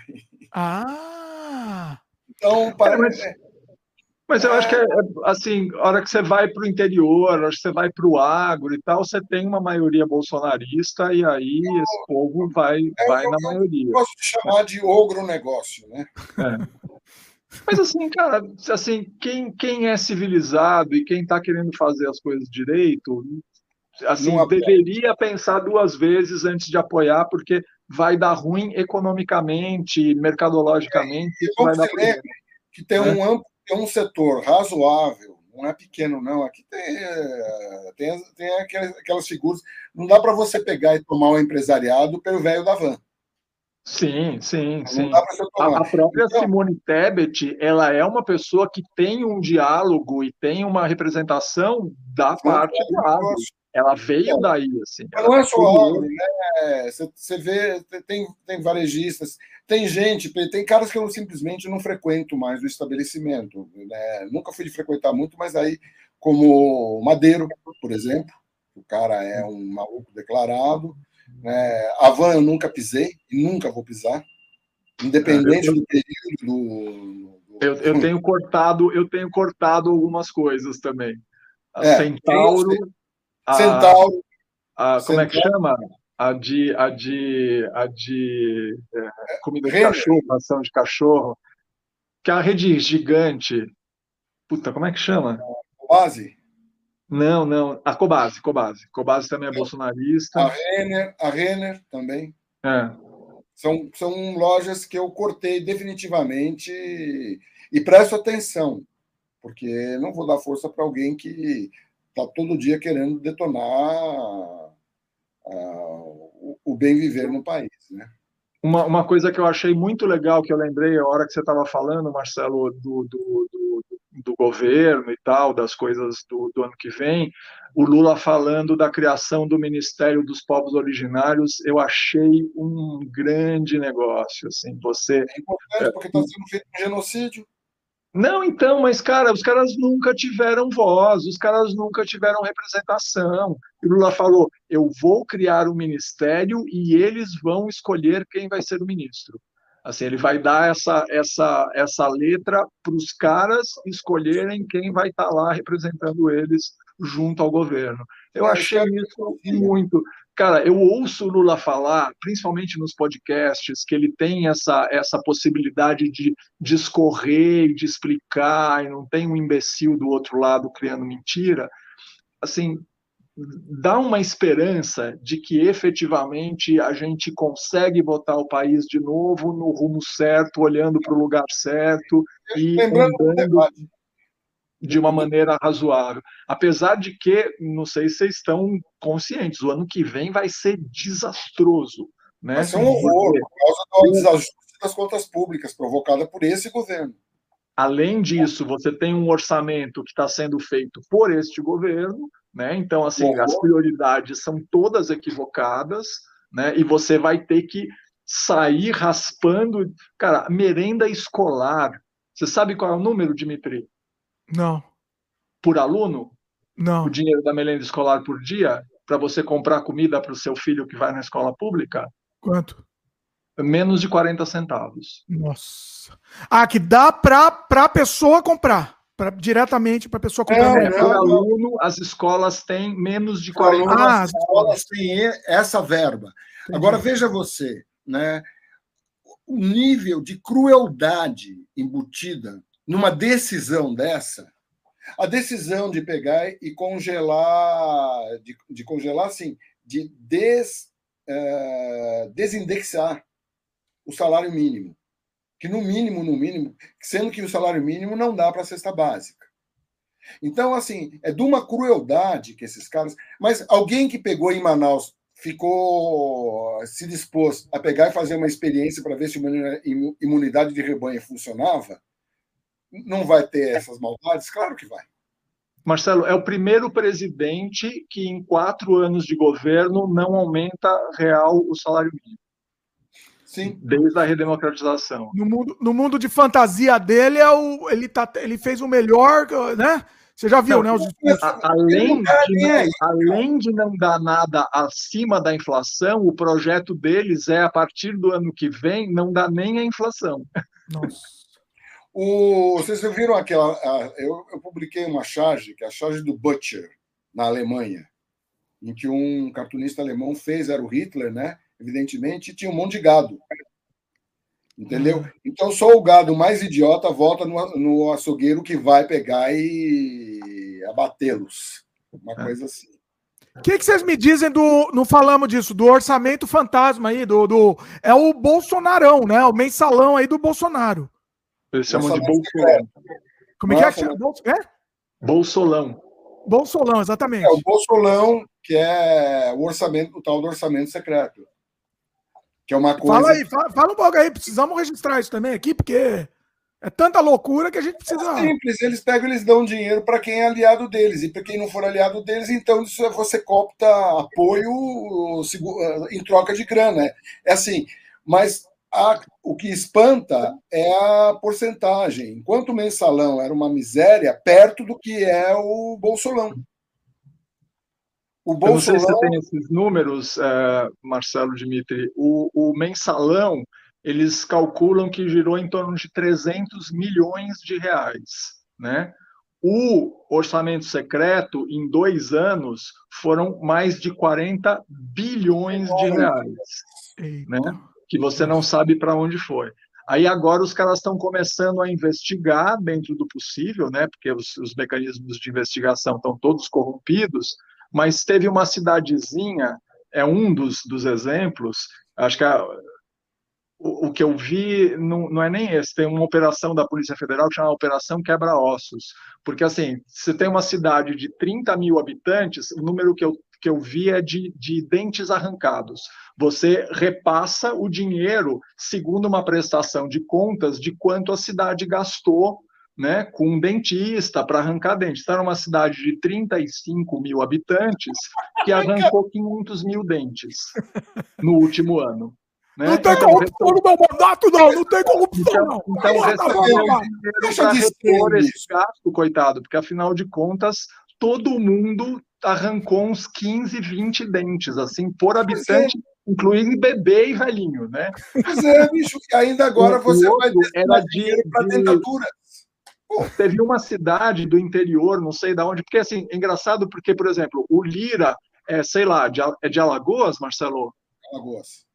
[SPEAKER 2] Ah!
[SPEAKER 1] Então, parece...
[SPEAKER 3] É, mas... Mas eu acho que, é, assim, a hora que você vai para o interior, a hora que você vai para o agro e tal, você tem uma maioria bolsonarista e aí eu, esse povo vai, é, vai eu, na maioria.
[SPEAKER 1] Eu gosto de chamar de ogro negócio, né?
[SPEAKER 3] É. Mas, assim, cara, assim, quem, quem é civilizado e quem está querendo fazer as coisas direito, assim, deveria pensar duas vezes antes de apoiar, porque vai dar ruim economicamente, mercadologicamente.
[SPEAKER 1] É,
[SPEAKER 3] isso vai dar
[SPEAKER 1] problema. Que tem um amplo tem um setor razoável, não é pequeno, não. Aqui tem, tem, tem aquelas figuras. Não dá para você pegar e tomar um empresariado pelo velho da van.
[SPEAKER 3] Sim, sim,
[SPEAKER 1] não
[SPEAKER 3] sim.
[SPEAKER 1] Dá pra você tomar.
[SPEAKER 3] A, a própria
[SPEAKER 1] então,
[SPEAKER 3] Simone Tebet, ela é uma pessoa que tem um diálogo e tem uma representação da parte do agro. Ela veio não, daí, assim.
[SPEAKER 1] Não é só agro, né? Você, você vê, tem, tem varejistas, tem gente, tem caras que eu simplesmente não frequento mais o estabelecimento. Né? Nunca fui de frequentar muito, mas aí, como Madeiro, por exemplo, o cara é um maluco declarado. Né? A van eu nunca pisei e nunca vou pisar, independente do período do. do...
[SPEAKER 3] Eu, eu tenho cortado, eu tenho cortado algumas coisas também. A
[SPEAKER 1] é,
[SPEAKER 3] Centauro. A,
[SPEAKER 1] Centauro.
[SPEAKER 3] A, como
[SPEAKER 1] Centauro.
[SPEAKER 3] é que chama? A de, a de, a de é, comida de cachorro, ração de cachorro, que é a rede gigante. Puta, como é que chama?
[SPEAKER 1] Base?
[SPEAKER 3] Não, não. A Cobase, Cobase. Cobase também é bolsonarista.
[SPEAKER 1] A Renner, a Renner também.
[SPEAKER 3] É.
[SPEAKER 1] São, são lojas que eu cortei definitivamente e presto atenção, porque não vou dar força para alguém que está todo dia querendo detonar Uh, o bem viver no país, né?
[SPEAKER 3] Uma, uma coisa que eu achei muito legal, que eu lembrei a hora que você estava falando, Marcelo, do, do, do, do governo e tal, das coisas do, do ano que vem, o Lula falando da criação do Ministério dos Povos Originários, eu achei um grande negócio, assim, você...
[SPEAKER 1] É importante, porque está sendo feito um genocídio.
[SPEAKER 3] Não, então, mas, cara, os caras nunca tiveram voz, os caras nunca tiveram representação. E o Lula falou, eu vou criar um ministério e eles vão escolher quem vai ser o ministro. Assim, ele vai dar essa, essa, essa letra para os caras escolherem quem vai estar lá representando eles junto ao governo. Eu achei isso muito... Cara, eu ouço o Lula falar, principalmente nos podcasts, que ele tem essa, essa possibilidade de discorrer, de explicar, e não tem um imbecil do outro lado criando mentira. Assim, dá uma esperança de que efetivamente a gente consegue botar o país de novo no rumo certo, olhando para o lugar certo e andando de uma maneira razoável. Apesar de que, não sei se vocês estão conscientes, o ano que vem vai ser desastroso. Né?
[SPEAKER 1] Vai ser um horror, por causa do desajuste das contas públicas provocada por esse governo.
[SPEAKER 3] Além disso, você tem um orçamento que está sendo feito por este governo, né? Então, assim, as prioridades são todas equivocadas, né? E você vai ter que sair raspando. Cara, merenda escolar. Você sabe qual é o número, Dimitri?
[SPEAKER 2] Não.
[SPEAKER 3] Por aluno?
[SPEAKER 2] Não.
[SPEAKER 3] O dinheiro da merenda escolar por dia? Para você comprar comida para o seu filho que vai na escola pública?
[SPEAKER 2] Quanto?
[SPEAKER 3] Menos de quarenta centavos.
[SPEAKER 2] Nossa. Ah, que dá para a pessoa comprar. Pra, diretamente para a pessoa comprar.
[SPEAKER 3] É, por aluno, as escolas têm menos de quarenta
[SPEAKER 1] centavos.
[SPEAKER 2] Ah,
[SPEAKER 1] as escolas têm essa verba.
[SPEAKER 2] Entendi.
[SPEAKER 1] Agora, veja você, né? O nível de crueldade embutida numa decisão dessa, a decisão de pegar e congelar, de, de congelar, assim, de des, uh, desindexar o salário mínimo, que no mínimo, no mínimo, sendo que o salário mínimo não dá para a cesta básica. Então, assim, é de uma crueldade que esses caras... Mas alguém que pegou em Manaus ficou se dispôs a pegar e fazer uma experiência para ver se a imunidade de rebanho funcionava, não vai ter essas maldades? Claro que vai.
[SPEAKER 3] Marcelo, é o primeiro presidente que em quatro anos de governo não aumenta real o salário mínimo.
[SPEAKER 1] Sim.
[SPEAKER 3] Desde a redemocratização.
[SPEAKER 2] No mundo, no mundo de fantasia dele, é o, ele, tá, ele fez o melhor, né? Você já viu, não, né? Os...
[SPEAKER 3] A, além, de não, além de não dar nada acima da inflação, o projeto deles é, a partir do ano que vem, não dá nem a inflação.
[SPEAKER 2] Nossa.
[SPEAKER 1] O, vocês viram aquela... A, eu, eu publiquei uma charge, que é a charge do Butcher, na Alemanha, em que um cartunista alemão fez, era o Hitler, né? Evidentemente, tinha um monte de gado. Entendeu? Uhum. Então, só o gado mais idiota volta no, no açougueiro que vai pegar e abatê-los. Uma coisa assim.
[SPEAKER 2] O que, que vocês me dizem do... Não falamos disso, do orçamento fantasma aí, do... do é o Bolsonarão, né? O mensalão aí do Bolsonaro.
[SPEAKER 3] Eles chamam de Bolsolão.
[SPEAKER 2] Como é que é que chama? Bolso... é?
[SPEAKER 3] Bolsolão.
[SPEAKER 2] Bolsolão, exatamente.
[SPEAKER 1] É o Bolsolão, que é o orçamento, o tal do orçamento secreto. Que é uma coisa...
[SPEAKER 2] Fala aí, fala, fala um pouco aí, precisamos registrar isso também aqui, porque é tanta loucura que a gente precisa...
[SPEAKER 1] É simples, eles pegam e eles dão dinheiro para quem é aliado deles, e para quem não for aliado deles, então você copta apoio em troca de grana. É assim, mas a, o que espanta é a porcentagem. Enquanto o mensalão era uma miséria, perto do que é o Bolsolão.
[SPEAKER 3] O Bolsolão... Eu não sei se você tem esses números, uh, Marcelo, Dimitri. O, o mensalão, eles calculam que girou em torno de trezentos milhões de reais, né? O orçamento secreto, em dois anos, foram mais de quarenta bilhões de reais, né? Que você não sabe para onde foi. Aí agora os caras estão começando a investigar dentro do possível, né? Porque os, os mecanismos de investigação estão todos corrompidos. Mas teve uma cidadezinha, é um dos, dos exemplos, acho que a, o, o que eu vi não, não é nem esse, tem uma operação da Polícia Federal que chama Operação Quebra-Ossos, porque assim, se tem uma cidade de trinta mil habitantes, o número que eu, que eu vi é de, de dentes arrancados. Você repassa o dinheiro segundo uma prestação de contas de quanto a cidade gastou, né, com um dentista para arrancar dentes. Está numa cidade de trinta e cinco mil habitantes que arrancou quinhentos mil dentes no último ano. Né?
[SPEAKER 2] Não tem então, corrupção no meu mandato, não. Não tem corrupção, não.
[SPEAKER 3] Então, recebeu dinheiro para repor esse gasto, coitado, porque, afinal de contas, todo mundo arrancou uns quinze, vinte dentes, assim, por habitante, incluindo bebê e velhinho, né?
[SPEAKER 1] Pois é, bicho. Ainda agora você vai
[SPEAKER 3] destinar dinheiro para dentadura. Teve uma cidade do interior, não sei de onde, porque assim, é engraçado porque, por exemplo, o Lira, é, sei lá, de, é de Alagoas, Marcelo?
[SPEAKER 1] Alagoas.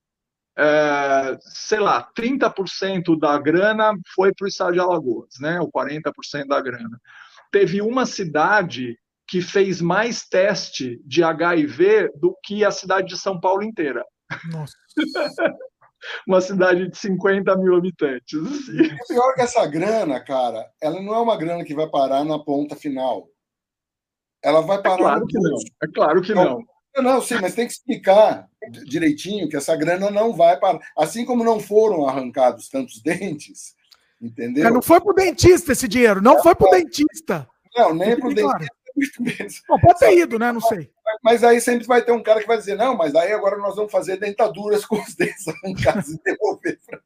[SPEAKER 3] É, sei lá, trinta por cento da grana foi para o estado de Alagoas, né? Ou quarenta por cento da grana. Teve uma cidade que fez mais teste de H I V do que a cidade de São Paulo inteira.
[SPEAKER 2] Nossa.
[SPEAKER 3] Uma cidade de cinquenta mil habitantes. Assim.
[SPEAKER 1] O pior é que essa grana, cara, ela não é uma grana que vai parar na ponta final. Ela vai parar
[SPEAKER 3] é claro
[SPEAKER 1] no
[SPEAKER 3] que não. É claro que não.
[SPEAKER 1] Não, não, sim, mas tem que explicar direitinho que essa grana não vai parar. Assim como não foram arrancados tantos dentes, entendeu?
[SPEAKER 2] Mas não foi pro dentista esse dinheiro, não, não foi pro dentista.
[SPEAKER 1] Não, nem pro dentista, muito menos.
[SPEAKER 2] Bom, pode ter ido, né? Não sei.
[SPEAKER 1] Mas aí sempre vai ter um cara que vai dizer, não, mas aí agora nós vamos fazer dentaduras com os dentes arrancados e devolver para...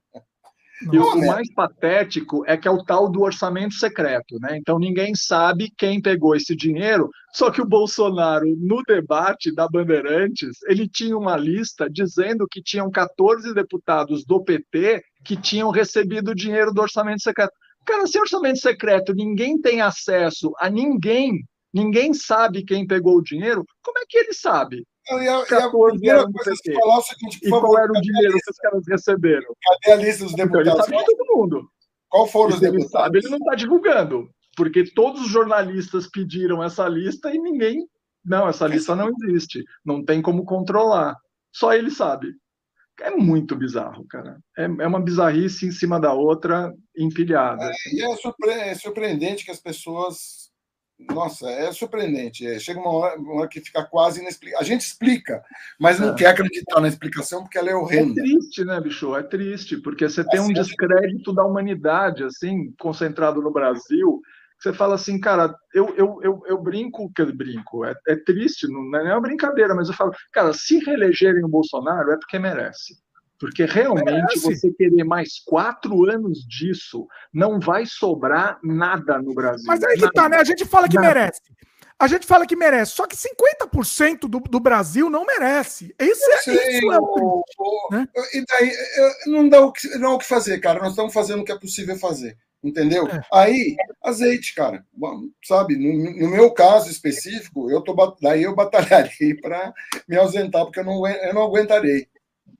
[SPEAKER 3] E o mais patético é que é o tal do orçamento secreto, né? Então ninguém sabe quem pegou esse dinheiro, só que o Bolsonaro, no debate da Bandeirantes, ele tinha uma lista dizendo que tinham quatorze deputados do P T que tinham recebido o dinheiro do orçamento secreto. Cara, se orçamento secreto ninguém tem acesso a ninguém, ninguém sabe quem pegou o dinheiro, como é que ele sabe?
[SPEAKER 1] Não, e a, e a primeira coisa a se falar é o seguinte, por
[SPEAKER 3] e
[SPEAKER 1] favor,
[SPEAKER 3] qual era o dinheiro que os caras receberam?
[SPEAKER 1] Cadê a lista dos deputados?
[SPEAKER 3] Então, ele sabe de todo mundo.
[SPEAKER 1] Qual foram os
[SPEAKER 3] ele
[SPEAKER 1] deputados?
[SPEAKER 3] Sabe, ele não está divulgando, porque todos os jornalistas pediram essa lista e ninguém... Não, essa lista não existe. Não tem como controlar. Só ele sabe. É muito bizarro, cara. É, é uma bizarrice em cima da outra, empilhada.
[SPEAKER 1] É, e é, surpre é surpreendente que as pessoas... Nossa, é surpreendente. É, chega uma hora, uma hora que fica quase inexplicável. A gente explica, mas não é. quer acreditar na explicação porque ela é horrenda.
[SPEAKER 3] É triste, né, bicho? É triste, porque você tem um descrédito da humanidade, assim, concentrado no Brasil. Você fala assim, cara, eu, eu, eu, eu brinco, que eu brinco, é, é triste, não é uma brincadeira, mas eu falo, cara, se reelegerem o Bolsonaro é porque merece. Porque realmente merece. Você querer mais quatro anos disso, não vai sobrar nada no Brasil.
[SPEAKER 2] Mas aí que
[SPEAKER 3] nada.
[SPEAKER 2] tá, né? A gente fala que
[SPEAKER 3] nada.
[SPEAKER 2] merece. A gente fala que merece, só que cinquenta por cento do, do Brasil não merece. Isso é,
[SPEAKER 1] sei,
[SPEAKER 2] isso é
[SPEAKER 1] o, o, né? E daí, não dá o que, não há o que fazer, cara. Nós estamos fazendo o que é possível fazer. Entendeu? É. Aí, azeite, cara. Sabe, no, no meu caso específico, eu tô, daí eu batalharei para me ausentar, porque eu não, eu não aguentarei.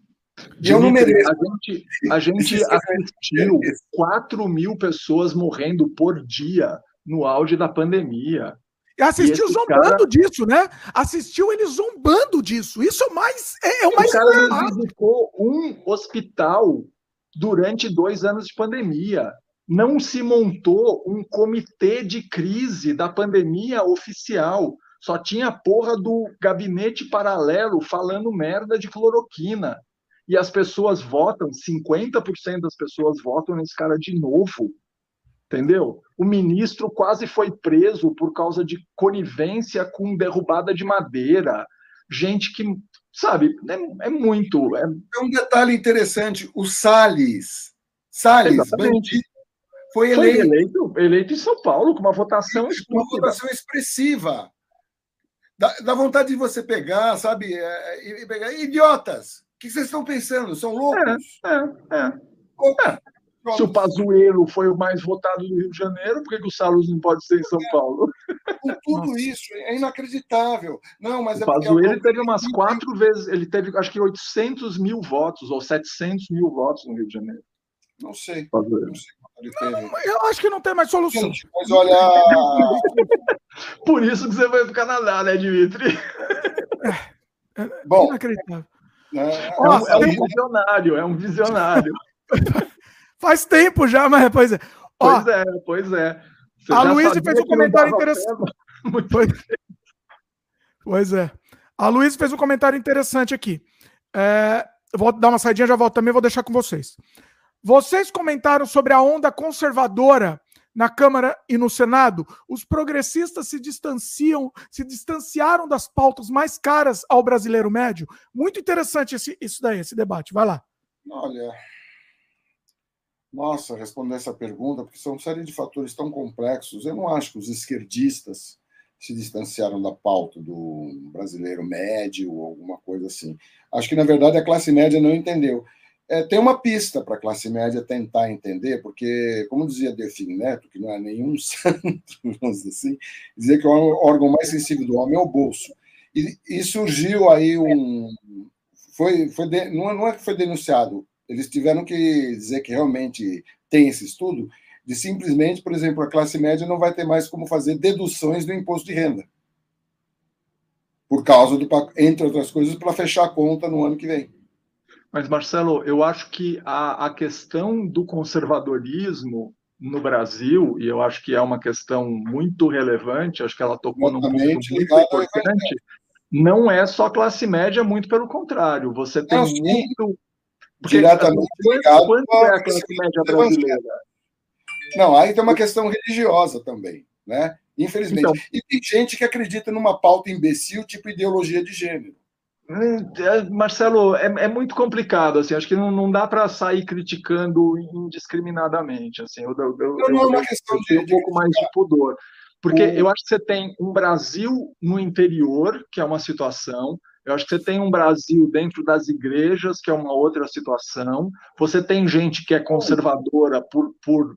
[SPEAKER 3] E eu não mereço. A gente, a gente assistiu quatro mil pessoas morrendo por dia no auge da pandemia.
[SPEAKER 2] E assistiu e zombando cara... disso, né? Assistiu ele zombando disso. Isso é mais. É, é o mais.
[SPEAKER 3] O cara não visitou um hospital durante dois anos de pandemia. Não se montou um comitê de crise da pandemia oficial. Só tinha a porra do gabinete paralelo falando merda de cloroquina. E as pessoas votam, cinquenta por cento das pessoas votam nesse cara de novo. Entendeu? O ministro quase foi preso por causa de conivência com derrubada de madeira. Gente que, sabe, é, é muito... É...
[SPEAKER 1] é um detalhe interessante. O Salles, Salles, bandido, foi eleito.
[SPEAKER 3] Foi eleito, eleito em São Paulo, com uma votação
[SPEAKER 1] Uma votação expressiva. Dá, dá vontade de você pegar, sabe, e, e pegar. Idiotas! O que vocês estão pensando? São loucos?
[SPEAKER 3] É, é, é. é. Se o Pazuello foi o mais votado do Rio de Janeiro, por que, que o Salles não pode ser em São Paulo?
[SPEAKER 1] Com tudo Nossa. Isso, é inacreditável. Não, mas
[SPEAKER 3] o
[SPEAKER 1] é
[SPEAKER 3] Pazuello ele teve umas quatro vezes, ele teve acho que oitocentos mil votos, ou setecentos mil votos no Rio de Janeiro.
[SPEAKER 1] Não sei.
[SPEAKER 3] Não
[SPEAKER 1] sei
[SPEAKER 2] ele teve. Não, eu acho que não tem mais solução. Gente,
[SPEAKER 1] mas olha.
[SPEAKER 3] Por isso que você vai para o Canadá, né, Dimitri?
[SPEAKER 2] É, é Bom, inacreditável.
[SPEAKER 3] É, Nossa, é, um, é um visionário, é um visionário.
[SPEAKER 2] Faz tempo já, mas pois é.
[SPEAKER 3] Pois Ó, é, pois é.
[SPEAKER 2] Você a Luísa fez um comentário interessante. Pois, pois é. A Luísa fez um comentário interessante aqui. É, eu vou dar uma saidinha, já volto também, vou deixar com vocês. Vocês comentaram sobre a onda conservadora na Câmara e no Senado. Os progressistas se distanciam, se distanciaram das pautas mais caras ao brasileiro médio. Muito interessante esse, isso daí, esse debate. Vai lá.
[SPEAKER 1] Olha, nossa, responder essa pergunta, porque são uma série de fatores tão complexos. Eu não acho que os esquerdistas se distanciaram da pauta do brasileiro médio ou alguma coisa assim. Acho que, na verdade, a classe média não entendeu. É, tem uma pista para a classe média tentar entender, porque, como dizia Delfim Neto, que não é nenhum santo, vamos dizer assim, dizia que o órgão mais sensível do homem é o bolso. E, e surgiu aí um... Foi, foi de, não, não é que foi denunciado, eles tiveram que dizer que realmente tem esse estudo, de simplesmente, por exemplo, a classe média não vai ter mais como fazer deduções do imposto de renda. Por causa do, entre outras coisas, para fechar a conta no ano que vem.
[SPEAKER 3] Mas, Marcelo, eu acho que a, a questão do conservadorismo no Brasil, e eu acho que é uma questão muito relevante, acho que ela tocou num ponto muito importante, não é só classe média, muito pelo contrário. Você tem não, muito... Porque,
[SPEAKER 1] diretamente
[SPEAKER 3] quanto, quanto é a classe média brasileira?
[SPEAKER 1] Não, aí tem uma questão religiosa também, né? Infelizmente.
[SPEAKER 3] Então,
[SPEAKER 1] e tem gente que acredita numa pauta imbecil, tipo ideologia de gênero.
[SPEAKER 3] Marcelo, é, é muito complicado, assim, acho que não, não dá para sair criticando indiscriminadamente, assim, eu, eu, eu,
[SPEAKER 1] Não, não é uma
[SPEAKER 3] eu,
[SPEAKER 1] questão
[SPEAKER 3] eu tenho
[SPEAKER 1] de,
[SPEAKER 3] um
[SPEAKER 1] de
[SPEAKER 3] pouco mais de pudor, porque
[SPEAKER 1] o...
[SPEAKER 3] eu acho que você tem um Brasil no interior, que é uma situação, eu acho que você tem um Brasil dentro das igrejas, que é uma outra situação, você tem gente que é conservadora por, por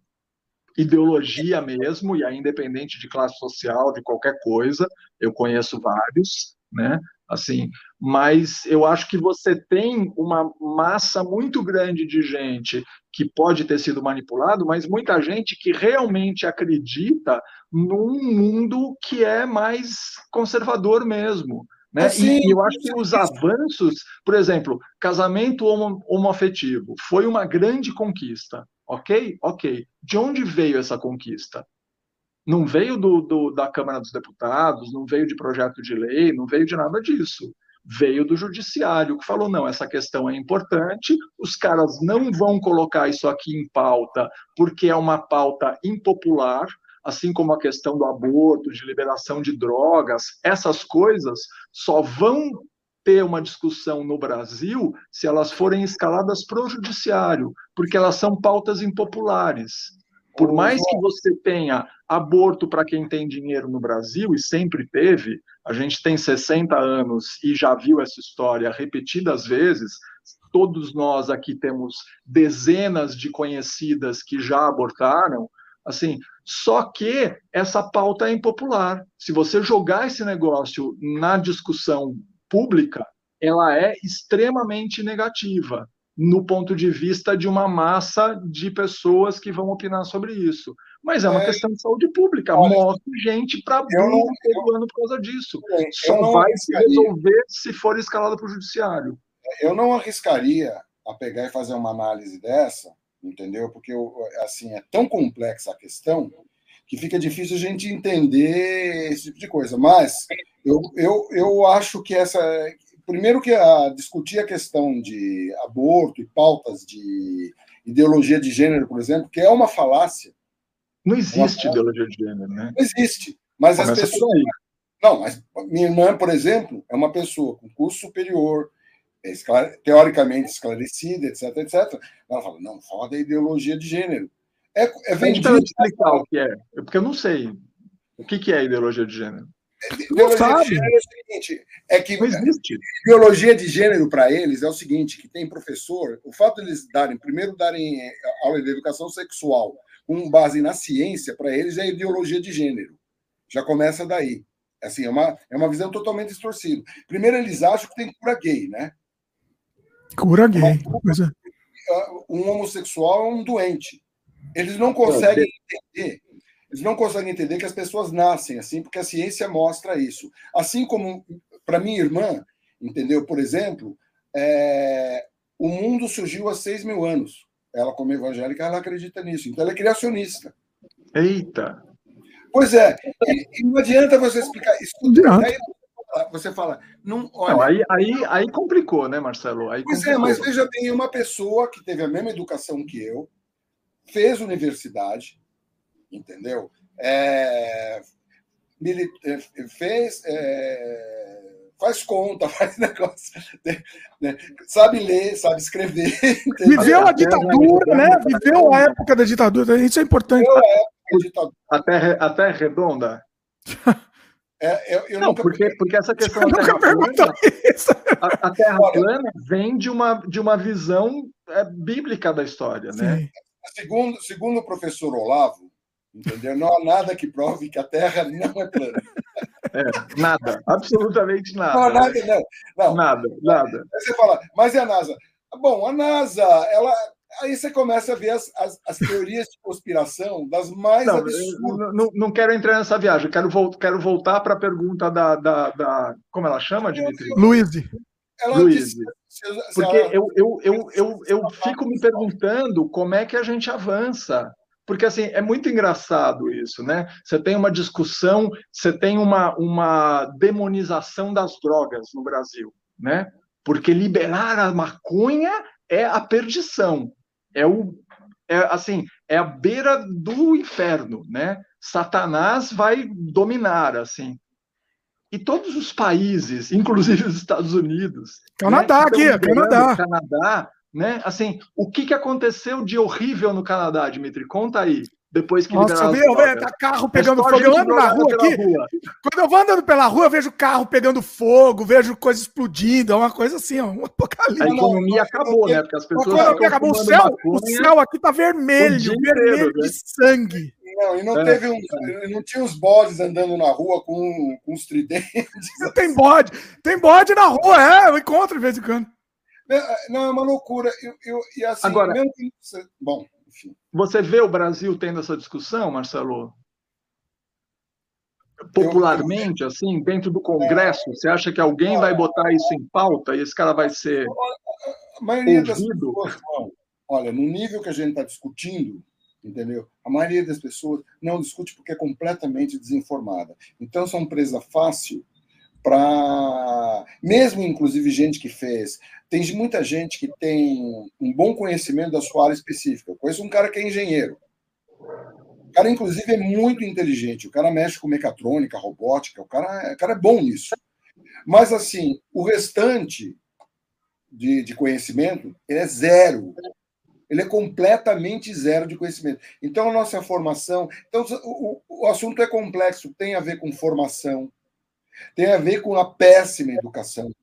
[SPEAKER 3] ideologia mesmo, e é independente de classe social, de qualquer coisa, eu conheço vários, né? Assim, mas eu acho que você tem uma massa muito grande de gente que pode ter sido manipulado, mas muita gente que realmente acredita num mundo que é mais conservador mesmo. Né?
[SPEAKER 1] Assim,
[SPEAKER 3] E, e eu acho que os avanços, por exemplo, casamento homo, homoafetivo, foi uma grande conquista. Ok? Ok. De onde veio essa conquista? Não veio do, do, da Câmara dos Deputados, não veio de projeto de lei, não veio de nada disso. Veio do judiciário, que falou, não, essa questão é importante, os caras não vão colocar isso aqui em pauta, porque é uma pauta impopular, assim como a questão do aborto, de liberação de drogas, essas coisas só vão ter uma discussão no Brasil se elas forem escaladas para o judiciário, porque elas são pautas impopulares. Por mais que você tenha aborto para quem tem dinheiro no Brasil, e sempre teve, a gente tem sessenta anos e já viu essa história repetidas vezes, todos nós aqui temos dezenas de conhecidas que já abortaram, assim, só que essa pauta é impopular. Se você jogar esse negócio na discussão pública, ela é extremamente negativa no ponto de vista de uma massa de pessoas que vão opinar sobre isso. Mas é uma é, questão de saúde pública. Olha, morre gente para burro todo ano por causa disso. Só vai se resolver se for escalado para o judiciário.
[SPEAKER 1] Eu não arriscaria a pegar e fazer uma análise dessa, entendeu? Porque assim é tão complexa a questão que fica difícil a gente entender esse tipo de coisa. Mas eu, eu, eu acho que essa... Primeiro que a, discutir a questão de aborto e pautas de ideologia de gênero, por exemplo, que é uma falácia.
[SPEAKER 3] Não existe uma... ideologia de gênero, né?
[SPEAKER 1] Não existe. Mas
[SPEAKER 3] Começa
[SPEAKER 1] as pessoas... Não, mas minha irmã, por exemplo, é uma pessoa com curso superior, é esclare... teoricamente esclarecida, etc, etcétera. Ela fala, não, fala da ideologia de gênero. É, é vendido...
[SPEAKER 3] Deixa eu explicar o que é, porque eu não sei. O que é ideologia de gênero?
[SPEAKER 1] Ideologia de gênero é o seguinte, é que
[SPEAKER 3] não existe.
[SPEAKER 1] Ideologia de gênero para eles é o seguinte, que tem professor, o fato de eles darem, primeiro darem aula de educação sexual com base na ciência, para eles é ideologia de gênero. Já começa daí. Assim, é uma, é uma visão totalmente distorcida. Primeiro, eles acham que tem cura gay, né?
[SPEAKER 2] Cura gay. Pois é.
[SPEAKER 1] Um homossexual é um doente. Eles não conseguem entender... Eles não conseguem entender que as pessoas nascem assim, porque a ciência mostra isso. Assim como, para minha irmã, entendeu? Por exemplo, é... o mundo surgiu há seis mil anos. Ela, como evangélica, ela acredita nisso. Então, ela é criacionista.
[SPEAKER 3] Eita!
[SPEAKER 1] Pois é. E, e não adianta você explicar. Escuta, daí você fala... Não, olha,
[SPEAKER 3] não, aí, aí, aí complicou, né, Marcelo? Aí
[SPEAKER 1] pois
[SPEAKER 3] complicou.
[SPEAKER 1] é, mas veja bem, uma pessoa que teve a mesma educação que eu, fez universidade, entendeu? É, fez, é, faz conta, faz negócio, né? Sabe ler, sabe escrever. Entendeu?
[SPEAKER 2] Viveu a ditadura, né? Viveu a época da ditadura, isso é importante.
[SPEAKER 1] Viveu a época da ditadura.
[SPEAKER 3] A terra, a terra redonda?
[SPEAKER 1] É, eu, eu
[SPEAKER 3] não,
[SPEAKER 1] nunca...
[SPEAKER 3] porque, porque essa questão da terra plana, a, a terra Olha, plana vem de uma, de uma visão é, bíblica da história, sim. Né?
[SPEAKER 1] Segundo, segundo o professor Olavo, entendeu? Não há nada que prove que a Terra não é plana.
[SPEAKER 3] É, nada, absolutamente nada.
[SPEAKER 1] Não há nada, não. não.
[SPEAKER 3] Nada, nada.
[SPEAKER 1] Aí você fala, mas e a NASA? Bom, a NASA, ela... Aí você começa a ver as, as, as teorias de conspiração das mais
[SPEAKER 3] não,
[SPEAKER 1] absurdas.
[SPEAKER 3] Não, não quero entrar nessa viagem, quero, vo quero voltar para a pergunta da, da, da... Como ela chama, Dimitri?
[SPEAKER 2] Luíse.
[SPEAKER 3] Luiz, porque eu, eu, eu, eu, eu fico me perguntando como é que a gente avança. Porque, assim, é muito engraçado isso, né? Você tem uma discussão, você tem uma, uma demonização das drogas no Brasil, né? Porque liberar a maconha é a perdição. É, o, é, assim, é a beira do inferno, né? Satanás vai dominar, assim. E todos os países, inclusive os Estados Unidos...
[SPEAKER 2] Canadá, né, aqui, Canadá.
[SPEAKER 3] Canadá, né? Assim, o que, que aconteceu de horrível no Canadá, Dimitri? Conta aí. Depois que
[SPEAKER 2] Nossa, eu vejo, eu tá carro pegando fogo. Eu ando na rua aqui. Rua. Quando eu vou andando pela rua, eu vejo carro pegando fogo, vejo coisa explodindo. É uma coisa assim, ó, um apocalipse.
[SPEAKER 3] A economia não, acabou, né? Porque as pessoas.
[SPEAKER 2] A economia acabou. O céu, o céu aqui tá vermelho, vermelho inteiro, de né? sangue.
[SPEAKER 1] Não, e não é, teve um, é. não tinha os bodes andando na rua com, com os tridentes.
[SPEAKER 2] Não tem bode. Tem bode na rua, é, eu encontro de vez em quando.
[SPEAKER 1] Não, é uma loucura. Eu, eu, e assim,
[SPEAKER 3] Agora,
[SPEAKER 1] mesmo que... Bom, enfim.
[SPEAKER 3] Você vê o Brasil tendo essa discussão, Marcelo? Popularmente, eu, eu, assim, dentro do Congresso, é, você acha que alguém vai botar isso em pauta e esse cara vai ser
[SPEAKER 1] a maioria ouvido? Das pessoas, olha, no nível que a gente está discutindo, entendeu? A maioria das pessoas não discute porque é completamente desinformada. Então, são presa fácil para... Mesmo, inclusive, gente que fez... Tem muita gente que tem um bom conhecimento da sua área específica. Eu conheço um cara que é engenheiro. O cara, inclusive, é muito inteligente. O cara mexe com mecatrônica, robótica. O cara, o cara é bom nisso. Mas, assim, o restante de, de conhecimento, ele é zero. Ele é completamente zero de conhecimento. Então, a nossa formação... Então, o, o assunto é complexo. Tem a ver com formação. Tem a ver com a péssima educação,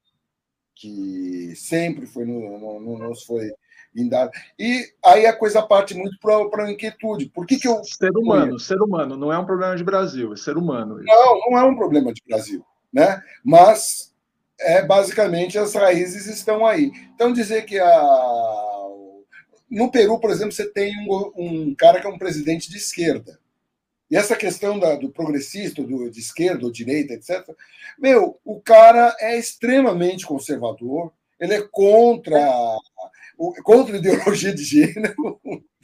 [SPEAKER 1] que sempre foi no, no, no, nos foi dada. E aí a coisa parte muito para a inquietude. Por que, que eu...
[SPEAKER 3] Ser humano, ser humano, não é um problema de Brasil, é ser humano.
[SPEAKER 1] Não, não é um problema de Brasil, né? Mas é, basicamente as raízes estão aí. Então, dizer que a... no Peru, por exemplo, você tem um, um cara que é um presidente de esquerda. E essa questão da, do progressista, do, de esquerda ou direita, etcétera. Meu, o cara é extremamente conservador, ele é contra, contra a ideologia de gênero.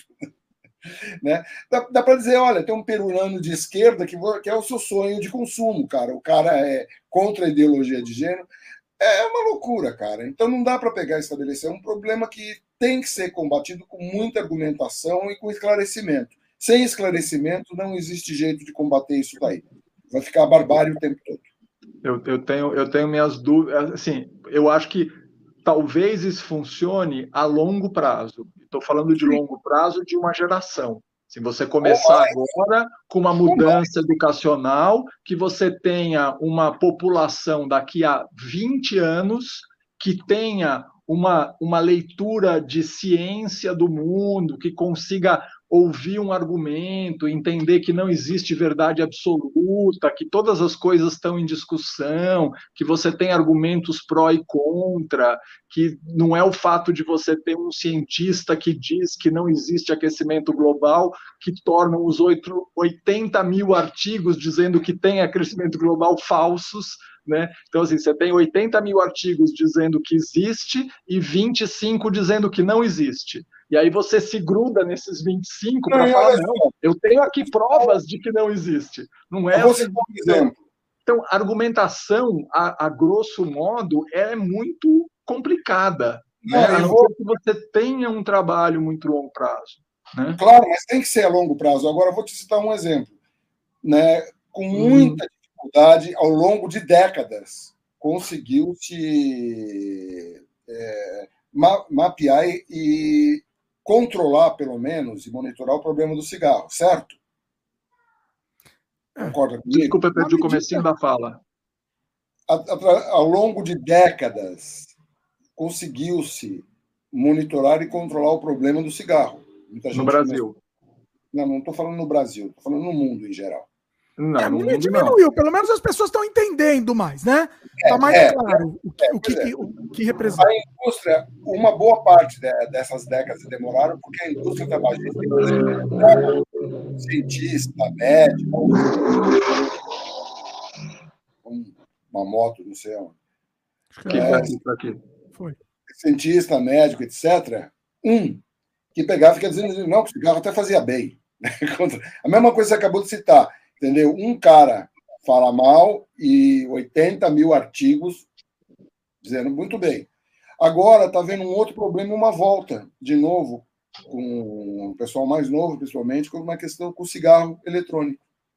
[SPEAKER 1] Né? Dá, dá para dizer, olha, tem um peruano de esquerda que, que é o seu sonho de consumo, cara. O cara é contra a ideologia de gênero. É uma loucura, cara. Então não dá para pegar e estabelecer. É um problema que tem que ser combatido com muita argumentação e com esclarecimento. Sem esclarecimento, não existe jeito de combater isso daí. Vai ficar barbárie o tempo todo.
[SPEAKER 3] Eu, eu, tenho, eu tenho minhas dúvidas. Assim, eu acho que talvez isso funcione a longo prazo. Estou falando de longo prazo de uma geração. Se você começar agora com uma mudança educacional, que você tenha uma população daqui a vinte anos que tenha uma, uma leitura de ciência do mundo, que consiga ouvir um argumento, entender que não existe verdade absoluta, que todas as coisas estão em discussão, que você tem argumentos pró e contra, que não é o fato de você ter um cientista que diz que não existe aquecimento global, que tornam os oitenta mil artigos dizendo que tem aquecimento global falsos, né? Então, assim, você tem oitenta mil artigos dizendo que existe e vinte e cinco dizendo que não existe. E aí você se gruda nesses vinte e cinco para falar, não, eu tenho aqui provas de que não existe. Não é assim. Então, a argumentação, a, a grosso modo, é muito complicada. Não, né? A não vou... ser que você tenha um trabalho muito longo prazo. Né?
[SPEAKER 1] Claro, mas tem que ser a longo prazo. Agora, eu vou te citar um exemplo. Né? Com muita hum. dificuldade, ao longo de décadas, conseguiu-se é, ma mapear e controlar, pelo menos, e monitorar o problema do cigarro, certo? Concorda comigo?
[SPEAKER 3] Desculpa, eu perdi o comecinho da fala.
[SPEAKER 1] Ao longo de décadas, conseguiu-se monitorar e controlar o problema do cigarro. Muita gente
[SPEAKER 3] no Brasil.
[SPEAKER 1] Começou... Não, não estou falando no Brasil, estou falando no mundo em geral.
[SPEAKER 3] Não,
[SPEAKER 2] é,
[SPEAKER 3] no mundo
[SPEAKER 2] diminuiu,
[SPEAKER 3] não.
[SPEAKER 2] pelo menos as pessoas estão entendendo mais, né? Está mais é, claro é, o, que, é, o, que, é. o que representa.
[SPEAKER 1] A indústria, uma boa parte dessas décadas demoraram porque a indústria tabagista, cientista, médico, uma moto, não sei onde.
[SPEAKER 3] Que é, aqui, aqui.
[SPEAKER 2] Foi.
[SPEAKER 1] Cientista, médico, etcétera. Um que pegava e fica dizendo não, que o cigarro até fazia bem. A mesma coisa que você acabou de citar. Entendeu? Um cara fala mal e oitenta mil artigos dizendo muito bem. Agora está vendo um outro problema, uma volta, de novo, com o pessoal mais novo, principalmente, com uma questão com o cigarro eletrônico.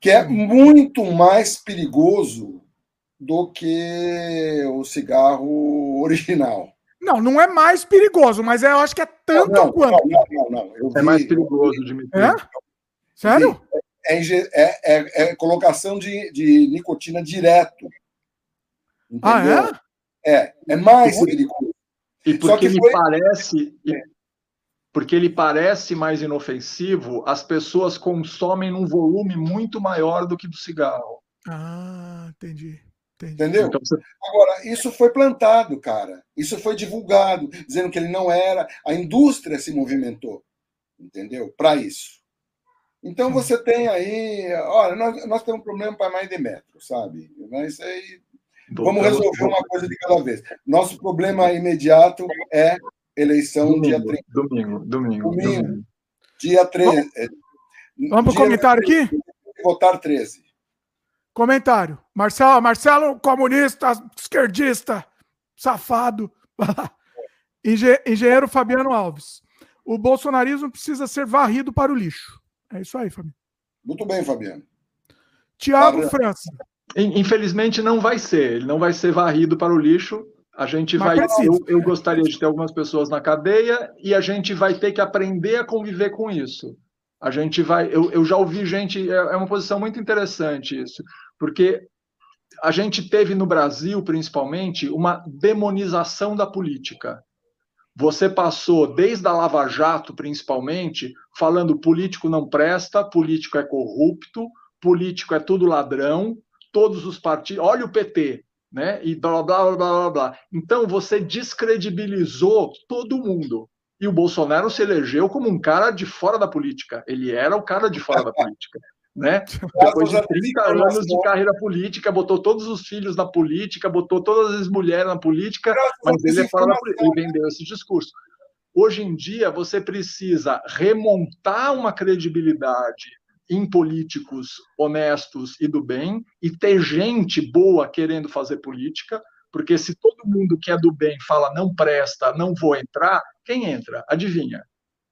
[SPEAKER 1] que é muito mais perigoso do que o cigarro original.
[SPEAKER 2] Não, não é mais perigoso, mas eu acho que é tanto
[SPEAKER 1] não,
[SPEAKER 2] quanto.
[SPEAKER 1] Não, não, não. Eu
[SPEAKER 3] é
[SPEAKER 1] vi,
[SPEAKER 3] mais perigoso, Dimitri.
[SPEAKER 2] É? Sério?
[SPEAKER 1] É, é, é, é colocação de, de nicotina direto. Entendeu?
[SPEAKER 2] Ah, é?
[SPEAKER 1] É, é mais perigoso.
[SPEAKER 3] E porque
[SPEAKER 1] Só que
[SPEAKER 3] ele
[SPEAKER 1] foi...
[SPEAKER 3] parece... Porque ele parece mais inofensivo, as pessoas consomem num volume muito maior do que do cigarro.
[SPEAKER 2] Ah, entendi. entendi.
[SPEAKER 1] Entendeu? Então, você... Agora, isso foi plantado, cara. Isso foi divulgado, dizendo que ele não era. A indústria se movimentou, entendeu? Para isso. Então, Sim. você tem aí... Olha, nós, nós temos um problema para mais de metro, sabe? Mas aí... Vamos resolver uma coisa de cada vez. Nosso problema imediato é eleição
[SPEAKER 3] domingo,
[SPEAKER 1] dia trinta.
[SPEAKER 3] Domingo, domingo.
[SPEAKER 1] Domingo,
[SPEAKER 3] domingo.
[SPEAKER 1] dia treze.
[SPEAKER 2] Vamos para o comentário treze, aqui?
[SPEAKER 1] Votar treze.
[SPEAKER 2] Comentário. Marcelo, Marcelo, comunista, esquerdista, safado. Engen Engenheiro Fabiano Alves. O bolsonarismo precisa ser varrido para o lixo. É isso aí, Fabiano.
[SPEAKER 1] Muito bem, Fabiano.
[SPEAKER 2] Tiago para... França.
[SPEAKER 3] Infelizmente não vai ser. Ele não vai ser varrido para o lixo. A gente vai. Eu, eu gostaria de ter algumas pessoas na cadeia e a gente vai ter que aprender a conviver com isso. A gente vai. Eu, eu já ouvi gente. É uma posição muito interessante isso, porque a gente teve no Brasil, principalmente, uma demonização da política. Você passou desde a Lava Jato, principalmente, falando político não presta, político é corrupto, político é tudo ladrão, todos os partidos. Olha o P T. Né? E blá, blá, blá, blá, blá. Então, você descredibilizou todo mundo. E o Bolsonaro se elegeu como um cara de fora da política. Ele era o cara de fora da política. Né? Depois de trinta anos de carreira política, botou todos os filhos na política, botou todas as mulheres na política, mas ele é fora da política. Ele vendeu esse discurso. Hoje em dia, você precisa remontar uma credibilidade em políticos honestos e do bem, e ter gente boa querendo fazer política, porque se todo mundo que é do bem fala não presta, não vou entrar, quem entra? Adivinha?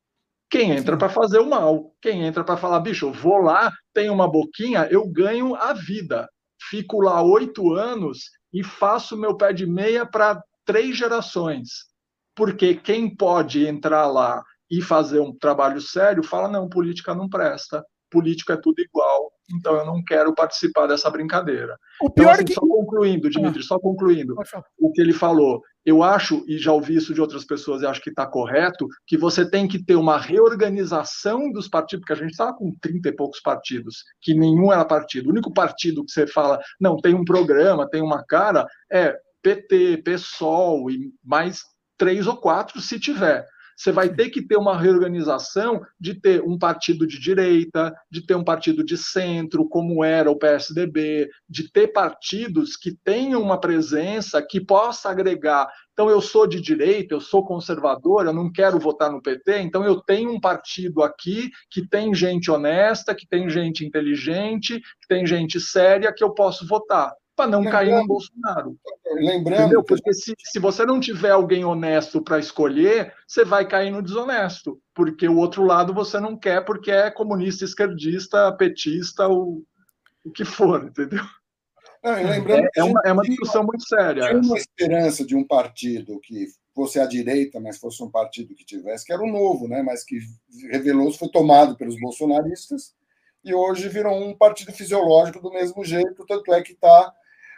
[SPEAKER 3] Quem entra para fazer o mal, quem entra para falar, bicho, eu vou lá, tenho uma boquinha, eu ganho a vida. Fico lá oito anos e faço meu pé de meia para três gerações. Porque quem pode entrar lá e fazer um trabalho sério, fala, não, política não presta. Político é tudo igual, então eu não quero participar dessa brincadeira.
[SPEAKER 2] O pior
[SPEAKER 3] então, assim,
[SPEAKER 2] é que...
[SPEAKER 3] só concluindo, Dimitri, ah, só concluindo, o que ele falou, eu acho, e já ouvi isso de outras pessoas e acho que está correto, que você tem que ter uma reorganização dos partidos, porque a gente estava com trinta e poucos partidos, que nenhum era partido. O único partido que você fala, não, tem um programa, tem uma cara, é P T, PSOL e mais três ou quatro, se tiver. Você vai ter que ter uma reorganização de ter um partido de direita, de ter um partido de centro, como era o P S D B, de ter partidos que tenham uma presença que possa agregar. Então, eu sou de direita, eu sou conservador, eu não quero votar no P T, então eu tenho um partido aqui que tem gente honesta, que tem gente inteligente, que tem gente séria que eu posso votar, para não lembrando, cair no Bolsonaro.
[SPEAKER 1] Lembrando,
[SPEAKER 3] entendeu? Porque se, se você não tiver alguém honesto para escolher, você vai cair no desonesto, porque o outro lado você não quer, porque é comunista, esquerdista, petista, o, o que for, entendeu?
[SPEAKER 1] Não, lembrando
[SPEAKER 3] é, é, uma, é uma discussão muito séria.
[SPEAKER 1] Tinha uma esperança de um partido que fosse à direita, mas fosse um partido que tivesse, que era o Novo, né? Mas que revelou-se, foi tomado pelos bolsonaristas, e hoje virou um partido fisiológico do mesmo jeito, tanto é que está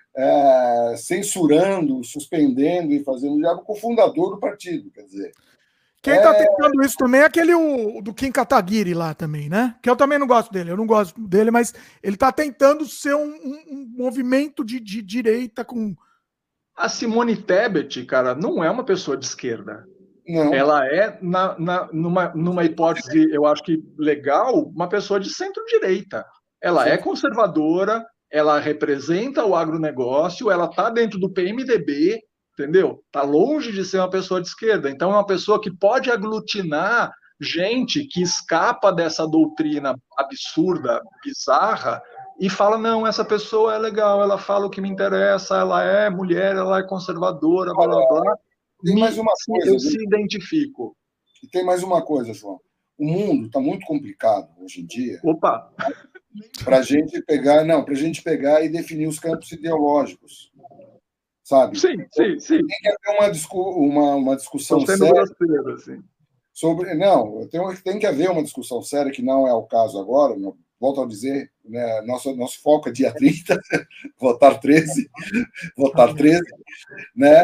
[SPEAKER 1] É, censurando, suspendendo e fazendo o diabo com o fundador do partido, quer dizer.
[SPEAKER 2] Quem está é... tentando isso também é aquele o, do Kim Kataguiri lá também, né? Que eu também não gosto dele, eu não gosto dele, mas ele está tentando ser um, um, um movimento de, de direita com...
[SPEAKER 3] A Simone Tebet, cara, não é uma pessoa de esquerda.
[SPEAKER 1] Não.
[SPEAKER 3] Ela é, na, na, numa, numa hipótese, eu acho que legal, uma pessoa de centro-direita. Ela Sim. é conservadora, ela representa o agronegócio, ela está dentro do P M D B, entendeu? Está longe de ser uma pessoa de esquerda. Então, é uma pessoa que pode aglutinar gente que escapa dessa doutrina absurda, bizarra, e fala, não, essa pessoa é legal, ela fala o que me interessa, ela é mulher, ela é conservadora, blá, blá, blá.
[SPEAKER 1] Tem mais uma coisa.
[SPEAKER 3] Eu se identifico.
[SPEAKER 1] E tem mais uma coisa, João. o mundo está muito complicado hoje em dia.
[SPEAKER 3] Opa!
[SPEAKER 1] Para a gente pegar, não, para a gente pegar e definir os campos ideológicos, sabe?
[SPEAKER 3] Sim, sim, sim.
[SPEAKER 1] Tem que haver uma, discu uma, uma discussão
[SPEAKER 3] Estou sendo
[SPEAKER 1] séria
[SPEAKER 3] grosseiro, assim.
[SPEAKER 1] sobre. Não, tem, tem que haver uma discussão séria, que não é o caso agora, não, volto a dizer, né, nosso, nosso foco é dia trinta, votar treze, votar treze, né?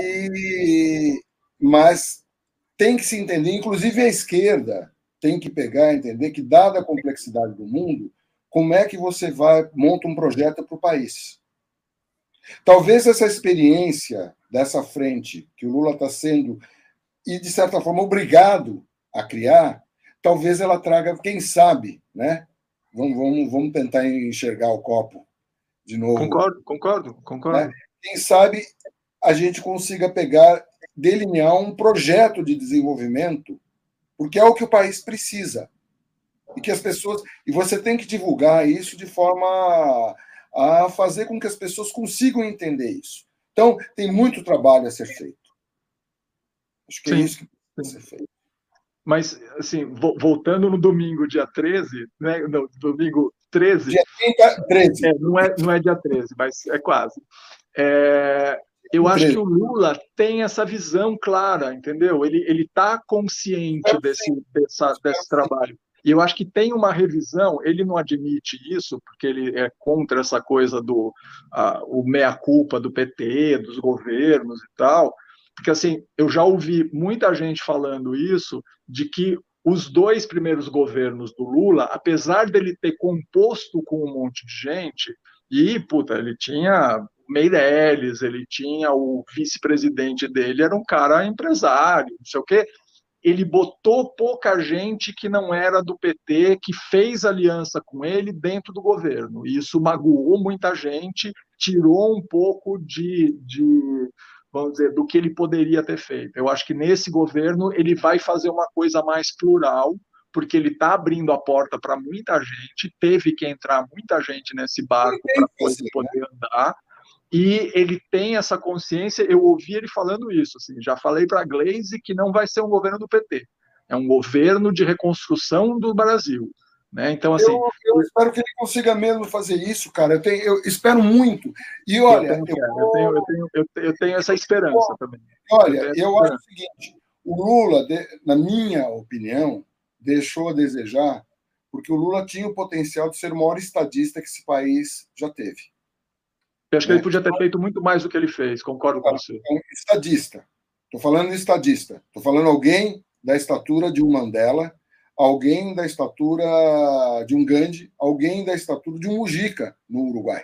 [SPEAKER 1] E, mas tem que se entender, inclusive a esquerda tem que pegar e entender que, dada a complexidade do mundo, como é que você vai monta um projeto para o país. Talvez essa experiência dessa frente que o Lula está sendo, e de certa forma obrigado a criar, talvez ela traga, quem sabe, né? Vamos, vamos, vamos tentar enxergar o copo de novo.
[SPEAKER 3] Concordo, concordo, concordo.
[SPEAKER 1] Né? Quem sabe a gente consiga pegar, delinear um projeto de desenvolvimento, porque é o que o país precisa. E que as pessoas. E você tem que divulgar isso de forma a fazer com que as pessoas consigam entender isso. Então, tem muito trabalho a ser feito. Acho que sim, é isso que precisa ser feito.
[SPEAKER 3] Mas, assim, voltando no domingo, dia treze, né? No domingo treze.
[SPEAKER 1] Dia trinta, treze.
[SPEAKER 3] É, não, é, não é dia treze, mas é quase. É, eu acho que o Lula tem essa visão clara, entendeu? Ele está consciente desse, dessa, desse trabalho. E eu acho que tem uma revisão, ele não admite isso, porque ele é contra essa coisa do uh, o meia-culpa do P T, dos governos e tal, porque assim, eu já ouvi muita gente falando isso, de que os dois primeiros governos do Lula, apesar dele ter composto com um monte de gente, e, puta, ele tinha Meirelles, ele tinha o vice-presidente dele, era um cara empresário, não sei o quê, ele botou pouca gente que não era do P T, que fez aliança com ele dentro do governo. E isso magoou muita gente, tirou um pouco de, de, vamos dizer, do que ele poderia ter feito. Eu acho que nesse governo ele vai fazer uma coisa mais plural, porque ele está abrindo a porta para muita gente, teve que entrar muita gente nesse barco para poder andar. E ele tem essa consciência, eu ouvi ele falando isso, assim, já falei para a Gleisi que não vai ser um governo do P T, é um governo de reconstrução do Brasil. Né? Então, assim,
[SPEAKER 1] eu, eu espero que ele consiga mesmo fazer isso, cara, eu, tenho, eu espero muito. E olha,
[SPEAKER 3] eu tenho, eu, eu, tenho, eu, tenho, eu, tenho, eu tenho essa esperança também.
[SPEAKER 1] Olha, eu, eu acho o seguinte, o Lula, na minha opinião, deixou a desejar, porque o Lula tinha o potencial de ser o maior estadista que esse país já teve.
[SPEAKER 3] Eu acho que ele podia ter feito muito mais do que ele fez, concordo com você.
[SPEAKER 1] É um estadista. Estou falando de estadista. Estou falando alguém da estatura de um Mandela, alguém da estatura de um Gandhi, alguém da estatura de um Mujica no Uruguai.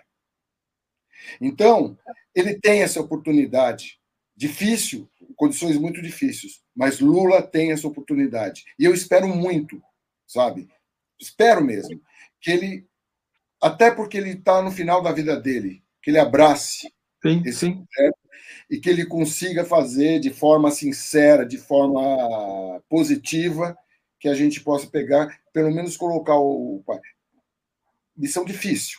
[SPEAKER 1] Então, ele tem essa oportunidade. Difícil, condições muito difíceis, mas Lula tem essa oportunidade. E eu espero muito, sabe? Espero mesmo que ele, até porque ele está no final da vida dele, que ele abrace
[SPEAKER 3] sim,
[SPEAKER 1] esse
[SPEAKER 3] sim.
[SPEAKER 1] projeto e que ele consiga fazer de forma sincera, de forma positiva, que a gente possa pegar, pelo menos colocar o... Missão difícil.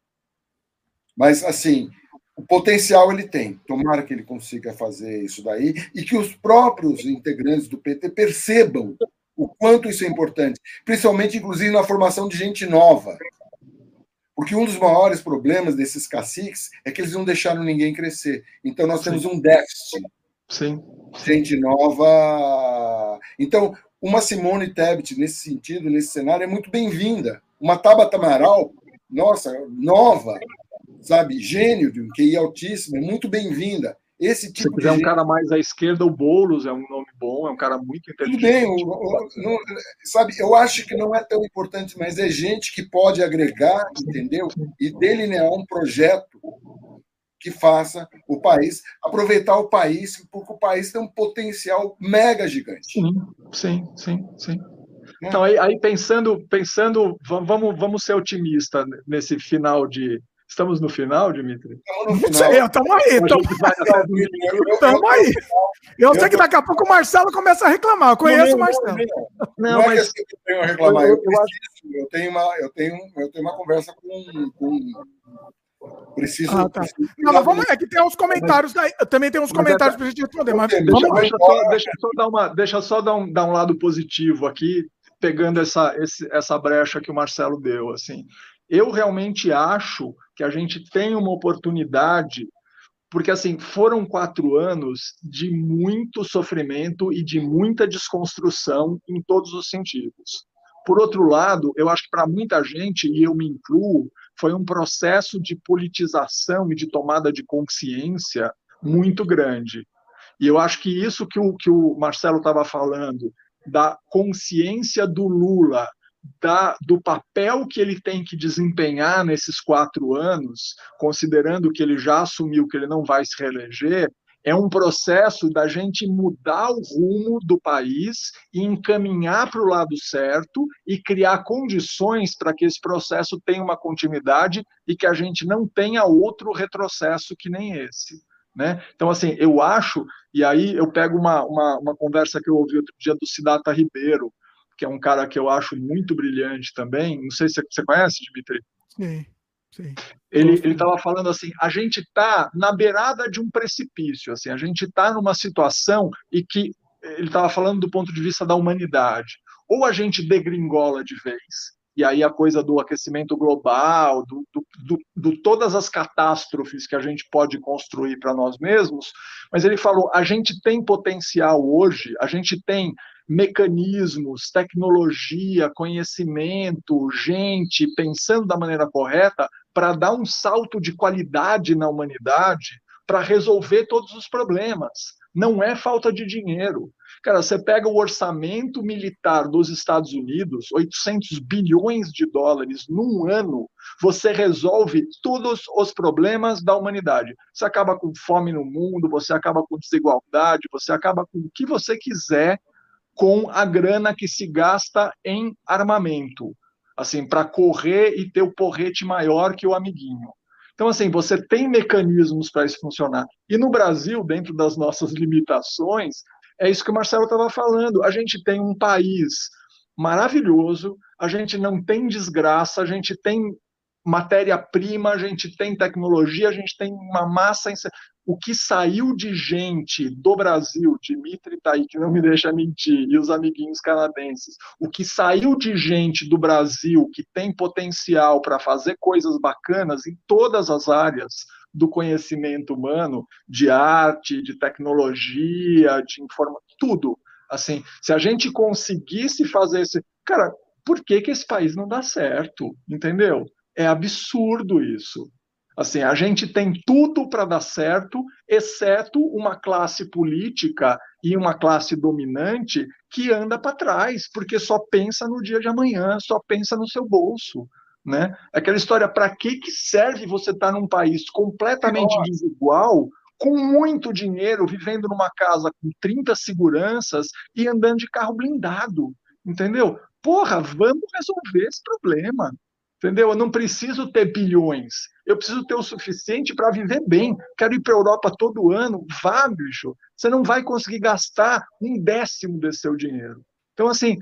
[SPEAKER 1] Mas, assim, o potencial ele tem. Tomara que ele consiga fazer isso daí e que os próprios integrantes do P T percebam o quanto isso é importante, principalmente, inclusive, na formação de gente nova. Porque um dos maiores problemas desses caciques é que eles não deixaram ninguém crescer. Então, nós temos um déficit.
[SPEAKER 3] Sim.
[SPEAKER 1] Gente nova. Então, uma Simone Tebet, nesse sentido, nesse cenário, é muito bem-vinda. Uma Tabata Amaral, nossa, nova, sabe? Gênio, de um Q I altíssimo, é muito bem-vinda. Esse tipo
[SPEAKER 3] Se quiser
[SPEAKER 1] de
[SPEAKER 3] um
[SPEAKER 1] gente...
[SPEAKER 3] cara mais à esquerda, o Boulos é um nome bom, é um cara muito inteligente.
[SPEAKER 1] Tudo bem, o, o, não, sabe, eu acho que não é tão importante, mas é gente que pode agregar, entendeu? E delinear um projeto que faça o país, aproveitar o país, porque o país tem um potencial mega gigante.
[SPEAKER 3] Sim, sim, sim, sim. É. Então, aí, aí pensando, pensando vamos, vamos ser otimistas nesse final de... Estamos no final, Dimitri?
[SPEAKER 2] Estamos no final. Não sei, estamos aí. Estamos aí. Eu, eu sei que daqui a pouco o Marcelo começa a reclamar. Eu conheço não, o Marcelo.
[SPEAKER 1] Não, não, não mas... é que eu tenho a reclamar. Eu, eu, eu, preciso, eu, tenho uma, eu, tenho, eu tenho uma conversa com... com... Preciso,
[SPEAKER 2] ah, tá.
[SPEAKER 1] preciso...
[SPEAKER 2] Não, mas vamos é que tem uns comentários daí. Também tem uns comentários para a gente responder. Mas
[SPEAKER 3] deixa, deixa, só, deixa só dar uma, deixa só dar um, dar um lado positivo aqui. pegando essa, esse, essa brecha que o Marcelo deu, assim, eu realmente acho que a gente tem uma oportunidade, porque assim, foram quatro anos de muito sofrimento e de muita desconstrução em todos os sentidos. Por outro lado, eu acho que para muita gente, e eu me incluo, foi um processo de politização e de tomada de consciência muito grande. E eu acho que isso que o, que o Marcelo estava falando, da consciência do Lula, da, do papel que ele tem que desempenhar nesses quatro anos, considerando que ele já assumiu que ele não vai se reeleger, é um processo da gente mudar o rumo do país e encaminhar para o lado certo e criar condições para que esse processo tenha uma continuidade e que a gente não tenha outro retrocesso que nem esse. Né? Então, assim, eu acho, e aí eu pego uma, uma, uma conversa que eu ouvi outro dia do Siddhartha Ribeiro, que é um cara que eu acho muito brilhante também, não sei se você conhece, Dimitri?
[SPEAKER 2] Sim, sim.
[SPEAKER 3] Ele estava falando assim, a gente está na beirada de um precipício, assim, a gente está numa situação e que, ele estava falando do ponto de vista da humanidade, ou a gente degringola de vez, e aí a coisa do aquecimento global, do, do, do, do todas as catástrofes que a gente pode construir para nós mesmos, mas ele falou, a gente tem potencial hoje, a gente tem mecanismos, tecnologia, conhecimento, gente pensando da maneira correta para dar um salto de qualidade na humanidade para resolver todos os problemas. Não é falta de dinheiro. Cara, você pega o orçamento militar dos Estados Unidos, oitocentos bilhões de dólares num ano, você resolve todos os problemas da humanidade. Você acaba com fome no mundo, você acaba com desigualdade, você acaba com o que você quiser com a grana que se gasta em armamento, assim, para correr e ter o porrete maior que o amiguinho. Então, assim, você tem mecanismos para isso funcionar. E no Brasil, dentro das nossas limitações, é isso que o Marcelo estava falando. A gente tem um país maravilhoso, a gente não tem desgraça, a gente tem matéria-prima, a gente tem tecnologia, a gente tem uma massa... O que saiu de gente do Brasil, Dimitri tá aí, que não me deixa mentir, e os amiguinhos canadenses, o que saiu de gente do Brasil que tem potencial para fazer coisas bacanas em todas as áreas do conhecimento humano, de arte, de tecnologia, de informação, tudo. Assim, se a gente conseguisse fazer esse... Cara, por que que esse país não dá certo? Entendeu? É absurdo isso. Assim, a gente tem tudo para dar certo, exceto uma classe política e uma classe dominante que anda para trás, porque só pensa no dia de amanhã, só pensa no seu bolso. Né? Aquela história, para que, que serve você estar num país completamente desigual, com muito dinheiro, vivendo numa casa com trinta seguranças e andando de carro blindado? Entendeu? Porra, vamos resolver esse problema. Entendeu? Eu não preciso ter bilhões. Eu preciso ter o suficiente para viver bem. Quero ir para a Europa todo ano. Vá, bicho. Você não vai conseguir gastar um décimo desse seu dinheiro. Então, assim,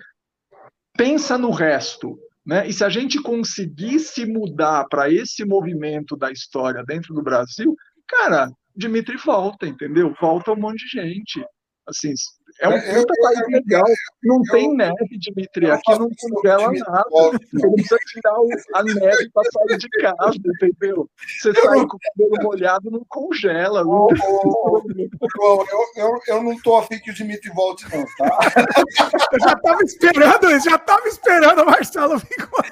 [SPEAKER 3] pensa no resto. Né? E se a gente conseguisse mudar para esse movimento da história dentro do Brasil, cara, Dimitri volta, entendeu? Volta um monte de gente. Assim, é um puta país legal. Não eu, tem neve, Dimitri. Aqui não congela nada. Você não precisa tirar a neve para sair de casa, entendeu? Você eu sai não... com o cabelo molhado, não congela. Não
[SPEAKER 1] oh, oh, oh, eu, eu, eu não estou afim que o Dimitri volte, não, tá?
[SPEAKER 2] Eu já estava esperando isso, já estava esperando o Marcelo vir com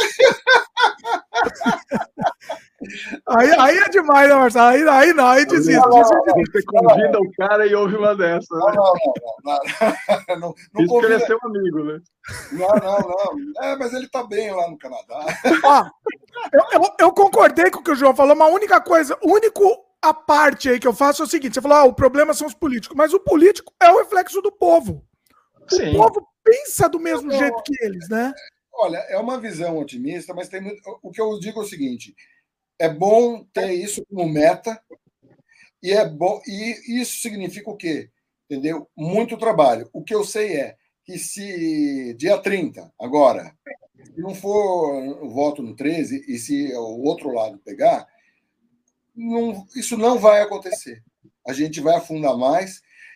[SPEAKER 2] Aí, aí é demais, né, Marcelo? Aí, aí não, aí desiste.
[SPEAKER 3] Não, não, não, você convida o cara e ouve uma dessas.
[SPEAKER 1] Não,
[SPEAKER 3] né?
[SPEAKER 1] não, não. não, não, não
[SPEAKER 3] Isso convida... que ele é seu amigo, né?
[SPEAKER 1] Não, não, não. É, mas ele está bem lá no Canadá.
[SPEAKER 2] Ó, eu, eu, eu concordei com o que o João falou, mas a única coisa, o único a parte aí que eu faço é o seguinte: você falou, ah, o problema são os políticos, mas o político é o reflexo do povo.
[SPEAKER 3] Sim.
[SPEAKER 2] O povo pensa do mesmo não, jeito que eles, né?
[SPEAKER 1] Olha, é uma visão otimista, mas tem muito... o que eu digo é o seguinte: é bom ter isso como meta, e é bom, e isso significa o quê? Entendeu? Muito trabalho. O que eu sei é que se dia trinta, agora, se não for o voto no treze, e se o outro lado pegar, não, isso não vai acontecer. A gente vai afundar mais,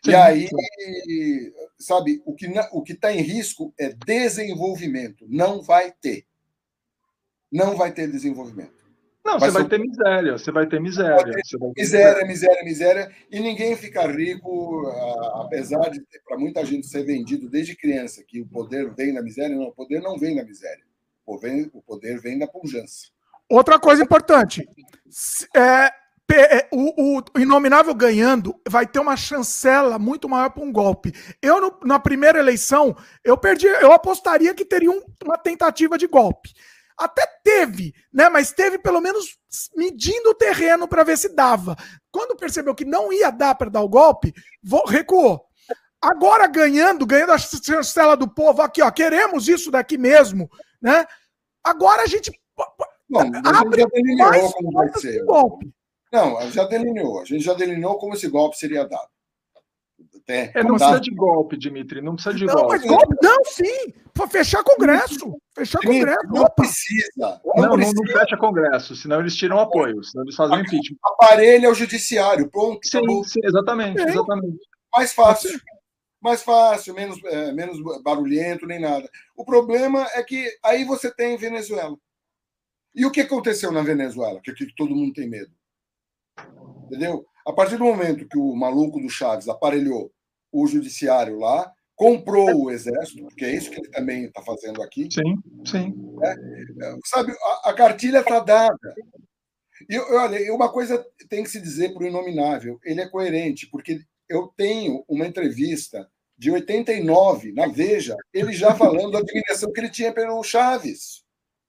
[SPEAKER 1] Sim, e aí, sim. sabe, o que o que está em risco é desenvolvimento. Não vai ter. Não vai ter desenvolvimento.
[SPEAKER 3] Não, vai você vai ter miséria, você vai ter miséria. Vai ter
[SPEAKER 1] você vai ter miséria, miséria, miséria, e ninguém fica rico, apesar de, para muita gente, ser vendido desde criança, que o poder vem da miséria. Não, o poder não vem da miséria. O poder, o poder vem da pujança.
[SPEAKER 2] Outra coisa importante, é, o, o Inominável ganhando vai ter uma chancela muito maior para um golpe. Eu, no, na primeira eleição, eu perdi, eu apostaria que teria um, uma tentativa de golpe. Até teve, né? Mas teve pelo menos medindo o terreno para ver se dava. Quando percebeu que não ia dar para dar o golpe, recuou. Agora ganhando, ganhando a chancela do povo, aqui, ó, queremos isso daqui mesmo, né? Agora a gente
[SPEAKER 1] Bom, abre a gente já delineou como vai ser. Golpe. Não, já delineou. A gente já delineou como esse golpe seria dado.
[SPEAKER 3] Tem, é, não precisa de golpe, Dimitri, não precisa de
[SPEAKER 2] não,
[SPEAKER 3] golpe.
[SPEAKER 2] Mas golpe. Não, sim. Para fechar Congresso. Fechar Dimitri, Congresso.
[SPEAKER 1] Não precisa.
[SPEAKER 3] Não, não, precisa. não fecha Congresso, senão eles tiram apoio, senão eles fazem impeachment.
[SPEAKER 1] Aparelho é o judiciário, pronto.
[SPEAKER 3] Sim, sim exatamente, é. exatamente.
[SPEAKER 1] Mais fácil. Mais fácil, menos, é, menos barulhento, nem nada. O problema é que aí você tem Venezuela. E o que aconteceu na Venezuela? Que, que todo mundo tem medo. Entendeu? A partir do momento que o maluco do Chaves aparelhou o judiciário lá, comprou o exército, porque é isso que ele também está fazendo aqui.
[SPEAKER 3] Sim, sim.
[SPEAKER 1] É, sabe, a, a cartilha está dada. E olha, uma coisa tem que se dizer para o Inominável, ele é coerente, porque eu tenho uma entrevista de oitenta e nove, na Veja, ele já falando da admiração que ele tinha pelo Chaves.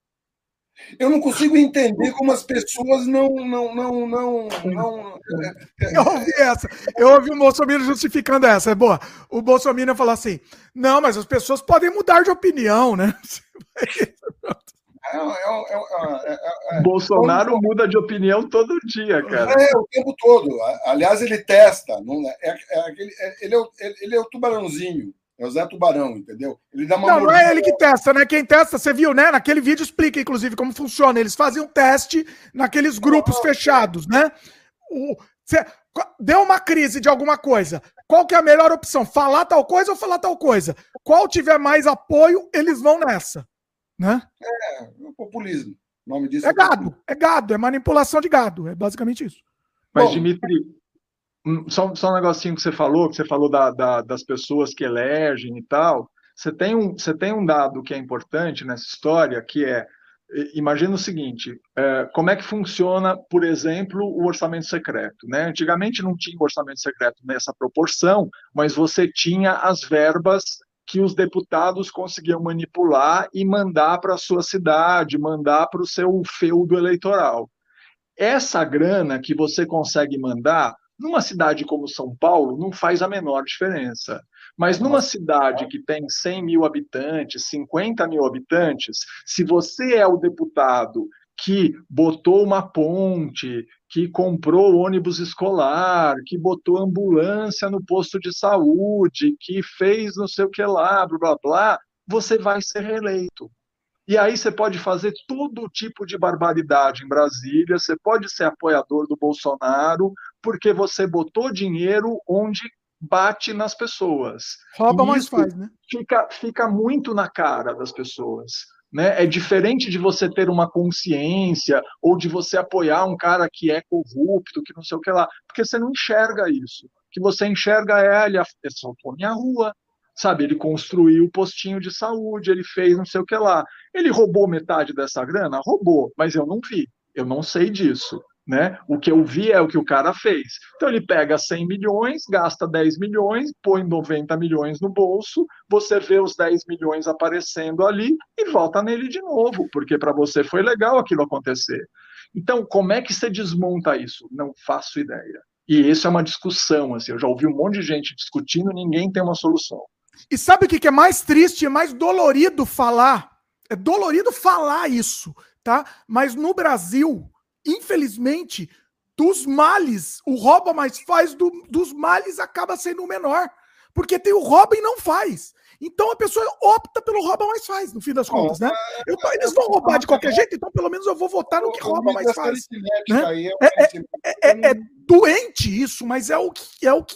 [SPEAKER 1] Eu não consigo entender como as pessoas não... não, não, não, não...
[SPEAKER 2] Eu ouvi essa. Eu ouvi o Bolsonaro justificando essa. É boa. O Bolsonaro falou assim, não, mas as pessoas podem mudar de opinião, né?
[SPEAKER 1] É, é, é, é, é,
[SPEAKER 3] Bolsonaro todo... muda de opinião todo dia, cara.
[SPEAKER 1] É, o tempo todo. Aliás, ele testa. Não é, é, aquele, é, ele, é o, ele é o tubarãozinho. É o Zé Tubarão, entendeu? Ele dá uma
[SPEAKER 2] não, mordida. Não é ele que testa, né? Quem testa, você viu, né? Naquele vídeo explica, inclusive, como funciona. Eles fazem um teste naqueles grupos ah, fechados, né? O, cê, deu uma crise de alguma coisa. Qual que é a melhor opção? Falar tal coisa ou falar tal coisa? Qual tiver mais apoio, eles vão nessa. Né?
[SPEAKER 1] É, é o populismo. O nome disso
[SPEAKER 2] é, é gado, populismo. é gado, é manipulação de gado. É basicamente isso.
[SPEAKER 3] Mas, Bom, Dimitri... Só, só um negocinho que você falou, que você falou da, da, das pessoas que elegem e tal. Você tem, um, você tem um dado que é importante nessa história, que é, imagina o seguinte, é, como é que funciona, por exemplo, o orçamento secreto, né? Antigamente não tinha orçamento secreto nessa proporção, mas você tinha as verbas que os deputados conseguiam manipular e mandar para a sua cidade, mandar para o seu feudo eleitoral. Essa grana que você consegue mandar, numa cidade como São Paulo, não faz a menor diferença. Mas numa cidade que tem cem mil habitantes, cinquenta mil habitantes, se você é o deputado que botou uma ponte, que comprou ônibus escolar, que botou ambulância no posto de saúde, que fez não sei o que lá, blá, blá, blá, você vai ser reeleito. E aí você pode fazer todo tipo de barbaridade em Brasília, você pode ser apoiador do Bolsonaro, porque você botou dinheiro onde bate nas pessoas.
[SPEAKER 2] Rouba, mas faz, né?
[SPEAKER 3] Fica, fica muito na cara das pessoas. Né? É diferente de você ter uma consciência ou de você apoiar um cara que é corrupto, que não sei o que lá, porque você não enxerga isso. O que você enxerga é, ele assaltou minha rua, sabe? Ele construiu o postinho de saúde, ele fez não sei o que lá. Ele roubou metade dessa grana? Roubou, mas eu não vi, eu não sei disso. Né? O que eu vi é o que o cara fez. Então ele pega cem milhões, gasta dez milhões, põe noventa milhões no bolso, você vê os dez milhões aparecendo ali e volta nele de novo, porque para você foi legal aquilo acontecer. Então, como é que você desmonta isso? Não faço ideia. E isso é uma discussão, assim, eu já ouvi um monte de gente discutindo, ninguém tem uma solução.
[SPEAKER 2] E sabe o que é mais triste, é mais dolorido falar? É dolorido falar isso, tá? Mas no Brasil, infelizmente, dos males, o rouba mais faz, do, dos males acaba sendo o menor. Porque tem o rouba e não faz. Então a pessoa opta pelo rouba mais faz, no fim das contas, né? Eu, eles vão roubar de qualquer jeito, então pelo menos eu vou votar no que rouba mais faz. Né? É, é, é, é, é doente isso, mas é o que, é o que, que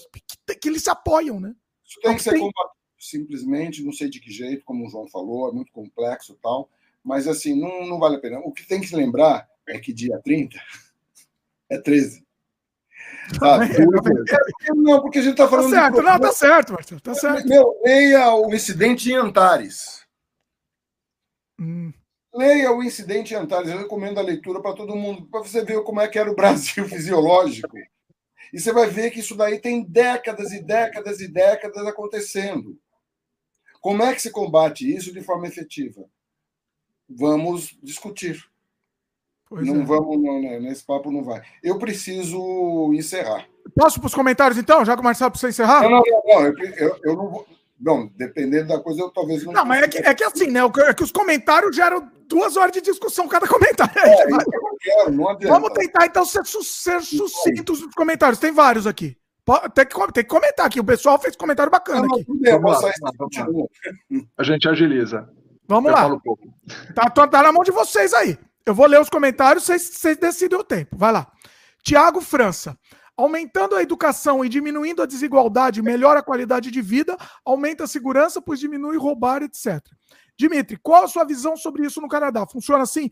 [SPEAKER 2] que eles se apoiam, né?
[SPEAKER 1] Isso tem que ser combatido, simplesmente, não sei de que jeito, como o João falou, é muito complexo e tal, mas assim, não, não vale a pena. O que tem que se lembrar é que dia trinta é treze. Sabe? Não, porque a gente está falando...
[SPEAKER 2] Tá certo, de... não, tá certo, Marcelo, tá certo.
[SPEAKER 1] Meu, leia o incidente em Antares. Hum. Leia o incidente em Antares. Eu recomendo a leitura para todo mundo, para você ver como é que era o Brasil fisiológico. E você vai ver que isso daí tem décadas e décadas e décadas acontecendo. Como é que se combate isso de forma efetiva? Vamos discutir. Pois não é. vamos, não, nesse papo não vai. Eu preciso encerrar.
[SPEAKER 2] Posso para os comentários, então? Já que o Marcelo precisa encerrar?
[SPEAKER 1] Não, não, não. não eu, eu, eu não vou... Não, dependendo da coisa, eu talvez não...
[SPEAKER 2] Não, mas é que, é que assim, né? É que os comentários geram duas horas de discussão cada comentário.
[SPEAKER 1] É, vai... eu não quero, não adianta.
[SPEAKER 2] Vamos tentar, então, ser, ser sucintos nos comentários. Tem vários aqui. Tem que, tem que comentar aqui. O pessoal fez comentário bacana não, aqui.
[SPEAKER 3] Bem, vamos lá, vamos lá. A gente agiliza.
[SPEAKER 2] Vamos eu lá. Um tá, tá na mão de vocês aí. Eu vou ler os comentários, vocês, vocês decidem o tempo. Vai lá. Tiago França. Aumentando a educação e diminuindo a desigualdade, melhora a qualidade de vida, aumenta a segurança, pois diminui roubar, etcétera. Dimitri, qual a sua visão sobre isso no Canadá? Funciona assim?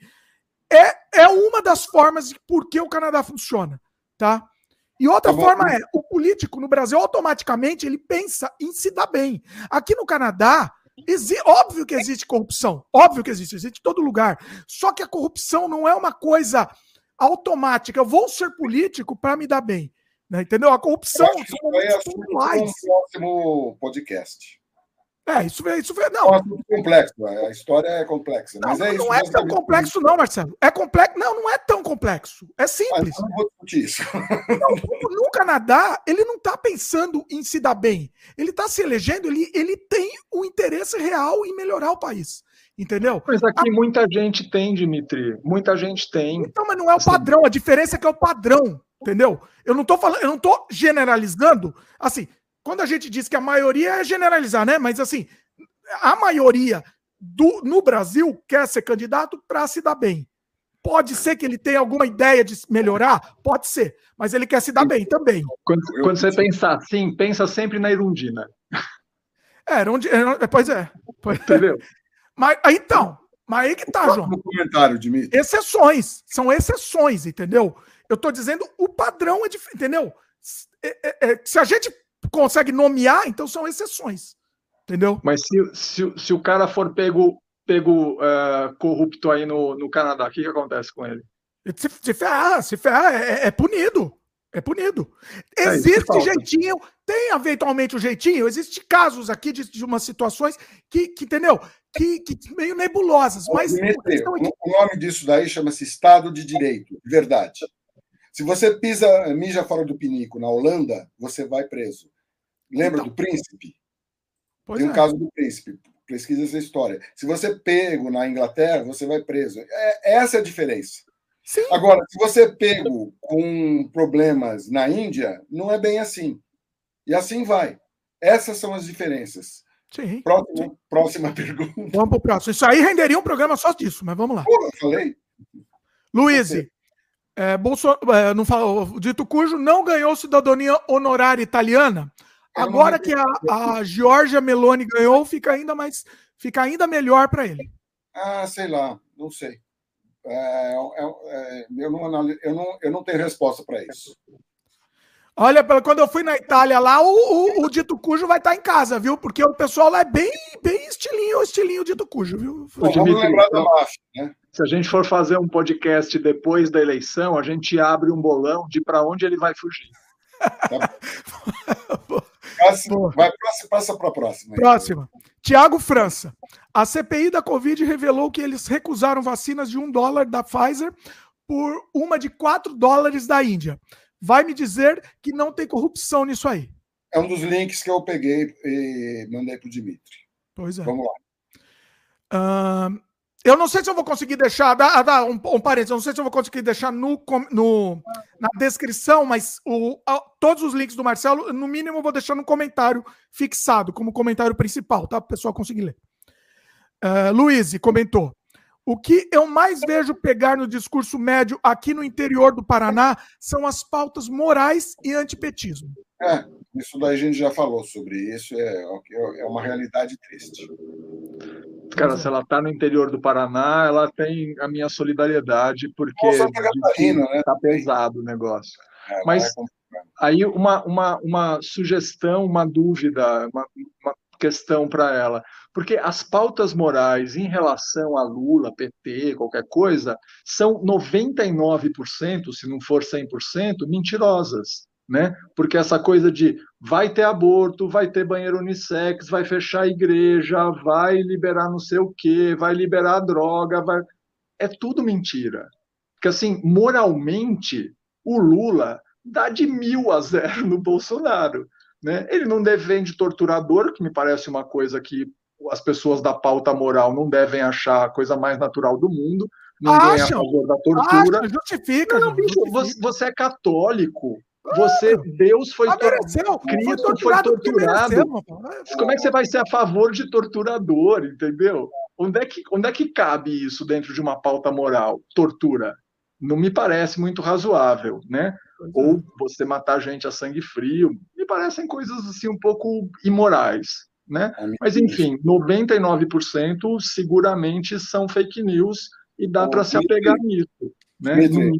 [SPEAKER 2] É, é uma das formas de por que o Canadá funciona, tá? E outra tá forma é, o político no Brasil, automaticamente, ele pensa em se dar bem. Aqui no Canadá, exi- óbvio que existe corrupção, óbvio que existe, existe em todo lugar. Só que a corrupção não é uma coisa automática. Eu vou ser político para me dar bem. Né? Entendeu? A corrupção
[SPEAKER 1] são é pontuais. No próximo podcast.
[SPEAKER 2] É, isso é isso é, não.
[SPEAKER 1] É um complexo, a história é complexa. Mas
[SPEAKER 2] não,
[SPEAKER 1] é
[SPEAKER 2] não
[SPEAKER 1] isso,
[SPEAKER 2] é tão complexo, não, Marcelo. É complexo. Não, não é tão complexo. É simples.
[SPEAKER 1] Mas eu não vou discutir isso.
[SPEAKER 2] Não, no Canadá, ele não está pensando em se dar bem. Ele está se elegendo, ele, ele tem o interesse real em melhorar o país. Entendeu?
[SPEAKER 3] Mas aqui a... muita gente tem, Dimitri. Muita gente tem.
[SPEAKER 2] Então, mas não é o padrão. A diferença é que é o padrão. Entendeu? Eu não tô falando, eu não tô generalizando. Assim, quando a gente diz que a maioria é generalizar, né? Mas assim, a maioria do, no Brasil quer ser candidato para se dar bem. Pode ser que ele tenha alguma ideia de melhorar? Pode ser. Mas ele quer se dar bem também.
[SPEAKER 3] Quando, quando você pensar assim, pensa sempre na Irundina.
[SPEAKER 2] É, Irundina, pois é. Pois
[SPEAKER 3] Entendeu?
[SPEAKER 2] É. Mas então, mas aí que tá, João.
[SPEAKER 1] No comentário, Dimitri.
[SPEAKER 2] Exceções. São exceções, entendeu? Eu tô dizendo o padrão é diferente, entendeu? É, é, é, se a gente consegue nomear, então são exceções. Entendeu?
[SPEAKER 3] Mas se, se, se o cara for pego, pego uh, corrupto aí no, no Canadá, o que, que acontece com ele?
[SPEAKER 2] Se, se ferrar, se ferrar, é, é punido. É punido. Existe é jeitinho, tem eventualmente um jeitinho, existe casos aqui de, de umas situações que, que entendeu? Que, que meio nebulosas. Mas
[SPEAKER 1] Dimitri, o, o nome disso daí chama-se Estado de Direito, de verdade. Se você pisa, mija fora do pinico na Holanda, você vai preso. Lembra então, do príncipe? Tem um é. caso do príncipe. Pesquisa essa história. Se você pego na Inglaterra, você vai preso. É, essa é a diferença.
[SPEAKER 2] Sim.
[SPEAKER 1] Agora, se você pego com problemas na Índia, não é bem assim. E assim vai. Essas são as diferenças.
[SPEAKER 2] Sim.
[SPEAKER 1] Próxima,
[SPEAKER 2] Sim.
[SPEAKER 1] próxima pergunta.
[SPEAKER 2] Vamos para o próximo. Isso aí renderia um programa só disso, mas vamos lá.
[SPEAKER 1] Pô, eu falei.
[SPEAKER 2] Luiz, é, Bolson... é, não falo, dito cujo não ganhou cidadania honorária italiana. Agora que a, a Giorgia Meloni ganhou, fica ainda mais, fica ainda melhor para ele.
[SPEAKER 1] Ah, sei lá, não sei. É, é, é, eu, não, eu, não, eu não tenho resposta para isso.
[SPEAKER 2] Olha, quando eu fui na Itália lá, o, o, o dito cujo vai estar em casa, viu? Porque o pessoal lá é bem, bem estilinho, estilinho dito cujo, viu?
[SPEAKER 3] Bom, vamos lembrar da máfia, né? Se a gente for fazer um podcast depois da eleição, a gente abre um bolão de para onde ele vai fugir.
[SPEAKER 1] Tá. Passa, vai, passa para a próxima.
[SPEAKER 2] Próxima. Tiago França. A C P I da Covid revelou que eles recusaram vacinas de um dólar da Pfizer por uma de quatro dólares da Índia. Vai me dizer que não tem corrupção nisso aí.
[SPEAKER 1] É um dos links que eu peguei e mandei para o Dimitri.
[SPEAKER 2] Pois é.
[SPEAKER 1] Vamos lá.
[SPEAKER 2] Uh, eu não sei se eu vou conseguir deixar, dá, dá um, um parênteses, eu não sei se eu vou conseguir deixar no, no, na descrição, mas o, a, todos os links do Marcelo, no mínimo, eu vou deixar no comentário fixado, como comentário principal, tá? Para o pessoal conseguir ler. Uh, Luiz comentou. O que eu mais vejo pegar no discurso médio aqui no interior do Paraná são as pautas morais e antipetismo.
[SPEAKER 1] É, isso daí a gente já falou sobre isso, é, é uma realidade triste.
[SPEAKER 3] Cara, se ela está no interior do Paraná, ela tem a minha solidariedade, porque está pesado o negócio.
[SPEAKER 1] É,
[SPEAKER 3] Mas aí uma, uma, uma sugestão, uma dúvida, uma, uma questão para ela. Porque as pautas morais em relação a Lula, P T, qualquer coisa, são noventa e nove por cento, se não for cem por cento, mentirosas. Né? Porque essa coisa de vai ter aborto, vai ter banheiro unissex, vai fechar a igreja, vai liberar não sei o quê, vai liberar a droga, vai... é tudo mentira. Porque, assim, moralmente, o Lula dá de mil a zero no Bolsonaro. Né? Ele não defende torturador, que me parece uma coisa que as pessoas da pauta moral não devem achar a coisa mais natural do mundo. Ninguém Acham. é a favor da tortura.
[SPEAKER 2] Acha, justifica,
[SPEAKER 3] não, bicho, justifica. Você é católico. Você, Deus foi torturado, Cristo foi torturado. Como é que você vai ser a favor de torturador, entendeu? Onde é que, onde é que cabe isso dentro de uma pauta moral? Tortura. Não me parece muito razoável, né? Ou você matar gente a sangue frio. Me parecem coisas assim um pouco imorais, né? Mas, enfim, noventa e nove por cento seguramente são fake news e dá para se apegar nisso, né?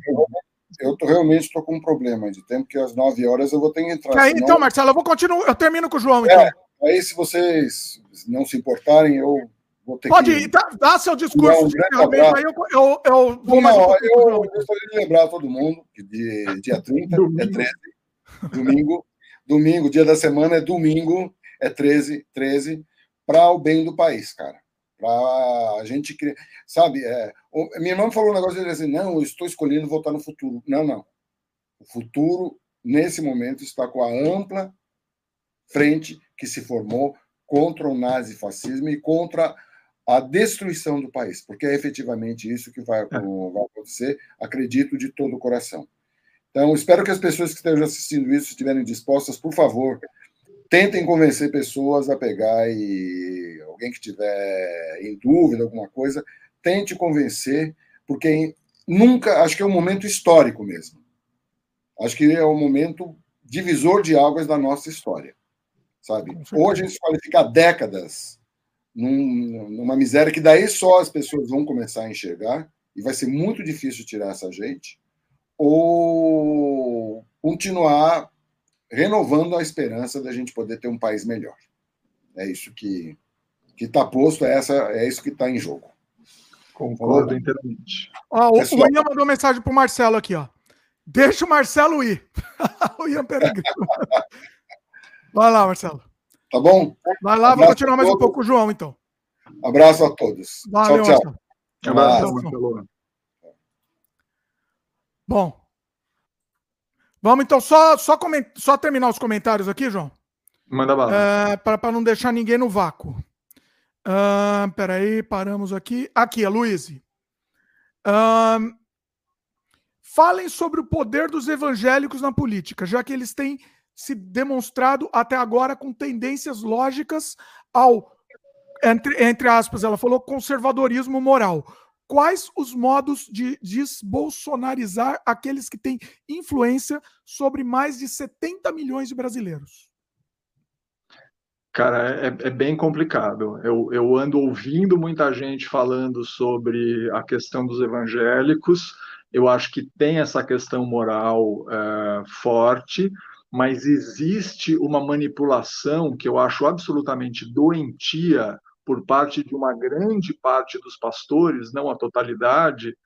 [SPEAKER 1] Eu tô, realmente estou com um problema de tempo, que às nove horas eu vou ter que entrar.
[SPEAKER 2] Aí, senão... Então, Marcelo, eu vou continuar, eu termino com o João, então.
[SPEAKER 1] É, aí, se vocês não se importarem, eu vou ter
[SPEAKER 2] Pode
[SPEAKER 1] que...
[SPEAKER 2] Pode ir, dá seu discurso.
[SPEAKER 1] Um
[SPEAKER 2] de aí eu, eu, eu
[SPEAKER 1] vou mais não, um eu, eu gostaria de lembrar a todo mundo que de, dia trinta é treze, domingo, domingo, dia da semana é domingo, é treze, treze, para o bem do país, cara. Para a gente criar, sabe? É, o, minha irmã falou um negócio de assim: não, eu estou escolhendo votar no futuro. Não, não. O futuro, nesse momento, está com a ampla frente que se formou contra o nazifascismo e contra a destruição do país, porque é efetivamente isso que vai, vai acontecer, acredito de todo o coração. Então, espero que as pessoas que estejam assistindo isso estiverem dispostas, por favor, tentem convencer pessoas a pegar e alguém que tiver em dúvida, alguma coisa, tente convencer, porque nunca, acho que é um momento histórico mesmo. Acho que é um momento divisor de águas da nossa história, sabe? Hoje a gente pode ficar décadas num, numa miséria que daí só as pessoas vão começar a enxergar e vai ser muito difícil tirar essa gente, ou continuar renovando a esperança da gente poder ter um país melhor. É isso que que está posto, é, essa, é isso que está em jogo.
[SPEAKER 3] Concordo inteiramente.
[SPEAKER 2] Ó, o, o Ian mandou mensagem para o Marcelo aqui, ó. Deixa o Marcelo ir. O Ian Peregrino. Vai lá, Marcelo.
[SPEAKER 1] Tá bom?
[SPEAKER 2] Vai lá, vou continuar mais um pouco com o João, então.
[SPEAKER 1] Abraço a todos.
[SPEAKER 2] Valeu,
[SPEAKER 1] tchau, tchau.
[SPEAKER 2] Marcelo. Abraço, Marcelo. Bom, vamos então só, só, coment... só terminar os comentários aqui, João.
[SPEAKER 3] Manda bala.
[SPEAKER 2] É, para não deixar ninguém no vácuo. Uh, peraí, paramos aqui. Aqui, a Luíse. Uh, falem sobre o poder dos evangélicos na política, já que eles têm se demonstrado até agora com tendências lógicas ao, entre, entre aspas, ela falou, conservadorismo moral. Quais os modos de desbolsonarizar aqueles que têm influência sobre mais de setenta milhões de brasileiros?
[SPEAKER 3] Cara, é, é bem complicado. Eu, eu ando ouvindo muita gente falando sobre a questão dos evangélicos. Eu acho que tem essa questão moral é, forte, mas existe uma manipulação que eu acho absolutamente doentia por parte de uma grande parte dos pastores, não a totalidade,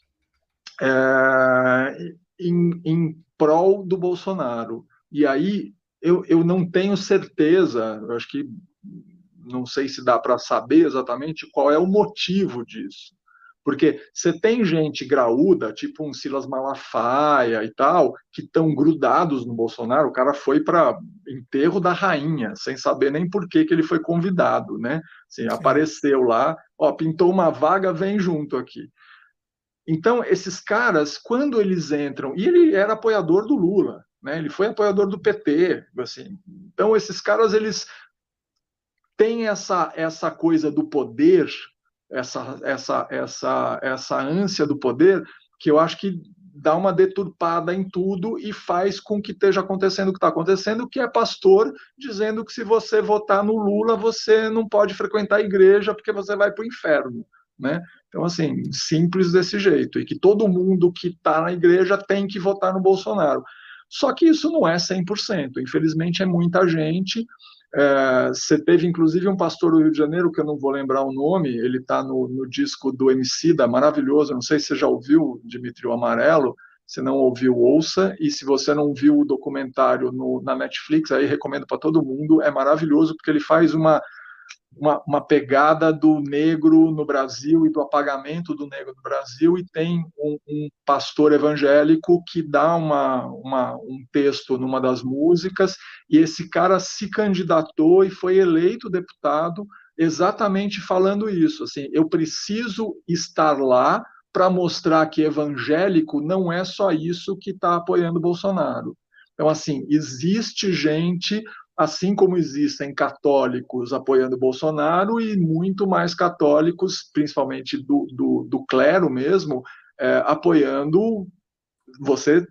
[SPEAKER 3] é, em, em prol do Bolsonaro. E aí eu, eu não tenho certeza, eu acho que não sei se dá para saber exatamente qual é o motivo disso. Porque você tem gente graúda, tipo um Silas Malafaia e tal, que estão grudados no Bolsonaro. O cara foi para enterro da rainha, sem saber nem por que, que ele foi convidado, né? Assim, apareceu lá, ó, pintou uma vaga, vem junto aqui. Então, esses caras, quando eles entram... E ele era apoiador do Lula, né? Ele foi apoiador do P T, assim. Então, esses caras, eles têm essa, essa coisa do poder... Essa, essa, essa, essa ânsia do poder, que eu acho que dá uma deturpada em tudo e faz com que esteja acontecendo o que está acontecendo, que é pastor dizendo que se você votar no Lula, você não pode frequentar a igreja porque você vai para o inferno, né? Então, assim, simples desse jeito, e que todo mundo que está na igreja tem que votar no Bolsonaro. Só que isso não é cem por cento, infelizmente é muita gente. É, você teve, inclusive, um pastor do Rio de Janeiro, que eu não vou lembrar o nome, ele está no, no disco do Emicida, maravilhoso, não sei se você já ouviu, Dimitri, o Amarelo, se não ouviu, ouça, e se você não viu o documentário no, na Netflix, aí recomendo para todo mundo, é maravilhoso, porque ele faz uma, uma, uma pegada do negro no Brasil e do apagamento do negro no Brasil, e tem um, um pastor evangélico que dá uma, uma, um texto numa das músicas, e esse cara se candidatou e foi eleito deputado exatamente falando isso, assim, eu preciso estar lá para mostrar que evangélico não é só isso que está apoiando Bolsonaro. Então, assim, existe gente, assim como existem católicos apoiando Bolsonaro e muito mais católicos, principalmente do, do, do clero mesmo, é, apoiando você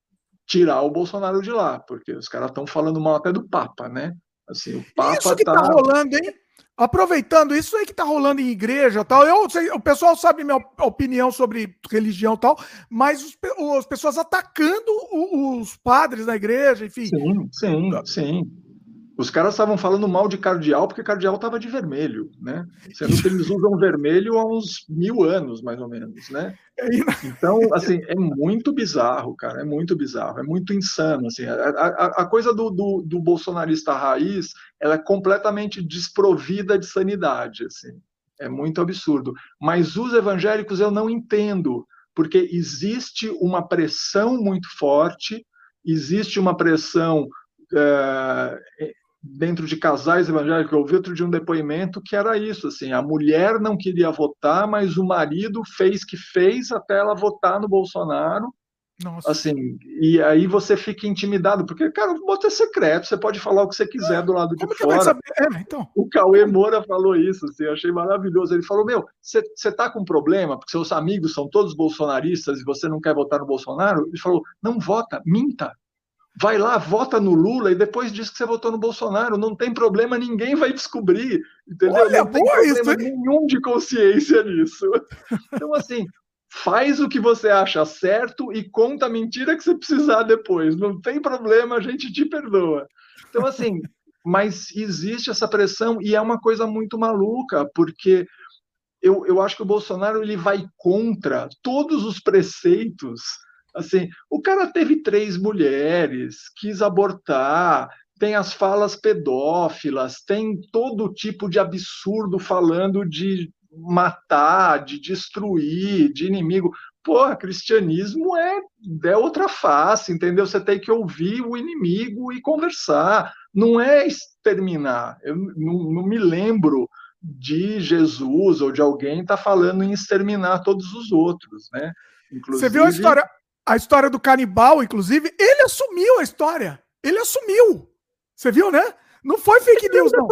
[SPEAKER 3] tirar o Bolsonaro de lá, porque os caras estão falando mal até do Papa, né? Assim, o Papa
[SPEAKER 2] isso que tá... tá rolando, hein? Aproveitando, isso aí que tá rolando em igreja e tal, eu sei, o pessoal sabe minha opinião sobre religião e tal, mas os, as pessoas atacando os padres da igreja, enfim.
[SPEAKER 3] Sim, sim, sim. Os caras estavam falando mal de cardeal porque cardeal estava de vermelho, né? Sendo que eles usam vermelho há uns mil anos, mais ou menos, né? Então, assim, é muito bizarro, cara, é muito bizarro, é muito insano, assim. A, a, a coisa do, do, do bolsonarista raiz, ela é completamente desprovida de sanidade, assim. É muito absurdo. Mas os evangélicos eu não entendo, porque existe uma pressão muito forte, existe uma pressão... É, dentro de casais evangélicos, eu ouvi outro dia um depoimento que era isso, assim, a mulher não queria votar, mas o marido fez que fez até ela votar no Bolsonaro. Nossa. Assim, e aí você fica intimidado, porque, cara, o voto é secreto, você pode falar o que você quiser do lado de fora. É, então. O Cauê Moura falou isso, assim, eu achei maravilhoso. Ele falou, meu, você tá com problema, porque seus amigos são todos bolsonaristas e você não quer votar no Bolsonaro? Ele falou, não vota, minta. Vai lá, vota no Lula e depois diz que você votou no Bolsonaro. Não tem problema, ninguém vai descobrir. Entendeu?
[SPEAKER 2] Olha,
[SPEAKER 3] não tem problema isso, nenhum de consciência nisso. Então, assim, faz o que você acha certo e conta a mentira que você precisar depois. Não tem problema, a gente te perdoa. Então, assim, mas existe essa pressão e é uma coisa muito maluca, porque eu, eu acho que o Bolsonaro ele vai contra todos os preceitos. Assim, o cara teve três mulheres, quis abortar, tem as falas pedófilas, tem todo tipo de absurdo falando de matar, de destruir, de inimigo. Porra, cristianismo é, é outra face, entendeu? Você tem que ouvir o inimigo e conversar. Não é exterminar. Eu não, não me lembro de Jesus ou de alguém estar tá falando em exterminar todos os outros, né?
[SPEAKER 2] Inclusive... Você viu a história... A história do canibal, inclusive, ele assumiu a história. Ele assumiu. Você viu, né? Não foi fake news, não.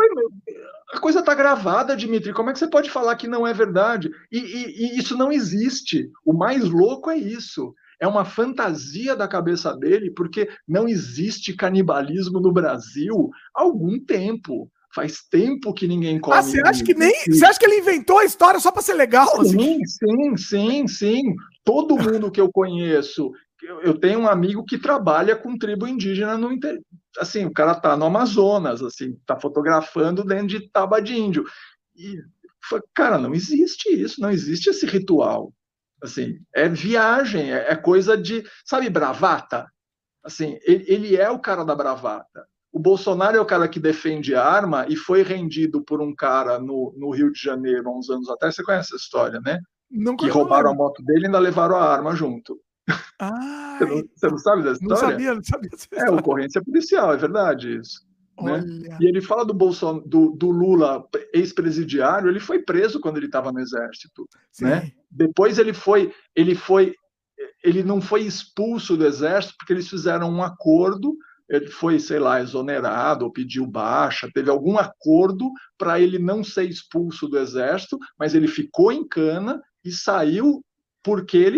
[SPEAKER 3] A coisa está gravada, Dimitri. Como é que você pode falar que não é verdade? E, e, e isso não existe. O mais louco é isso. É uma fantasia da cabeça dele, porque não existe canibalismo no Brasil há algum tempo. Faz tempo que ninguém come.
[SPEAKER 2] Ah, você acha que nem. Você acha que ele inventou a história só para ser legal?
[SPEAKER 3] Sim, assim? sim, sim, sim. Todo mundo que eu conheço, eu, eu tenho um amigo que trabalha com tribo indígena no interior. Assim, o cara tá no Amazonas, assim, tá fotografando dentro de taba de índio. E, cara, não existe isso, não existe esse ritual. Assim, é viagem, é, é coisa de, sabe, bravata? Assim, ele, ele é o cara da bravata. O Bolsonaro é o cara que defende arma e foi rendido por um cara no, no Rio de Janeiro há uns anos atrás. Você conhece essa história, né? Não, que roubaram a moto dele e ainda levaram a arma junto.
[SPEAKER 2] Ah,
[SPEAKER 3] você, não, você não sabe dessa história?
[SPEAKER 2] Não sabia, não sabia dessa história.
[SPEAKER 3] É ocorrência policial, é verdade isso. Né? E ele fala do, Bolson, do, do Lula, ex-presidiário, ele foi preso quando ele estava no exército. Né? Depois ele foi, ele foi, ele não foi expulso do exército porque eles fizeram um acordo. Ele foi, sei lá, exonerado ou pediu baixa, teve algum acordo para ele não ser expulso do exército, mas ele ficou em cana e saiu porque ele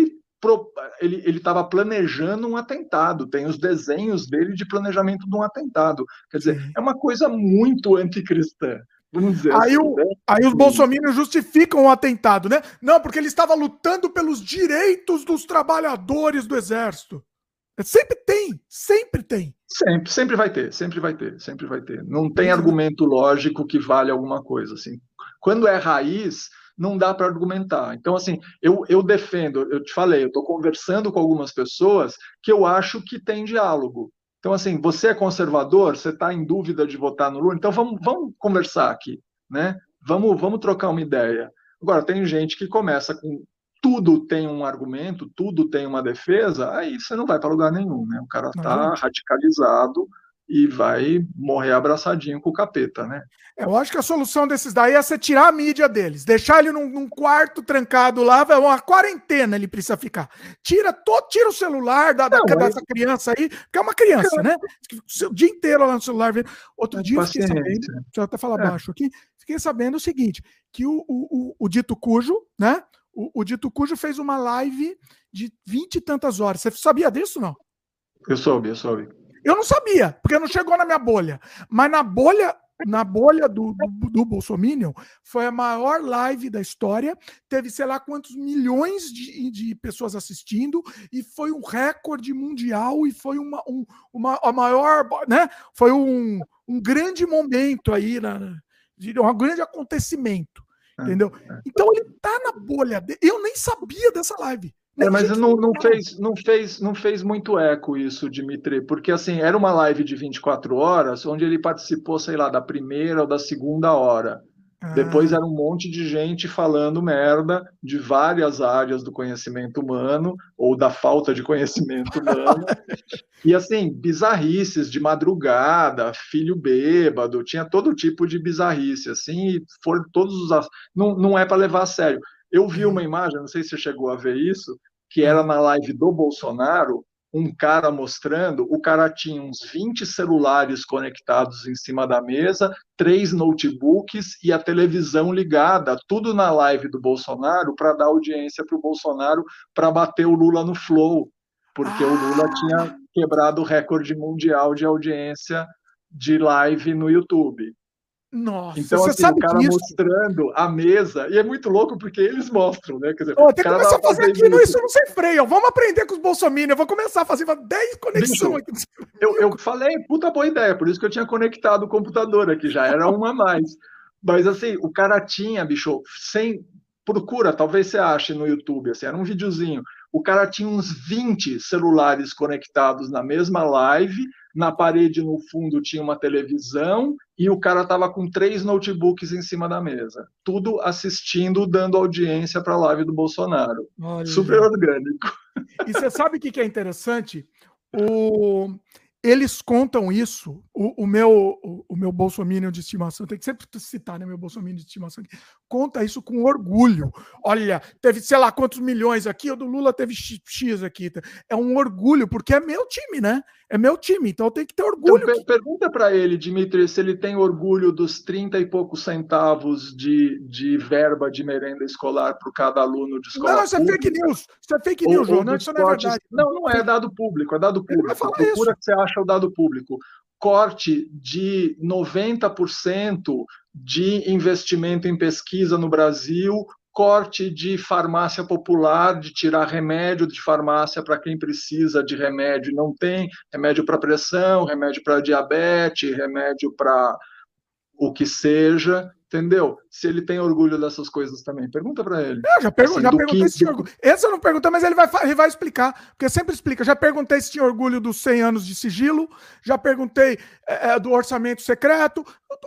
[SPEAKER 3] ele estava planejando um atentado, tem os desenhos dele de planejamento de um atentado. Quer dizer, Sim. é uma coisa muito anticristã. Vamos dizer
[SPEAKER 2] aí,
[SPEAKER 3] assim,
[SPEAKER 2] o,
[SPEAKER 3] né?
[SPEAKER 2] aí os bolsominions justificam o atentado, né? Não, porque ele estava lutando pelos direitos dos trabalhadores do exército. Sempre tem, sempre tem.
[SPEAKER 3] Sempre, sempre vai ter, sempre vai ter, sempre vai ter. Não tem argumento lógico que vale alguma coisa, assim. Quando é raiz, não dá para argumentar. Então, assim, eu, eu defendo, eu te falei, eu estou conversando com algumas pessoas que eu acho que tem diálogo. Então, assim, você é conservador, você está em dúvida de votar no Lula, então vamos, vamos conversar aqui, né? Vamos, vamos trocar uma ideia. Agora, tem gente que começa com tudo tem um argumento, tudo tem uma defesa, aí você não vai para lugar nenhum, né? O cara está radicalizado e vai morrer abraçadinho com o capeta, né?
[SPEAKER 2] Eu acho que a solução desses daí é você tirar a mídia deles, deixar ele num, num quarto trancado lá, uma quarentena ele precisa ficar. Tira, todo, tira o celular da, da, não, dessa é... criança aí, que é uma criança, né? O dia inteiro lá no celular. Outro é dia eu fiquei sabendo, deixa eu até falar é. baixo aqui, fiquei sabendo o seguinte, que o, o, o, o dito cujo, né? O, o Dito Cujo fez uma live de vinte e tantas horas. Você sabia disso, não?
[SPEAKER 3] Eu soube, eu soube.
[SPEAKER 2] Eu não sabia, porque não chegou na minha bolha. Mas na bolha, na bolha do, do, do Bolsominion, foi a maior live da história. Teve, sei lá, quantos milhões de, de pessoas assistindo. E foi um recorde mundial. E foi uma, um, uma, a maior... né? Foi um, um grande momento aí, na, um grande acontecimento. Entendeu? Então ele tá na bolha dele. Eu nem sabia dessa live.
[SPEAKER 3] É, mas não, não, fez, não, fez, não fez muito eco isso, Dimitri, porque assim, era uma live de vinte e quatro horas, onde ele participou, sei lá, da primeira ou da segunda hora. Ah. Depois era um monte de gente falando merda de várias áreas do conhecimento humano, ou da falta de conhecimento humano. E assim, bizarrices de madrugada, filho bêbado, tinha todo tipo de bizarrice, assim, e foram todos os... Não, não é para levar a sério. Eu vi uma imagem, não sei se você chegou a ver isso, que era na live do Bolsonaro, um cara mostrando, o cara tinha uns vinte celulares conectados em cima da mesa, três notebooks e a televisão ligada, tudo na live do Bolsonaro, para dar audiência para o Bolsonaro, para bater o Lula no flow, porque ah. o Lula tinha quebrado o recorde mundial de audiência de live no YouTube.
[SPEAKER 2] Nossa,
[SPEAKER 3] então,
[SPEAKER 2] você
[SPEAKER 3] assim,
[SPEAKER 2] sabe
[SPEAKER 3] o cara
[SPEAKER 2] disso?
[SPEAKER 3] mostrando a mesa, e é muito louco porque eles mostram, né? Quer dizer,
[SPEAKER 2] oh, tem que começar a fazer aquilo, isso não sem freio. Vamos aprender com os bolsominions. Eu vou começar a fazer dez conexões aqui.
[SPEAKER 3] Eu, eu falei, puta boa ideia, por isso que eu tinha conectado o computador aqui, já era uma a mais. Mas, assim, o cara tinha, bicho, sem... Procura, talvez você ache no YouTube, assim, era um videozinho. O cara tinha uns vinte celulares conectados na mesma live, na parede, no fundo, tinha uma televisão e o cara estava com três notebooks em cima da mesa. Tudo assistindo, dando audiência para a live do Bolsonaro. Olha. Super orgânico.
[SPEAKER 2] E você sabe o que é interessante? O... Eles contam isso, o, o, meu, o, o meu bolsominion de estimação, tem que sempre citar, né, meu bolsominion de estimação, conta isso com orgulho. Olha, teve sei lá quantos milhões aqui, o do Lula teve X aqui. É um orgulho, porque é meu time, né? É meu time, então eu tenho que ter orgulho.
[SPEAKER 3] Então, pergunta para ele, Dimitri, se ele tem orgulho dos trinta e poucos centavos de, de verba de merenda escolar para cada aluno de escola.
[SPEAKER 2] Não, isso é fake news. Isso é fake news, João. Não, isso não é verdade.
[SPEAKER 3] Não, não é dado público, é dado público. Procura isso. Que você acha o dado público. Corte de noventa por cento de investimento em pesquisa no Brasil, corte de farmácia popular, de tirar remédio de farmácia para quem precisa de remédio e não tem, remédio para pressão, remédio para diabetes, remédio para o que seja, entendeu? Se ele tem orgulho dessas coisas também. Pergunta para ele.
[SPEAKER 2] Eu já, pergun assim, já perguntei que... se tinha orgulho. Esse eu não perguntei, mas ele vai, ele vai explicar, porque sempre explica. Já perguntei se tinha orgulho dos cem anos de sigilo, já perguntei é, do orçamento secreto,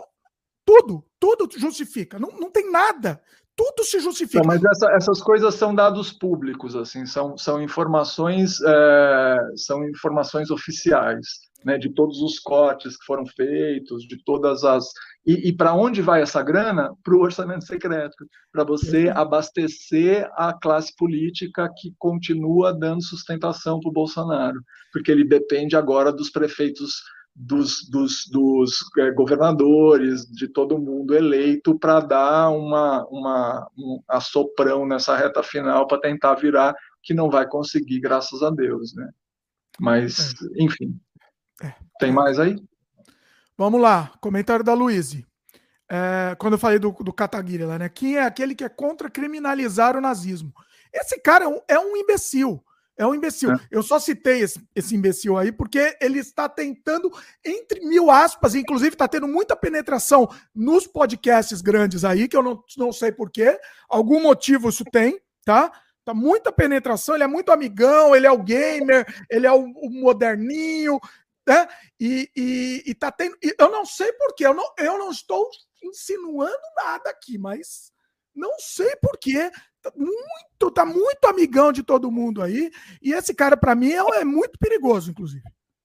[SPEAKER 2] tudo, tudo justifica. Não, não tem nada. Tudo se justifica.
[SPEAKER 3] Não, mas essa, essas coisas são dados públicos, assim, são, são informações, é, são informações oficiais, né, de todos os cortes que foram feitos, de todas as... E, e para onde vai essa grana? Para o orçamento secreto, para você uhum. abastecer a classe política que continua dando sustentação para o Bolsonaro, porque ele depende agora dos prefeitos, dos, dos, dos é, governadores, de todo mundo eleito para dar uma, uma, um assoprão nessa reta final para tentar virar que não vai conseguir, graças a Deus, né? Mas, é. enfim. É. Tem mais aí?
[SPEAKER 2] Vamos lá, comentário da Luíse. É, quando eu falei do, do Kataguiri, né? Quem é aquele que é contra criminalizar o nazismo? Esse cara é um, é um imbecil. É um imbecil. É. Eu só citei esse, esse imbecil aí porque ele está tentando, entre mil aspas, inclusive está tendo muita penetração nos podcasts grandes aí, que eu não, não sei porquê. Algum motivo isso tem, tá? Tá muita penetração, ele é muito amigão, ele é o gamer, ele é o, o moderninho, né? E, e, e tá tendo. E eu não sei porquê, eu não, eu não estou insinuando nada aqui, mas não sei porquê. Tá muito, tá muito amigão de todo mundo aí. E esse cara, para mim, é, é muito perigoso, inclusive.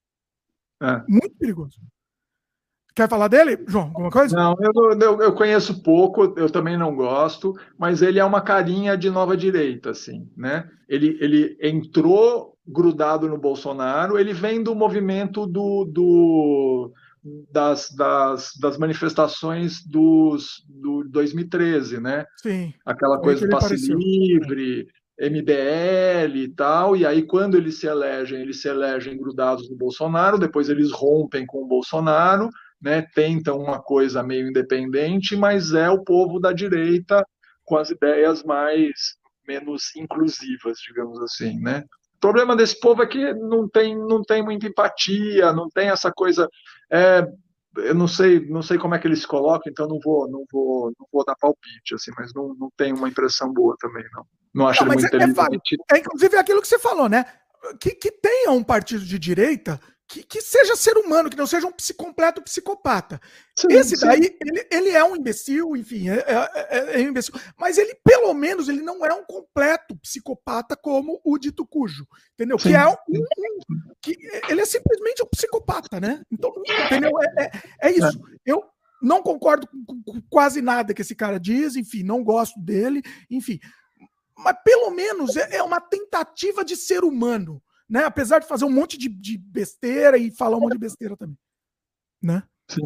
[SPEAKER 2] É. Muito perigoso. Quer falar dele, João? Alguma coisa?
[SPEAKER 3] Não, eu, eu, eu conheço pouco, eu também não gosto, mas ele é uma carinha de nova direita, assim, né? Ele, ele entrou grudado no Bolsonaro, ele vem do movimento do, do, das, das, das manifestações dos, do dois mil e treze, né?
[SPEAKER 2] Sim.
[SPEAKER 3] Aquela coisa do passe livre, M B L e tal, e aí quando eles se elegem, eles se elegem grudados no Bolsonaro, depois eles rompem com o Bolsonaro, né, tentam uma coisa meio independente, mas é o povo da direita com as ideias mais menos inclusivas, digamos assim, né? O problema desse povo é que não tem, não tem muita empatia, não tem essa coisa, é, eu não sei, não sei como é que eles se colocam, então não vou, não vou, não vou dar palpite, assim, mas não, não tenho uma impressão boa também, não. Não acho não, ele muito
[SPEAKER 2] é,
[SPEAKER 3] inteligente.
[SPEAKER 2] É, é, inclusive, é aquilo que você falou, né? Que, que tenha um partido de direita que, que seja ser humano, que não seja um completo psicopata. Sim, Esse sim. daí, ele, ele é um imbecil, enfim, é, é, é um imbecil. Mas ele, pelo menos, ele não é um completo psicopata como o dito cujo, entendeu? Sim. Que é um, um que ele é simplesmente um psicopata, né? Então, entendeu? É, é, é isso. Eu não concordo com, com quase nada que esse cara diz, enfim, não gosto dele, enfim. Mas pelo menos é, é uma tentativa de ser humano, né? Apesar de fazer um monte de, de besteira e falar um monte de besteira também, né?
[SPEAKER 3] Sim.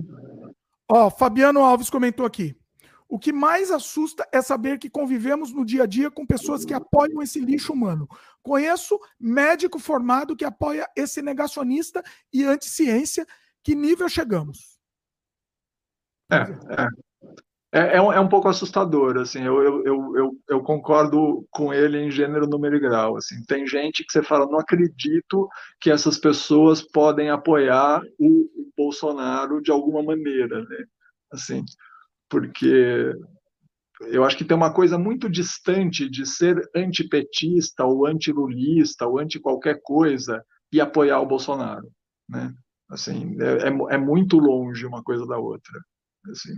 [SPEAKER 2] Ó, Fabiano Alves comentou aqui. O que mais assusta é saber que convivemos no dia a dia com pessoas que apoiam esse lixo humano. Conheço médico formado que apoia esse negacionista e anticiência. Que nível chegamos?
[SPEAKER 3] É, é. É, é, um, é um pouco assustador, assim, eu, eu, eu, eu, eu concordo com ele em gênero, número e grau, assim, tem gente que você fala, não acredito que essas pessoas podem apoiar o, o Bolsonaro de alguma maneira, né, assim, porque eu acho que tem uma coisa muito distante de ser antipetista ou antilulista ou anti qualquer coisa e apoiar o Bolsonaro, né, assim, é, é, é muito longe uma coisa da outra, assim.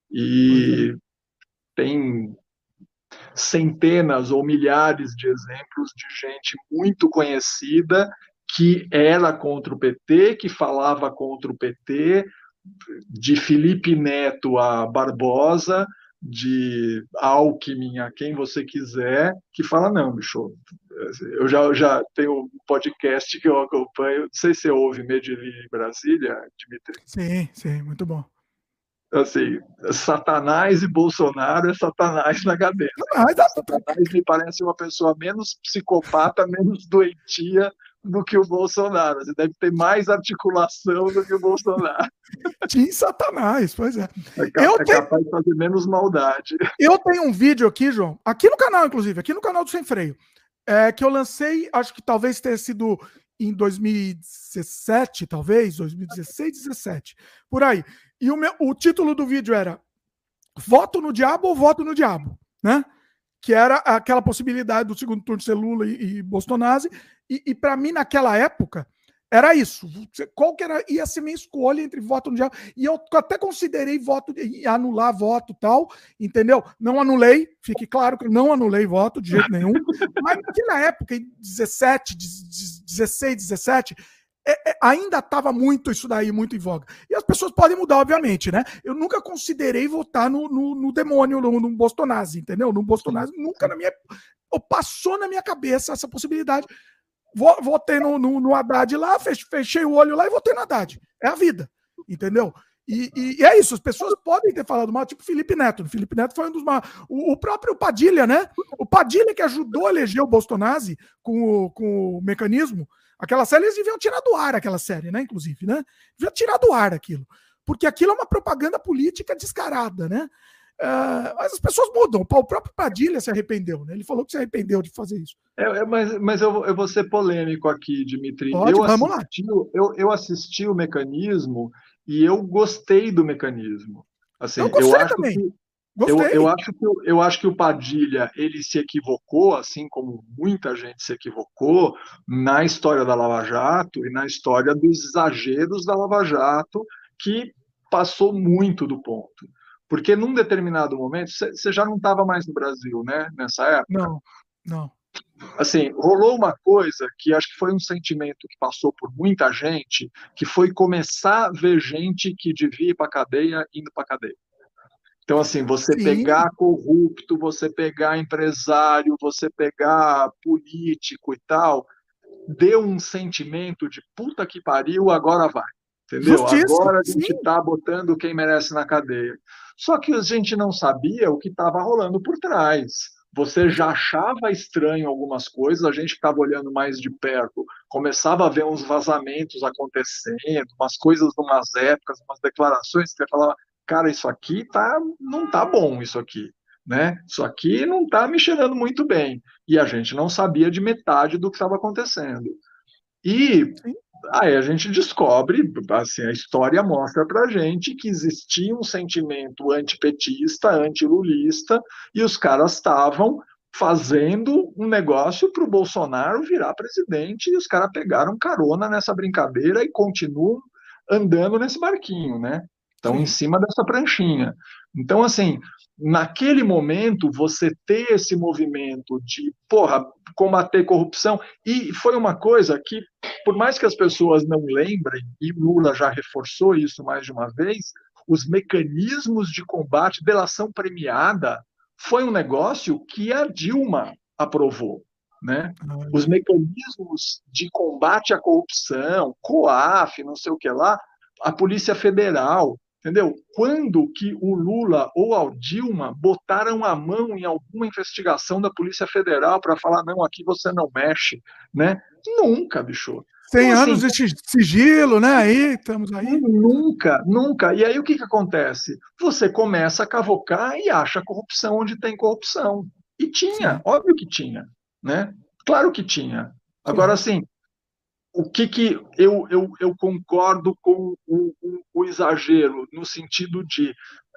[SPEAKER 3] E tem centenas ou milhares de exemplos de gente muito conhecida que era contra o P T, que falava contra o P T, de Felipe Neto a Barbosa, de Alckmin a quem você quiser, que fala, não, bicho, eu já, já tenho um podcast que eu acompanho, não sei se você ouve Medellín Brasília, Dimitri.
[SPEAKER 2] Sim, sim, muito bom.
[SPEAKER 3] Assim, Satanás e Bolsonaro é Satanás na cabeça. Satanás me parece uma pessoa menos psicopata, menos doentia do que o Bolsonaro. Você deve ter mais articulação do que o Bolsonaro.
[SPEAKER 2] Tim Satanás, pois é.
[SPEAKER 3] É, cap eu é tenho... capaz de fazer menos maldade.
[SPEAKER 2] Eu tenho um vídeo aqui, João, aqui no canal, inclusive, aqui no canal do Sem Freio, é, que eu lancei, acho que talvez tenha sido em dois mil e dezessete, talvez, dois mil e dezesseis, dezessete, por aí. E o, meu, o título do vídeo era Voto no Diabo ou Voto no Diabo, né? Que era aquela possibilidade do segundo turno ser Lula e, e Bolsonaro. E, e para mim, naquela época, era isso. Qual que era, ia ser minha escolha entre voto no diabo? E eu até considerei voto, anular voto e tal, entendeu? Não anulei, fique claro que eu não anulei voto de jeito nenhum. Mas que na época, em dezessete, dezesseis, dezessete, é, é, ainda estava muito isso daí, muito em voga. E as pessoas podem mudar, obviamente, né? Eu nunca considerei votar no, no, no demônio, no, no Bolsonaro, entendeu? No Bolsonaro, nunca na minha... Passou na minha cabeça essa possibilidade. Votei no, no, no Haddad lá, fechei o olho lá e votei no Haddad. É a vida, entendeu? E, e, e é isso, as pessoas podem ter falado mal, tipo Felipe Neto. O Felipe Neto foi um dos maiores. O, o próprio Padilha, né? O Padilha que ajudou a eleger o Bolsonaro com o, com o mecanismo. Aquela série, eles deviam tirar do ar aquela série, né? Inclusive, né? Deviam tirar do ar aquilo. Porque aquilo é uma propaganda política descarada, né? Uh, mas as pessoas mudam. O próprio Padilha se arrependeu, né? Ele falou que se arrependeu de fazer isso.
[SPEAKER 3] É, é, mas mas eu, eu vou ser polêmico aqui, Dimitri.
[SPEAKER 2] Pode,
[SPEAKER 3] eu,
[SPEAKER 2] vamos
[SPEAKER 3] assisti, eu, eu assisti o Mecanismo e eu gostei do Mecanismo. Assim,
[SPEAKER 2] eu gostei
[SPEAKER 3] eu acho
[SPEAKER 2] também.
[SPEAKER 3] Que,
[SPEAKER 2] gostei.
[SPEAKER 3] Eu, eu, acho que, eu acho que o Padilha ele se equivocou, assim como muita gente se equivocou, na história da Lava Jato e na história dos exageros da Lava Jato, que passou muito do ponto. Porque num determinado momento, você já não estava mais no Brasil, né? Nessa época.
[SPEAKER 2] Não, não.
[SPEAKER 3] Assim, rolou uma coisa que acho que foi um sentimento que passou por muita gente, que foi começar a ver gente que devia ir para a cadeia, indo para a cadeia. Então, assim, você
[SPEAKER 2] Sim.
[SPEAKER 3] pegar corrupto, você pegar empresário, você pegar político e tal, deu um sentimento de puta que pariu, agora vai. Entendeu?
[SPEAKER 2] Justiça,
[SPEAKER 3] agora a gente
[SPEAKER 2] sim.
[SPEAKER 3] está botando quem merece na cadeia. Só que a gente não sabia o que estava rolando por trás. Você já achava estranho algumas coisas, a gente estava olhando mais de perto, começava a ver uns vazamentos acontecendo, umas coisas numas épocas, umas declarações que você falava, cara, isso aqui tá, não tá bom, isso aqui, né? Isso aqui não tá me cheirando muito bem. E a gente não sabia de metade do que estava acontecendo. E
[SPEAKER 2] Sim.
[SPEAKER 3] aí a gente descobre, assim, a história mostra pra gente que existia um sentimento antipetista, antilulista, e os caras estavam fazendo um negócio para o Bolsonaro virar presidente, e os caras pegaram carona nessa brincadeira e continuam andando nesse barquinho, né? Estão em cima dessa pranchinha. Então, assim, naquele momento, você ter esse movimento de, porra, combater corrupção, e foi uma coisa que, por mais que as pessoas não lembrem, e o Lula já reforçou isso mais de uma vez, os mecanismos de combate, delação premiada, foi um negócio que a Dilma aprovou, né? Os mecanismos de combate à corrupção, COAF, não sei o que lá, a Polícia Federal, entendeu? Quando que o Lula ou a Dilma botaram a mão em alguma investigação da Polícia Federal para falar, não, aqui você não mexe, né? Nunca, bicho.
[SPEAKER 2] cem
[SPEAKER 3] então,
[SPEAKER 2] anos
[SPEAKER 3] assim,
[SPEAKER 2] de sigilo, né? Aí, estamos aí.
[SPEAKER 3] Nunca, nunca. E aí o que, que acontece? Você começa a cavocar e acha corrupção onde tem corrupção. E tinha,
[SPEAKER 2] Sim.
[SPEAKER 3] óbvio que tinha, né? Claro que tinha. Agora, assim, o que que eu, eu, eu concordo com o, o, o exagero, no sentido de,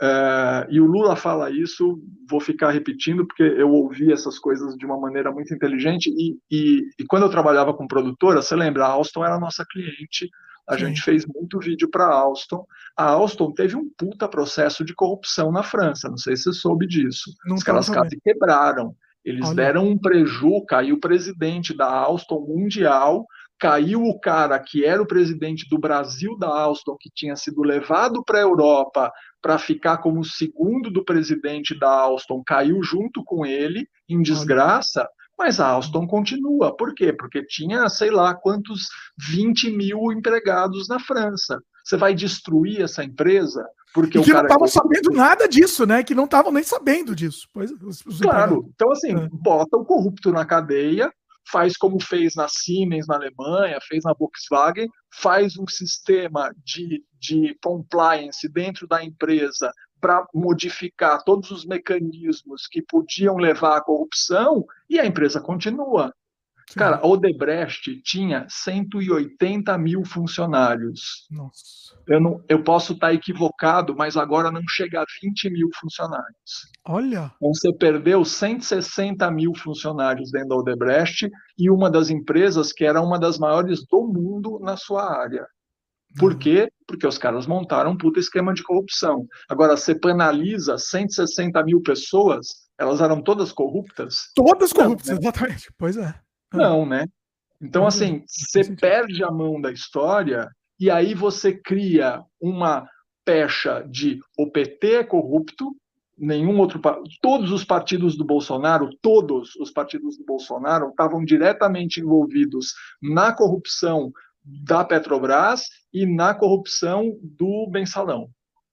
[SPEAKER 3] uh, e o Lula fala isso, vou ficar repetindo, porque eu ouvi essas coisas de uma maneira muito inteligente, e, e, e quando eu trabalhava com produtora, você lembra, a Alstom era a nossa cliente, a Sim. gente fez muito vídeo para a Alstom, a Alstom teve um puta processo de corrupção na França, não sei se você soube disso,
[SPEAKER 2] Não
[SPEAKER 3] os caras quase quebraram, eles Olha. deram um preju, caiu o presidente da Alstom mundial, caiu o cara que era o presidente do Brasil da Alstom, que tinha sido levado para a Europa para ficar como segundo do presidente da Alstom, caiu junto com ele, em desgraça, mas a Alstom continua. Por quê? Porque tinha, sei lá, quantos vinte mil empregados na França. Você vai destruir essa empresa? Porque
[SPEAKER 2] e
[SPEAKER 3] o
[SPEAKER 2] que
[SPEAKER 3] cara
[SPEAKER 2] não estavam é sabendo nada disso, né? Que não estavam nem sabendo disso. Pois, os, os
[SPEAKER 3] claro.
[SPEAKER 2] empregados.
[SPEAKER 3] Então, assim,
[SPEAKER 2] é.
[SPEAKER 3] bota o corrupto na cadeia, faz como fez na Siemens, na Alemanha, fez na Volkswagen, faz um sistema de, de compliance dentro da empresa para modificar todos os mecanismos que podiam levar à corrupção e a empresa continua. Sim. Cara, a Odebrecht tinha cento e oitenta mil funcionários.
[SPEAKER 2] Nossa.
[SPEAKER 3] Eu, não, eu posso estar equivocado, mas agora não chega a vinte mil funcionários.
[SPEAKER 2] Olha.
[SPEAKER 3] Então, você perdeu cento e sessenta mil funcionários dentro da Odebrecht e uma das empresas que era uma das maiores do mundo na sua área. Por uhum. quê? Porque os caras montaram um puta esquema de corrupção. Agora, você penaliza cento e sessenta mil pessoas, elas eram todas corruptas?
[SPEAKER 2] Todas corruptas,
[SPEAKER 3] não, né?
[SPEAKER 2] exatamente. Pois é.
[SPEAKER 3] Não, né? Então, pois assim, é. você perde a mão da história e aí você cria uma pecha de o P T é corrupto, nenhum outro, todos os partidos do Bolsonaro, todos os partidos do Bolsonaro estavam diretamente envolvidos na corrupção da Petrobras e na corrupção do Mensalão.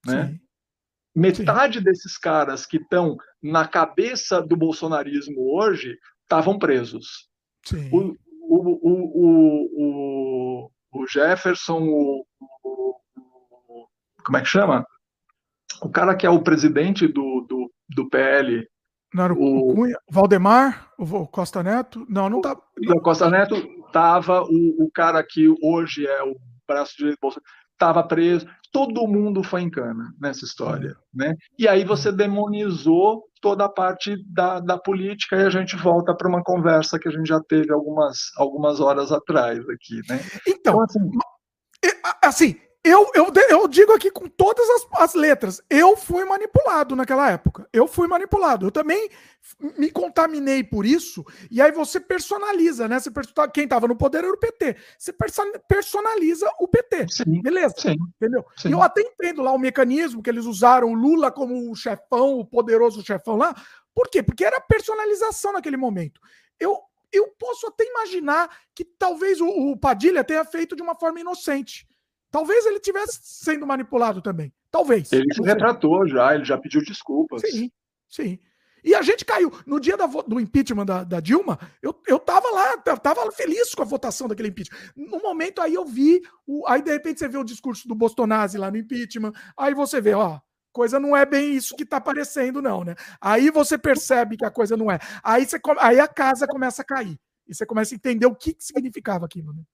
[SPEAKER 3] né?
[SPEAKER 2] Sim.
[SPEAKER 3] Metade Sim. desses caras que estão na cabeça do bolsonarismo hoje estavam presos.
[SPEAKER 2] Sim.
[SPEAKER 3] O, o, o, o, o Jefferson, o, o, o, como é que chama? O cara que é o presidente do, do, do P L.
[SPEAKER 2] Não era o, o Cunha? Valdemar? O Costa Neto? Não, não tá.
[SPEAKER 3] O Costa Neto estava, o, o cara que hoje é o braço direito do Bolsonaro estava preso. Todo mundo foi em cana nessa história, é. né? E aí você demonizou toda a parte da, da política e a gente volta para uma conversa que a gente já teve algumas, algumas horas atrás aqui, né?
[SPEAKER 2] Então, então assim, assim eu, eu, eu digo aqui com todas as, as letras, eu fui manipulado naquela época. Eu fui manipulado. Eu também me contaminei por isso. E aí você personaliza, né? Você, quem estava no poder era o P T. Você personaliza o P T.
[SPEAKER 3] Sim,
[SPEAKER 2] beleza?
[SPEAKER 3] Sim,
[SPEAKER 2] entendeu?
[SPEAKER 3] Sim.
[SPEAKER 2] E eu até entendo lá o mecanismo que eles usaram o Lula como o chefão, o poderoso chefão lá. Por quê? Porque era personalização naquele momento. Eu, eu posso até imaginar que talvez o, o Padilha tenha feito de uma forma inocente. Talvez ele estivesse sendo manipulado também. Talvez.
[SPEAKER 3] Ele se retratou já, ele já pediu desculpas.
[SPEAKER 2] Sim, sim. E a gente caiu. No dia da, do impeachment da, da Dilma, eu, eu tava lá, eu tava feliz com a votação daquele impeachment. No momento aí eu vi, o, aí de repente você vê o discurso do Bolsonaro lá no impeachment, aí você vê, ó, coisa não é bem isso que tá parecendo não, né? Aí você percebe que a coisa não é. Aí, você, aí a casa começa a cair. E você começa a entender o que, que significava aquilo, né?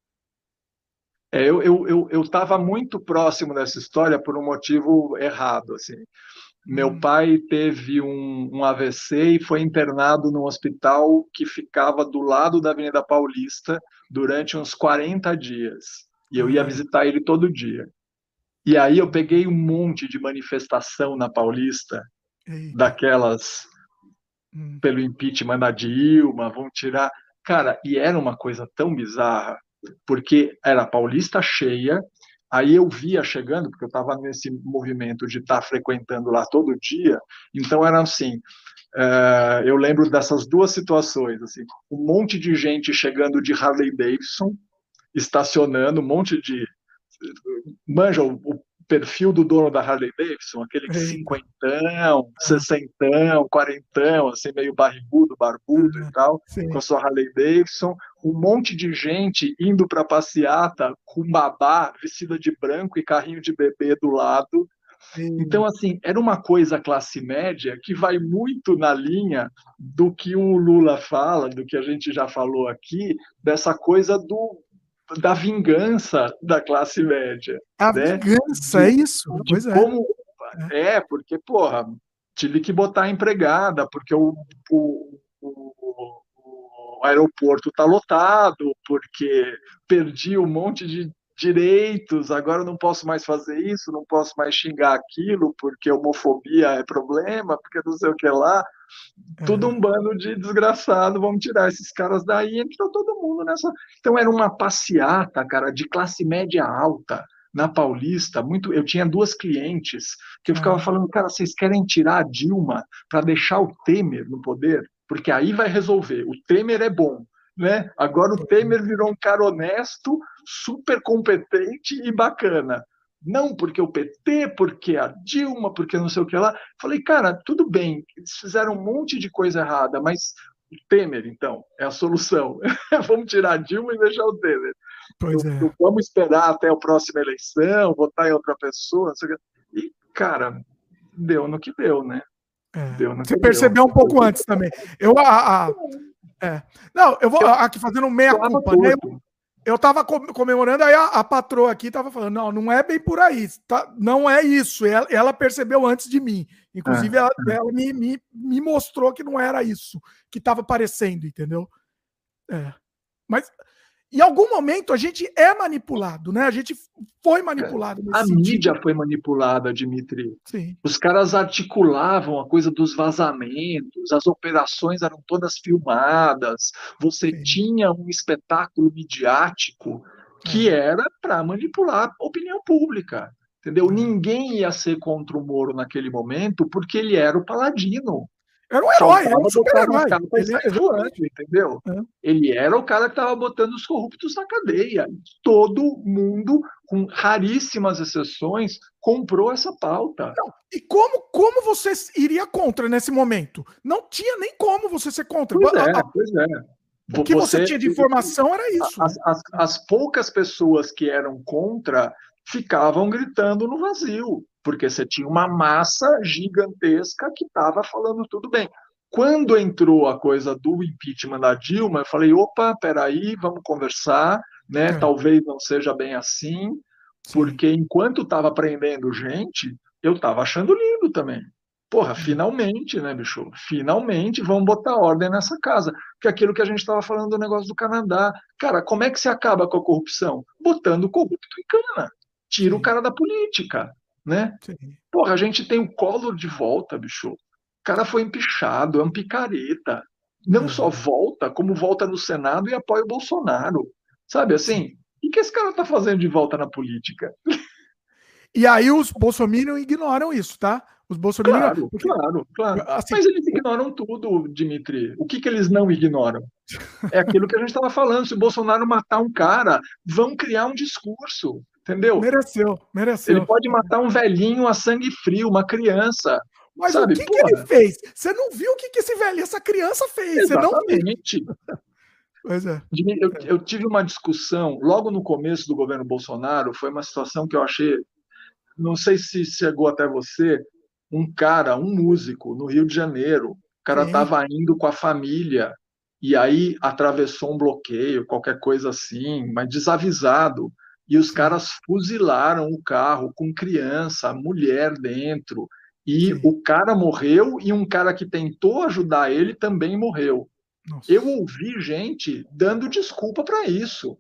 [SPEAKER 3] É, eu eu eu eu estava muito próximo dessa história por um motivo errado, assim. Meu hum. pai teve um, um A V C e foi internado num hospital que ficava do lado da Avenida Paulista durante uns quarenta dias. E eu ia visitar ele todo dia. E aí eu peguei um monte de manifestação na Paulista, Eita. daquelas hum. pelo impeachment da Dilma, vão tirar... Cara, e era uma coisa tão bizarra, porque era a Paulista cheia, aí eu via chegando, porque eu estava nesse movimento de estar tá frequentando lá todo dia, então era assim, uh, eu lembro dessas duas situações, assim, um monte de gente chegando de Harley Davidson, estacionando, um monte de... Manja, o, o perfil do dono da Harley Davidson, aquele que cinquentão, sessentão, quarentão, assim, meio barrigudo, barbudo uhum, e tal, sim. com a sua Harley Davidson, um monte de gente indo para passeata com babá vestida de branco e carrinho de bebê do lado. Sim. Então, assim, era uma coisa classe média que vai muito na linha do que o Lula fala, do que a gente já falou aqui, dessa coisa do da vingança da classe média.
[SPEAKER 2] A
[SPEAKER 3] né?
[SPEAKER 2] vingança,
[SPEAKER 3] de,
[SPEAKER 2] é isso?
[SPEAKER 3] De
[SPEAKER 2] pois
[SPEAKER 3] como... é. é, porque, porra, tive que botar a empregada, porque o, o, o, o aeroporto tá lotado, porque perdi um monte de direitos, agora não posso mais fazer isso, não posso mais xingar aquilo, porque homofobia é problema, porque não sei o que lá. Tudo um bando de desgraçado, vamos tirar esses caras daí, entrou todo mundo nessa... Então era uma passeata, cara, de classe média alta, na Paulista, muito... eu tinha duas clientes, que eu ficava falando, cara, vocês querem tirar a Dilma para deixar o Temer no poder? Porque aí vai resolver, o Temer é bom, né? Agora o Temer virou um cara honesto, super competente e bacana. Não porque o P T, porque a Dilma, porque não sei o que lá. Falei, cara, tudo bem, eles fizeram um monte de coisa errada, mas o Temer, então, é a solução. Vamos tirar a Dilma e deixar o Temer.
[SPEAKER 2] Pois
[SPEAKER 3] não,
[SPEAKER 2] é.
[SPEAKER 3] não vamos esperar até a próxima eleição, votar em outra pessoa, não sei o que. E, cara, deu no que deu, né?
[SPEAKER 2] É.
[SPEAKER 3] Deu no
[SPEAKER 2] Você
[SPEAKER 3] que
[SPEAKER 2] percebeu
[SPEAKER 3] deu.
[SPEAKER 2] um pouco antes também. Eu, a, a, é. Não, eu vou eu, aqui fazendo meia-culpa, né? Eu, eu tava comemorando, aí a, a patroa aqui tava falando, não, não é bem por aí, tá? Não é isso, ela, ela percebeu antes de mim, inclusive é, ela, é. ela me, me, me mostrou que não era isso que tava parecendo, entendeu? É. Mas em algum momento a gente é manipulado, né? A gente foi manipulado.
[SPEAKER 3] A
[SPEAKER 2] sentido.
[SPEAKER 3] mídia foi manipulada, Dimitri.
[SPEAKER 2] Sim.
[SPEAKER 3] Os caras articulavam a coisa dos vazamentos, as operações eram todas filmadas, você Sim. tinha um espetáculo midiático que é. era para manipular a opinião pública. Entendeu? É. Ninguém ia ser contra o Moro naquele momento porque ele era o paladino.
[SPEAKER 2] Era um herói, era um
[SPEAKER 3] super-herói.
[SPEAKER 2] Ele,
[SPEAKER 3] é, entendeu? É. Ele era o cara que estava botando os corruptos na cadeia. Todo mundo, com raríssimas exceções, comprou essa pauta.
[SPEAKER 2] Não, e como, como você iria contra nesse momento? Não tinha nem como você ser contra.
[SPEAKER 3] Pois é, a, pois é.
[SPEAKER 2] O que você, você tinha de informação era isso.
[SPEAKER 3] As,
[SPEAKER 2] né?
[SPEAKER 3] as, as poucas pessoas que eram contra ficavam gritando no vazio, porque você tinha uma massa gigantesca que estava falando tudo bem. Quando entrou a coisa do impeachment da Dilma, eu falei, opa, peraí, vamos conversar, né? É. Talvez não seja bem assim, Sim. porque enquanto estava prendendo gente, eu estava achando lindo também. Porra, finalmente, né, bicho? Finalmente vamos botar ordem nessa casa. Que é aquilo que a gente estava falando do negócio do Canadá. Cara, como é que se acaba com a corrupção? Botando o corrupto em cana. Tira Sim. o cara da política, né? Sim. Porra, a gente tem o Collor de volta, bicho. O cara foi empichado, é um picareta. Não uhum. só volta, como volta no Senado e apoia o Bolsonaro. Sabe assim? O que esse cara tá fazendo de volta na política?
[SPEAKER 2] E aí os bolsominions ignoram isso, tá? Os bolsominions...
[SPEAKER 3] Claro, porque... claro, claro. Assim... Mas eles ignoram tudo, Dimitri. O que, que eles não ignoram? É aquilo que a gente estava falando. Se o Bolsonaro matar um cara, vão criar um discurso, entendeu?
[SPEAKER 2] Mereceu, mereceu.
[SPEAKER 3] Ele pode matar um velhinho a sangue frio, uma criança.
[SPEAKER 2] Mas
[SPEAKER 3] sabe?
[SPEAKER 2] o que, que ele fez? Você não viu o que, que esse velho, essa criança fez?
[SPEAKER 3] Exatamente.
[SPEAKER 2] Você não viu. Pois é.
[SPEAKER 3] Eu, eu tive uma discussão, logo no começo do governo Bolsonaro, foi uma situação que eu achei... Não sei se chegou até você, um cara, um músico, no Rio de Janeiro. O cara estava indo com a família e aí atravessou um bloqueio, qualquer coisa assim, mas desavisado. E os Sim. caras fuzilaram o carro com criança, mulher dentro. E Sim. o cara morreu e um cara que tentou ajudar ele também morreu. Nossa. Eu ouvi gente dando desculpa para isso.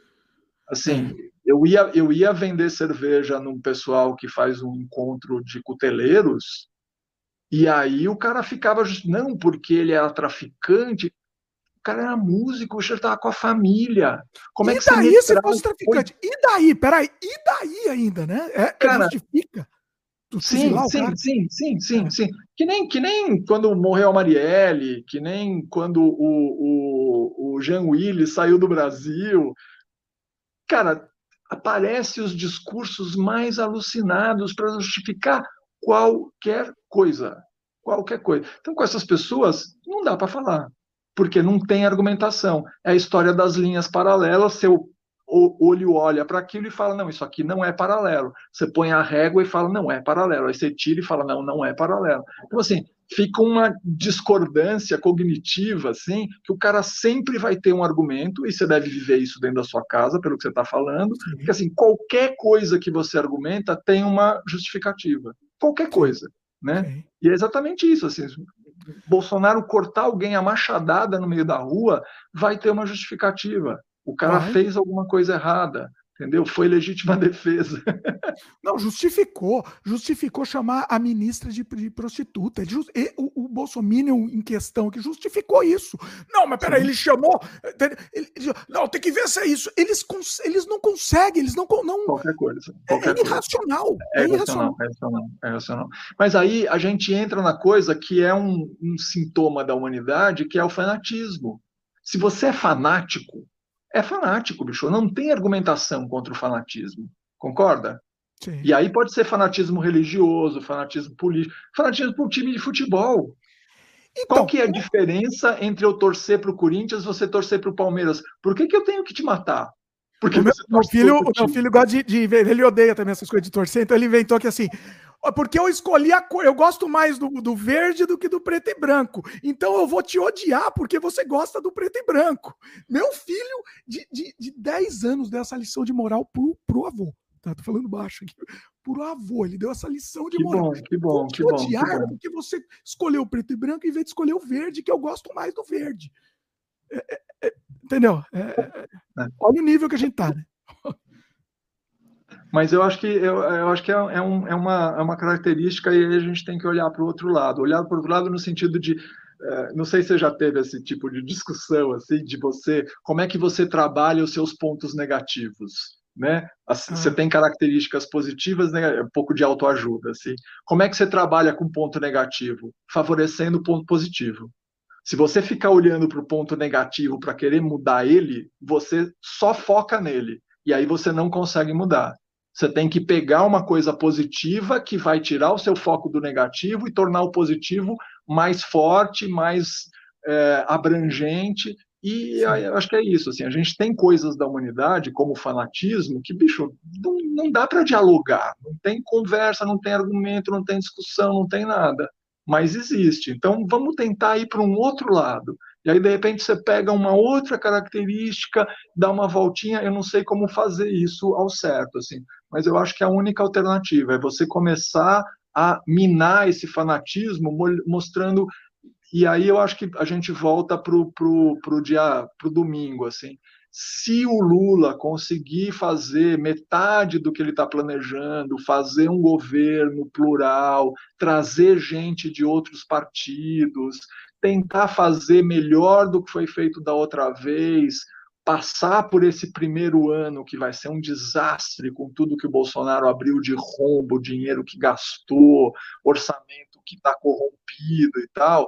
[SPEAKER 3] Assim, é. eu, ia, eu ia vender cerveja num pessoal que faz um encontro de cuteleiros, e aí o cara ficava, não, porque ele era traficante, o cara era músico, ele estava com a família. Como
[SPEAKER 2] e
[SPEAKER 3] é que
[SPEAKER 2] daí
[SPEAKER 3] você
[SPEAKER 2] se fosse traficante? E daí? Peraí, e daí ainda, né? É,
[SPEAKER 3] cara,
[SPEAKER 2] justifica?
[SPEAKER 3] Sim, sim, sim, sim, sim, sim. Que nem, que nem quando morreu a Marielle, que nem quando o, o, o Jean Willis saiu do Brasil. Cara, aparecem os discursos mais alucinados para justificar qualquer coisa. Qualquer coisa. Então, com essas pessoas, não dá para falar, porque não tem argumentação. É a história das linhas paralelas, seu olho olha para aquilo e fala, não, isso aqui não é paralelo. Você põe a régua e fala, não é paralelo. Aí você tira e fala, não, não é paralelo. Então, assim, fica uma discordância cognitiva, assim, que o cara sempre vai ter um argumento, e você deve viver isso dentro da sua casa, pelo que você está falando, Sim. porque, assim, qualquer coisa que você argumenta tem uma justificativa. Qualquer Sim. coisa, né? Sim. E é exatamente isso, assim, Bolsonaro cortar alguém a machadada no meio da rua vai ter uma justificativa. O cara Vai. fez alguma coisa errada, entendeu? Foi legítima defesa.
[SPEAKER 2] Não, justificou. Justificou chamar a ministra de, de prostituta. Ele, e, o, o Bolsominion em questão que justificou isso. Não, mas peraí, ele chamou... Ele, ele, não, tem que ver se é isso. Eles, eles não conseguem, eles não... não
[SPEAKER 3] qualquer coisa. Qualquer
[SPEAKER 2] é, é irracional.
[SPEAKER 3] É, é irracional. É irracional, é irracional. Mas aí a gente entra na coisa que é um, um sintoma da humanidade, que é o fanatismo. Se você é fanático, é fanático, bicho. Não tem argumentação contra o fanatismo. Concorda? Sim. E aí pode ser fanatismo religioso, fanatismo político, fanatismo por time de futebol. Então, qual que é a diferença entre eu torcer para o Corinthians e você torcer para o Palmeiras? Por que, que eu tenho que te matar? Porque
[SPEAKER 2] o meu, meu filho, o meu filho gosta de, de ver, ele odeia também essas coisas de torcer, então ele inventou que assim, porque eu escolhi a cor, eu gosto mais do, do verde do que do preto e branco, então eu vou te odiar porque você gosta do preto e branco. Meu filho de, de, de dez anos deu essa lição de moral pro, pro avô, tá? Tô falando baixo aqui, pro avô, ele deu essa lição de
[SPEAKER 3] que
[SPEAKER 2] moral.
[SPEAKER 3] Bom, que bom,
[SPEAKER 2] vou
[SPEAKER 3] te
[SPEAKER 2] te
[SPEAKER 3] bom,
[SPEAKER 2] odiar
[SPEAKER 3] que bom.
[SPEAKER 2] porque você escolheu o preto e branco em vez de escolher o verde, que eu gosto mais do verde. É, é, é, entendeu? É, é, olha o nível que a gente tá, né?
[SPEAKER 3] Mas eu acho que, eu, eu acho que é, é, um, é, uma, é uma característica e aí a gente tem que olhar para o outro lado. Olhar para o outro lado no sentido de, uh, não sei se você já teve esse tipo de discussão, assim, de você, como é que você trabalha os seus pontos negativos, né? Você tem características positivas, né? Um pouco de autoajuda, assim. Como é que você trabalha com ponto negativo? Favorecendo o ponto positivo. Se você ficar olhando para o ponto negativo para querer mudar ele, você só foca nele. E aí você não consegue mudar. Você tem que pegar uma coisa positiva que vai tirar o seu foco do negativo e tornar o positivo mais forte, mais é, abrangente. E eu acho que é isso. Assim, a gente tem coisas da humanidade, como o fanatismo, que, bicho, não, não dá para dialogar. Não tem conversa, não tem argumento, não tem discussão, não tem nada. Mas existe. Então, vamos tentar ir para um outro lado. E aí, de repente, você pega uma outra característica, dá uma voltinha. Eu não sei como fazer isso ao certo, assim. Mas eu acho que a única alternativa é você começar a minar esse fanatismo, mostrando... E aí eu acho que a gente volta para o pro, pro dia, pro domingo, assim. Se o Lula conseguir fazer metade do que ele está planejando, fazer um governo plural, trazer gente de outros partidos, tentar fazer melhor do que foi feito da outra vez, passar por esse primeiro ano que vai ser um desastre com tudo que o Bolsonaro abriu de rombo, dinheiro que gastou, orçamento que está corrompido e tal...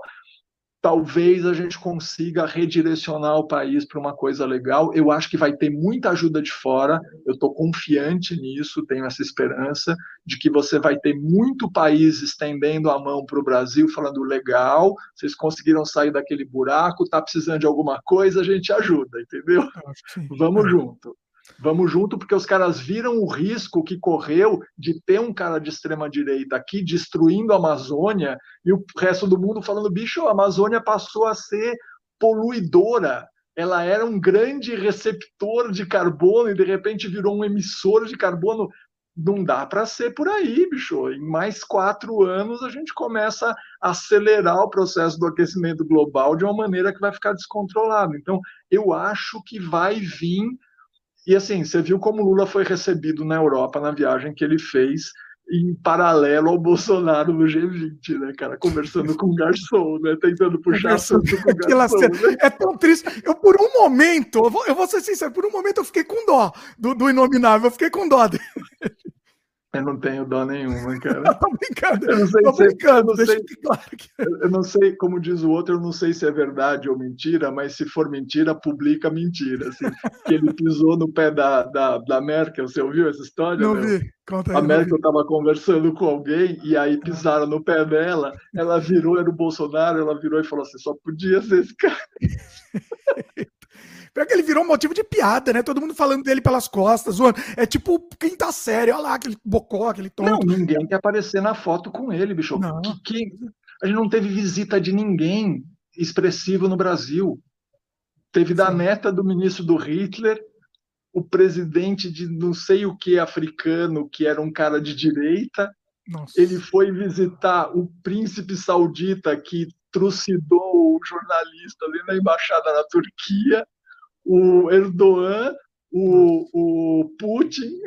[SPEAKER 3] talvez a gente consiga redirecionar o país para uma coisa legal. Eu acho que vai ter muita ajuda de fora, eu estou confiante nisso, tenho essa esperança de que você vai ter muito país estendendo a mão para o Brasil, falando legal, vocês conseguiram sair daquele buraco, está precisando de alguma coisa, a gente ajuda, entendeu? Vamos junto. Vamos junto, porque os caras viram o risco que correu de ter um cara de extrema-direita aqui destruindo a Amazônia e o resto do mundo falando, bicho, a Amazônia passou a ser poluidora. Ela era um grande receptor de carbono e, de repente, virou um emissor de carbono. Não dá para ser por aí, bicho. Em mais quatro anos, a gente começa a acelerar o processo do aquecimento global de uma maneira que vai ficar descontrolado. Então, eu acho que vai vir... E assim, você viu como o Lula foi recebido na Europa na viagem que ele fez em paralelo ao Bolsonaro no G vinte, né, cara? Conversando com o garçom, né? Tentando puxar assunto com o garçom. Né?
[SPEAKER 2] É tão triste. Eu, por um momento, eu vou, eu vou ser sincero, por um momento eu fiquei com dó do, do Inominável, eu fiquei com dó dele.
[SPEAKER 3] Eu não tenho dó nenhuma, cara.
[SPEAKER 2] Eu tô brincando.
[SPEAKER 3] Eu não sei
[SPEAKER 2] tô
[SPEAKER 3] se,
[SPEAKER 2] brincando,
[SPEAKER 3] eu não sei,
[SPEAKER 2] claro que...
[SPEAKER 3] eu não sei, como diz o outro, eu não sei se é verdade ou mentira, mas se for mentira, publica mentira. Assim, que ele pisou no pé da, da, da Merkel. Você ouviu essa história?
[SPEAKER 2] Não
[SPEAKER 3] meu?
[SPEAKER 2] vi. Conta aí,
[SPEAKER 3] a Merkel estava conversando com alguém e aí pisaram no pé dela. Ela virou, era o Bolsonaro, ela virou e falou assim: só podia ser esse cara.
[SPEAKER 2] Pior que ele virou um motivo de piada, né? Todo mundo falando dele pelas costas, zoando. É tipo quinta série, olha lá, aquele bocó, aquele tonto.
[SPEAKER 3] Não, ninguém quer aparecer na foto com ele, bicho.
[SPEAKER 2] Não.
[SPEAKER 3] Que, que... A gente não teve visita de ninguém expressivo no Brasil. Teve da Sim. neta do ministro do Hitler, o presidente de não sei o que africano, que era um cara de direita.
[SPEAKER 2] Nossa.
[SPEAKER 3] Ele foi visitar o príncipe saudita que trucidou o jornalista ali na embaixada na Turquia. O Erdogan, o, o Putin.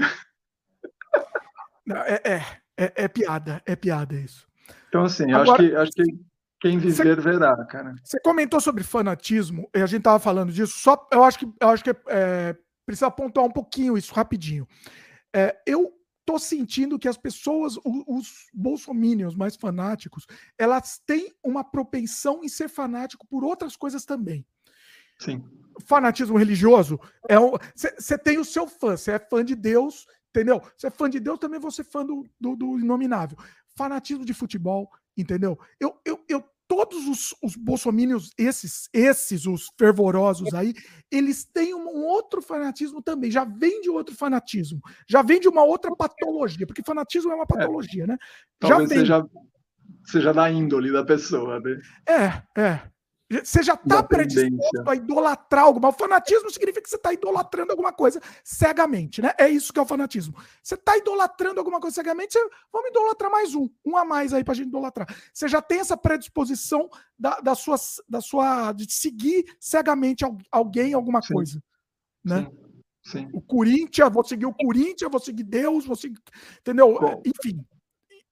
[SPEAKER 2] É, é, é, é piada, é piada isso.
[SPEAKER 3] Então, assim,
[SPEAKER 2] Agora,
[SPEAKER 3] acho, que, acho que quem viver você, verá, cara.
[SPEAKER 2] Você comentou sobre fanatismo, e a gente estava falando disso, só eu acho que, eu acho que é, precisa pontuar um pouquinho isso, rapidinho. É, eu tô sentindo que as pessoas, os, os bolsominions mais fanáticos, elas têm uma propensão em ser fanático por outras coisas também.
[SPEAKER 3] Sim.
[SPEAKER 2] Fanatismo religioso é você um, tem o seu fã, você é fã de Deus, entendeu? Você é fã de Deus, também você é fã do, do, do Inominável. Fanatismo de futebol, entendeu? Eu, eu, eu todos os, os bolsominions, esses, esses, os fervorosos aí, eles têm um, um outro fanatismo também, já vem de outro fanatismo, já vem de uma outra patologia, porque fanatismo é uma patologia, é. né?
[SPEAKER 3] Talvez
[SPEAKER 2] já vem.
[SPEAKER 3] Seja, seja da índole da pessoa, né?
[SPEAKER 2] É, é. Você já está predisposto a idolatrar algo, mas o fanatismo significa que você está idolatrando alguma coisa cegamente, né? É isso que é o fanatismo. Você está idolatrando alguma coisa cegamente, você... vamos idolatrar mais um, um a mais aí para a gente idolatrar. Você já tem essa predisposição da, da, sua, da sua, de seguir cegamente alguém, alguma
[SPEAKER 3] Sim.
[SPEAKER 2] coisa, né?
[SPEAKER 3] Sim. Sim.
[SPEAKER 2] O Corinthians, vou seguir o Corinthians, vou seguir Deus, vou seguir, entendeu? Bom. Enfim,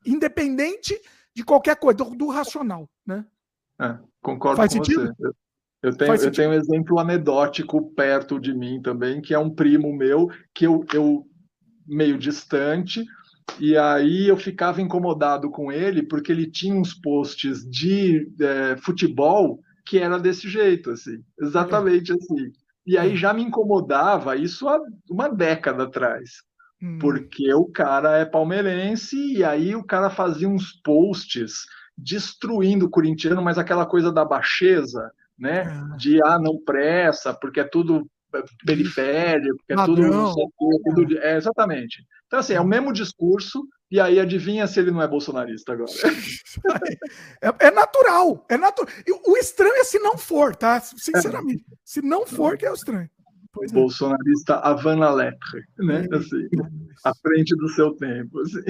[SPEAKER 2] independente de qualquer coisa, do, do racional, né?
[SPEAKER 3] É, concordo
[SPEAKER 2] Faz
[SPEAKER 3] com
[SPEAKER 2] sentido?
[SPEAKER 3] você. Eu tenho, eu tenho um exemplo anedótico perto de mim também, que é um primo meu, que eu, eu meio distante, e aí eu ficava incomodado com ele, porque ele tinha uns posts de é, futebol que era desse jeito, assim, exatamente assim. E aí já me incomodava isso há uma década atrás, hum. porque o cara é palmeirense, e aí o cara fazia uns posts destruindo o corintiano, mas aquela coisa da baixeza, né? Ah. De, ah, não pressa, porque é tudo periférico, porque é tudo, não sei, tudo... É, exatamente. Então, assim, é o mesmo discurso, e aí adivinha se ele não é bolsonarista agora.
[SPEAKER 2] É, é natural, é natural. O estranho é se não for, tá? Sinceramente. É. Se não for, que é o estranho. Pois
[SPEAKER 3] bolsonarista é. Avant la lettre, né? Assim, à frente do seu tempo. Assim.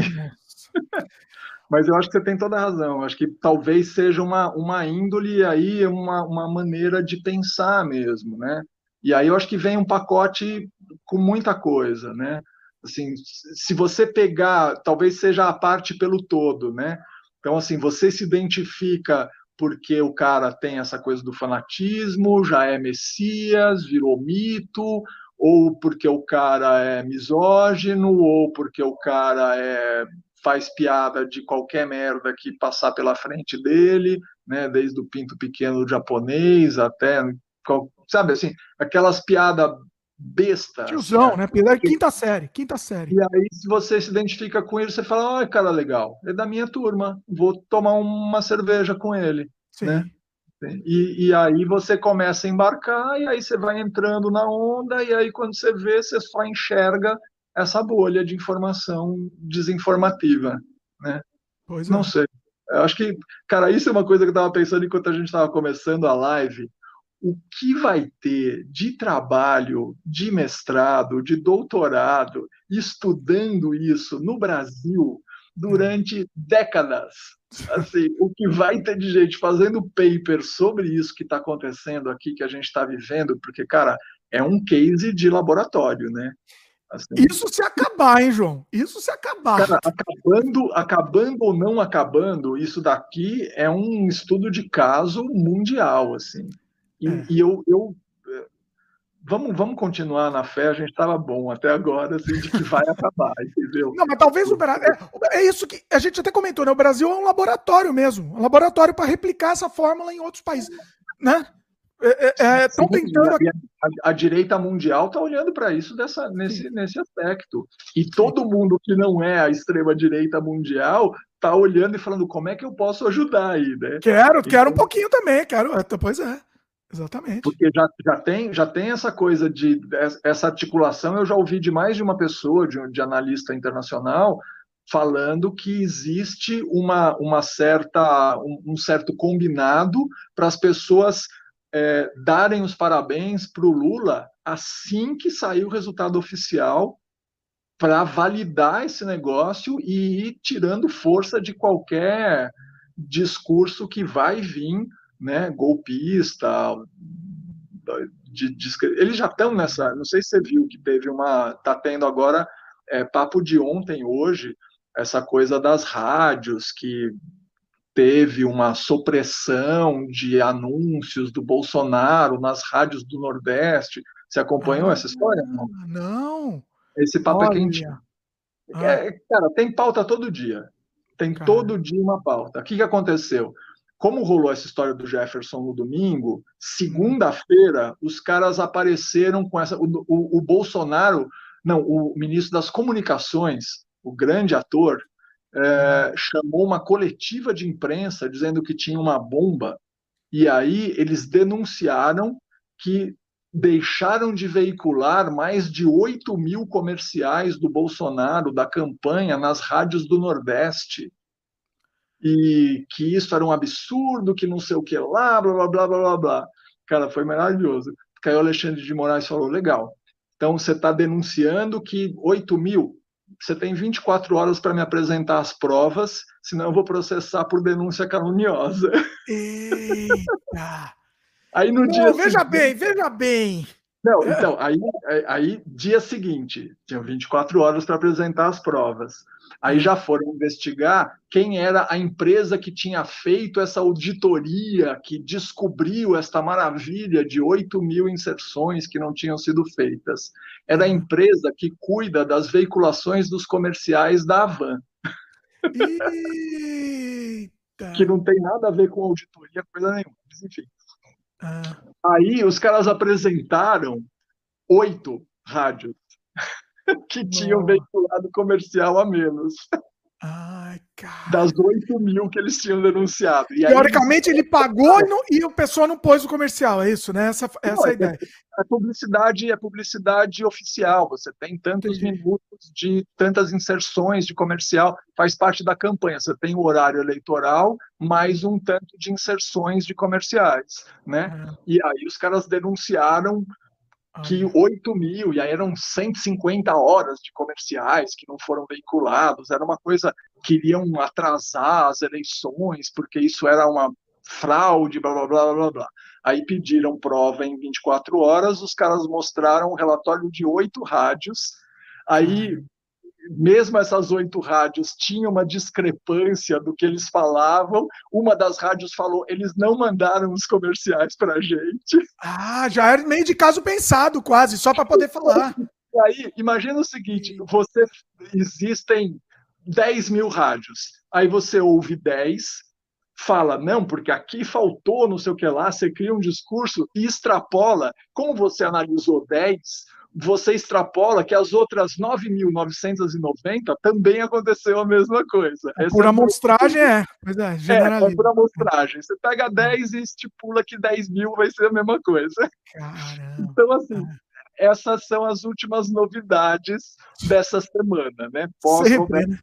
[SPEAKER 3] Mas eu acho que você tem toda a razão. Eu acho que talvez seja uma, uma índole aí, uma, uma maneira de pensar mesmo, né? E aí eu acho que vem um pacote com muita coisa, né? Assim, se você pegar, talvez seja a parte pelo todo, né? Então, assim, você se identifica porque o cara tem essa coisa do fanatismo, já é messias, virou mito, ou porque o cara é misógino, ou porque o cara é... faz piada de qualquer merda que passar pela frente dele, né? Desde o pinto pequeno japonês até, sabe assim, aquelas piadas bestas.
[SPEAKER 2] Tiozão, né? Piada quinta série, quinta série.
[SPEAKER 3] E aí, se você se identifica com ele, você fala, ah, cara, legal, é da minha turma, vou tomar uma cerveja com ele, Sim. né? E, e aí você começa a embarcar, e aí você vai entrando na onda, e aí quando você vê, você só enxerga essa bolha de informação desinformativa, né? Pois Não é. sei. Eu acho que, cara, isso é uma coisa que eu estava pensando enquanto a gente estava começando a live. O que vai ter de trabalho, de mestrado, de doutorado, estudando isso no Brasil durante décadas? Assim, o que vai ter de gente fazendo paper sobre isso que está acontecendo aqui, que a gente está vivendo, porque, cara, é um case de laboratório, né?
[SPEAKER 2] Assim, isso se acabar, hein, João? Isso se acabar.
[SPEAKER 3] Cara, acabando, acabando ou não acabando, isso daqui é um estudo de caso mundial, assim. E, é. e eu, eu vamos, vamos continuar na fé, a gente estava bom até agora, assim, de que vai acabar, entendeu?
[SPEAKER 2] Não, mas talvez o Brasil... É, é isso que a gente até comentou, né? O Brasil é um laboratório mesmo, um laboratório para replicar essa fórmula em outros países, né? Estão é, é, tentando...
[SPEAKER 3] A, a direita mundial está olhando para isso dessa, nesse, nesse aspecto. E Sim. todo mundo que não é a extrema-direita mundial está olhando e falando como é que eu posso ajudar aí, né?
[SPEAKER 2] Quero, então, quero um pouquinho também, quero... Pois é, exatamente.
[SPEAKER 3] Porque já, já, tem, já tem essa coisa de... Essa articulação eu já ouvi de mais de uma pessoa, de, de analista internacional, falando que existe uma, uma certa, um, um certo combinado para as pessoas... É, darem os parabéns para o Lula assim que sair o resultado oficial para validar esse negócio e ir tirando força de qualquer discurso que vai vir, né, golpista. De, de, eles já estão nessa, não sei se você viu que teve uma, tá tendo agora é, papo de ontem, hoje, essa coisa das rádios que teve uma supressão de anúncios do Bolsonaro nas rádios do Nordeste. Você acompanhou ah, essa história?
[SPEAKER 2] Não. não.
[SPEAKER 3] Esse papo Olha. é quentinho. Ah. É, cara, tem pauta todo dia. Tem cara. todo dia uma pauta. O que, que aconteceu? Como rolou essa história do Jefferson no domingo, segunda-feira, os caras apareceram com essa... O, o, o Bolsonaro... Não, o ministro das Comunicações, o grande ator, É, chamou uma coletiva de imprensa dizendo que tinha uma bomba, e aí eles denunciaram que deixaram de veicular mais de oito mil comerciais do Bolsonaro, da campanha, nas rádios do Nordeste, e que isso era um absurdo, que não sei o que lá, blá, blá, blá, blá, blá, blá. Cara, foi maravilhoso. Caiu Alexandre de Moraes e falou, legal, então você está denunciando que oito mil... Você tem vinte e quatro horas para me apresentar as provas, senão eu vou processar por denúncia caluniosa.
[SPEAKER 2] Eita!
[SPEAKER 3] Aí no
[SPEAKER 2] Pô,
[SPEAKER 3] dia
[SPEAKER 2] veja
[SPEAKER 3] seguinte...
[SPEAKER 2] bem, veja bem.
[SPEAKER 3] Não, então, aí, aí, dia seguinte, tinham vinte e quatro horas para apresentar as provas. Aí já foram investigar quem era a empresa que tinha feito essa auditoria, que descobriu esta maravilha de oito mil inserções que não tinham sido feitas. Era a empresa que cuida das veiculações dos comerciais da Havan.
[SPEAKER 2] Eita.
[SPEAKER 3] Que não tem nada a ver com auditoria, coisa nenhuma. Mas, enfim. Ah. Aí os caras apresentaram oito rádios que Nossa. tinham veiculado comercial a menos.
[SPEAKER 2] Ai, cara.
[SPEAKER 3] Das oito mil que eles tinham denunciado. E
[SPEAKER 2] Teoricamente,
[SPEAKER 3] aí,
[SPEAKER 2] ele pagou e, não, e o pessoal não pôs o comercial, é isso, né? Essa, essa não, é a ideia.
[SPEAKER 3] É publicidade, é publicidade oficial. Você tem tantos Entendi. minutos de tantas inserções de comercial, faz parte da campanha. Você tem o horário eleitoral, mais um tanto de inserções de comerciais, né? É. E aí os caras denunciaram que oito mil, e aí eram cento e cinquenta horas de comerciais que não foram veiculados, era uma coisa, queriam atrasar as eleições, porque isso era uma fraude, blá, blá, blá, blá, blá. Aí pediram prova em vinte e quatro horas, os caras mostraram um relatório de oito rádios, aí... Mesmo essas oito rádios tinham uma discrepância do que eles falavam. Uma das rádios falou, eles não mandaram os comerciais para a gente.
[SPEAKER 2] Ah, já era meio de caso pensado, quase, só para poder falar.
[SPEAKER 3] E aí, imagina o seguinte, você, existem dez mil rádios, aí você ouve dez, fala, não, porque aqui faltou não sei o que lá, você cria um discurso e extrapola. Como você analisou dez... você extrapola que as outras nove mil novecentos e noventa também aconteceu a mesma coisa.
[SPEAKER 2] É por amostragem, é. Mas é,
[SPEAKER 3] é, é por amostragem. Você pega dez e estipula que dez mil vai ser a mesma coisa.
[SPEAKER 2] Caramba.
[SPEAKER 3] Então, assim, essas são as últimas novidades dessa semana, né? Pós-conversa.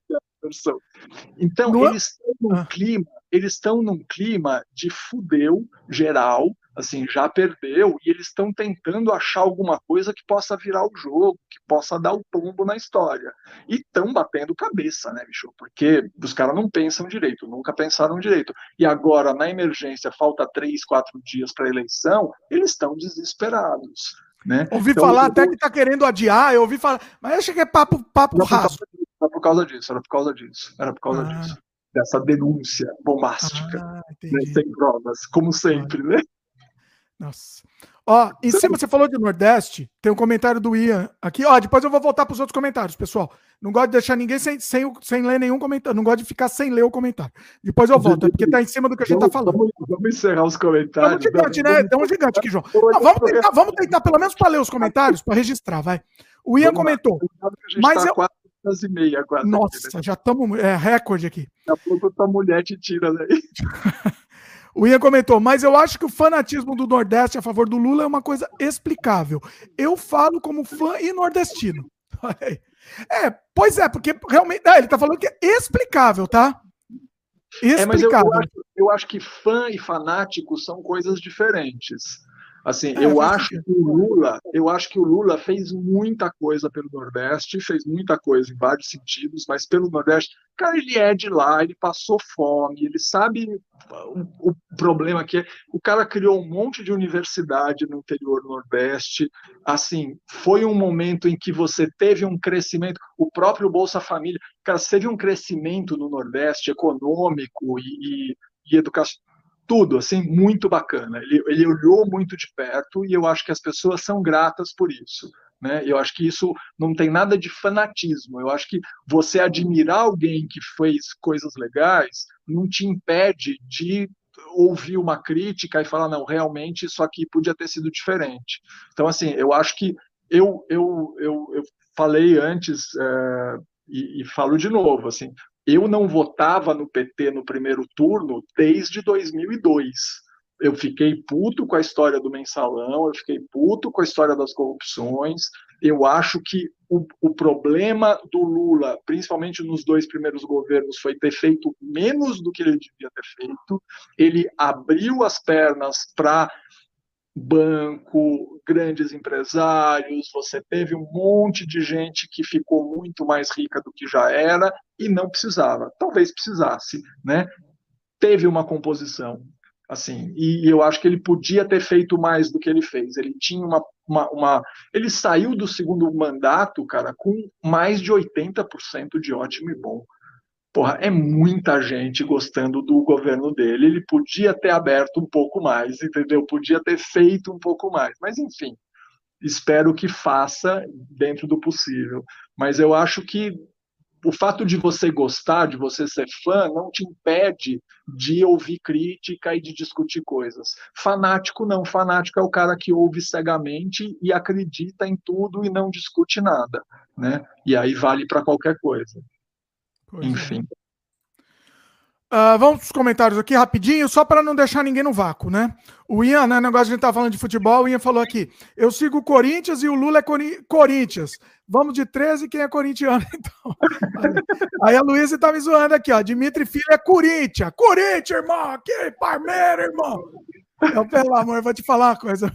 [SPEAKER 3] Então, Não... eles estão num ah. clima, eles estão num clima de fudeu geral, assim, já perdeu, e eles estão tentando achar alguma coisa que possa virar o jogo, que possa dar o tombo na história. E estão batendo cabeça, né, bicho? Porque os caras não pensam direito, nunca pensaram direito. E agora, na emergência, falta três, quatro dias para a eleição, eles estão desesperados, né?
[SPEAKER 2] Ouvi então, falar eu... até que tá querendo adiar, eu ouvi falar, mas eu achei que é papo, papo raso.
[SPEAKER 3] Era por causa disso, era por causa disso, era por causa ah. disso. Dessa denúncia bombástica,
[SPEAKER 2] ah,
[SPEAKER 3] né, sem provas, como sempre, ah. né?
[SPEAKER 2] Nossa. Ó, em cima você falou de Nordeste, tem um comentário do Ian aqui. Ó, depois eu vou voltar para os outros comentários, pessoal. Não gosto de deixar ninguém sem, sem, sem ler nenhum comentário. Não gosto de ficar sem ler o comentário. Depois eu volto, é porque tá em cima do que a gente tá falando.
[SPEAKER 3] Vamos, vamos encerrar os comentários.
[SPEAKER 2] Estamos gigante, né? Estamos gigante aqui, João. Não, vamos, tentar, vamos tentar, pelo menos, para ler os comentários, para registrar, vai. O Ian vamos comentou. Mas
[SPEAKER 3] tá
[SPEAKER 2] eu...
[SPEAKER 3] quatro horas e meia, quase.
[SPEAKER 2] Nossa, aqui, né? Já estamos. É recorde aqui.
[SPEAKER 3] Daqui a pouco tua mulher te tira daí.
[SPEAKER 2] O Ian comentou, mas eu acho que o fanatismo do Nordeste a favor do Lula é uma coisa explicável. Eu falo como fã e nordestino. É, pois é, porque realmente... É, ele tá falando que é explicável, tá?
[SPEAKER 3] Explicável. É, mas eu, eu, acho, eu acho que fã e fanático são coisas diferentes. Assim, é, eu acho que o Lula, eu acho que o Lula fez muita coisa pelo Nordeste, fez muita coisa em vários sentidos, mas pelo Nordeste, cara, ele é de lá, ele passou fome, ele sabe o, o problema que é. O cara criou um monte de universidade no interior do Nordeste. Assim, foi um momento em que você teve um crescimento, o próprio Bolsa Família, cara, teve um crescimento no Nordeste econômico e, e, e educacional. Tudo, assim, muito bacana. Ele, ele olhou muito de perto e eu acho que as pessoas são gratas por isso, né? Eu acho que isso não tem nada de fanatismo. Eu acho que você admirar alguém que fez coisas legais não te impede de ouvir uma crítica e falar, não, realmente isso aqui podia ter sido diferente. Então, assim, eu acho que eu, eu, eu, eu falei antes é, e, e falo de novo, assim, eu não votava no P T no primeiro turno desde dois mil e dois. Eu fiquei puto com a história do mensalão, eu fiquei puto com a história das corrupções. Eu acho que o, o problema do Lula, principalmente nos dois primeiros governos, foi ter feito menos do que ele devia ter feito. Ele abriu as pernas para banco, grandes empresários, você teve um monte de gente que ficou muito mais rica do que já era e não precisava. Talvez precisasse, né? Teve uma composição. Assim, e eu acho que ele podia ter feito mais do que ele fez. Ele tinha uma, uma, uma... Ele saiu do segundo mandato, cara, com mais de oitenta por cento de ótimo e bom. Porra, é muita gente gostando do governo dele. Ele podia ter aberto um pouco mais, entendeu? Podia ter feito um pouco mais. Mas, enfim, espero que faça dentro do possível. Mas eu acho que o fato de você gostar, de você ser fã, não te impede de ouvir crítica e de discutir coisas. Fanático não. Fanático é o cara que ouve cegamente e acredita em tudo e não discute nada, né? E aí vale para qualquer coisa. Pois Enfim.
[SPEAKER 2] É. Uh, vamos para os comentários aqui rapidinho, só para não deixar ninguém no vácuo, né? O Ian, né, negócio de a gente tá falando de futebol, o Ian falou aqui, eu sigo o Corinthians e o Lula é Cori- Corinthians. Vamos de treze, quem é corintiano, então? Aí a Luísa tá me zoando aqui, ó, Dimitri Filho é Corinthians. Corinthians, irmão, aqui, Parmeira, irmão. Então, pelo amor, eu vou te falar uma coisa.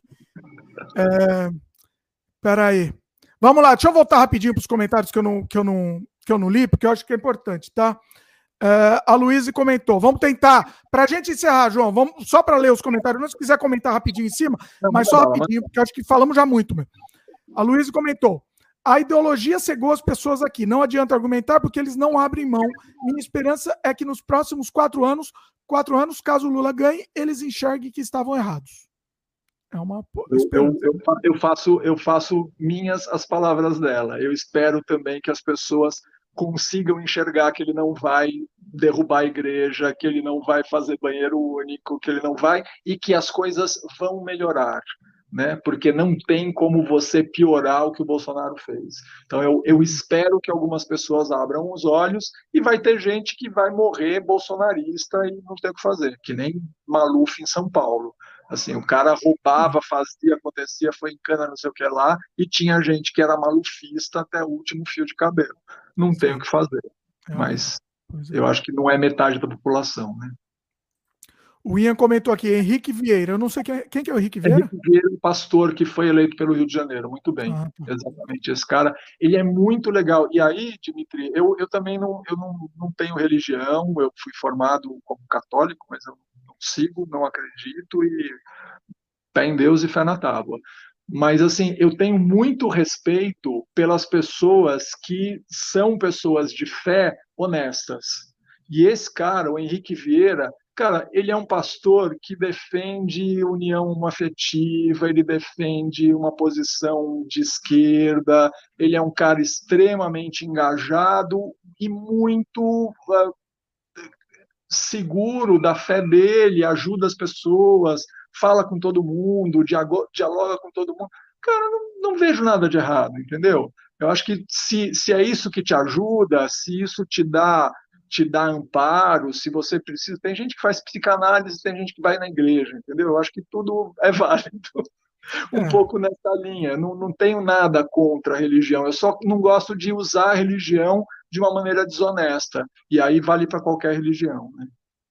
[SPEAKER 2] É... Peraí. Vamos lá, deixa eu voltar rapidinho para os comentários que eu, não, que, eu não, que eu não li, porque eu acho que é importante, tá? Uh, a Luísa comentou. Vamos tentar, para a gente encerrar, João, vamos, só para ler os comentários, não se quiser comentar rapidinho em cima, não, mas só rapidinho, porque eu acho que falamos já muito. Meu. A Luísa comentou. A ideologia cegou as pessoas aqui. Não adianta argumentar porque eles não abrem mão. Minha esperança é que nos próximos quatro anos, quatro anos, caso o Lula ganhe, eles enxerguem que estavam errados. É uma
[SPEAKER 3] eu, eu, eu, faço, eu faço minhas as palavras dela. Eu espero também que as pessoas consigam enxergar que ele não vai derrubar a igreja, que ele não vai fazer banheiro único, que ele não vai, e que as coisas vão melhorar, né? Porque não tem como você piorar o que o Bolsonaro fez. Então eu, eu espero que algumas pessoas abram os olhos e vai ter gente que vai morrer bolsonarista e não tem o que fazer, que nem Maluf em São Paulo. Assim, o cara roubava, fazia, acontecia, foi em cana, não sei o que lá, e tinha gente que era malufista até o último fio de cabelo. Não Sim. tem o que fazer. É, mas é. eu acho que não é metade da população, né?
[SPEAKER 2] O Ian comentou aqui, Henrique Vieira. Eu não sei quem, quem que é o Henrique Vieira?
[SPEAKER 3] Henrique Vieira, o pastor que foi eleito pelo Rio de Janeiro. Muito bem. Ah, tá. Exatamente. Esse cara, ele é muito legal. E aí, Dimitri, eu, eu também não, eu não, não tenho religião, eu fui formado como católico, mas eu não sigo, não acredito, e fé em Deus e fé na tábua. Mas, assim, eu tenho muito respeito pelas pessoas que são pessoas de fé honestas. E esse cara, o Henrique Vieira, cara, ele é um pastor que defende união afetiva, ele defende uma posição de esquerda, ele é um cara extremamente engajado e muito uh, seguro da fé dele, ajuda as pessoas, fala com todo mundo, dialoga com todo mundo. Cara, não, não vejo nada de errado, entendeu? Eu acho que se, se é isso que te ajuda, se isso te dá, te dá amparo, se você precisa... Tem gente que faz psicanálise, tem gente que vai na igreja, entendeu? Eu acho que tudo é válido. Um é. pouco nessa linha. Não, não tenho nada contra a religião, eu só não gosto de usar a religião de uma maneira desonesta. E aí vale para qualquer religião, né?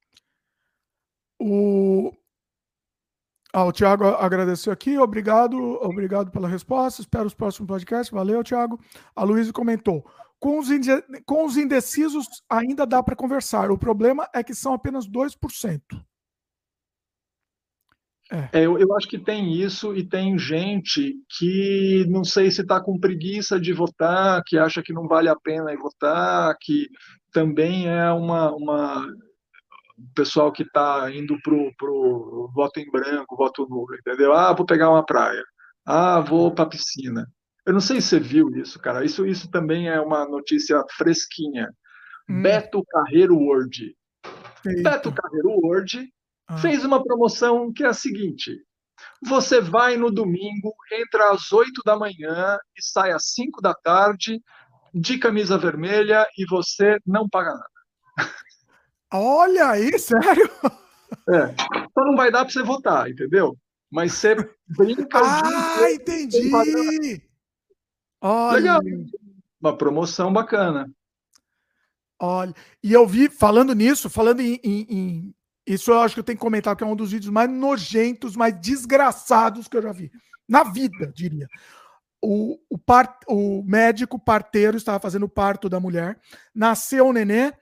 [SPEAKER 2] O... Ah, o Thiago agradeceu aqui, obrigado, obrigado pela resposta, espero os próximos podcasts, valeu, Thiago. A Luísa comentou, com os, inde... com os indecisos ainda dá para conversar, o problema é que são apenas dois por cento.
[SPEAKER 3] É. É, eu, eu acho que tem isso, e tem gente que não sei se está com preguiça de votar, que acha que não vale a pena ir votar, que também é uma... uma... o pessoal que está indo pro, pro voto em branco, voto nulo, entendeu? Ah, vou pegar uma praia. Ah, vou para a piscina. Eu não sei se você viu isso, cara. Isso, isso também é uma notícia fresquinha. Hum. Beto Carreiro World. Eita. Beto Carreiro World ah. fez uma promoção que é a seguinte: você vai no domingo, entra às oito da manhã e sai às cinco da tarde, de camisa vermelha, e você não paga nada.
[SPEAKER 2] Olha aí, sério?
[SPEAKER 3] É, só não vai dar para você votar, entendeu? Mas você brinca...
[SPEAKER 2] Ah, entendi! Olha.
[SPEAKER 3] Legal. Uma promoção bacana.
[SPEAKER 2] Olha, e eu vi, falando nisso, falando em, em, em... Isso eu acho que eu tenho que comentar, que é um dos vídeos mais nojentos, mais desgraçados que eu já vi. Na vida, diria. O, o, part, o médico parteiro estava fazendo o parto da mulher, nasceu o nenê,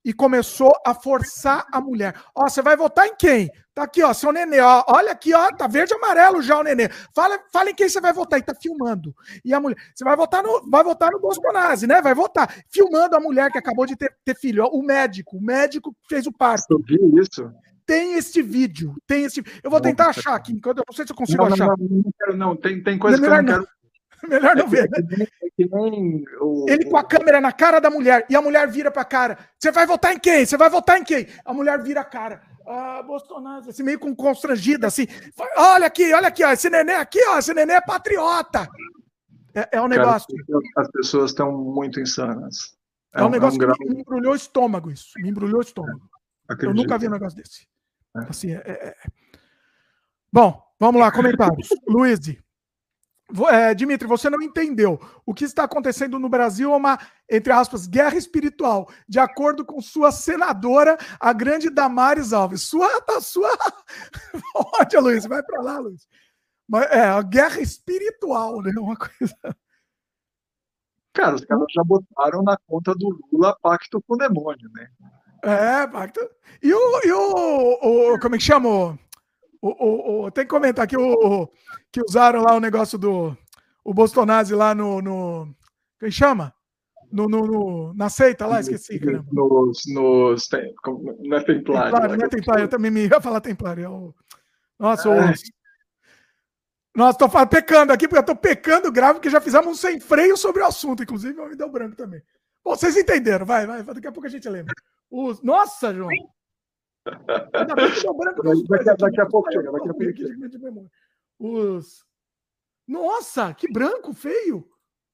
[SPEAKER 2] e começou a forçar a mulher. Ó, você vai votar em quem? Tá aqui, ó, seu nenê, ó, olha aqui, ó, tá verde e amarelo já o nenê. Fala, fala em quem você vai votar, e tá filmando. E a mulher, você vai votar no, vai votar no Bolsonaro, né? Vai votar. Filmando a mulher que acabou de ter, ter filho, o médico, o médico fez o parto.
[SPEAKER 3] Eu vi isso.
[SPEAKER 2] Tem este vídeo, tem esse. Eu vou tentar achar aqui, enquanto eu não sei se eu consigo
[SPEAKER 3] não, não,
[SPEAKER 2] achar.
[SPEAKER 3] Não, não, quero, não. Tem, tem coisa
[SPEAKER 2] não,
[SPEAKER 3] que eu não
[SPEAKER 2] não.
[SPEAKER 3] quero.
[SPEAKER 2] Melhor não ver, né?
[SPEAKER 3] É que nem o...
[SPEAKER 2] Ele com a câmera na cara da mulher, e a mulher vira pra cara. Você vai votar em quem? Você vai votar em quem? A mulher vira a cara. Ah, Bolsonaro, assim, meio com constrangida, assim. Olha aqui, olha aqui, ó, esse neném aqui, ó, esse neném é patriota. É, é um negócio.
[SPEAKER 3] Cara, as pessoas estão muito insanas.
[SPEAKER 2] É, é um negócio é um que me, me embrulhou o estômago, isso. Me embrulhou o estômago.
[SPEAKER 3] Acredito.
[SPEAKER 2] Eu nunca vi um negócio desse. É. Assim, é, é... Bom, vamos lá, comentários. Luiz. É, Dimitri, você não entendeu. O que está acontecendo no Brasil é uma, entre aspas, guerra espiritual, de acordo com sua senadora, a grande Damares Alves. Sua, tá, sua... Onde, Luiz? Vai para lá, Luiz. Mas, é, a guerra espiritual, né? Uma coisa...
[SPEAKER 3] Cara, os caras já botaram na conta do Lula pacto com o demônio, né?
[SPEAKER 2] É, pacto. E o... E o, o como é que chama? O, o, o, tem que comentar aqui o, que usaram lá o negócio do o Bolsonaro lá no, no quem chama? No, no, no, na seita lá, esqueci, caramba.
[SPEAKER 3] Nos, nos, tem, não é templário.
[SPEAKER 2] Templário não é templário, eu também me ia falar templário. Eu, nossa, os, nossa, tô pecando aqui, porque eu tô pecando grave, porque já fizemos um sem freio sobre o assunto, inclusive me deu branco também. Bom, vocês entenderam, vai, vai, daqui a pouco a gente lembra. Os, nossa, João! Ainda bem que deu branco nos
[SPEAKER 3] daqui, daqui, daqui a pouco chega, daqui a pouco chega.
[SPEAKER 2] Os... Nossa, que branco feio!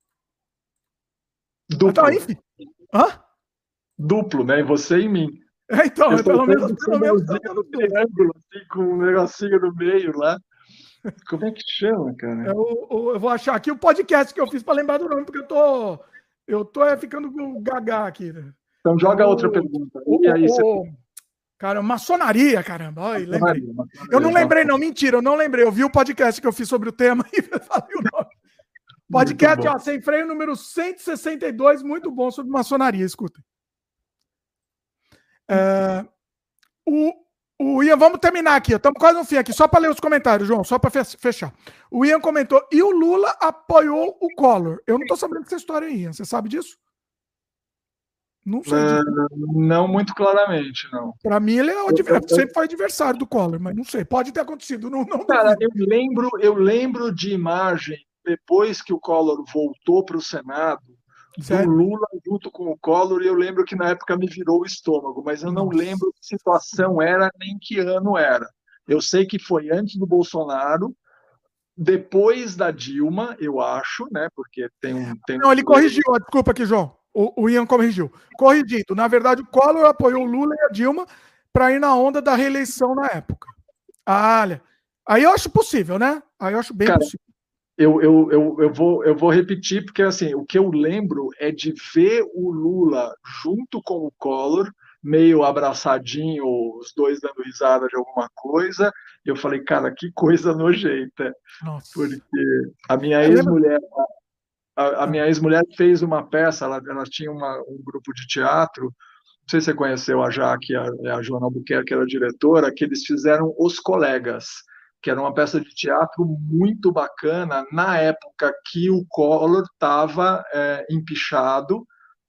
[SPEAKER 3] Duplo.
[SPEAKER 2] Então, enfim. Hã?
[SPEAKER 3] Duplo, né? Você e mim.
[SPEAKER 2] É, então, é, pelo menos. Pelo menos
[SPEAKER 3] no triângulo, assim, com um negocinho no meio lá. Como é que chama, cara?
[SPEAKER 2] É o, o, eu vou achar aqui o podcast que eu fiz para lembrar do nome, porque eu tô. Eu tô é, ficando gaga aqui. Né?
[SPEAKER 3] Então joga
[SPEAKER 2] o,
[SPEAKER 3] outra pergunta.
[SPEAKER 2] O,
[SPEAKER 3] e aí
[SPEAKER 2] o,
[SPEAKER 3] você...
[SPEAKER 2] Cara, maçonaria, caramba. Ai, maçonaria, maçonaria, eu não lembrei, não, mentira, eu não lembrei. Eu vi o podcast que eu fiz sobre o tema e falei o nome. Podcast, ó, Sem Freio, número cento e sessenta e dois, muito bom, sobre maçonaria, escuta. É, o, o Ian, vamos terminar aqui, estamos quase no fim aqui, só para ler os comentários, João, só para fechar. O Ian comentou, e o Lula apoiou o Collor. Eu não estou sabendo dessa história aí, Ian, você sabe disso? Não sei.
[SPEAKER 3] Uh, não muito claramente, não.
[SPEAKER 2] Para mim, ele é o, eu, eu, sempre foi adversário do Collor, mas não sei. Pode ter acontecido. Não, não
[SPEAKER 3] cara, eu lembro, eu lembro de imagem, depois que o Collor voltou para o Senado, Sério? do Lula junto com o Collor, e eu lembro que na época me virou o estômago, mas eu não Nossa. lembro que situação era, nem que ano era. Eu sei que foi antes do Bolsonaro, depois da Dilma, eu acho, né? Porque tem um... Tem
[SPEAKER 2] não,
[SPEAKER 3] um...
[SPEAKER 2] ele corrigiu, desculpa aqui, João. O, o Ian corrigiu. Corrigido. Na verdade, o Collor apoiou o Lula e a Dilma para ir na onda da reeleição na época. Ah, olha. Aí eu acho possível, né? Aí eu acho bem
[SPEAKER 3] Cara,
[SPEAKER 2] possível.
[SPEAKER 3] Eu, eu, eu, eu, vou, eu vou repetir, porque assim, o que eu lembro é de ver o Lula junto com o Collor, meio abraçadinho, os dois dando risada de alguma coisa. Eu falei, cara, que coisa nojenta.
[SPEAKER 2] Nossa.
[SPEAKER 3] Porque a minha ex-mulher... A, a minha ex-mulher fez uma peça, ela, ela tinha uma, um grupo de teatro, não sei se você conheceu a Jaque, a, a Joana Albuquerque, que era a diretora, que eles fizeram Os Colegas, que era uma peça de teatro muito bacana, na época que o Collor estava é, empichado,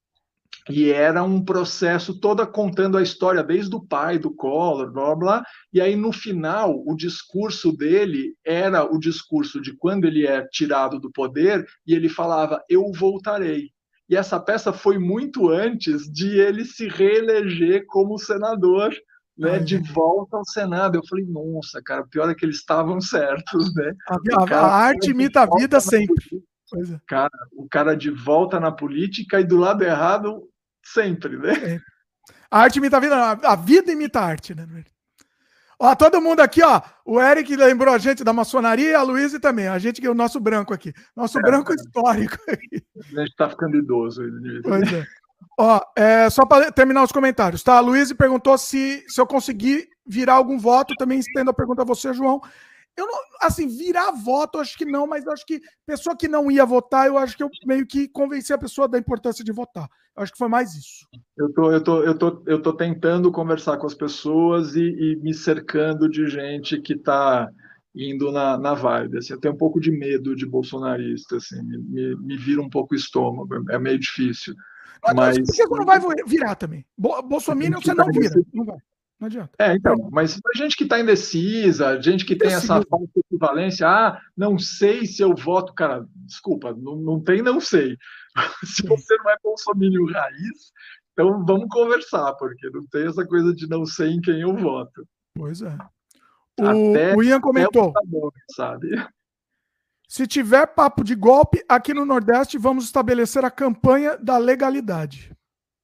[SPEAKER 3] e era um processo toda contando a história desde o pai do Collor, blá, blá, e aí no final o discurso dele era o discurso de quando ele é tirado do poder e ele falava, eu voltarei. E essa peça foi muito antes de ele se reeleger como senador, né, Ai, de volta ao Senado. Eu falei, nossa, cara, o pior é que eles estavam certos, né?
[SPEAKER 2] A, cara, a arte imita a vida sempre.
[SPEAKER 3] Pois é. Cara, o cara de volta na política e do lado errado sempre, né?
[SPEAKER 2] É. A arte imita a vida, a vida imita a arte, né? Ó, todo mundo aqui, ó, o Eric lembrou a gente da maçonaria, a Luísa também, a gente que é o nosso branco aqui, nosso é, branco é. histórico.
[SPEAKER 3] A gente tá ficando idoso.
[SPEAKER 2] Pois é. Ó, é, só para terminar os comentários, tá? A Luísa perguntou se, se eu conseguir virar algum voto, também estendo a pergunta a você, João. Eu não, assim, virar voto, eu acho que não, mas eu acho que pessoa que não ia votar, eu acho que eu meio que convenci a pessoa da importância de votar. Eu acho que foi mais isso.
[SPEAKER 3] Eu tô, eu tô, eu tô, eu tô tentando conversar com as pessoas e, e me cercando de gente que está indo na, na vibe. Assim, eu tenho um pouco de medo de bolsonarista, assim, me, me, me vira um pouco o estômago, é meio difícil.
[SPEAKER 2] Não adianta,
[SPEAKER 3] Mas
[SPEAKER 2] porque você não vai virar também. Bolsonaro você não vira. Não vai. Não adianta.
[SPEAKER 3] É, então, mas a gente que está indecisa, gente que tem essa falsa equivalência, ah, não sei se eu voto, cara, desculpa, não, não tem não sei. Se você não é bolsominion raiz, então vamos conversar, porque não tem essa coisa de não sei em quem eu voto.
[SPEAKER 2] Pois é. O,
[SPEAKER 3] Até,
[SPEAKER 2] o Ian comentou,
[SPEAKER 3] até o sabe?
[SPEAKER 2] Se tiver papo de golpe, aqui no Nordeste vamos estabelecer a campanha da legalidade.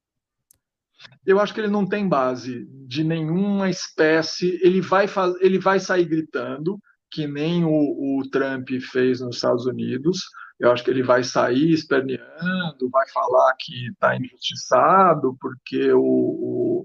[SPEAKER 3] Eu acho que ele não tem base de nenhuma espécie. Ele vai, faz... ele vai sair gritando, que nem o, o Trump fez nos Estados Unidos. Eu acho que ele vai sair esperneando, vai falar que está injustiçado, porque o,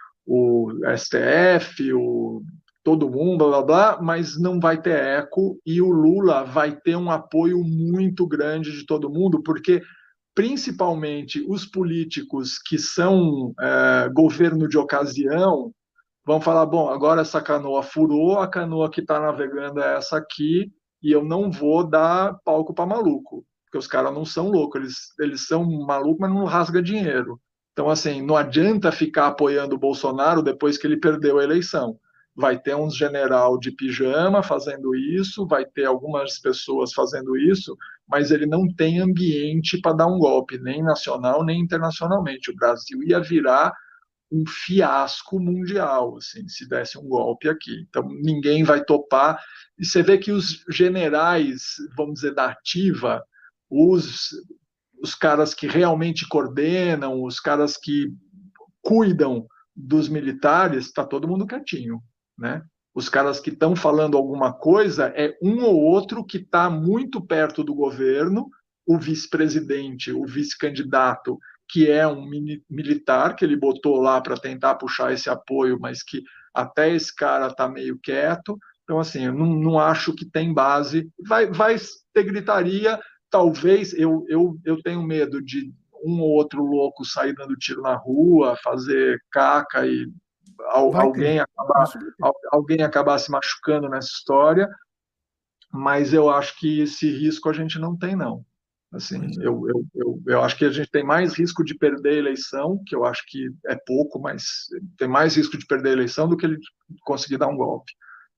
[SPEAKER 3] o, o S T F, o, todo mundo, blá, blá, blá, mas não vai ter eco. E o Lula vai ter um apoio muito grande de todo mundo, porque principalmente os políticos que são é, governo de ocasião, vão falar, bom, agora essa canoa furou, a canoa que está navegando é essa aqui, e eu não vou dar palco para maluco, porque os caras não são loucos, eles, eles são malucos, mas não rasga dinheiro. Então, assim, não adianta ficar apoiando o Bolsonaro depois que ele perdeu a eleição. Vai ter uns general de pijama fazendo isso, vai ter algumas pessoas fazendo isso, mas ele não tem ambiente para dar um golpe, nem nacional, nem internacionalmente. O Brasil ia virar um fiasco mundial, assim, se desse um golpe aqui. Então, ninguém vai topar. E você vê que os generais, vamos dizer, da ativa, os, os caras que realmente coordenam, os caras que cuidam dos militares, está todo mundo quietinho, né? Os caras que estão falando alguma coisa é um ou outro que está muito perto do governo, o vice-presidente, o vice-candidato, que é um militar que ele botou lá para tentar puxar esse apoio, mas que até esse cara está meio quieto. Então, assim, eu não, não acho que tem base. Vai, vai ter gritaria, talvez, eu, eu, eu tenho medo de um ou outro louco sair dando tiro na rua, fazer caca e alguém acabar, alguém acabar se machucando nessa história, mas eu acho que esse risco a gente não tem, não. Assim, eu, eu, eu, eu acho que a gente tem mais risco de perder a eleição, que eu acho que é pouco, mas tem mais risco de perder a eleição do que ele conseguir dar um golpe.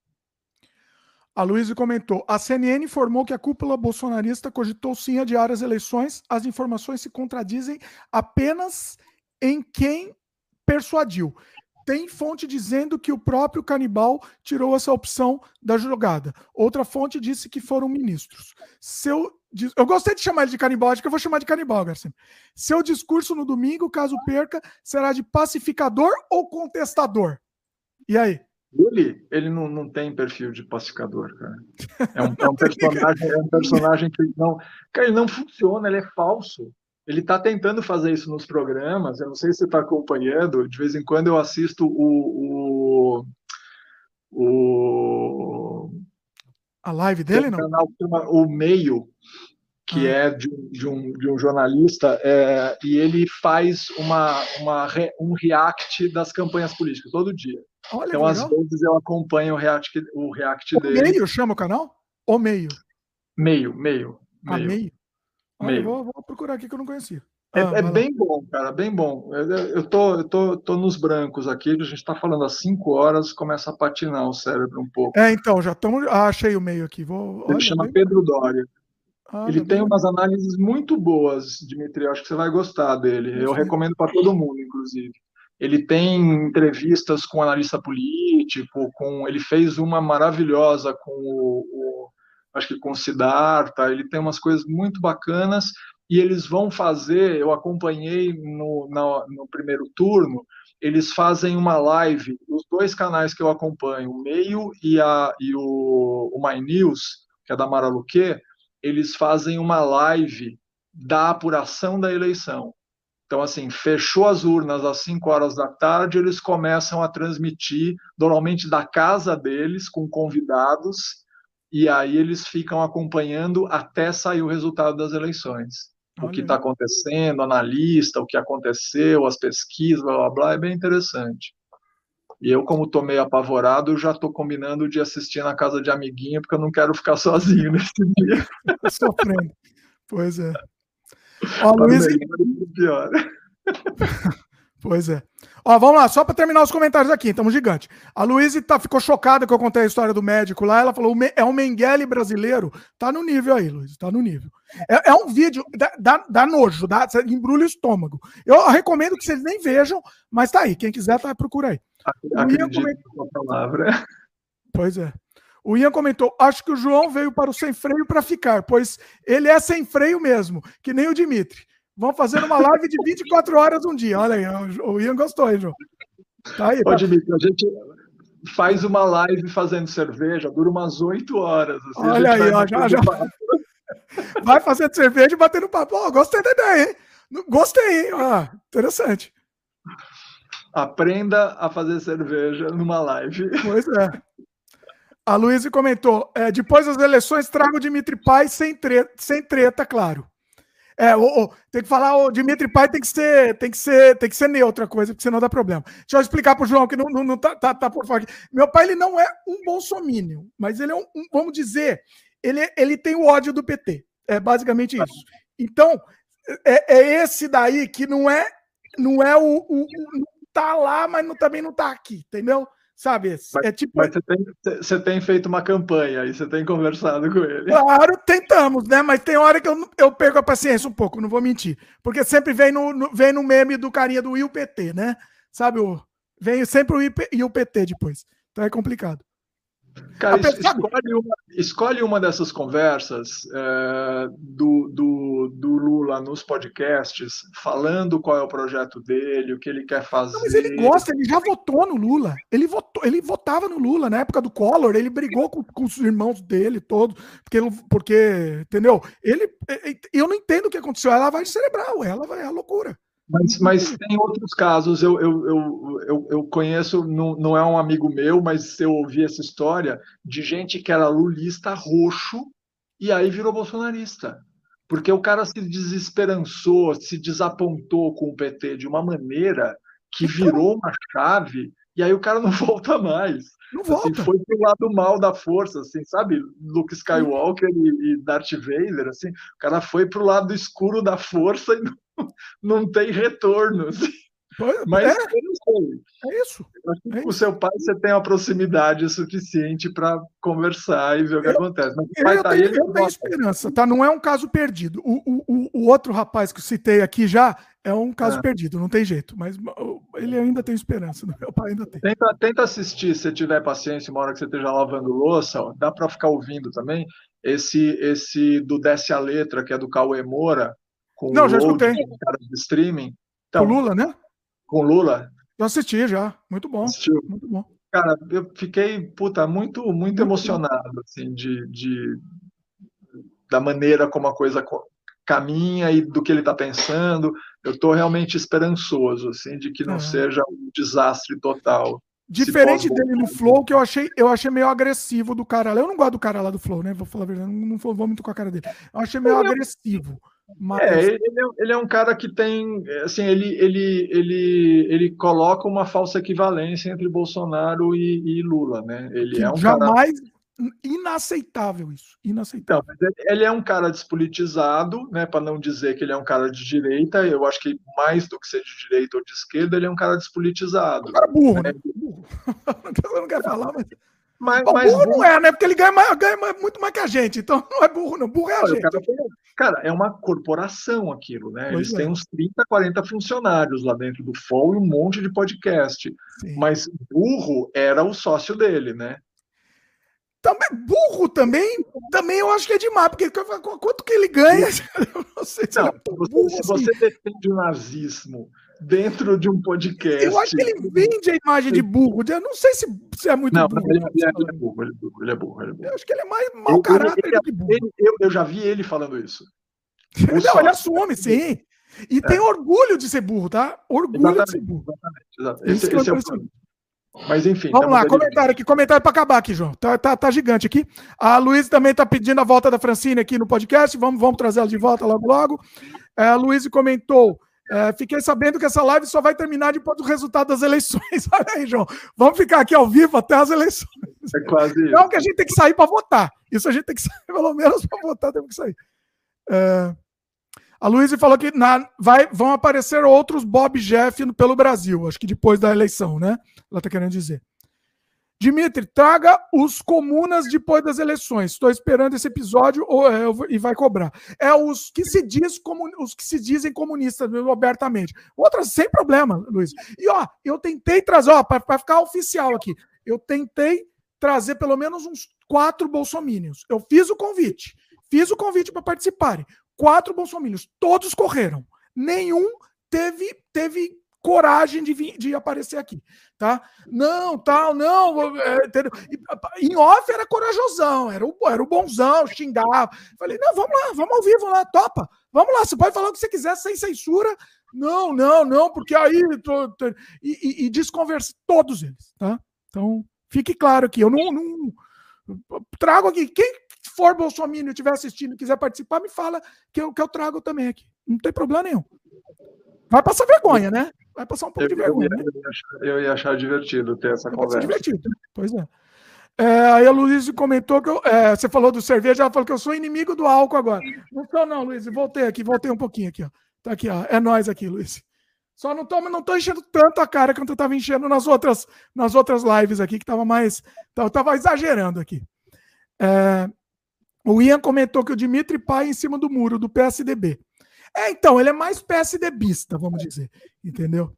[SPEAKER 2] A Luísa comentou, a C N N informou que a cúpula bolsonarista cogitou sim adiar as eleições, as informações se contradizem apenas em quem persuadiu. Tem fonte dizendo que o próprio Canibal tirou essa opção da jogada. Outra fonte disse que foram ministros. Seu, eu gostei de chamar ele de Canibal, acho que eu vou chamar de Canibal, Garcia. Seu discurso no domingo, caso perca, será de pacificador ou contestador? E aí?
[SPEAKER 3] Ele, ele não, não tem perfil de pacificador, cara. É um, é um personagem, é um personagem que não, cara, ele não funciona, ele é falso. Ele está tentando fazer isso nos programas. Eu não sei se você está acompanhando. De vez em quando eu assisto o, o, o
[SPEAKER 2] a live dele,
[SPEAKER 3] um
[SPEAKER 2] não?
[SPEAKER 3] Canal que chama O Meio, que ah. é de, de, um, de um jornalista, é, e ele faz uma, uma, um react das campanhas políticas todo dia. Olha, então, às vezes, eu acompanho o react, o react
[SPEAKER 2] o
[SPEAKER 3] dele.
[SPEAKER 2] Meio chama o canal? O Meio?
[SPEAKER 3] Meio, meio.
[SPEAKER 2] Ah,
[SPEAKER 3] meio.
[SPEAKER 2] meio? Olha, meio. Vou, vou procurar aqui que eu não conhecia.
[SPEAKER 3] É,
[SPEAKER 2] ah,
[SPEAKER 3] é bem bom, cara, bem bom. Eu, eu, tô, eu tô, tô nos brancos aqui, a gente está falando há cinco horas, começa a patinar o cérebro um pouco.
[SPEAKER 2] É, então, já estamos. Ah, achei o meio aqui. Vou,
[SPEAKER 3] Ele
[SPEAKER 2] olha,
[SPEAKER 3] chama
[SPEAKER 2] bem...
[SPEAKER 3] Pedro Doria.
[SPEAKER 2] Olha,
[SPEAKER 3] ele tem
[SPEAKER 2] bem...
[SPEAKER 3] umas análises muito boas, Dimitri, eu acho que você vai gostar dele. Eu recomendo para todo mundo, inclusive. Ele tem entrevistas com analista político, com ele fez uma maravilhosa com o, o acho que com o Siddhartha, ele tem umas coisas muito bacanas e eles vão fazer, eu acompanhei no, no, no primeiro turno, eles fazem uma live, os dois canais que eu acompanho, o Meio e, a, e o, o My News, que é da Mara Luque, eles fazem uma live da apuração da eleição. Então, assim, fechou as urnas às cinco horas da tarde, eles começam a transmitir, normalmente da casa deles, com convidados, e aí eles ficam acompanhando até sair o resultado das eleições. Olha o que está acontecendo, analista, o que aconteceu, as pesquisas, blá, blá, blá, é bem interessante. E eu, como estou meio apavorado, já estou combinando de assistir na casa de amiguinho, porque eu não quero ficar sozinho nesse dia.
[SPEAKER 2] Sofrendo. Pois é. Ó, Luiz...
[SPEAKER 3] pior.
[SPEAKER 2] Pois é. Ó, vamos lá, só para terminar os comentários aqui, estamos gigante. A Luísa tá, ficou chocada que eu contei a história do médico lá, ela falou, é um Mengele brasileiro, tá no nível aí, Luísa, tá no nível. É, é um vídeo, dá, dá, dá nojo, dá, embrulha o estômago. Eu recomendo que vocês nem vejam, mas tá aí, quem quiser, tá, procura aí. O Ian comentou... palavra. Pois é. O Ian comentou, acho que o João veio para o sem freio para ficar, pois ele é sem freio mesmo, que nem o Dimitri. Vamos fazer uma live de vinte e quatro horas um dia. Olha aí, o Ian gostou, hein, João? Tá aí. Tá?
[SPEAKER 3] Ô, Dimitri, a gente faz uma live fazendo cerveja, dura umas oito horas. Assim,
[SPEAKER 2] olha aí, ó, já, já. Vai fazendo cerveja e batendo papo. Oh, gostei da ideia, hein? Gostei, hein? Ah, interessante.
[SPEAKER 3] Aprenda a fazer cerveja numa live.
[SPEAKER 2] Pois é. A Luísa comentou, é, depois das eleições trago o Dimitri Pai sem treta, sem treta, claro. É, o, o, tem que falar, o Dimitri Pai tem que ser, tem que ser, tem que ser neutra coisa, porque senão dá problema. Deixa eu explicar pro João que não, não, não tá, tá, tá por fora aqui. Meu pai, ele não é um bolsominion, mas ele é um, um vamos dizer, ele, ele tem o ódio do P T. É basicamente isso. Então, é, é esse daí que não é, não é o, o, o tá lá, mas não, também não tá aqui, entendeu? Sabe?
[SPEAKER 3] Mas,
[SPEAKER 2] é tipo...
[SPEAKER 3] mas você, tem, você tem feito uma campanha e você tem conversado com ele.
[SPEAKER 2] Claro, tentamos, né? Mas tem hora que eu, eu perco a paciência um pouco, não vou mentir. Porque sempre vem no, no, vem no meme do carinha do I U P T, né? Sabe? O, vem sempre o I U P T depois. Então é complicado.
[SPEAKER 3] Cara, escolhe uma, escolhe uma dessas conversas é, do, do, do Lula nos podcasts, falando qual é o projeto dele, o que ele quer fazer. Não,
[SPEAKER 2] mas ele gosta, ele já votou no Lula. Ele, votou, ele votava no Lula na época do Collor, ele brigou com, com os irmãos dele todos, porque, porque, entendeu? Ele, eu não entendo o que aconteceu. Ela vai cerebral, ela vai à loucura.
[SPEAKER 3] Mas, mas tem outros casos, eu, eu, eu, eu, eu conheço, não, não é um amigo meu, mas eu ouvi essa história de gente que era lulista roxo e aí virou bolsonarista. Porque o cara se desesperançou, se desapontou com o P T de uma maneira que virou uma chave e aí o cara não volta mais.
[SPEAKER 2] Não volta.
[SPEAKER 3] Assim, foi pro lado mal da força, assim, sabe? Luke Skywalker e, e Darth Vader, assim, o cara foi pro lado escuro da força e não, não tem retorno. Assim. Mas
[SPEAKER 2] é,
[SPEAKER 3] eu não sei.
[SPEAKER 2] É isso.
[SPEAKER 3] Eu acho que
[SPEAKER 2] é
[SPEAKER 3] com o
[SPEAKER 2] isso.
[SPEAKER 3] seu pai você tem uma proximidade suficiente para conversar e ver o que
[SPEAKER 2] eu,
[SPEAKER 3] acontece. Mas
[SPEAKER 2] eu,
[SPEAKER 3] pai
[SPEAKER 2] eu,
[SPEAKER 3] tá
[SPEAKER 2] tenho,
[SPEAKER 3] aí,
[SPEAKER 2] eu tenho esperança, tá? Não é um caso perdido. O, o, o outro rapaz que eu citei aqui já é um caso é. perdido, não tem jeito. Mas ele ainda tem esperança. Meu pai ainda tem.
[SPEAKER 3] Tenta, tenta assistir, se tiver paciência, uma hora que você esteja lavando louça, ó, dá para ficar ouvindo também. Esse, esse do Desce a Letra, que é do Cauê Moura, com
[SPEAKER 2] não,
[SPEAKER 3] o
[SPEAKER 2] já escutei.
[SPEAKER 3] cara de streaming.
[SPEAKER 2] Então, com Lula, né?
[SPEAKER 3] Com Lula.
[SPEAKER 2] Eu assisti já. Muito bom.
[SPEAKER 3] Assistiu.
[SPEAKER 2] Muito bom.
[SPEAKER 3] Cara, eu fiquei, puta, muito, muito, muito emocionado, assim, de, de, da maneira como a coisa caminha e do que ele está pensando. Eu estou realmente esperançoso, assim, de que não é. seja um desastre total.
[SPEAKER 2] Diferente dele no Flow, que eu achei, eu achei meio agressivo do cara lá. Eu não gosto do cara lá do Flow, né? Vou falar a verdade, não, não vou muito com a cara dele. Eu achei meio ele agressivo. Mas...
[SPEAKER 3] É, ele é, ele é um cara que tem, assim, ele, ele, ele, ele coloca uma falsa equivalência entre Bolsonaro e, e Lula, né? Ele
[SPEAKER 2] que
[SPEAKER 3] é um
[SPEAKER 2] jamais
[SPEAKER 3] cara...
[SPEAKER 2] inaceitável isso, inaceitável.
[SPEAKER 3] Então, ele é um cara despolitizado, né? Para não dizer que ele é um cara de direita. Eu acho que mais do que ser de direita ou de esquerda, ele é um cara despolitizado.
[SPEAKER 2] Um cara burro, né? Burro. Eu não quero falar, mas
[SPEAKER 3] Mas,
[SPEAKER 2] Bom,
[SPEAKER 3] mas
[SPEAKER 2] burro,
[SPEAKER 3] burro
[SPEAKER 2] não é, né? Porque ele ganha, mais, ganha mais, muito mais que a gente. Então não é burro, não. Burro é a
[SPEAKER 3] Olha,
[SPEAKER 2] gente.
[SPEAKER 3] Cara, cara, é uma corporação aquilo, né?
[SPEAKER 2] Pois
[SPEAKER 3] Eles
[SPEAKER 2] é.
[SPEAKER 3] têm uns trinta, quarenta funcionários lá dentro do F O L e um monte de podcast.
[SPEAKER 2] Sim.
[SPEAKER 3] Mas burro era o sócio dele, né?
[SPEAKER 2] Também, burro também, também eu acho que é demais, porque quanto que ele ganha? Eu não sei se
[SPEAKER 3] não,
[SPEAKER 2] ele é
[SPEAKER 3] você,
[SPEAKER 2] burro,
[SPEAKER 3] se
[SPEAKER 2] assim.
[SPEAKER 3] você defende o nazismo dentro de um podcast...
[SPEAKER 2] Eu acho que ele vende a imagem de burro. Eu não sei se, se é muito
[SPEAKER 3] não,
[SPEAKER 2] burro.
[SPEAKER 3] Ele, ele, é, ele, é burro, ele é burro, ele é burro, ele é burro.
[SPEAKER 2] Eu acho que ele é mais mau caráter
[SPEAKER 3] ele,
[SPEAKER 2] do que burro.
[SPEAKER 3] Ele, eu, eu já vi ele falando isso.
[SPEAKER 2] O não, sócio. Ele assume, sim. E é. tem orgulho de ser burro, tá? Orgulho
[SPEAKER 3] exatamente,
[SPEAKER 2] de ser burro.
[SPEAKER 3] Exatamente, exatamente. Esse, esse é o problema. Mas enfim.
[SPEAKER 2] Vamos lá, comentário aqui, comentário para acabar aqui, João. Tá, tá, tá gigante aqui. A Luiz também tá pedindo a volta da Francine aqui no podcast. Vamos, vamos trazer ela de volta logo, logo. É, a Luiz comentou: é, fiquei sabendo que essa live só vai terminar depois do resultado das eleições. Olha aí, João. Vamos ficar aqui ao vivo até as eleições.
[SPEAKER 3] É quase isso.
[SPEAKER 2] Não que a gente tem que sair para votar. Isso a gente tem que sair, pelo menos para votar, temos que sair. É, a Luiz falou que na, vai, vão aparecer outros Bob Jeff no, pelo Brasil, acho que depois da eleição, né? Ela está querendo dizer. Dimitri, traga os comunas depois das eleições. Estou esperando esse episódio ou, é, e vai cobrar. É os que se diz como, os que se dizem comunistas mesmo, abertamente. Outras sem problema, Luiz. E ó, eu tentei trazer, ó, para ficar oficial aqui, eu tentei trazer pelo menos uns quatro bolsomínios. Eu fiz o convite, fiz o convite para participarem. Quatro bolsomínios, todos correram. Nenhum teve, teve coragem de, vir, de aparecer aqui, tá? Não, tal, não. É, em off era corajosão, era o, era o bonzão, xingava. Falei, não, vamos lá, vamos ao vivo lá, topa. Vamos lá, você pode falar o que você quiser sem censura. Não, não, não, porque aí... Tô, tô, e, e, e desconverse todos eles, tá? Então, fique claro aqui, eu não... não trago aqui, quem for bolsominion e estiver assistindo e quiser participar, me fala que eu, que eu trago também aqui. Não tem problema nenhum. Vai passar vergonha, né? Vai passar um pouco eu, de vergonha.
[SPEAKER 3] Eu ia,
[SPEAKER 2] né?
[SPEAKER 3] eu, ia achar, eu ia achar divertido ter essa
[SPEAKER 2] Vai
[SPEAKER 3] conversa.
[SPEAKER 2] Divertido. Pois é. é. Aí a Luiz comentou que eu, é, você falou do cerveja, ela falou que eu sou inimigo do álcool agora. Não sou não, Luiz. Voltei aqui, voltei um pouquinho aqui, ó. Tá aqui, ó. É nós aqui, Luiz. Só não tô, não tô enchendo tanto a cara quanto eu tava enchendo nas outras, nas outras lives aqui, que tava mais... Tava, tava exagerando aqui. É, o Ian comentou que o Dimitri pai em cima do muro, do P S D B. É, então, ele é mais PSDBista, vamos dizer. Entendeu?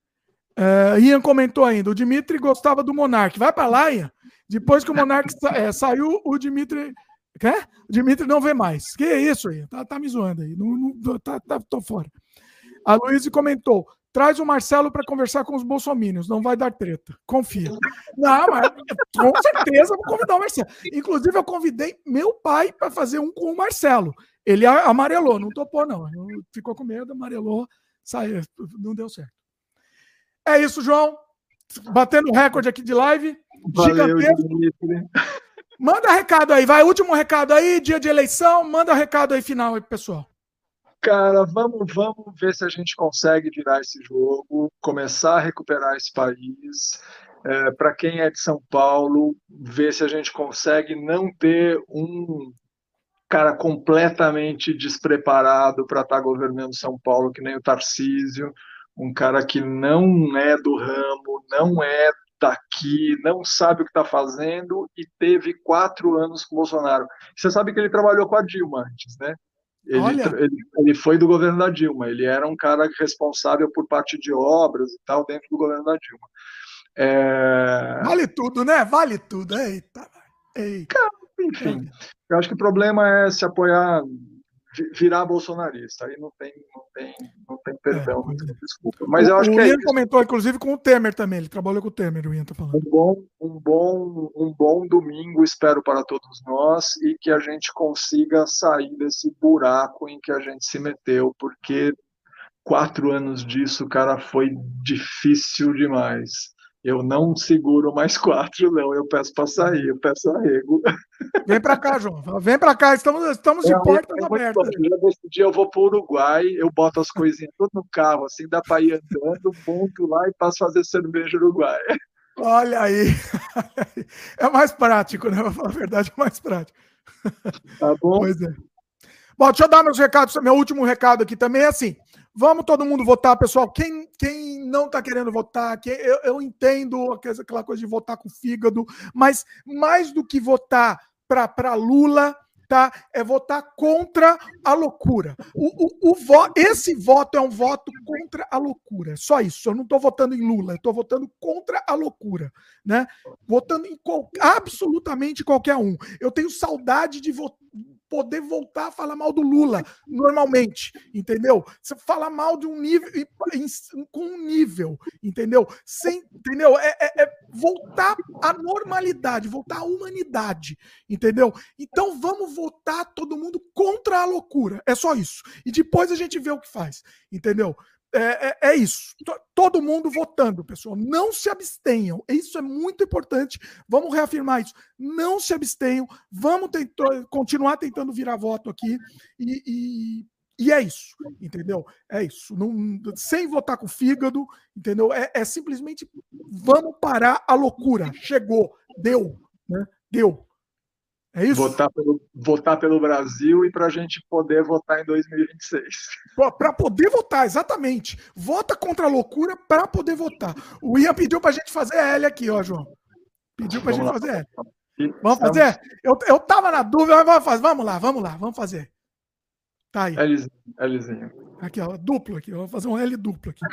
[SPEAKER 2] É, Ian comentou ainda, o Dimitri gostava do Monark. Vai pra lá, Ian. Depois que o Monark sa é, saiu, o Dimitri... Quer? O Dimitri não vê mais. Que é isso, Ian? Tá, tá me zoando aí. Não, não, tá, tá, tô fora. A Luísa comentou, traz o Marcelo para conversar com os bolsominions, não vai dar treta. Confia. Não, mas com certeza vou convidar o Marcelo. Inclusive, eu convidei meu pai para fazer um com o Marcelo. Ele amarelou, não topou, não. Ficou com medo, amarelou, saiu, não deu certo. É isso, João. Batendo recorde aqui de live.
[SPEAKER 3] Valeu,
[SPEAKER 2] gigantesco. Manda recado aí, vai. Último recado aí, dia de eleição. Manda recado aí final aí, pessoal.
[SPEAKER 3] Cara, vamos, vamos ver se a gente consegue virar esse jogo, começar a recuperar esse país. É, para quem é de São Paulo, ver se a gente consegue não ter um cara completamente despreparado para estar governando São Paulo, que nem o Tarcísio, um cara que não é do ramo, não é daqui, não sabe o que está fazendo e teve quatro anos com o Bolsonaro. Você sabe que ele trabalhou com a Dilma antes, né? Ele, ele, ele foi do governo da Dilma, ele era um cara responsável por parte de obras e tal dentro do governo da Dilma. É...
[SPEAKER 2] Vale tudo, né? Vale tudo. Eita. Eita.
[SPEAKER 3] Cara, enfim, eu acho que o problema é se apoiar, virar bolsonarista. Aí não tem, não tem, não tem perdão, é, não tem desculpa. Mas
[SPEAKER 2] o,
[SPEAKER 3] eu acho
[SPEAKER 2] o
[SPEAKER 3] que
[SPEAKER 2] Ian
[SPEAKER 3] é
[SPEAKER 2] comentou, inclusive, com o Temer também. Ele trabalhou com o Temer, o Ian tá falando.
[SPEAKER 3] Um bom, um bom, um bom domingo, espero, para todos nós, e que a gente consiga sair desse buraco em que a gente se meteu, porque quatro anos disso, cara, foi difícil demais. Eu não seguro mais quatro, não. Eu peço para sair, eu peço arrego.
[SPEAKER 2] Vem para cá, João. Vem para cá. Estamos, estamos de é, portas é abertas.
[SPEAKER 3] Nesse dia eu vou para o Uruguai, eu boto as coisinhas tudo no carro, assim, dá para ir andando, monto lá e passo a fazer cerveja Uruguai.
[SPEAKER 2] Olha aí. É mais prático, né? Vou falar a verdade, é mais prático.
[SPEAKER 3] Tá bom?
[SPEAKER 2] Pois é. Bom, deixa eu dar meus recados. Meu último recado aqui também é assim. Vamos todo mundo votar, pessoal. Quem, quem não está querendo votar, quem, eu, eu entendo aquela coisa de votar com o fígado, mas mais do que votar para Lula, tá? É votar contra a loucura. O, o, o vo, esse voto é um voto contra a loucura. É só isso. Eu não estou votando em Lula, eu estou votando contra a loucura, né? Votando em qual, absolutamente qualquer um. Eu tenho saudade de votar. Poder voltar a falar mal do Lula normalmente, entendeu? Você fala mal de um nível com um nível, entendeu? Sem, entendeu? É, é, é voltar à normalidade, voltar à humanidade, entendeu? Então vamos votar todo mundo contra a loucura, é só isso. E depois a gente vê o que faz, entendeu? é, é, é isso. Todo mundo votando, pessoal. Não se abstenham. Isso é muito importante. Vamos reafirmar isso. Não se abstenham. Vamos tentar, continuar tentando virar voto aqui. E, e, e é isso, entendeu? É isso. Não, sem votar com o fígado, entendeu? É, é simplesmente vamos parar a loucura. Chegou. Deu. Né? Deu. É isso?
[SPEAKER 3] Votar pelo, votar pelo Brasil e para a gente poder votar em dois mil e vinte e seis.
[SPEAKER 2] Para poder votar, exatamente. Vota contra a loucura para poder votar. O Ian pediu para a gente fazer L aqui, ó, João. Pediu para a gente lá. fazer L. Vamos Estamos... fazer? Eu, eu tava na dúvida, mas vamos fazer. Vamos lá, vamos lá, vamos fazer. Tá aí.
[SPEAKER 3] Lzinho. Lzinho.
[SPEAKER 2] Aqui, ó, duplo aqui. Vou fazer um L duplo aqui.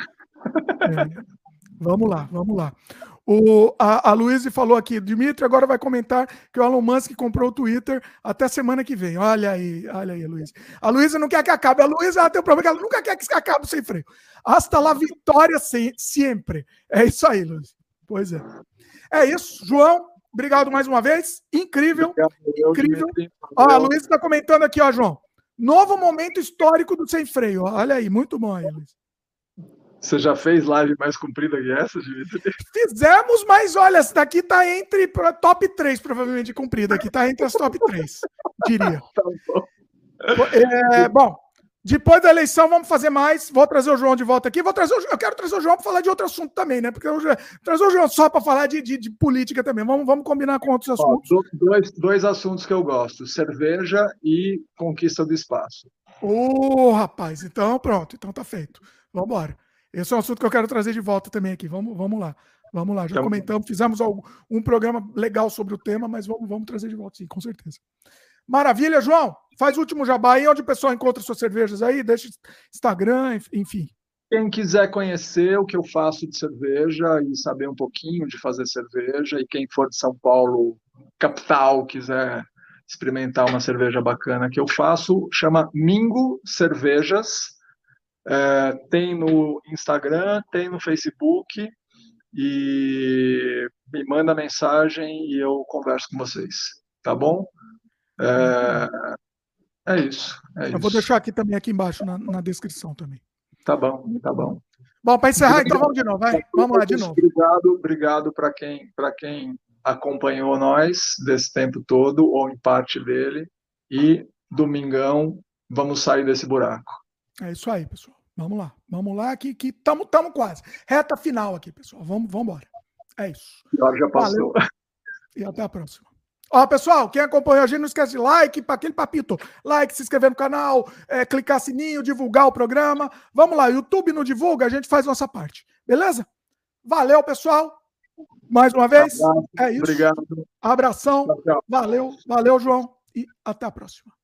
[SPEAKER 2] É. Vamos lá, vamos lá. O, a, a Luísa falou aqui, Dimitri agora vai comentar que o Elon Musk comprou o Twitter até semana que vem. Olha aí, olha aí, Luísa. A Luísa não quer que acabe. A Luísa tem um problema que ela nunca quer que acabe sem freio. Hasta lá, vitória sem, sempre. É isso aí, Luísa. Pois é. É isso, João. Obrigado mais uma vez. Incrível. Obrigado, incrível. Ó, a Luísa está comentando aqui, ó, João. Novo momento histórico do Sem Freio. Olha aí, muito bom aí, Luísa.
[SPEAKER 3] Você já fez live mais comprida que essa, Dimitri?
[SPEAKER 2] Fizemos, mas olha, essa daqui tá entre top três, provavelmente, comprida aqui. Tá entre as top três, diria. Tá bom. É, bom, depois da eleição, vamos fazer mais. Vou trazer o João de volta aqui. Vou trazer o, eu quero trazer o João para falar de outro assunto também, né? Porque eu trazer o João só para falar de, de, de política também. Vamos, vamos combinar com outros assuntos.
[SPEAKER 3] Ó, dois, dois assuntos que eu gosto: cerveja e conquista do espaço.
[SPEAKER 2] Ô, oh, rapaz, então pronto, então tá feito. Vamos embora. Esse é um assunto que eu quero trazer de volta também aqui. Vamos, vamos lá. Vamos lá. Já então, comentamos, fizemos um programa legal sobre o tema, mas vamos, vamos trazer de volta, sim, com certeza. Maravilha, João. Faz o último jabá aí, onde o pessoal encontra suas cervejas aí, deixa Instagram, enfim.
[SPEAKER 3] Quem quiser conhecer o que eu faço de cerveja e saber um pouquinho de fazer cerveja, e quem for de São Paulo, capital, quiser experimentar uma cerveja bacana que eu faço, chama Mingo Cervejas. É, tem no Instagram, tem no Facebook, e me manda mensagem e eu converso com vocês, tá bom? É, é isso. É
[SPEAKER 2] eu
[SPEAKER 3] isso.
[SPEAKER 2] vou deixar aqui também, aqui embaixo, na, na descrição também.
[SPEAKER 3] Tá bom, tá bom.
[SPEAKER 2] Bom, para encerrar, então vamos de novo, vai. Vamos lá de novo.
[SPEAKER 3] Obrigado, obrigado para quem, para quem acompanhou nós desse tempo todo, ou em parte dele, e domingão, vamos sair desse buraco.
[SPEAKER 2] É isso aí, pessoal. Vamos lá. Vamos lá, que estamos que quase. Reta final aqui, pessoal. Vamos embora. É isso.
[SPEAKER 3] Agora já passou.
[SPEAKER 2] Valeu. E até a próxima. Ó, pessoal, quem acompanhou a gente, não esquece de like, para aquele papito. Like, se inscrever no canal, é, clicar sininho, divulgar o programa. Vamos lá, YouTube não divulga, a gente faz nossa parte. Beleza? Valeu, pessoal. Mais uma vez.
[SPEAKER 3] Abraço.
[SPEAKER 2] É isso.
[SPEAKER 3] Obrigado.
[SPEAKER 2] Abração.
[SPEAKER 3] Tchau, tchau.
[SPEAKER 2] Valeu, valeu, João. E até a próxima.